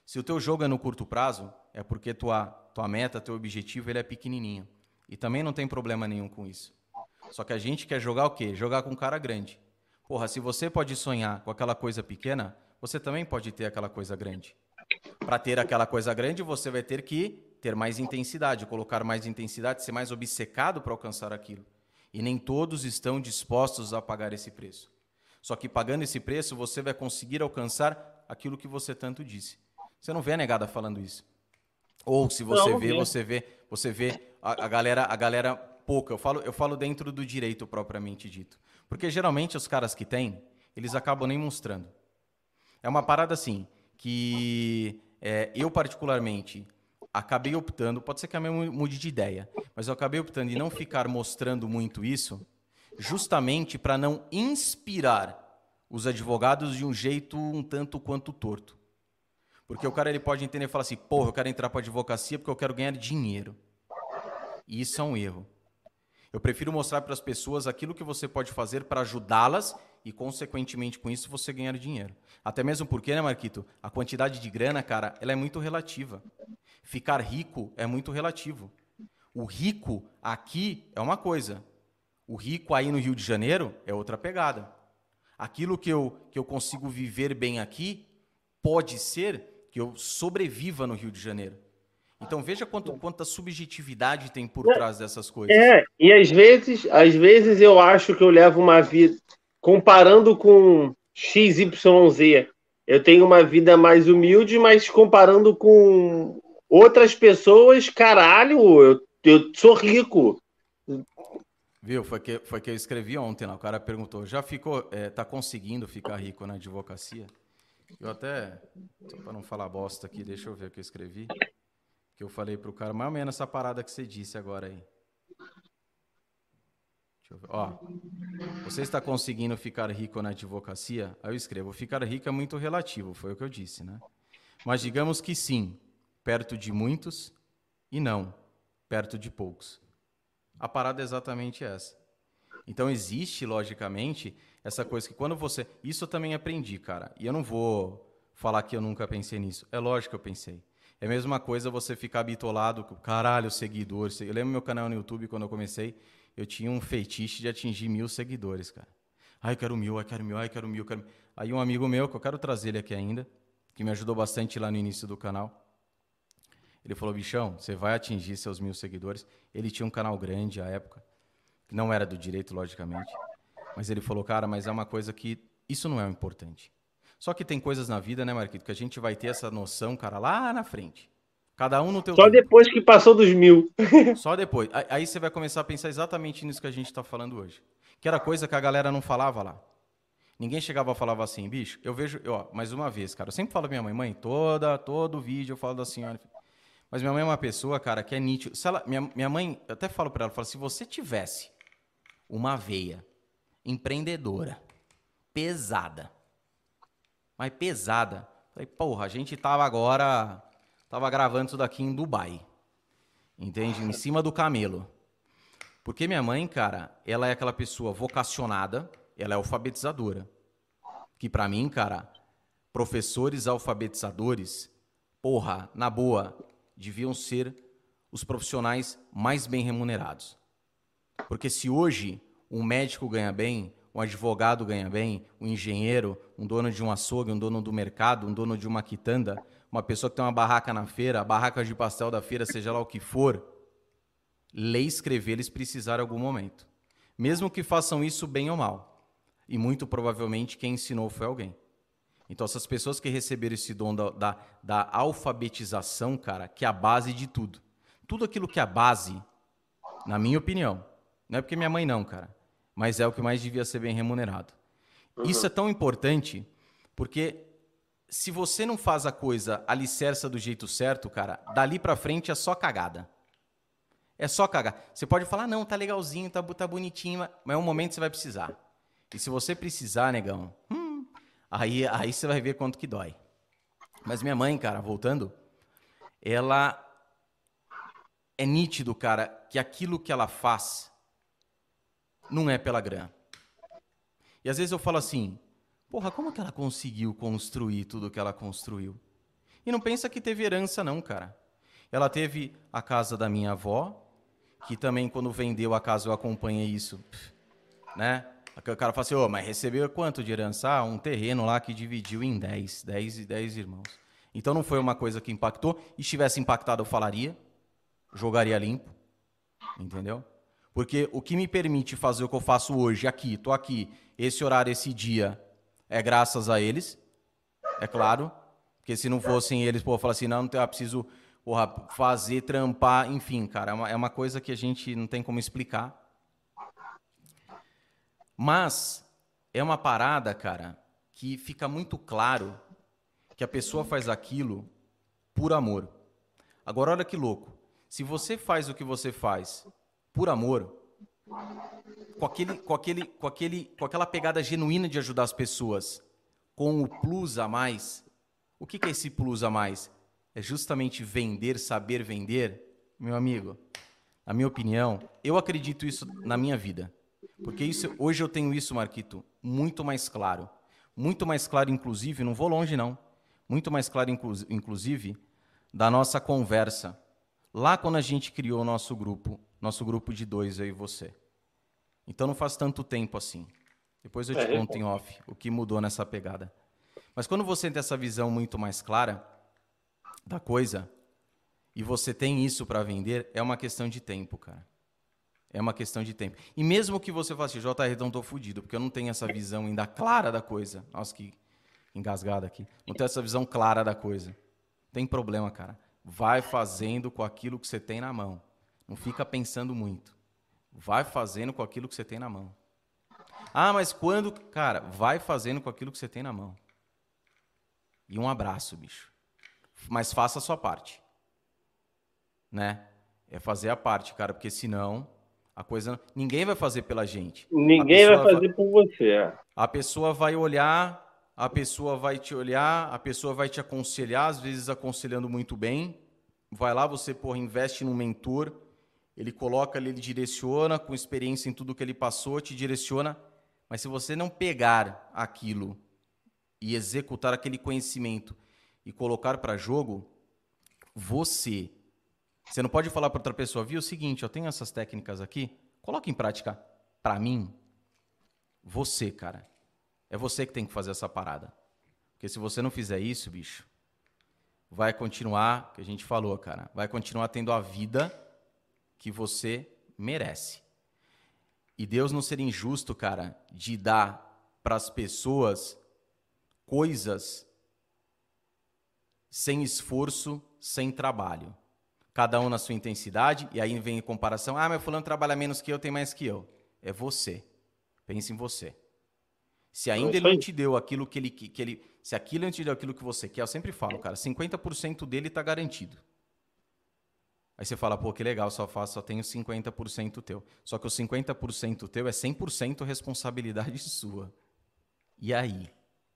Se o teu jogo é no curto prazo, é porque tua meta, teu objetivo, ele é pequenininho. E também não tem problema nenhum com isso. Só que a gente quer jogar o quê? Jogar com um cara grande. Porra, se você pode sonhar com aquela coisa pequena, você também pode ter aquela coisa grande. Para ter aquela coisa grande, você vai ter que ter mais intensidade, colocar mais intensidade, ser mais obcecado para alcançar aquilo. E nem todos estão dispostos a pagar esse preço. Só que pagando esse preço, você vai conseguir alcançar aquilo que você tanto disse. Você não vê a negada falando isso. Ou se você vê, você vê a galera pouca. Eu falo dentro do direito propriamente dito. Porque geralmente os caras que têm, eles acabam nem mostrando. É uma parada assim, que eu particularmente acabei optando, pode ser que a minha mude de ideia, mas eu acabei optando em não ficar mostrando muito isso, justamente para não inspirar os advogados de um jeito um tanto quanto torto. Porque o cara ele pode entender e falar assim, porra, eu quero entrar para advocacia porque eu quero ganhar dinheiro. E isso é um erro. Eu prefiro mostrar para as pessoas aquilo que você pode fazer para ajudá-las e, consequentemente, com isso, você ganhar dinheiro. Até mesmo porque, né, Marquito? A quantidade de grana, cara, ela é muito relativa. Ficar rico é muito relativo. O rico aqui é uma coisa. O rico aí no Rio de Janeiro é outra pegada. Aquilo que eu consigo viver bem aqui pode ser que eu sobreviva no Rio de Janeiro. Então veja quanta subjetividade tem por trás dessas coisas. E às vezes eu acho que eu levo uma vida, comparando com XYZ, eu tenho uma vida mais humilde, mas comparando com outras pessoas, caralho, eu sou rico. Viu? Foi que eu escrevi ontem lá. O cara perguntou, já ficou, tá conseguindo ficar rico na advocacia? Eu até, só para não falar bosta aqui, deixa eu ver o que eu escrevi. Que eu falei pro cara, mais ou menos essa parada que você disse agora aí. Deixa eu ver. Ó, você está conseguindo ficar rico na advocacia? Aí eu escrevo, ficar rico é muito relativo, foi o que eu disse, né? Mas digamos que sim, perto de muitos e não, perto de poucos. A parada é exatamente essa. Então existe, logicamente, essa coisa que quando você... Isso eu também aprendi, cara. E eu não vou falar que eu nunca pensei nisso. É lógico que eu pensei. É a mesma coisa você ficar bitolado com, caralho, seguidor. Eu lembro meu canal no YouTube, quando eu comecei, eu tinha um feitiço de atingir 1000 seguidores, cara. Ai, eu quero 1000, ai, quero 1000, ai, quero 1000, quero... Aí um amigo meu, que eu quero trazer ele aqui ainda, que me ajudou bastante lá no início do canal, ele falou, bichão, você vai atingir seus 1000 seguidores. Ele tinha um canal grande à época, que não era do direito, logicamente. Mas ele falou, cara, mas é uma coisa que... Isso não é o importante. Só que tem coisas na vida, né, Marquito, que a gente vai ter essa noção, cara, lá na frente. Cada um no teu Só tempo. depois que passou dos 1000. Só depois. Aí você vai começar a pensar exatamente nisso que a gente está falando hoje. Que era coisa que a galera não falava lá. Ninguém chegava a falar assim, bicho, eu vejo... mais uma vez, cara, eu sempre falo pra minha mãe, todo vídeo eu falo da senhora... Mas minha mãe é uma pessoa, cara, que é nítida. Minha mãe, eu até falo pra ela, falo, se você tivesse uma veia empreendedora, pesada, mas pesada, falei, porra, a gente tava gravando isso daqui em Dubai, entende? Em cima do camelo. Porque minha mãe, cara, ela é aquela pessoa vocacionada, ela é alfabetizadora. Que pra mim, cara, professores alfabetizadores, porra, na boa, deviam ser os profissionais mais bem remunerados. Porque se hoje um médico ganha bem, um advogado ganha bem, um engenheiro, um dono de um açougue, um dono do mercado, um dono de uma quitanda, uma pessoa que tem uma barraca na feira, a barraca de pastel da feira, seja lá o que for, ler e escrever eles precisaram em algum momento. Mesmo que façam isso bem ou mal. E muito provavelmente quem ensinou foi alguém. Então, essas pessoas que receberam esse dom da alfabetização, cara, que é a base de tudo. Tudo aquilo que é a base, na minha opinião, não é porque minha mãe não, cara, mas é o que mais devia ser bem remunerado. Isso é tão importante porque se você não faz a coisa alicerça do jeito certo, cara, dali pra frente é só cagada. É só cagar. Você pode falar, não, tá legalzinho, tá bonitinho, mas é um momento que você vai precisar. E se você precisar, negão... Aí você vai ver quanto que dói. Mas minha mãe, cara, voltando, ela é nítido, cara, que aquilo que ela faz não é pela grana. E às vezes eu falo assim, porra, como que ela conseguiu construir tudo que ela construiu? E não pensa que teve herança não, cara. Ela teve a casa da minha avó, que também quando vendeu a casa eu acompanhei isso, né? O cara fala assim, mas recebeu quanto de herança? Ah, um terreno lá que dividiu em 10 irmãos. Então não foi uma coisa que impactou. E se tivesse impactado eu falaria, jogaria limpo, entendeu? Porque o que me permite fazer o que eu faço hoje, aqui, tô aqui, esse horário, esse dia, é graças a eles, é claro. Porque se não fossem eles, pô, eu falo assim, não preciso fazer, trampar, enfim, cara, é uma coisa que a gente não tem como explicar. Mas é uma parada, cara, que fica muito claro que a pessoa faz aquilo por amor. Agora, olha que louco. Se você faz o que você faz por amor, com aquela pegada genuína de ajudar as pessoas, com o plus a mais, o que é esse plus a mais? É justamente vender, saber vender, meu amigo. Na minha opinião, eu acredito isso na minha vida. Porque hoje eu tenho isso, Marquito, muito mais claro. Muito mais claro, inclusive, não vou longe não, muito mais claro, inclusive, da nossa conversa. Lá quando a gente criou o nosso grupo de 2, eu e você. Então não faz tanto tempo assim. Depois eu te conto em off o que mudou nessa pegada. Mas quando você tem essa visão muito mais clara da coisa, e você tem isso para vender, é uma questão de tempo, cara. É uma questão de tempo. E mesmo que você faça assim, JR, então tô fudido, porque eu não tenho essa visão ainda clara da coisa. Nossa, que engasgada aqui. Não tenho essa visão clara da coisa. Não tem problema, cara. Vai fazendo com aquilo que você tem na mão. Não fica pensando muito. Vai fazendo com aquilo que você tem na mão. Ah, mas quando... Cara, vai fazendo com aquilo que você tem na mão. E um abraço, bicho. Mas faça a sua parte. Né? É fazer a parte, cara, porque senão a coisa... Ninguém vai fazer pela gente. Ninguém vai fazer por você. A pessoa vai olhar, a pessoa vai te olhar, a pessoa vai te aconselhar, às vezes aconselhando muito bem. Vai lá, você, investe num mentor, ele coloca ali, ele direciona, com experiência em tudo que ele passou, te direciona. Mas se você não pegar aquilo e executar aquele conhecimento e colocar para jogo, você não pode falar para outra pessoa, viu, o seguinte, eu tenho essas técnicas aqui, coloca em prática para mim. Você, cara, é você que tem que fazer essa parada. Porque se você não fizer isso, bicho, vai continuar, que a gente falou, cara, vai continuar tendo a vida que você merece. E Deus não seria injusto, cara, de dar para as pessoas coisas sem esforço, sem trabalho. Cada um na sua intensidade, e aí vem a comparação. Ah, mas fulano trabalha menos que eu, tem mais que eu. É você. Pense em você. Se ainda ele não te deu aquilo que ele... Se aquilo não te deu aquilo que você quer, eu sempre falo, cara, 50% dele está garantido. Aí você fala, pô, que legal, só tenho 50% teu. Só que o 50% teu é 100% responsabilidade sua. E aí?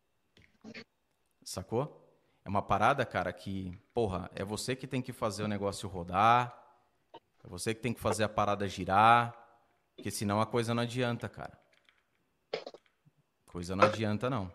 Sacou? É uma parada, cara, que, é você que tem que fazer o negócio rodar, é você que tem que fazer a parada girar, porque senão a coisa não adianta, cara. Coisa não adianta, não.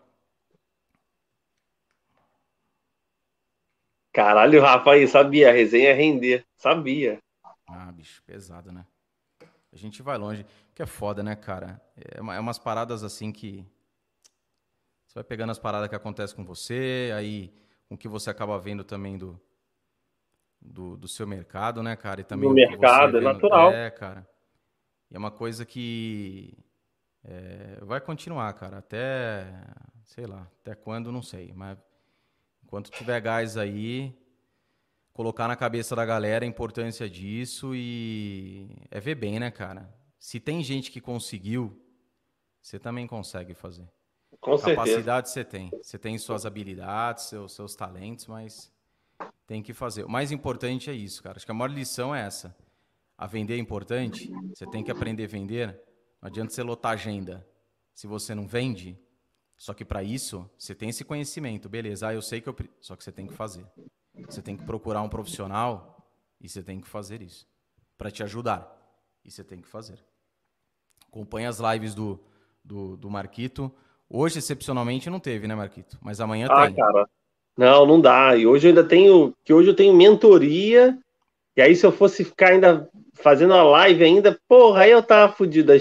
Caralho, Rafa aí, sabia, a resenha é render, sabia. Ah, bicho, pesado, né? A gente vai longe, que é foda, né, cara? É umas paradas assim que... Você vai pegando as paradas que acontecem com você, aí com o que você acaba vendo também do seu mercado, né, cara? E também do o que mercado, você é vê natural. cara. E é uma coisa que vai continuar, cara, até, sei lá, até quando, não sei. Mas enquanto tiver gás aí, colocar na cabeça da galera a importância disso e ver bem, né, cara? Se tem gente que conseguiu, você também consegue fazer. Com certeza. Capacidade você tem suas habilidades, seus talentos, mas tem que fazer. O mais importante é isso, cara. Acho que a maior lição é essa. A vender é importante, você tem que aprender a vender. Não adianta você lotar agenda se você não vende. Só que para isso, você tem esse conhecimento. Beleza, eu sei que só que você tem que fazer. Você tem que procurar um profissional e você tem que fazer isso. Para te ajudar. E você tem que fazer. Acompanhe as lives do Marquito. Hoje, excepcionalmente, não teve, né, Marquito? Mas amanhã tem. Cara, Não, não dá. E hoje eu ainda tenho, que hoje eu tenho mentoria, e aí se eu fosse ficar ainda fazendo a live ainda, porra, aí eu tava fudido. Aí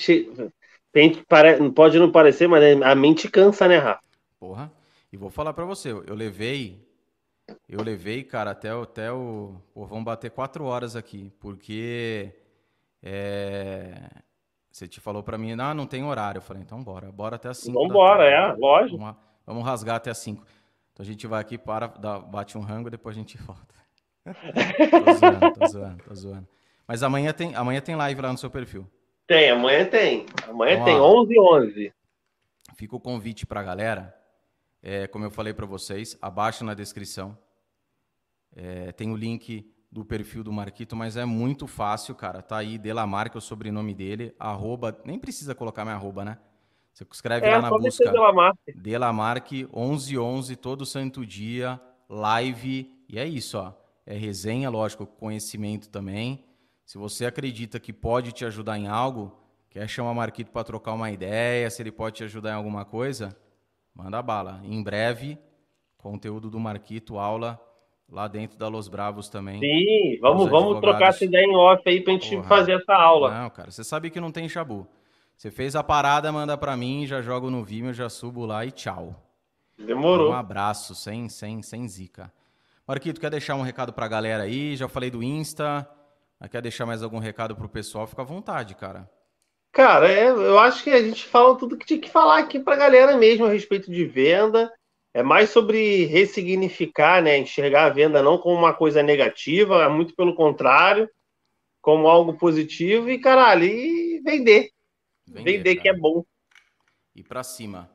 pode não parecer, mas a mente cansa, né, Rafa? Porra. E vou falar pra você, eu levei, cara, pô, vamos bater 4 horas aqui, porque é, você te falou pra mim, não tem horário. Eu falei, então bora até as 5 da Vambora, tarde. lógico. Vamos rasgar até as 5. Então a gente vai aqui, bate um rango e depois a gente volta. Tô zoando. Mas amanhã tem live lá no seu perfil. Tem, amanhã tem. Então, Amanhã tem, ó, 11 h 11. fica o convite pra galera. Como eu falei pra vocês, abaixo na descrição tem o link do perfil do Marquito, mas é muito fácil, cara. Tá aí, Delamarque, é o sobrenome dele, nem precisa colocar minha arroba, né? Você escreve lá na Só descer busca pela marca. Delamarque 1111 todo santo dia, live, e é isso, ó. É resenha, lógico, conhecimento também. Se você acredita que pode te ajudar em algo, quer chamar o Marquito para trocar uma ideia, se ele pode te ajudar em alguma coisa, manda bala. Em breve, conteúdo do Marquito, aula lá dentro da Los Bravos também, Sim, para os vamos trocar essa advogados. ideia em off aí pra gente Porra. fazer essa aula. Não, cara, você sabe que não tem chabu. Você fez a parada, manda pra mim, já jogo no Vimeo, já subo lá e tchau. E um Demorou. abraço, sem zica. Marquito, quer deixar um recado pra galera aí? Já falei do Insta. Mas quer deixar mais algum recado pro pessoal? Fica à vontade, cara. Cara, eu acho que a gente fala tudo que tinha que falar aqui pra galera mesmo a respeito de venda. É mais sobre ressignificar, né? Enxergar a venda não como uma coisa negativa, muito pelo contrário, como algo positivo e, caralho, e vender. Vender, Vender que é cara. bom. Ir pra cima.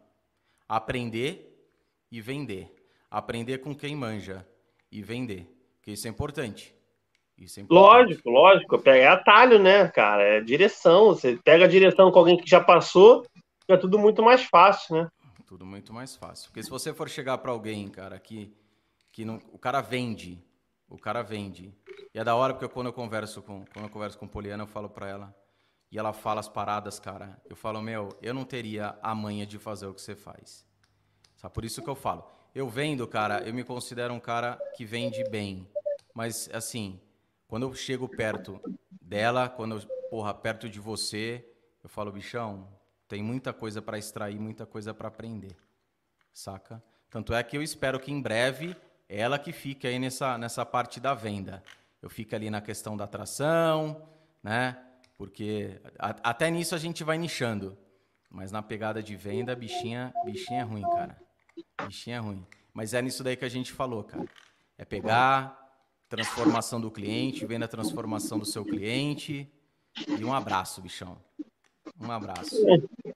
Aprender e vender. Aprender com quem manja e vender. Porque isso é importante. Isso é importante. Lógico, lógico. É atalho, né, cara? É direção. Você pega a direção com alguém que já passou, é tudo muito mais fácil, né? Tudo muito mais fácil. Porque se você for chegar pra alguém, cara, que não, o cara vende. O cara vende. E é da hora porque quando eu converso com Poliana, eu falo pra ela. E ela fala as paradas, cara. Eu falo, eu não teria a manha de fazer o que você faz. Sabe? Por isso que eu falo. Eu vendo, cara, eu me considero um cara que vende bem. Mas, assim, quando eu chego perto dela, perto de você, eu falo, bichão, tem muita coisa pra extrair, muita coisa pra aprender. Saca? Tanto é que eu espero que em breve ela que fique aí nessa parte da venda. Eu fico ali na questão da atração, né? Porque até nisso a gente vai nichando. Mas na pegada de venda, bichinha é ruim, cara. Bichinha é ruim. Mas é nisso daí que a gente falou, cara. É pegar transformação do cliente, vendo a transformação do seu cliente. E um abraço, bichão. Um abraço.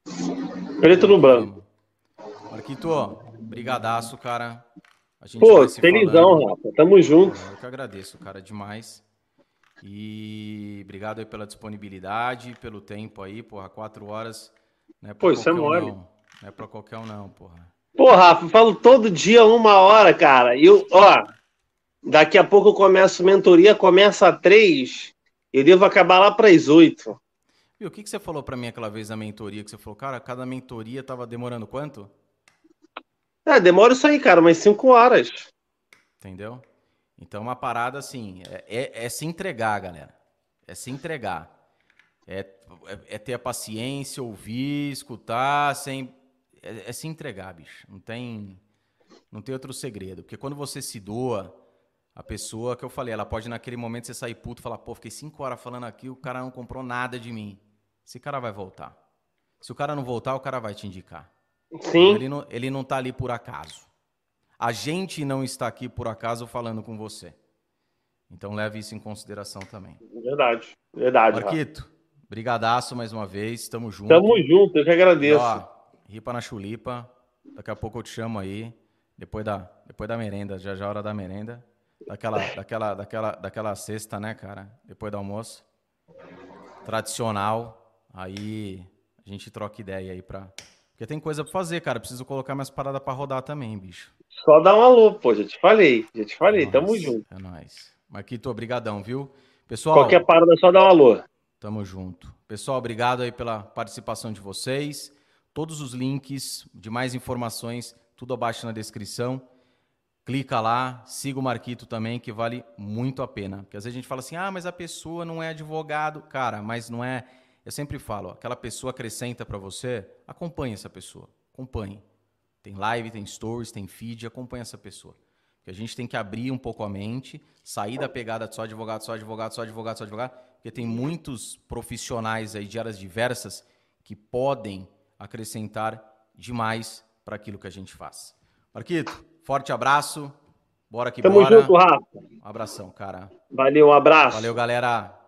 Preto Vamos no que branco. vamos. Marquito, brigadaço, cara. A gente vai Pô, se felizão, falando. Rafa. Tamo junto. Porra, eu que agradeço, cara, demais. E obrigado aí pela disponibilidade, pelo tempo aí, porra, 4 horas. Não é pra Pô, isso é qualquer um, mole. não. Não é pra qualquer um, não, porra. Pô, Rafa, eu falo todo dia 1 hora, cara. E eu, ó, daqui a pouco eu começo mentoria, começa às 3, eu devo acabar lá para as 8. Viu, o que você falou pra mim aquela vez na mentoria? Que você falou, cara, cada mentoria tava demorando quanto? Demora isso aí, cara, umas 5 horas. Entendeu? Então, uma parada assim, é se entregar, galera. É se entregar. É, é ter a paciência, ouvir, escutar, é se entregar, bicho. Não tem outro segredo. Porque quando você se doa, a pessoa que eu falei, ela pode naquele momento você sair puto e falar, pô, fiquei 5 horas falando aqui, o cara não comprou nada de mim. Esse cara vai voltar. Se o cara não voltar, o cara vai te indicar. Entendeu? Sim, Ele não tá ali por acaso. A gente não está aqui por acaso falando com você. Então leve isso em consideração também. verdade. Verdade, Rafa. Marquito, brigadaço mais uma vez, tamo junto. Tamo junto, eu que E agradeço. ó, ripa na chulipa, daqui a pouco eu te chamo aí, depois da merenda, já é hora da merenda, daquela cesta, né, cara, depois do almoço, tradicional, aí a gente troca ideia aí porque tem coisa pra fazer, cara, preciso colocar minhas paradas pra rodar também, bicho. Só dá um alô, pô, já te falei, tamo junto. É nóis. Marquito, obrigadão, viu? Qualquer Pessoal, parada, só dá um alô. tamo junto. Pessoal, obrigado aí pela participação de vocês. Todos os links de mais informações, tudo abaixo na descrição. clica lá, siga o Marquito também, que vale muito a pena. Porque às vezes a gente fala assim, mas a pessoa não é advogado. Cara, mas não é... Eu sempre falo, aquela pessoa acrescenta para você, acompanhe essa pessoa, acompanhe. Tem live, tem stories, tem feed, acompanhe essa pessoa. Porque a gente tem que abrir um pouco a mente, sair da pegada de só advogado, só advogado, só advogado, só advogado, porque tem muitos profissionais aí de áreas diversas que podem acrescentar demais para aquilo que a gente faz. Marquito, forte abraço. Bora que Tamo bora. junto, Rafa. Um abração, cara. Valeu, um abraço. Valeu, galera.